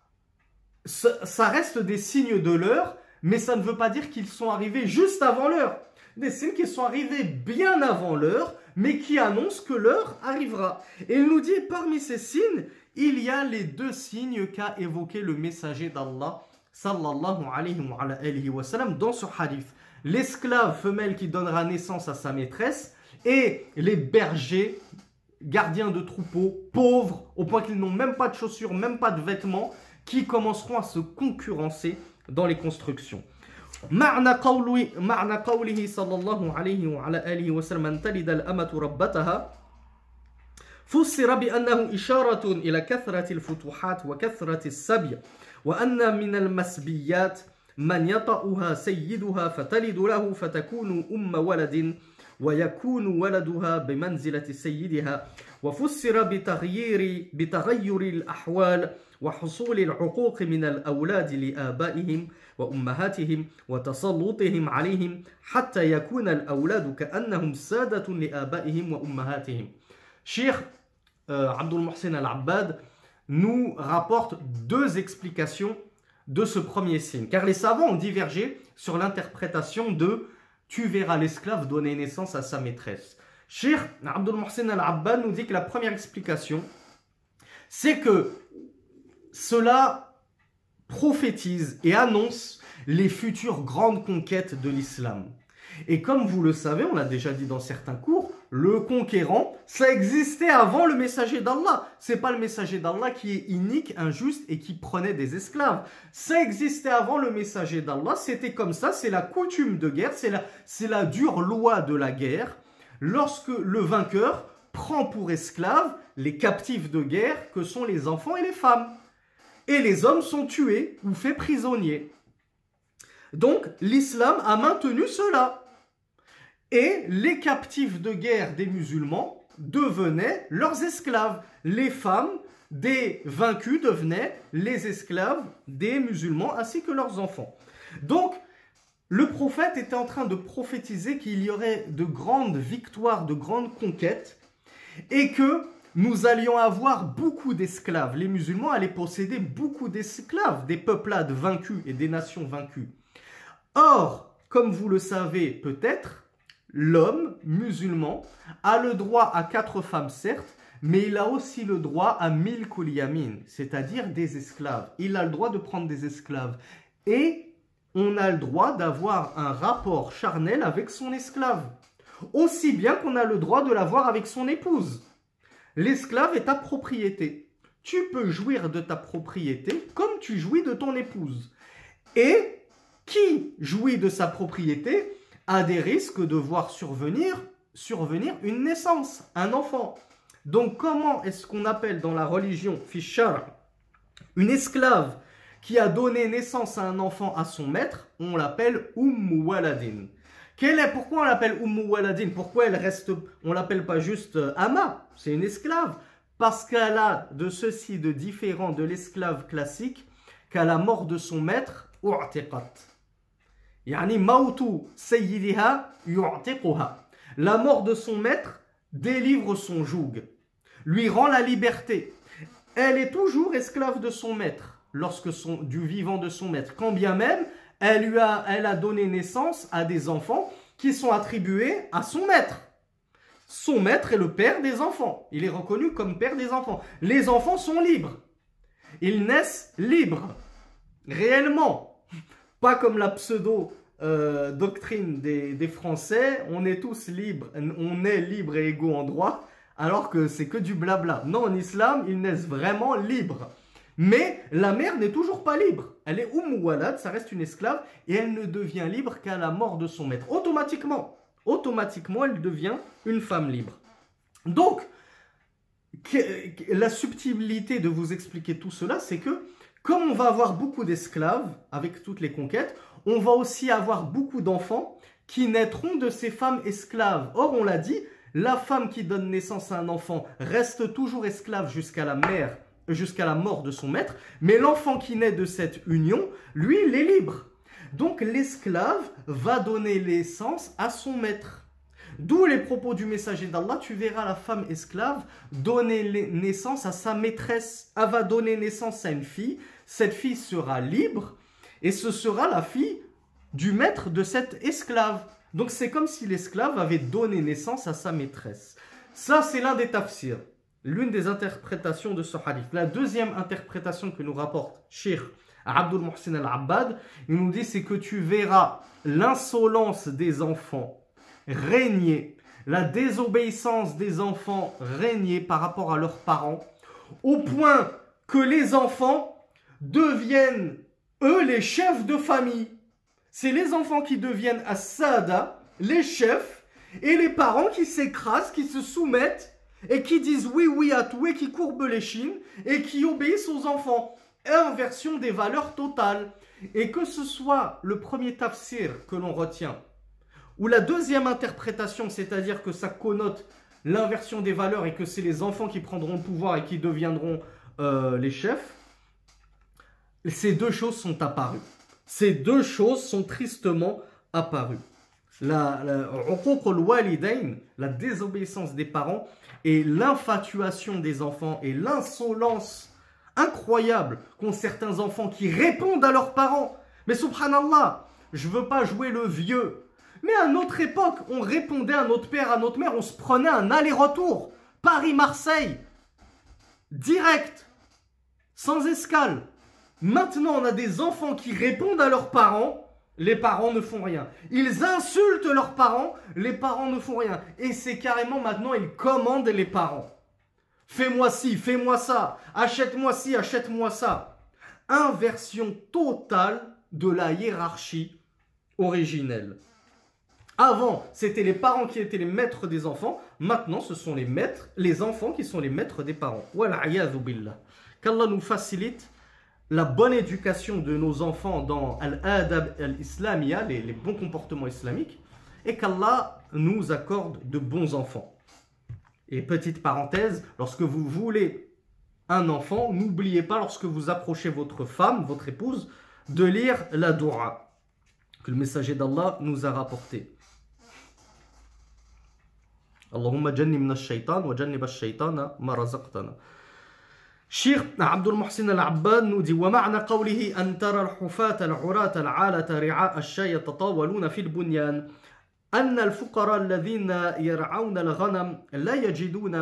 ça reste des signes de l'heure, mais ça ne veut pas dire qu'ils sont arrivés juste avant l'heure. Des signes qui sont arrivés bien avant l'heure, mais qui annoncent que l'heure arrivera. Et il nous dit, parmi ces signes, il y a les deux signes qu'a évoqué le messager d'Allah, sallallahu alayhi wa sallam, dans ce hadith. L'esclave femelle qui donnera naissance à sa maîtresse, et les bergers, gardiens de troupeaux, pauvres, au point qu'ils n'ont même pas de chaussures, même pas de vêtements, qui commenceront à se concurrencer dans les constructions. معنى قوله صلى الله عليه وعلى آله وسلم أن تلد الأمة ربتها فسر بأنه إشارة إلى كثرة الفتوحات وكثرة السبي وأن من المسبيات من يطأها سيدها فتلد له فتكون أم ولد ويكون ولدها بمنزلة سيدها وفسر بتغير الأحوال وحصول العقوق من الأولاد لآبائهم وأمهاتهم وتسلطهم عليهم حتى يكون الأولاد كأنهم سادة لآبائهم وأمهاتهم. Cheikh Abdul Muhsin Al-Abbad nous rapporte deux explications de ce premier signe, car les savants ont divergé sur l'interprétation de « tu verras l'esclave donner naissance à sa maîtresse ». Cheikh Abdul Muhsin Al-Abbad nous dit que la première explication, c'est que cela prophétise et annonce les futures grandes conquêtes de l'islam. Et comme vous le savez, on l'a déjà dit dans certains cours, le conquérant, ça existait avant le messager d'Allah. C'est pas le messager d'Allah qui est inique, injuste et qui prenait des esclaves. Ça existait avant le messager d'Allah, c'était comme ça, c'est la coutume de guerre, c'est la dure loi de la guerre. Lorsque le vainqueur prend pour esclaves les captifs de guerre que sont les enfants et les femmes. Et les hommes sont tués ou faits prisonniers. Donc l'islam a maintenu cela. Et les captifs de guerre des musulmans devenaient leurs esclaves. Les femmes des vaincus devenaient les esclaves des musulmans ainsi que leurs enfants. Donc, le prophète était en train de prophétiser qu'il y aurait de grandes victoires, de grandes conquêtes et que nous allions avoir beaucoup d'esclaves. Les musulmans allaient posséder beaucoup d'esclaves, des peuplades vaincus et des nations vaincues. Or, comme vous le savez peut-être, l'homme musulman a le droit à 4 femmes, certes, mais il a aussi le droit à milkul yamin, c'est-à-dire des esclaves. Il a le droit de prendre des esclaves. Et on a le droit d'avoir un rapport charnel avec son esclave. Aussi bien qu'on a le droit de l'avoir avec son épouse. L'esclave est ta propriété. Tu peux jouir de ta propriété comme tu jouis de ton épouse. Et qui jouit de sa propriété a des risques de voir survenir une naissance, un enfant. Donc comment est-ce qu'on appelle dans la religion Fishar une esclave qui a donné naissance à un enfant à son maître? On l'appelle Waladin. Pourquoi on l'appelle Waladin? Pourquoi on l'appelle pas juste Ama? C'est une esclave. Parce qu'elle a de ceci de différent de l'esclave classique qu'à la mort de son maître, u'tiqat. Yani mautu sayyidiha yu'tiquha. La mort de son maître délivre son joug, lui rend la liberté. Elle est toujours esclave de son maître. du vivant de son maître, quand bien même elle a donné naissance à des enfants qui sont attribués à son maître. Son maître est le père des enfants. Il est reconnu comme père des enfants. Les enfants sont libres. Ils naissent libres. Réellement. Pas comme la pseudo-doctrine des Français. On est tous libres. On est libres et égaux en droit. Alors que c'est que du blabla. Non, en islam, ils naissent vraiment libres. Mais la mère n'est toujours pas libre. Elle est walad, ça reste une esclave. Et elle ne devient libre qu'à la mort de son maître. Automatiquement, elle devient une femme libre. Donc, la subtilité de vous expliquer tout cela, c'est que comme on va avoir beaucoup d'esclaves avec toutes les conquêtes, on va aussi avoir beaucoup d'enfants qui naîtront de ces femmes esclaves. Or, on l'a dit, la femme qui donne naissance à un enfant reste toujours esclave jusqu'à la mort de son maître, mais l'enfant qui naît de cette union, lui, il est libre. Donc l'esclave va donner naissance à son maître. D'où les propos du messager d'Allah, tu verras la femme esclave donner naissance à sa maîtresse. Elle va donner naissance à une fille, cette fille sera libre et ce sera la fille du maître de cette esclave. Donc c'est comme si l'esclave avait donné naissance à sa maîtresse. Ça c'est l'un des tafsirs, l'une des interprétations de ce hadith. La deuxième interprétation que nous rapporte Cheikh Abdul Muhsin al-Abbad, il nous dit c'est que tu verras l'insolence des enfants régner, la désobéissance des enfants régner par rapport à leurs parents, au point que les enfants deviennent, eux, les chefs de famille. C'est les enfants qui deviennent as-sada, les chefs, et les parents qui s'écrasent, qui se soumettent, et qui disent oui à tout, et qui courbent l'échine, et qui obéissent aux enfants. Inversion des valeurs totales. Et que ce soit le premier tafsir que l'on retient, ou la deuxième interprétation, c'est-à-dire que ça connote l'inversion des valeurs et que c'est les enfants qui prendront le pouvoir et qui deviendront les chefs, ces deux choses sont apparues. Ces deux choses sont tristement apparues. La désobéissance des parents et l'infatuation des enfants et l'insolence incroyable qu'ont certains enfants qui répondent à leurs parents. Mais subhanallah, je ne veux pas jouer le vieux. Mais à notre époque, on répondait à notre père, à notre mère, on se prenait un aller-retour. Paris-Marseille, direct, sans escale. Maintenant, on a des enfants qui répondent à leurs parents, les parents ne font rien. Ils insultent leurs parents, les parents ne font rien. Et c'est carrément maintenant, ils commandent les parents. Fais-moi ci, fais-moi ça, achète-moi ci, achète-moi ça. Inversion totale de la hiérarchie originelle. Avant, c'était les parents qui étaient les maîtres des enfants. Maintenant, ce sont les enfants qui sont les maîtres des parents. Wal'ayadhu billah. Qu'Allah nous facilite la bonne éducation de nos enfants dans al-adab al-islamiyya, les bons comportements islamiques, et qu'Allah nous accorde de bons enfants. Et petite parenthèse, lorsque vous voulez un enfant, n'oubliez pas, lorsque vous approchez votre femme, votre épouse, de lire la doua que le messager d'Allah nous a rapporté. Allahumma jannibna ash-shaytan wa jannib ash-shaytana ma razaqtana. Cheikh Abdul Muhsin al-Abbad nous dit ومعنى قوله أن ترى الحفاة العراة العالة رعاء الشاة يتطاولون في البنيان أن الفقراء الذين يرعون الغنم لا يجدون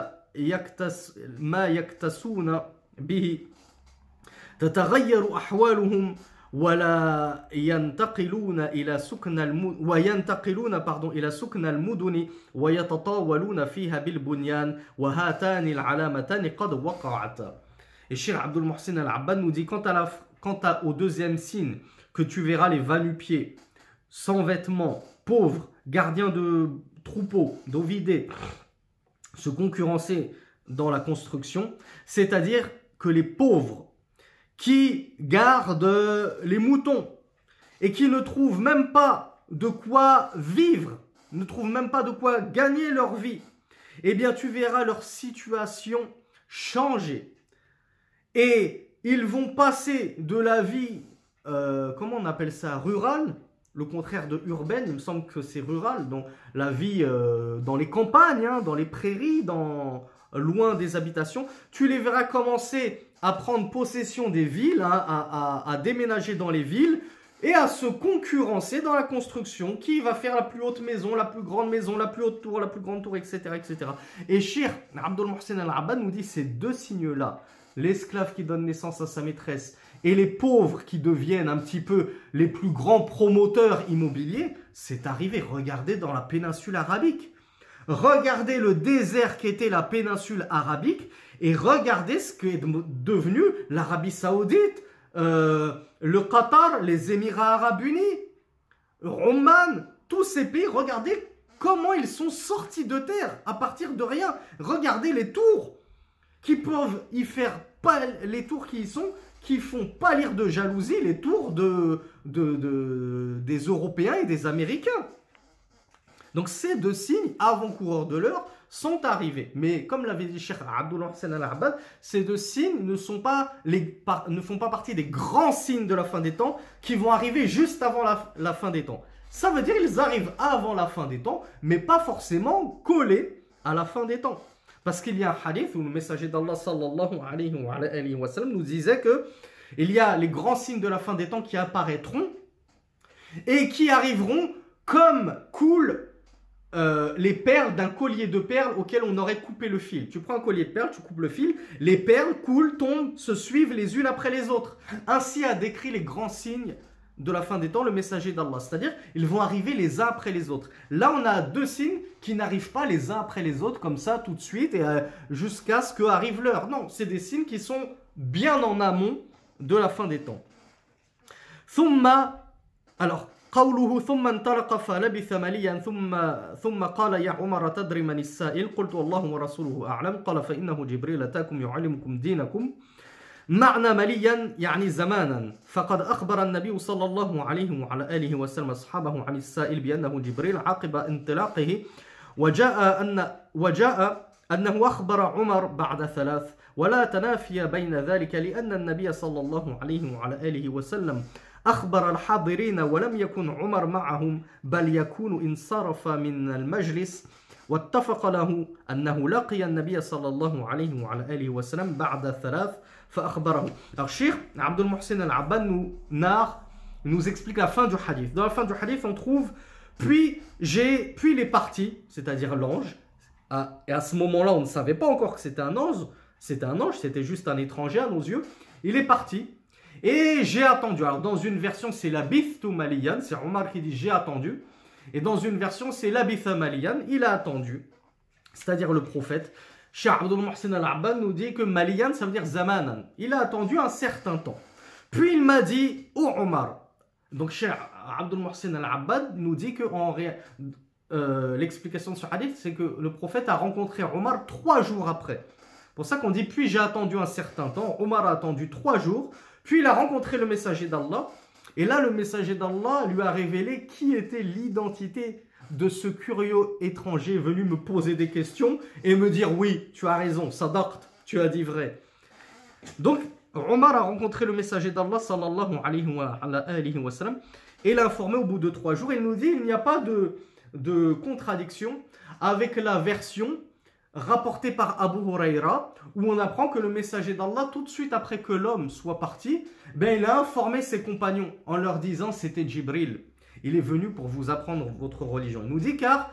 ما يكتسون به تتغير أحوالهم ولا ينتقلون إلى سكن إلى سكن المدن ويتطاولون فيها بالبنيان وهاتان العلامتان قد وقعتا. Et Cheikh Abdul Muhsin al-Abbad nous dit quant au deuxième signe que tu verras les va-nu-pieds, sans vêtements, pauvres, gardiens de troupeaux, d'ovidés, se concurrencer dans la construction, c'est-à-dire que les pauvres qui gardent les moutons et qui ne trouvent même pas de quoi vivre, ne trouvent même pas de quoi gagner leur vie, eh bien tu verras leur situation changer. Et ils vont passer de la vie, comment on appelle ça, rurale, le contraire de urbaine, il me semble que c'est rural, donc la vie dans les campagnes, hein, dans les prairies, loin des habitations, tu les verras commencer à prendre possession des villes, à déménager dans les villes et à se concurrencer dans la construction. Qui va faire la plus haute maison, la plus grande maison, la plus haute tour, la plus grande tour, etc. etc. Et Cheikh Abdul Mohsen Al-Abbad nous dit ces deux signes-là, l'esclave qui donne naissance à sa maîtresse et les pauvres qui deviennent un petit peu les plus grands promoteurs immobiliers, c'est arrivé, regardez dans la péninsule arabique. Regardez le désert qu'était la péninsule arabique et regardez ce qu'est devenu l'Arabie Saoudite, le Qatar, les Émirats Arabes Unis, Oman, tous ces pays. Regardez comment ils sont sortis de terre à partir de rien. Regardez les tours qui peuvent y faire pas les tours qui y sont, qui font pâlir de jalousie les tours des Européens et des Américains. Donc ces deux signes avant-coureurs de l'heure sont arrivés. Mais comme l'avait dit Cheikh Abdul Mohsen Al-Abbad, ces deux signes ne font pas partie des grands signes de la fin des temps qui vont arriver juste avant la fin des temps. Ça veut dire qu'ils arrivent avant la fin des temps, mais pas forcément collés à la fin des temps. Parce qu'il y a un hadith où le messager d'Allah sallallahu alayhi wa sallam nous disait que il y a les grands signes de la fin des temps qui apparaîtront et qui arriveront comme coulent les perles d'un collier de perles auquel on aurait coupé le fil. Tu prends un collier de perles, tu coupes le fil, les perles coulent, tombent, se suivent les unes après les autres. Ainsi a décrit les grands signes de la fin des temps le messager d'Allah. C'est-à-dire, ils vont arriver les uns après les autres. Là, on a deux signes qui n'arrivent pas les uns après les autres, comme ça, tout de suite, et jusqu'à ce qu'arrive l'heure. Non, c'est des signes qui sont bien en amont de la fin des temps. Alors, قوله ثم انطلق فلبث مليا ثم قال يا عمر تدري من السائل قلت والله ورسوله أعلم قال فإنه جبريل أتاكم يعلمكم دينكم معنى مليا يعني زمانا فقد أخبر النبي صلى الله عليه وعلى آله وسلم أصحابه عن السائل بأنه جبريل عقب انطلاقه وجاء أنه أخبر عمر بعد ثلاث ولا تنافي بين ذلك لأن النبي صلى الله عليه وعلى آله وسلم أخبر الحاضرين ولم يكن عمر معهم بل يكون انصرف من المجلس واتفق له أنه لقي النبي صلى الله عليه وعلى آله وسلم بعد ثلاث فأخبره. Alors Cheikh Abdul Mohsen Al-Abbad nous explique la fin du hadith. Dans la fin du hadith, on trouve puis il est parti, c'est-à-dire l'ange. Et à ce moment-là, on ne savait pas encore que c'était un ange. C'était juste un étranger à nos yeux. Il est parti. Et j'ai attendu. Alors dans une version c'est la bithtu maliyan, c'est Omar qui dit j'ai attendu. Et dans une version c'est la bitha maliyan, il a attendu. C'est-à-dire le prophète. Cheikh Abdul Mohsen Al-Abbad nous dit que maliyan ça veut dire zamanan. Il a attendu un certain temps. Puis il m'a dit oh Omar. Donc Cheikh Abdul Mohsen Al-Abbad nous dit que l'explication de ce hadith c'est que le prophète a rencontré Omar 3 jours après. Pour ça qu'on dit puis j'ai attendu un certain temps. Omar a attendu 3 jours. Puis il a rencontré le messager d'Allah. Et là, le messager d'Allah lui a révélé qui était l'identité de ce curieux étranger venu me poser des questions et me dire oui, tu as raison, sadaqt, tu as dit vrai. Donc, Omar a rencontré le messager d'Allah sallallahu alayhi wa sallam et l'a informé au bout de 3 jours. Il nous dit il n'y a pas de contradiction avec la version rapporté par Abu Huraira, où on apprend que le messager d'Allah, tout de suite après que l'homme soit parti, il a informé ses compagnons en leur disant c'était Jibril. Il est venu pour vous apprendre votre religion. Il nous dit car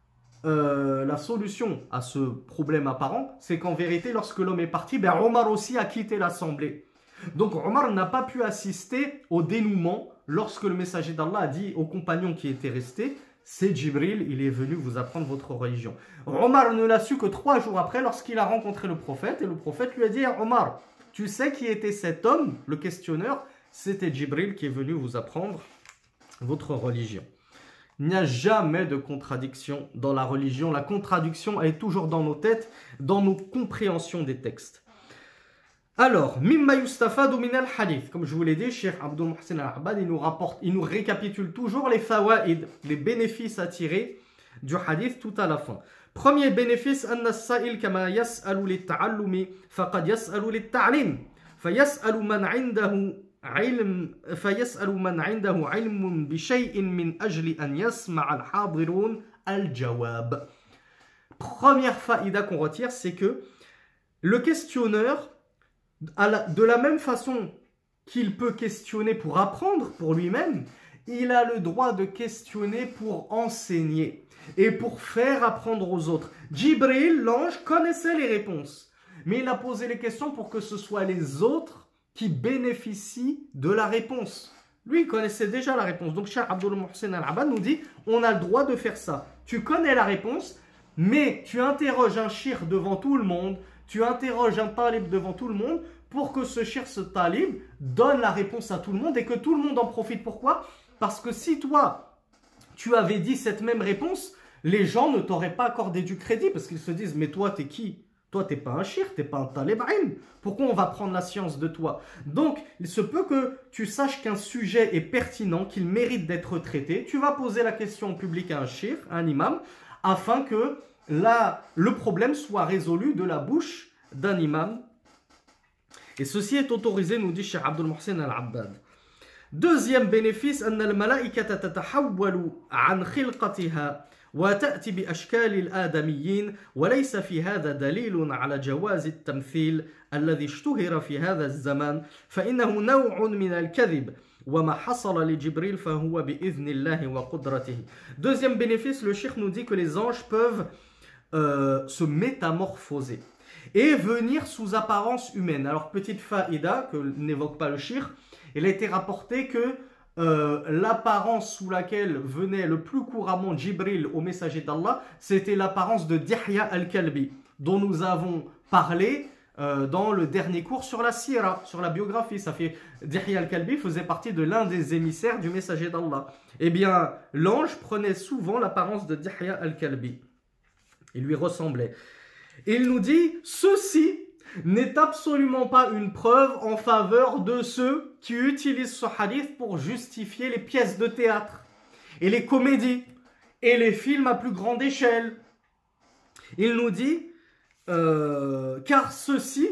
la solution à ce problème apparent, c'est qu'en vérité, lorsque l'homme est parti, Omar aussi a quitté l'assemblée. Donc Omar n'a pas pu assister au dénouement lorsque le messager d'Allah a dit aux compagnons qui étaient restés c'est Jibril, il est venu vous apprendre votre religion. Omar ne l'a su que 3 jours après lorsqu'il a rencontré le prophète. Et le prophète lui a dit Omar, tu sais qui était cet homme, le questionneur? C'était Jibril qui est venu vous apprendre votre religion. Il n'y a jamais de contradiction dans la religion. La contradiction est toujours dans nos têtes, dans nos compréhensions des textes. Alors, mimma yustafadu min al-hadith. Comme je vous l'ai dit, Cheikh Abdul Mohsen Al-Abbad, il nous récapitule toujours les fawaïd, les bénéfices à tirer du hadith tout à la fin. Premier bénéfice, anna as-sa'il kama yas'alu lit-ta'allumi faqad yas'alu lit-ta'lim. Fayas'alu man 'indahu 'ilm bi shay'in min ajli an yasma'a al-hadirun al-jawab. Première faïda qu'on retire, c'est que le questionneur De la même façon qu'il peut questionner pour apprendre pour lui-même, il a le droit de questionner pour enseigner et pour faire apprendre aux autres. Djibril, l'ange, connaissait les réponses, mais il a posé les questions pour que ce soit les autres qui bénéficient de la réponse. Lui, il connaissait déjà la réponse. Donc, Cheikh Abdul Mohsen Al-Abbad nous dit, on a le droit de faire ça. Tu connais la réponse, mais tu interroges un shir devant tout le monde, tu interroges un talib devant tout le monde, pour que ce shir, ce talib, donne la réponse à tout le monde et que tout le monde en profite. Pourquoi? Parce que si toi, tu avais dit cette même réponse, les gens ne t'auraient pas accordé du crédit parce qu'ils se disent, mais toi, t'es qui? Toi, t'es pas un shir, t'es pas un talib ilm. Pourquoi on va prendre la science de toi? Donc, il se peut que tu saches qu'un sujet est pertinent, qu'il mérite d'être traité. Tu vas poser la question en public à un shir, à un imam, afin que le problème soit résolu de la bouche d'un imam. Et ceci est autorisé, nous dit Cheikh Abdul Mohsen Al-Abbad. Deuxième bénéfice, أن الملائكة تتحول عن خلقتها وتأتي بأشكال الآدميين وليس في هذا دليل على جواز التمثيل الذي اشتهر في هذا الزمان فإنه نوع من الكذب وما حصل لجبريل فهو بإذن الله وقدرته. Deuxième bénéfice, le cheikh nous dit que les anges peuvent se métamorphoser et venir sous apparence humaine. Alors, petite faïda que n'évoque pas le cheikh, il a été rapporté que l'apparence sous laquelle venait le plus couramment Djibril au messager d'Allah, c'était l'apparence de Dihya al-Kalbi, dont nous avons parlé dans le dernier cours sur la sira, sur la biographie. Dihya al-Kalbi faisait partie de l'un des émissaires du messager d'Allah. Eh bien, l'ange prenait souvent l'apparence de Dihya al-Kalbi. Il lui ressemblait. Et il nous dit, ceci n'est absolument pas une preuve en faveur de ceux qui utilisent ce hadith pour justifier les pièces de théâtre et les comédies et les films à plus grande échelle. Il nous dit, car ceci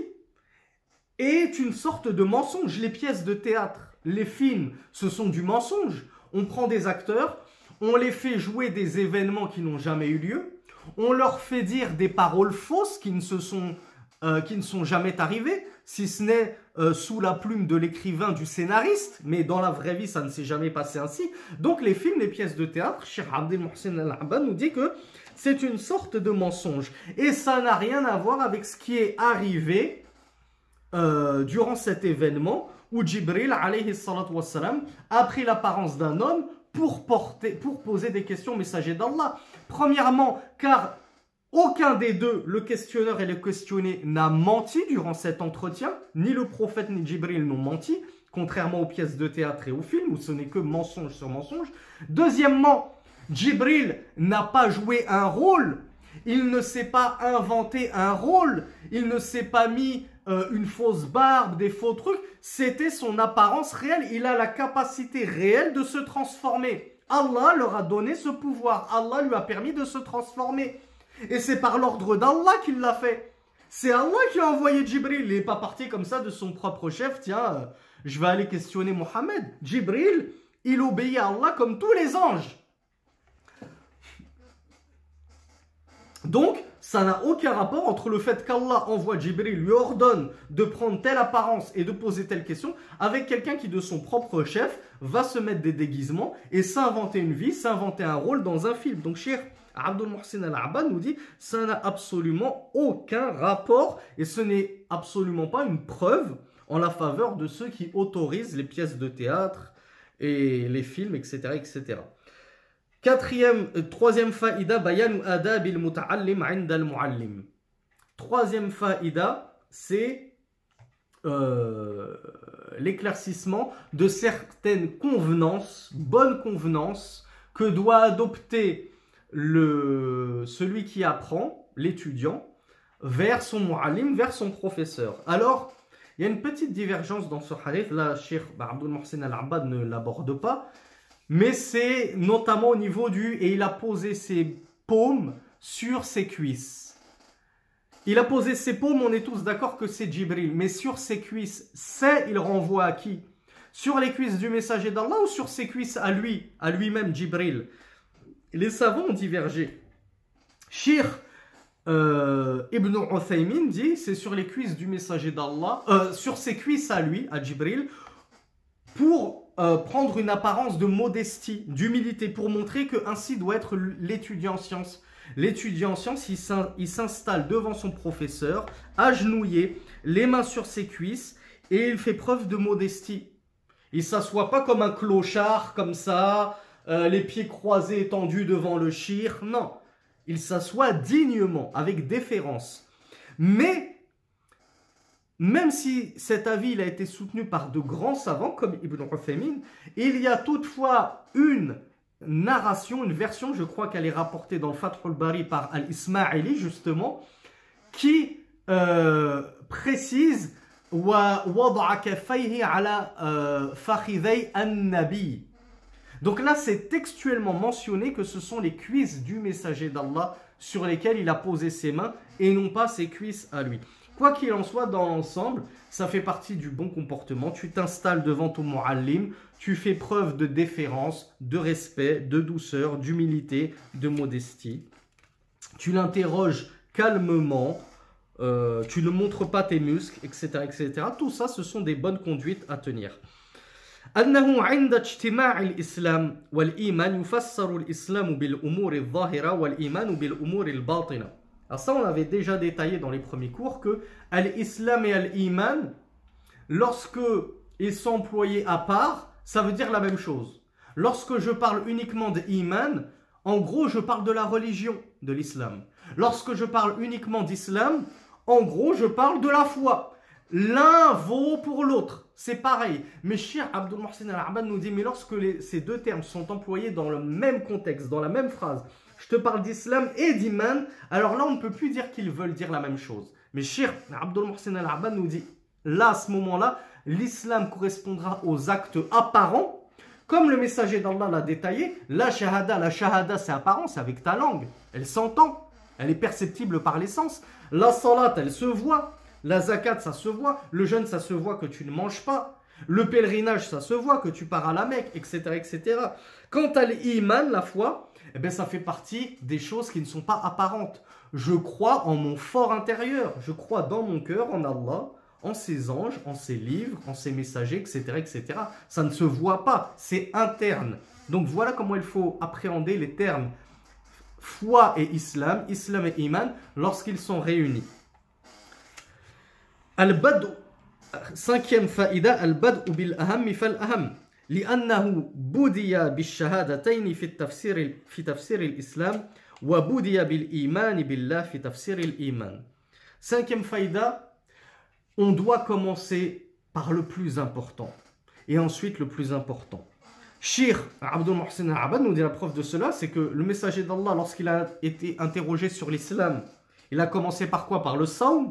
est une sorte de mensonge. Les pièces de théâtre, les films, ce sont du mensonge. On prend des acteurs, on les fait jouer des événements qui n'ont jamais eu lieu, on leur fait dire des paroles fausses qui ne sont jamais arrivées, si ce n'est sous la plume de l'écrivain, du scénariste, mais dans la vraie vie, ça ne s'est jamais passé ainsi. Donc les films, les pièces de théâtre, Cheikh Abdul Mohsen Al-Abbad nous dit que c'est une sorte de mensonge. Et ça n'a rien à voir avec ce qui est arrivé durant cet événement où Djibril, alayhi salatu wassalam, a pris l'apparence d'un homme pour poser des questions au messager d'Allah. Premièrement, car aucun des deux, le questionneur et le questionné, n'a menti durant cet entretien. Ni le prophète ni Djibril n'ont menti, contrairement aux pièces de théâtre et aux films, où ce n'est que mensonge sur mensonge. Deuxièmement, Djibril n'a pas joué un rôle. Il ne s'est pas inventé un rôle. Il ne s'est pas mis une fausse barbe, des faux trucs. C'était son apparence réelle. Il a la capacité réelle de se transformer. Allah leur a donné ce pouvoir. Allah lui a permis de se transformer. Et c'est par l'ordre d'Allah qu'il l'a fait. C'est Allah qui a envoyé Djibril. Il n'est pas parti comme ça de son propre chef. Tiens, je vais aller questionner Mohammed. Djibril, il obéit à Allah comme tous les anges. Donc, ça n'a aucun rapport entre le fait qu'Allah envoie Djibril, lui ordonne de prendre telle apparence et de poser telle question, avec quelqu'un qui, de son propre chef, va se mettre des déguisements et s'inventer une vie, s'inventer un rôle dans un film. Donc, Cheikh Abdul Mohsen Al-Abbad nous dit, ça n'a absolument aucun rapport et ce n'est absolument pas une preuve en la faveur de ceux qui autorisent les pièces de théâtre et les films, etc., etc. Troisième faïda, bayanu adabil muta'allim 'inda al-mu'allim. Troisième faïda, c'est l'éclaircissement de certaines convenances, bonnes convenances, que doit adopter celui qui apprend, l'étudiant, vers son mu'allim, vers son professeur. Alors, il y a une petite divergence dans ce hadith. Là, Cheikh Abdul Mohsen Al-Abbad ne l'aborde pas. Mais c'est notamment au niveau et il a posé ses paumes sur ses cuisses. Il a posé ses paumes, on est tous d'accord que c'est Djibril. Mais sur ses cuisses, il renvoie à qui? Sur les cuisses du messager d'Allah ou sur ses cuisses à lui-même, Djibril? Les savants ont divergé. Cheikh Ibn Uthaymin dit, c'est sur les cuisses du messager d'Allah, sur ses cuisses à lui, à Jibril, pour prendre une apparence de modestie, d'humilité, pour montrer que ainsi doit être l'étudiant en sciences. L'étudiant en sciences, il s'installe devant son professeur, agenouillé, les mains sur ses cuisses, et il fait preuve de modestie. Il ne s'assoit pas comme un clochard, comme ça, les pieds croisés étendus devant le shir. Non, il s'assoit dignement, avec déférence. Mais, même si cet avis il a été soutenu par de grands savants, comme Ibn Uthaymin, il y a toutefois une narration, une version, je crois qu'elle est rapportée dans le Fath al-Bari par Al-Ismaili, justement, qui précise وَوَضَعَ كَفَّيْهِ عَلَى فَخِذَيْ النَّبِيِّ. Donc là, c'est textuellement mentionné que ce sont les cuisses du messager d'Allah sur lesquelles il a posé ses mains et non pas ses cuisses à lui. Quoi qu'il en soit, dans l'ensemble, ça fait partie du bon comportement. Tu t'installes devant ton mu'allim, tu fais preuve de déférence, de respect, de douceur, d'humilité, de modestie. Tu l'interroges calmement, tu ne montres pas tes muscles, etc., etc. Tout ça, ce sont des bonnes conduites à tenir. أنه عند اجتماع الإسلام والإيمان يفسر الإسلام بالأمور الظاهرة والإيمان بالأمور الباطنة. Alors ça, on avait déjà détaillé dans les premiers cours que l'islam et l'iman, lorsque ils sont employés à part, ça veut dire la même chose. Lorsque je parle uniquement d'iman, en gros, je parle de la religion de l'islam. Lorsque je parle uniquement d'islam, en gros, je parle de la foi. L'un vaut pour l'autre. C'est pareil. Mais Cheikh Abdul Mohsin Al-Abbad nous dit, mais lorsque ces deux termes sont employés dans le même contexte, dans la même phrase, je te parle d'islam et d'iman, alors là, on ne peut plus dire qu'ils veulent dire la même chose. Mais Cheikh Abdul Mohsin Al-Abbad nous dit, là, à ce moment-là, l'islam correspondra aux actes apparents, comme le messager d'Allah l'a détaillé. La shahada, c'est apparent, c'est avec ta langue. Elle s'entend, elle est perceptible par les sens. La salat, elle se voit. La zakat, ça se voit. Le jeûne, ça se voit que tu ne manges pas. Le pèlerinage, ça se voit que tu pars à la Mecque, etc., etc. Quant à l'iman, la foi, eh bien, ça fait partie des choses qui ne sont pas apparentes. Je crois en mon fort intérieur. Je crois dans mon cœur en Allah, en ses anges, en ses livres, en ses messagers, etc., etc. Ça ne se voit pas, c'est interne. Donc voilà comment il faut appréhender les termes foi et islam, islam et iman, lorsqu'ils sont réunis. Al-Bad'u, cinquième faïda, Al-Bad'u bil-aham fal-aham. لأنه بدي بالشهادتين في تفسير الإسلام وبدي بالإيمان بالله في تفسير الإيمان. Cinquième faïda, on doit commencer par le plus important et ensuite le plus important. Cheikh Abdul Mohsin Al-Abbad nous dit la preuve de cela, c'est que le messager d'Allah, lorsqu'il a été interrogé sur l'islam, il a commencé par quoi? Par le sawm,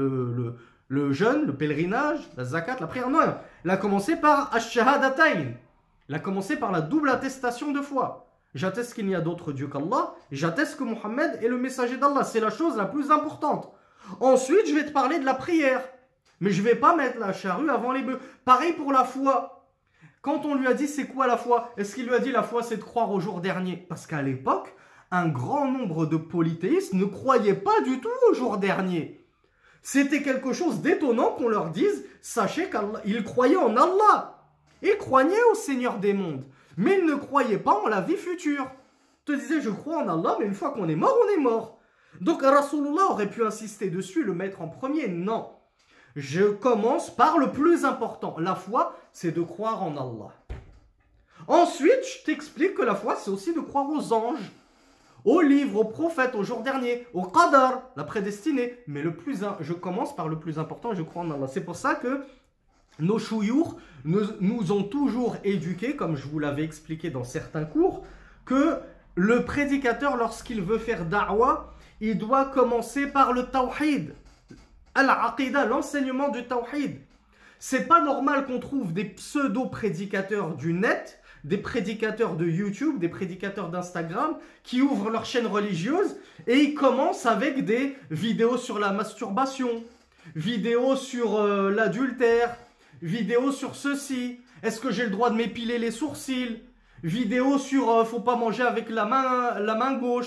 le jeûne, le pèlerinage, la zakat, la prière. Non, il a commencé par ash-shahadatayn. Il a commencé par la double attestation de foi. J'atteste qu'il n'y a d'autre Dieu qu'Allah, et j'atteste que Mohammed est le messager d'Allah. C'est la chose la plus importante. Ensuite, je vais te parler de la prière. Mais je ne vais pas mettre la charrue avant les bœufs. Pareil pour la foi. Quand on lui a dit c'est quoi la foi, est-ce qu'il lui a dit la foi c'est de croire au jour dernier? Parce qu'à l'époque, un grand nombre de polythéistes ne croyaient pas du tout au jour dernier. C'était quelque chose d'étonnant qu'on leur dise, sachez qu'ils croyaient en Allah. Ils croyaient au Seigneur des mondes. Mais ils ne croyaient pas en la vie future. Ils te disaient je crois en Allah, mais une fois qu'on est mort, on est mort. Donc Rasulullah aurait pu insister dessus et le mettre en premier. Non. Je commence par le plus important. La foi, c'est de croire en Allah. Ensuite, je t'explique que la foi, c'est aussi de croire aux anges, aux livres, aux prophètes, au jour dernier, au qadar, la prédestinée. Mais je commence par le plus important, je crois en Allah. C'est pour ça que nos chouyours nous ont toujours éduqués, comme je vous l'avais expliqué dans certains cours, que le prédicateur, lorsqu'il veut faire da'wah, il doit commencer par le tawhid. Al-Aqidah, l'enseignement du tawhid. C'est pas normal qu'on trouve des pseudo-prédicateurs du net, des prédicateurs de YouTube, des prédicateurs d'Instagram, qui ouvrent leur chaîne religieuse et ils commencent avec des vidéos sur la masturbation, vidéos sur l'adultère, vidéos sur ceci, est-ce que j'ai le droit de m'épiler les sourcils, vidéos sur faut pas manger avec la main gauche,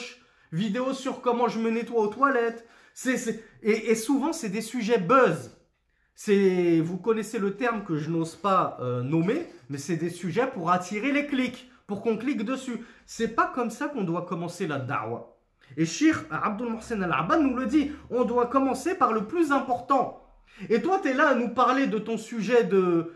vidéo sur comment je me nettoie aux toilettes. Et souvent, c'est des sujets buzz. Vous connaissez le terme que je n'ose pas nommer, mais c'est des sujets pour attirer les clics, pour qu'on clique dessus. C'est pas comme ça qu'on doit commencer la da'wah. Et Cheikh Abdul Mohsen Al-Abbad nous le dit, on doit commencer par le plus important. Et toi, tu es là à nous parler de ton sujet de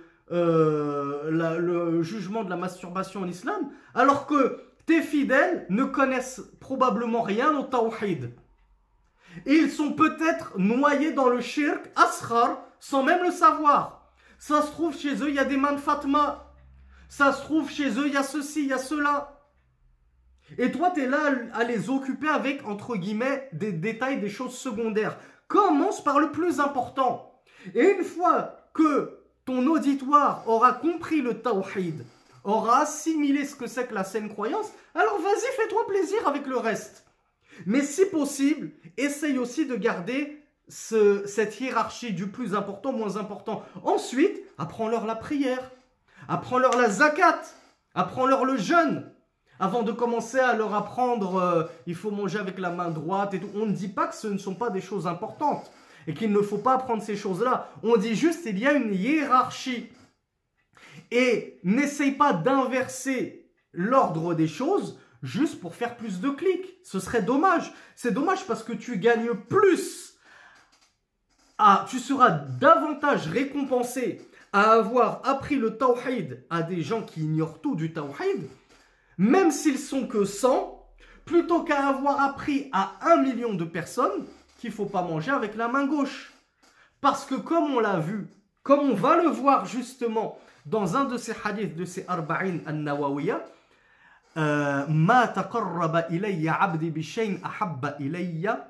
le jugement de la masturbation en islam, alors que tes fidèles ne connaissent probablement rien au tawhid. Et ils sont peut-être noyés dans le shirk asghar sans même le savoir. Ça se trouve chez eux, il y a des man Fatma. Ça se trouve chez eux, il y a ceci, il y a cela. Et toi, tu es là à les occuper avec, entre guillemets, des détails, des choses secondaires. Commence par le plus important. Et une fois que ton auditoire aura compris le tawhid, aura assimilé ce que c'est que la saine croyance, alors vas-y, fais-toi plaisir avec le reste. Mais si possible, essaye aussi de garder cette hiérarchie du plus important au moins important. Ensuite, apprends-leur la prière, apprends-leur la zakat, apprends-leur le jeûne. Avant de commencer à leur apprendre il faut manger avec la main droite et tout. On ne dit pas que ce ne sont pas des choses importantes et qu'il ne faut pas apprendre ces choses-là. On dit juste qu'il y a une hiérarchie. Et n'essaye pas d'inverser l'ordre des choses juste pour faire plus de clics. Ce serait dommage. C'est dommage parce que tu gagnes plus. Tu seras davantage récompensé à avoir appris le tawhid à des gens qui ignorent tout du tawhid, même s'ils sont que 100, plutôt qu'à avoir appris à 1 million de personnes qu'il ne faut pas manger avec la main gauche. Parce que comme on l'a vu, comme on va le voir justement dans un de ces hadiths de ces Arba'in an-Nawawiyya, Ma taqarraba ilayya abdi bi shay'in ahabba ilayya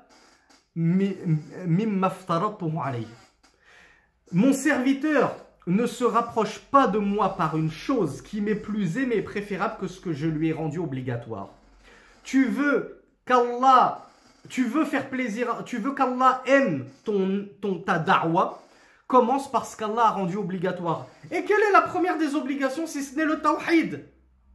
mimma aftaratuhu alayhi. Mon serviteur ne se rapproche pas de moi par une chose qui m'est plus aimée et préférable que ce que je lui ai rendu obligatoire. Tu veux faire plaisir, tu veux qu'Allah aime ta da'wah, commence par ce qu'Allah a rendu obligatoire. Et quelle est la première des obligations si ce n'est le tawhid?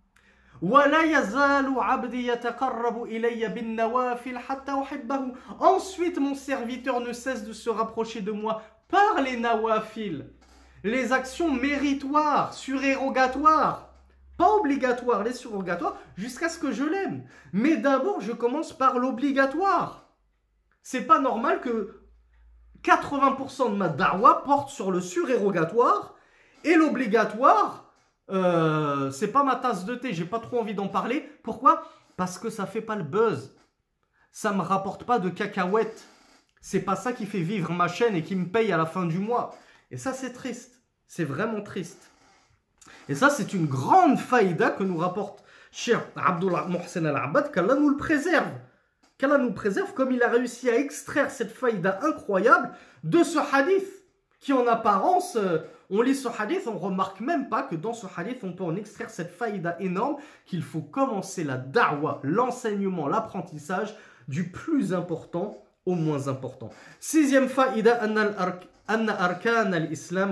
Ensuite, mon serviteur ne cesse de se rapprocher de moi par les nawafil, les actions méritoires, surérogatoires, pas obligatoires, les surrogatoires, jusqu'à ce que je l'aime. Mais d'abord, je commence par l'obligatoire. C'est pas normal que 80% de ma da'wah porte sur le surérogatoire et l'obligatoire. C'est pas ma tasse de thé, j'ai pas trop envie d'en parler. Pourquoi? Parce que ça fait pas le buzz. Ça me rapporte pas de cacahuètes. C'est pas ça qui fait vivre ma chaîne et qui me paye à la fin du mois. Et ça, c'est triste. C'est vraiment triste. Et ça, c'est une grande faïda que nous rapporte Cheikh Abdul Mohsen Al-Abbad, qu'Allah nous le préserve. Qu'Allah nous préserve comme il a réussi à extraire cette faïda incroyable de ce hadith qui en apparence, on lit ce hadith, on ne remarque même pas que dans ce hadith, on peut en extraire cette faïda énorme qu'il faut commencer la da'wah, l'enseignement, l'apprentissage du plus important au moins important. Sixième faïda, anna arkan al-islam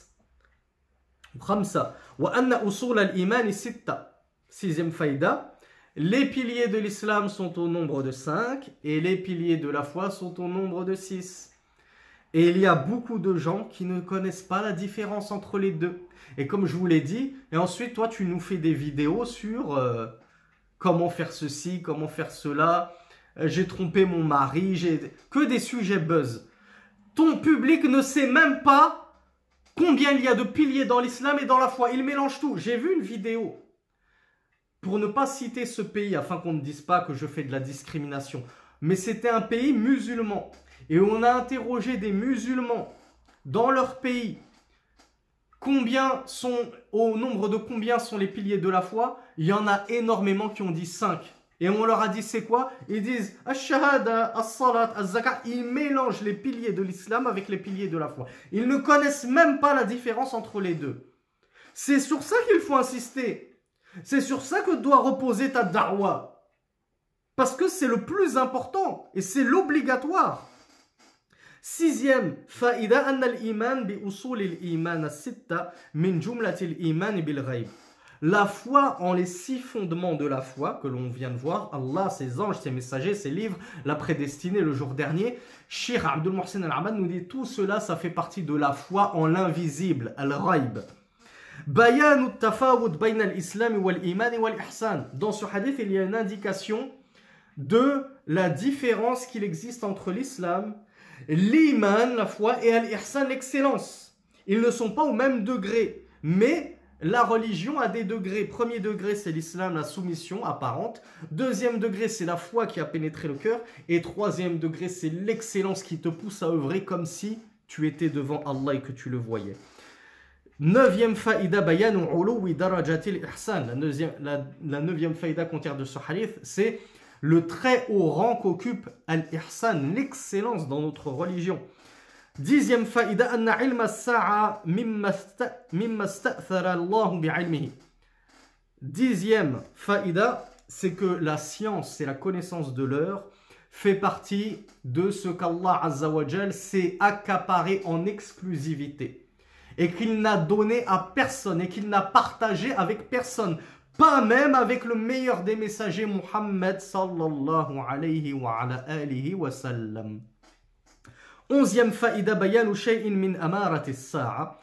khamsa wa anna usul al-iman sitta. Sixième faïda, les piliers de l'islam sont au nombre de 5 et les piliers de la foi sont au nombre de 6. Et il y a beaucoup de gens qui ne connaissent pas la différence entre les deux. Et comme je vous l'ai dit, et ensuite toi tu nous fais des vidéos sur comment faire ceci, comment faire cela, j'ai trompé mon mari, que des sujets buzz. Ton public ne sait même pas combien il y a de piliers dans l'islam et dans la foi. Il mélange tout. J'ai vu une vidéo, pour ne pas citer ce pays, afin qu'on ne dise pas que je fais de la discrimination, mais c'était un pays musulman. Et on a interrogé des musulmans dans leur pays. Au nombre de combien sont les piliers de la foi? Il y en a énormément qui ont dit 5. Et on leur a dit c'est quoi? Ils disent Ash-Shahada, As-Salat, Az-Zakat. Ils mélangent les piliers de l'islam avec les piliers de la foi. Ils ne connaissent même pas la différence entre les deux. C'est sur ça qu'il faut insister. C'est sur ça que doit reposer ta da'wah. Parce que c'est le plus important et c'est l'obligatoire. Sixième, faïda anna al-iman bi usul al-iman as-sitta min jumlat al-iman bil-ghayb. la foi en les 6 fondements de la foi que l'on vient de voir, Allah, ses anges, ses messagers, ses livres, la prédestinée, le jour dernier. Cheikh Abdul Mohsen Al-Abbad nous dit tout cela, ça fait partie de la foi en l'invisible, Al-Ghaib. Bayanu tafawud bayna al-islam wal-iman wal-ihsan. Dans ce hadith, il y a une indication de la différence qu'il existe entre l'islam, l'iman, la foi, et al-ihsan, l'excellence. Ils ne sont pas au même degré, mais la religion a des degrés. Premier degré, c'est l'islam, la soumission apparente. Deuxième degré, c'est la foi qui a pénétré le cœur. Et troisième degré, c'est l'excellence qui te pousse à œuvrer comme si tu étais devant Allah et que tu le voyais. Neuvième faïda, bayanu uluwi darajatil ihsan. La neuvième faïda qu'on tire de ce hadith, c'est le très haut rang qu'occupe al-ihsan, l'excellence dans notre religion. Dixième faïda, anna ilma as-sa'a mimma sta'thara Allah bi'ilmihi. Dixième faïda, c'est que la science et la connaissance de l'heure fait partie de ce qu'Allah Azza wa Jal s'est accaparé en exclusivité et qu'il n'a donné à personne et qu'il n'a partagé avec personne, pas même avec le meilleur des messagers, Muhammad sallallahu alayhi wa ala alihi wa sallam. Onzième faïda, bayanu shay'in min amarati as-sa'a.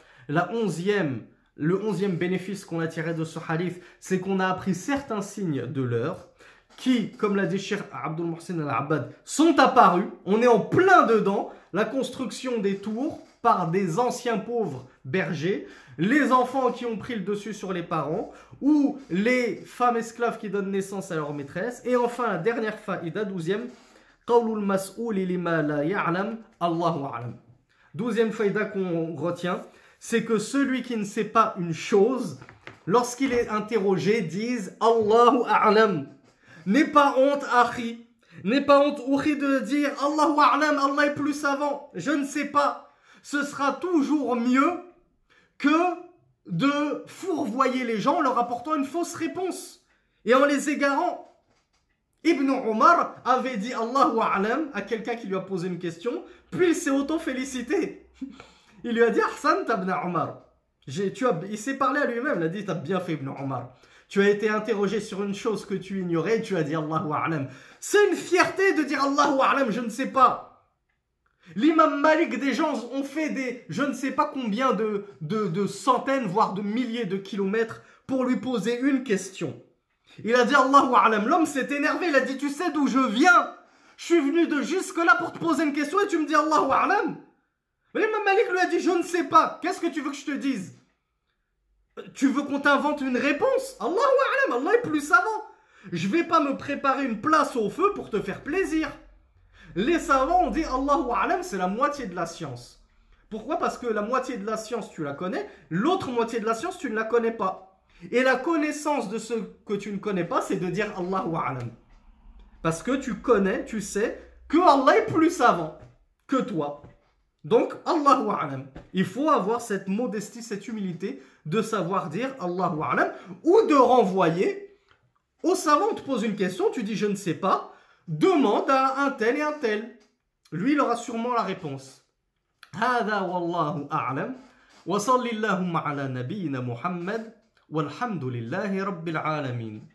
Le onzième bénéfice qu'on a tiré de ce hadith, c'est qu'on a appris certains signes de l'heure qui, comme l'a dit Cheikh Abdul Mohsen Al-Abbad, sont apparus. On est en plein dedans. La construction des tours par des anciens pauvres bergers, les enfants qui ont pris le dessus sur les parents, ou les femmes esclaves qui donnent naissance à leur maîtresse. Et enfin, la dernière faïda, 12e, qawlul mas'ouli lima la ya'lam, Allahu a'lam. 12e faïda qu'on retient, c'est que celui qui ne sait pas une chose, lorsqu'il est interrogé, dise Allahu a'lam. N'aie pas honte, akhi. N'aie pas honte, akhi, de dire Allahu a'lam, Allah est plus savant. Je ne sais pas. Ce sera toujours mieux que de fourvoyer les gens en leur apportant une fausse réponse et en les égarant. Ibn Omar avait dit Allahu a'lam à quelqu'un qui lui a posé une question, puis il s'est auto-félicité. Il lui a dit Ahsan ibn Omar. Il s'est parlé à lui-même, il a dit t'as bien fait Ibn Omar. Tu as été interrogé sur une chose que tu ignorais, tu as dit Allahu a'lam. C'est une fierté de dire Allahu a'lam, je ne sais pas. L'imam Malik, des gens ont fait des je ne sais pas combien de centaines, voire de milliers de kilomètres pour lui poser une question. Il a dit Allahu a'lam. L'homme s'est énervé, il a dit tu sais d'où je viens? Je suis venu de jusque là pour te poser une question et tu me dis Allahu a'lam. L'imam Malik lui a dit je ne sais pas. Qu'est-ce que tu veux que je te dise? Tu veux qu'on t'invente une réponse? Allahu a'lam, Allah est plus savant. Je vais pas me préparer une place au feu pour te faire plaisir. Les savants ont dit Allahu a'lam, c'est la moitié de la science. Pourquoi? Parce que la moitié de la science, tu la connais, l'autre moitié de la science, tu ne la connais pas. Et la connaissance de ce que tu ne connais pas, c'est de dire Allahu a'lam. Parce que tu connais, tu sais que Allah est plus savant que toi. Donc, Allahu a'lam. Il faut avoir cette modestie, cette humilité de savoir dire Allahu a'lam ou de renvoyer au savant. On te pose une question, tu dis je ne sais pas. Demande à un tel et un tel. Lui, il aura sûrement la réponse. هذا والله أعلم وصلى اللهم على نبينا محمد والحمد لله رب العالمين.